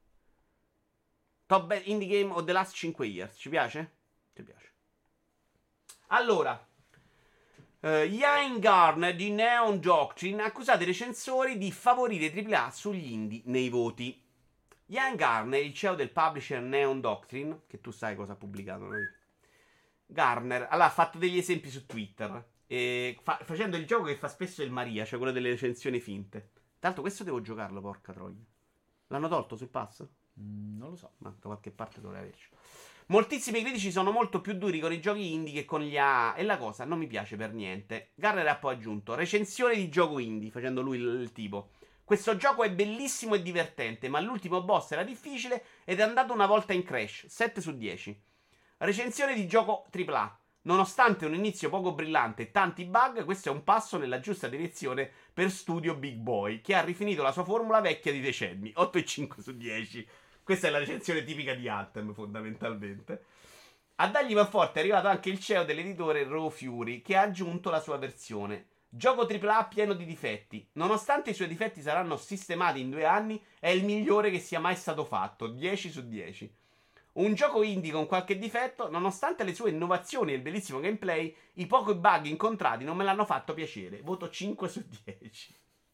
A: Top Indie Game of the Last 5 Years. Ci piace? Ci piace. Allora, Ian Garner di Neon Doctrine ha accusato i recensori di favorire AAA sugli indie nei voti. Ian Garner, il CEO del publisher Neon Doctrine, che tu sai cosa ha pubblicato noi. Garner, allora, ha fatto degli esempi su Twitter, facendo il gioco che fa spesso il Maria, cioè quello delle recensioni finte. Tra l'altro questo devo giocarlo, porca troia. L'hanno tolto sul pass?
B: Non lo so.
A: Ma da qualche parte dovrei averci. Moltissimi critici sono molto più duri con i giochi indie che con gli AA, e la cosa non mi piace per niente. Garner ha poi aggiunto: recensione di gioco indie, facendo lui il tipo. Questo gioco è bellissimo e divertente, ma l'ultimo boss era difficile ed è andato una volta in crash, 7 su 10. Recensione di gioco AAA. Nonostante un inizio poco brillante e tanti bug, questo è un passo nella giusta direzione per Studio Big Boy, che ha rifinito la sua formula vecchia di decenni, 8,5 su 10. Questa è la recensione tipica di Anthem, fondamentalmente. A dargli manforte è arrivato anche il CEO dell'editore Raw Fury, che ha aggiunto la sua versione. Gioco AAA pieno di difetti. Nonostante i suoi difetti saranno sistemati in 2 anni, è il migliore che sia mai stato fatto, 10 su 10. Un gioco indie con qualche difetto, nonostante le sue innovazioni e il bellissimo gameplay, i pochi bug incontrati non me l'hanno fatto piacere. Voto 5 su 10.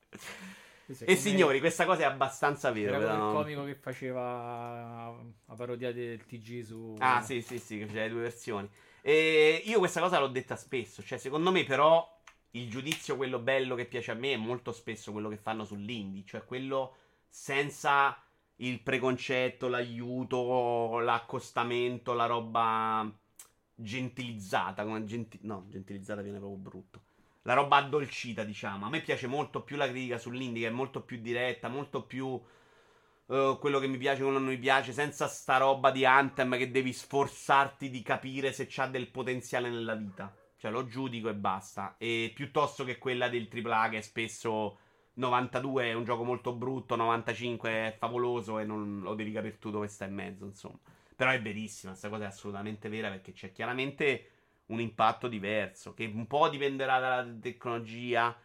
A: E signori, questa cosa è abbastanza vera.
B: Era quel comico che faceva la parodia del TG su...
A: Ah, sì, che faceva le 2 versioni. E io questa cosa l'ho detta spesso. Cioè, secondo me, però, il giudizio, quello bello che piace a me, è molto spesso quello che fanno sull'indie. Cioè, quello senza il preconcetto, l'aiuto, l'accostamento, la roba gentilizzata. No, gentilizzata viene proprio brutto. La roba addolcita, diciamo. A me piace molto più la critica sull'indie, che è molto più diretta, molto più quello che mi piace, quello che non mi piace, senza sta roba di Anthem che devi sforzarti di capire se c'ha del potenziale nella vita. Cioè, lo giudico e basta. E piuttosto che quella del AAA, che è spesso 92 è un gioco molto brutto, 95 è favoloso e non lo devi capire tu dove sta in mezzo, insomma. Però è verissima, questa cosa è assolutamente vera, perché c'è chiaramente un impatto diverso, che un po' dipenderà dalla tecnologia,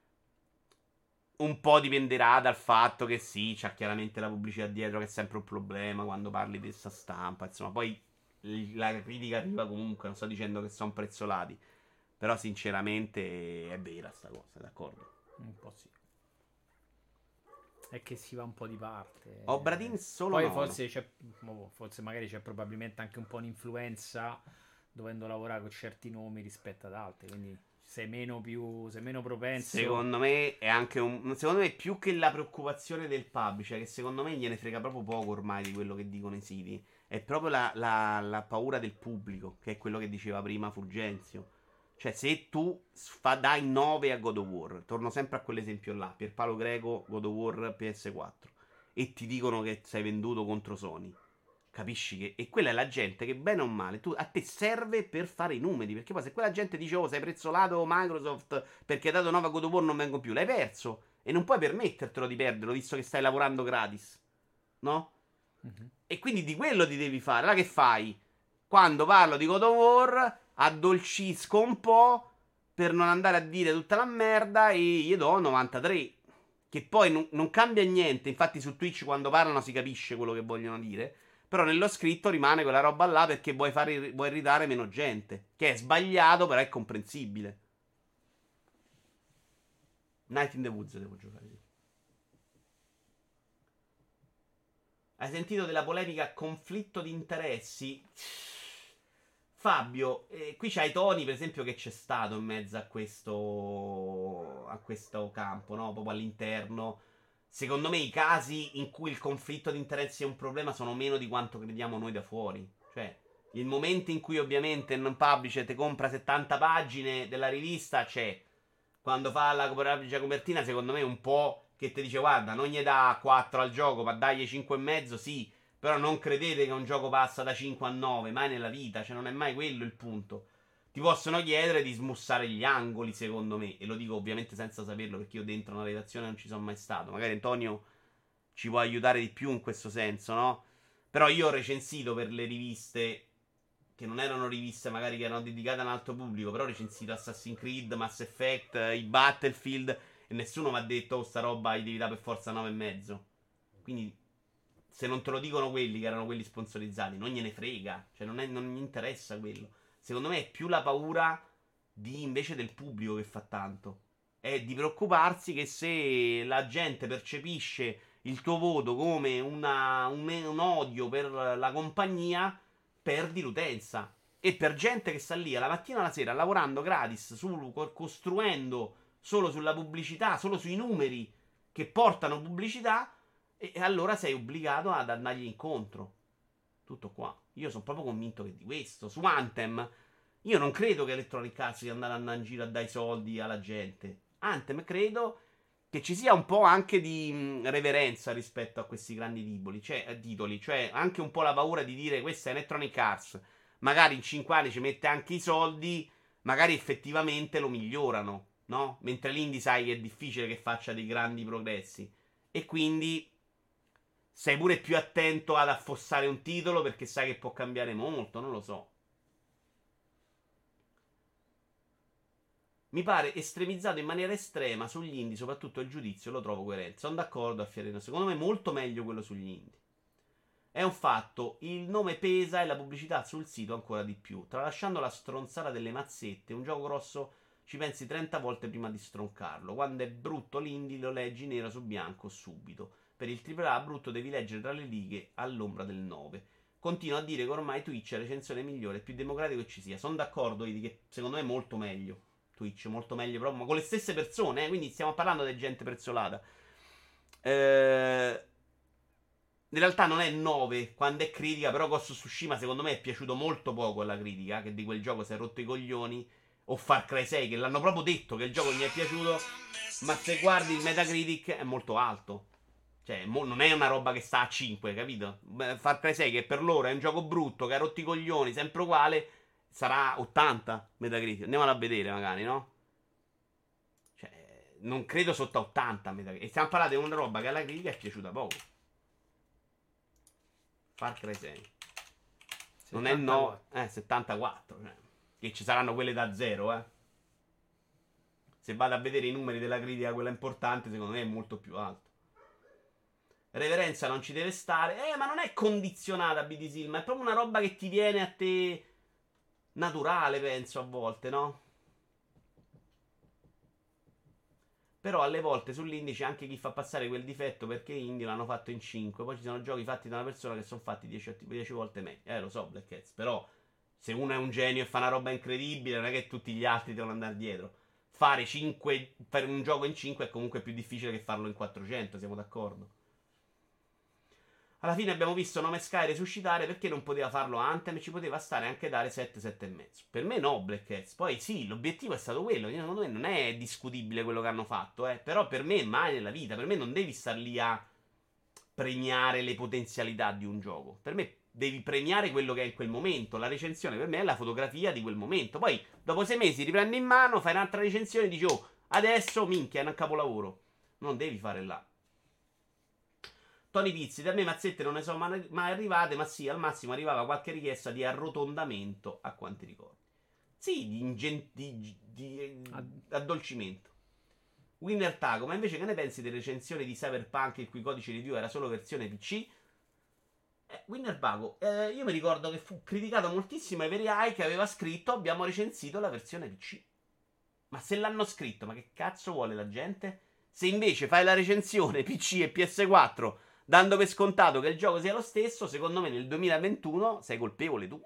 A: un po' dipenderà dal fatto che sì, c'ha chiaramente la pubblicità dietro, che è sempre un problema quando parli di questa stampa, insomma. Poi la critica arriva comunque, non sto dicendo che sono prezzolati, però sinceramente è vera sta cosa, d'accordo?
B: Un po' sì. È che si va un po' di parte.
A: Obradin solo
B: poi
A: nono.
B: forse magari c'è probabilmente anche un po' un'influenza dovendo lavorare con certi nomi rispetto ad altri, quindi sei meno propenso.
A: Secondo me è anche secondo me più che la preoccupazione del publisher, che secondo me gliene frega proprio poco ormai di quello che dicono i siti, è proprio la paura del pubblico, che è quello che diceva prima Fulgenzio. Cioè, se tu dai 9 a God of War, torno sempre a quell'esempio là, Pierpaolo Greco, God of War PS4, e ti dicono che sei venduto contro Sony, capisci che... E quella è la gente che, bene o male, a te serve per fare i numeri, perché poi se quella gente dice, oh, sei prezzolato Microsoft perché hai dato 9 a God of War, non vengo più, l'hai perso, e non puoi permettertelo di perderlo, visto che stai lavorando gratis, no?
B: Mhm.
A: E quindi di quello ti devi fare. Allora che fai? Quando parlo di God of War, addolcisco un po' per non andare a dire tutta la merda e gli do 93. Che poi non cambia niente. Infatti su Twitch quando parlano si capisce quello che vogliono dire. Però nello scritto rimane quella roba là perché vuoi irritare meno gente. Che è sbagliato, però è comprensibile. Night in the Woods devo giocare. Sì. Hai sentito della polemica conflitto di interessi? Fabio, qui c'hai Tony, per esempio, che c'è stato in mezzo a questo campo, no? Proprio all'interno. Secondo me i casi in cui il conflitto di interessi è un problema sono meno di quanto crediamo noi da fuori. Cioè, il momento in cui ovviamente un publisher ti compra 70 pagine della rivista c'è. Quando fa la copertina, secondo me è un po' che ti dice, guarda, non gli dà 4 al gioco, ma dagli 5,5, sì. Però non credete che un gioco passa da 5 a 9, mai nella vita, cioè non è mai quello il punto. Ti possono chiedere di smussare gli angoli, secondo me, e lo dico ovviamente senza saperlo perché io dentro una redazione non ci sono mai stato. Magari Antonio ci può aiutare di più in questo senso, no? Però io ho recensito per le riviste che non erano riviste magari che erano dedicate a un altro pubblico, però ho recensito Assassin's Creed, Mass Effect, i Battlefield e nessuno mi ha detto, oh, sta roba gli devi dare per forza 9,5. Quindi se non te lo dicono quelli che erano quelli sponsorizzati, non gliene frega, cioè non gli interessa quello. Secondo me è più la paura invece del pubblico che fa tanto. È di preoccuparsi che se la gente percepisce il tuo voto come un odio per la compagnia, perdi l'utenza. E per gente che sta lì alla mattina alla sera lavorando gratis, costruendo solo sulla pubblicità, solo sui numeri che portano pubblicità, e allora sei obbligato ad andargli incontro. Tutto qua. Io sono proprio convinto che di questo. Su Anthem, io non credo che Electronic Arts sia andare in giro a dare i soldi alla gente. Anthem credo che ci sia un po' anche di reverenza rispetto a questi grandi titoli. Cioè anche un po' la paura di dire questa è Electronic Arts. Magari in 5 anni ci mette anche i soldi. Magari effettivamente lo migliorano. No? Mentre l'indie sai che è difficile che faccia dei grandi progressi. E quindi sei pure più attento ad affossare un titolo perché sai che può cambiare molto, non lo so. Mi pare estremizzato in maniera estrema sugli indie, soprattutto il giudizio lo trovo coerente. Sono d'accordo a Fiorino, secondo me è molto meglio quello sugli indie. È un fatto, il nome pesa e la pubblicità sul sito ancora di più. Tralasciando la stronzata delle mazzette, un gioco grosso ci pensi 30 volte prima di stroncarlo. Quando è brutto l'indie lo leggi nero su bianco subito. Per il AAA brutto devi leggere tra le righe all'ombra del 9. Continuo a dire che ormai Twitch è la recensione migliore e più democratico che ci sia. Sono d'accordo, Idi, che secondo me è molto meglio. Twitch molto meglio proprio, ma con le stesse persone, quindi stiamo parlando di gente prezzolata. In realtà non è 9 quando è critica, però Ghost of Tsushima secondo me è piaciuto molto poco alla critica, che di quel gioco si è rotto i coglioni, o Far Cry 6 che l'hanno proprio detto che il gioco gli è piaciuto, ma se guardi il Metacritic è molto alto. Cioè, non è una roba che sta a 5, capito? Far Cry 6 che per loro è un gioco brutto, che ha rotto i coglioni, sempre uguale, sarà 80 Metacritic. Andiamolo a vedere magari, no? Cioè, non credo sotto a 80 Metacritic. E stiamo parlando di una roba che alla critica è piaciuta poco. Far Cry 6. Non è 9, 74. Cioè, che ci saranno quelle da 0, eh. Se vado a vedere i numeri della critica, quella importante, secondo me è molto più alto. Reverenza non ci deve stare. Ma non è condizionata BDC, ma è proprio una roba che ti viene a te naturale, penso, a volte, no? Però alle volte sull'indie c'è anche chi fa passare quel difetto perché indie l'hanno fatto in 5. Poi ci sono giochi fatti da una persona che sono fatti 10 volte meglio. Lo so, Black Cats. Però se uno è un genio e fa una roba incredibile, non è che tutti gli altri devono andare dietro. Fare un gioco in 5 è comunque più difficile che farlo in 400, siamo d'accordo. Alla fine abbiamo visto Nome Sky resuscitare perché non poteva farlo Anthem e ci poteva stare anche dare 7, 7,5. Per me no, Black Cats. Poi sì, l'obiettivo è stato quello. Secondo me non è discutibile quello che hanno fatto, però per me mai nella vita. Per me non devi star lì a premiare le potenzialità di un gioco. Per me devi premiare quello che è in quel momento. La recensione per me è la fotografia di quel momento. Poi dopo 6 mesi riprendi in mano, fai un'altra recensione e dici oh, adesso minchia è un capolavoro. Non devi fare là. Tony Pizzi, da me mazzette non ne sono mai arrivate, ma sì, al massimo arrivava qualche richiesta di arrotondamento a quanti ricordi. Sì, di addolcimento. Winner Taco, ma invece che ne pensi delle recensioni di Cyberpunk il cui codice review era solo versione PC? Winner Pago, io mi ricordo che fu criticato moltissimo ai veri AI che aveva scritto abbiamo recensito la versione PC. Ma se l'hanno scritto, ma che cazzo vuole la gente? Se invece fai la recensione PC e PS4 dando per scontato che il gioco sia lo stesso, secondo me nel 2021 sei colpevole tu.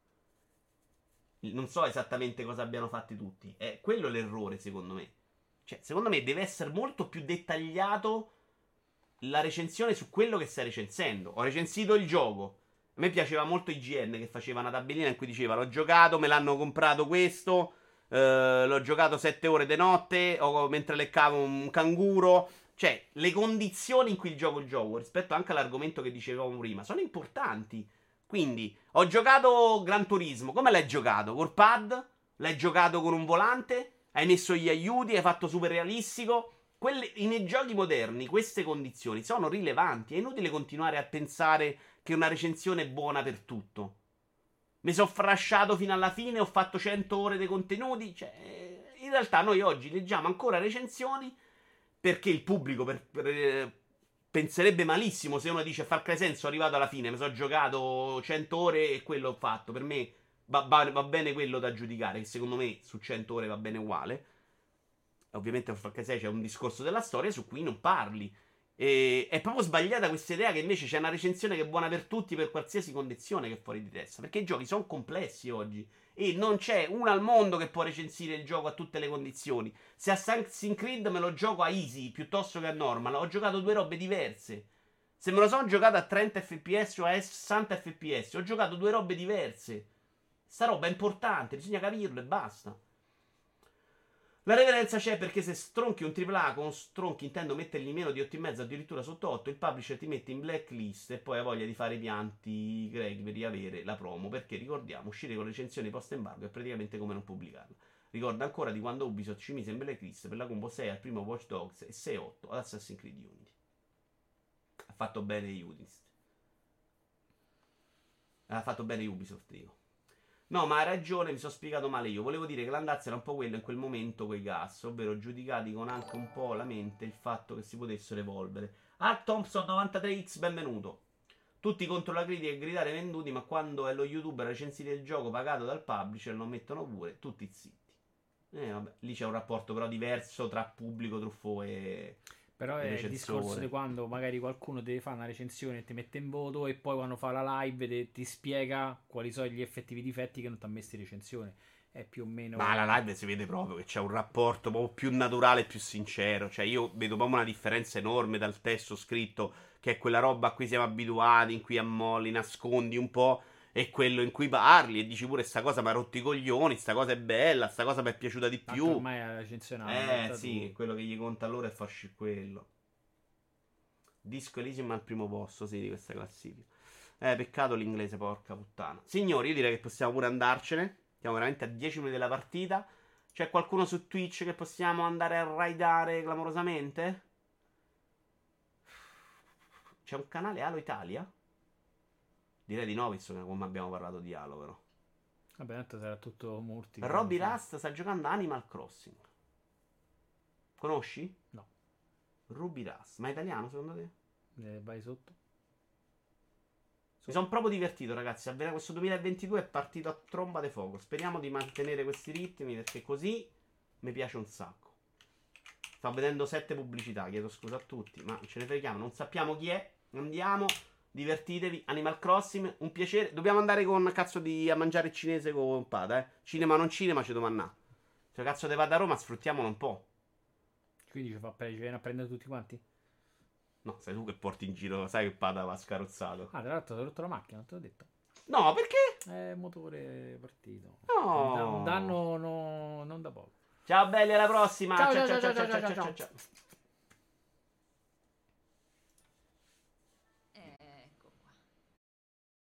A: Non so esattamente cosa abbiano fatto tutti. È quello l'errore, secondo me. Cioè, secondo me deve essere molto più dettagliato la recensione su quello che stai recensendo. Ho recensito il gioco. A me piaceva molto IGN che faceva una tabellina in cui diceva l'ho giocato, me l'hanno comprato questo, l'ho giocato 7 ore di notte, mentre leccavo un canguro. Cioè, le condizioni in cui il gioco rispetto anche all'argomento che dicevamo prima sono importanti. Quindi, ho giocato Gran Turismo. Come l'hai giocato? Col pad? L'hai giocato con un volante? Hai messo gli aiuti? Hai fatto super realistico? Nei giochi moderni queste condizioni sono rilevanti. È inutile continuare a pensare che una recensione è buona per tutto. Mi sono frasciato fino alla fine, ho fatto 100 ore di contenuti. Cioè, in realtà noi oggi leggiamo ancora recensioni perché il pubblico penserebbe malissimo se uno dice Far Cry 6 sono arrivato alla fine, mi sono giocato 100 ore e quello ho fatto. Per me va bene quello da giudicare, che secondo me su 100 ore va bene uguale. Ovviamente per Far Cry 6 c'è un discorso della storia su cui non parli. E è proprio sbagliata questa idea che invece c'è una recensione che è buona per tutti per qualsiasi condizione che è fuori di testa. Perché i giochi sono complessi oggi. E non c'è uno al mondo che può recensire il gioco a tutte le condizioni. Se Assassin's Creed me lo gioco a easy piuttosto che a normal, ho giocato due robe diverse. Se me lo sono giocato a 30 fps o a 60 fps, ho giocato due robe diverse. Sta roba è importante, bisogna capirlo e basta. La reverenza c'è perché se stronchi un AAA con stronchi intendo mettergli meno di 8,5 addirittura sotto 8, il publisher ti mette in blacklist e poi ha voglia di fare i pianti Greg per riavere la promo, perché ricordiamo, uscire con recensioni post embargo è praticamente come non pubblicarla. Ricordo ancora di quando Ubisoft ci mise in blacklist per la combo 6 al primo Watch Dogs e 6-8 ad Assassin's Creed Unity. Ha fatto bene Ubisoft. Ha fatto bene Ubisoft, dico. No, ma hai ragione, mi sono spiegato male io. Volevo dire che l'andazzo era un po' quello in quel momento coi gas, ovvero giudicati con anche un po' la mente il fatto che si potessero evolvere. Thompson 93X, benvenuto. Tutti contro la critica e gridare venduti, ma quando è lo youtuber a recensire il gioco pagato dal publisher lo mettono pure tutti zitti. Vabbè, lì c'è un rapporto però diverso tra pubblico, truffo e...
B: Però è il discorso di quando magari qualcuno deve fare una recensione e ti mette in voto e poi quando fa la live ti spiega quali sono gli effettivi difetti che non ti ha messo in recensione. È più o meno...
A: Ma la live si vede proprio che c'è un rapporto proprio più naturale e più sincero. Cioè io vedo proprio una differenza enorme dal testo scritto, che è quella roba a cui siamo abituati, in cui ammolli, nascondi un po', e quello in cui parli e dici pure sta cosa mi ha rotto i coglioni, sta cosa è bella, sta cosa mi è piaciuta di più.
B: Tanto ormai è recensionato.
A: Sì, quello che gli conta loro è farci quello. Disco Elysium al primo posto, sì, di questa classifica. Peccato l'inglese, porca puttana. Signori, io direi che possiamo pure andarcene. Siamo veramente a 10 minuti della partita. C'è qualcuno su Twitch che possiamo andare a raidare clamorosamente? C'è un canale Halo Italia? Direi di no, visto che come abbiamo parlato di Halo, però.
B: Vabbè, tanto sarà tutto multi.
A: Robby Rust sta giocando Animal Crossing. Conosci?
B: No.
A: Ruby Rust, ma è italiano secondo te?
B: Vai sotto.
A: Mi sono proprio divertito, ragazzi. Questo 2022 è partito a tromba di fuoco. Speriamo di mantenere questi ritmi perché così mi piace un sacco. Sto vedendo 7 pubblicità, chiedo scusa a tutti, ma ce ne freghiamo, non sappiamo chi è. Andiamo, divertitevi. Animal Crossing, un piacere. Dobbiamo andare con cazzo a mangiare il cinese con Pada, Cinema non cinema, ci dobbiamo andare. Cioè cazzo te vada a Roma, sfruttiamolo un po'.
B: Quindi ci viene a prendere tutti quanti?
A: No, sei tu che porti in giro, sai che Pada va scarrozzato.
B: Ah, tra l'altro ti ho rotto la macchina, non te l'ho detto.
A: No, perché?
B: Motore partito.
A: No.
B: Un danno non da poco.
A: Ciao belli, alla prossima.
B: Ciao,
A: Ciao
B: ciao,
A: ciao
B: ciao,
A: ciao
B: ciao,
A: ciao
B: ciao,
A: ciao
B: ciao.
A: ciao.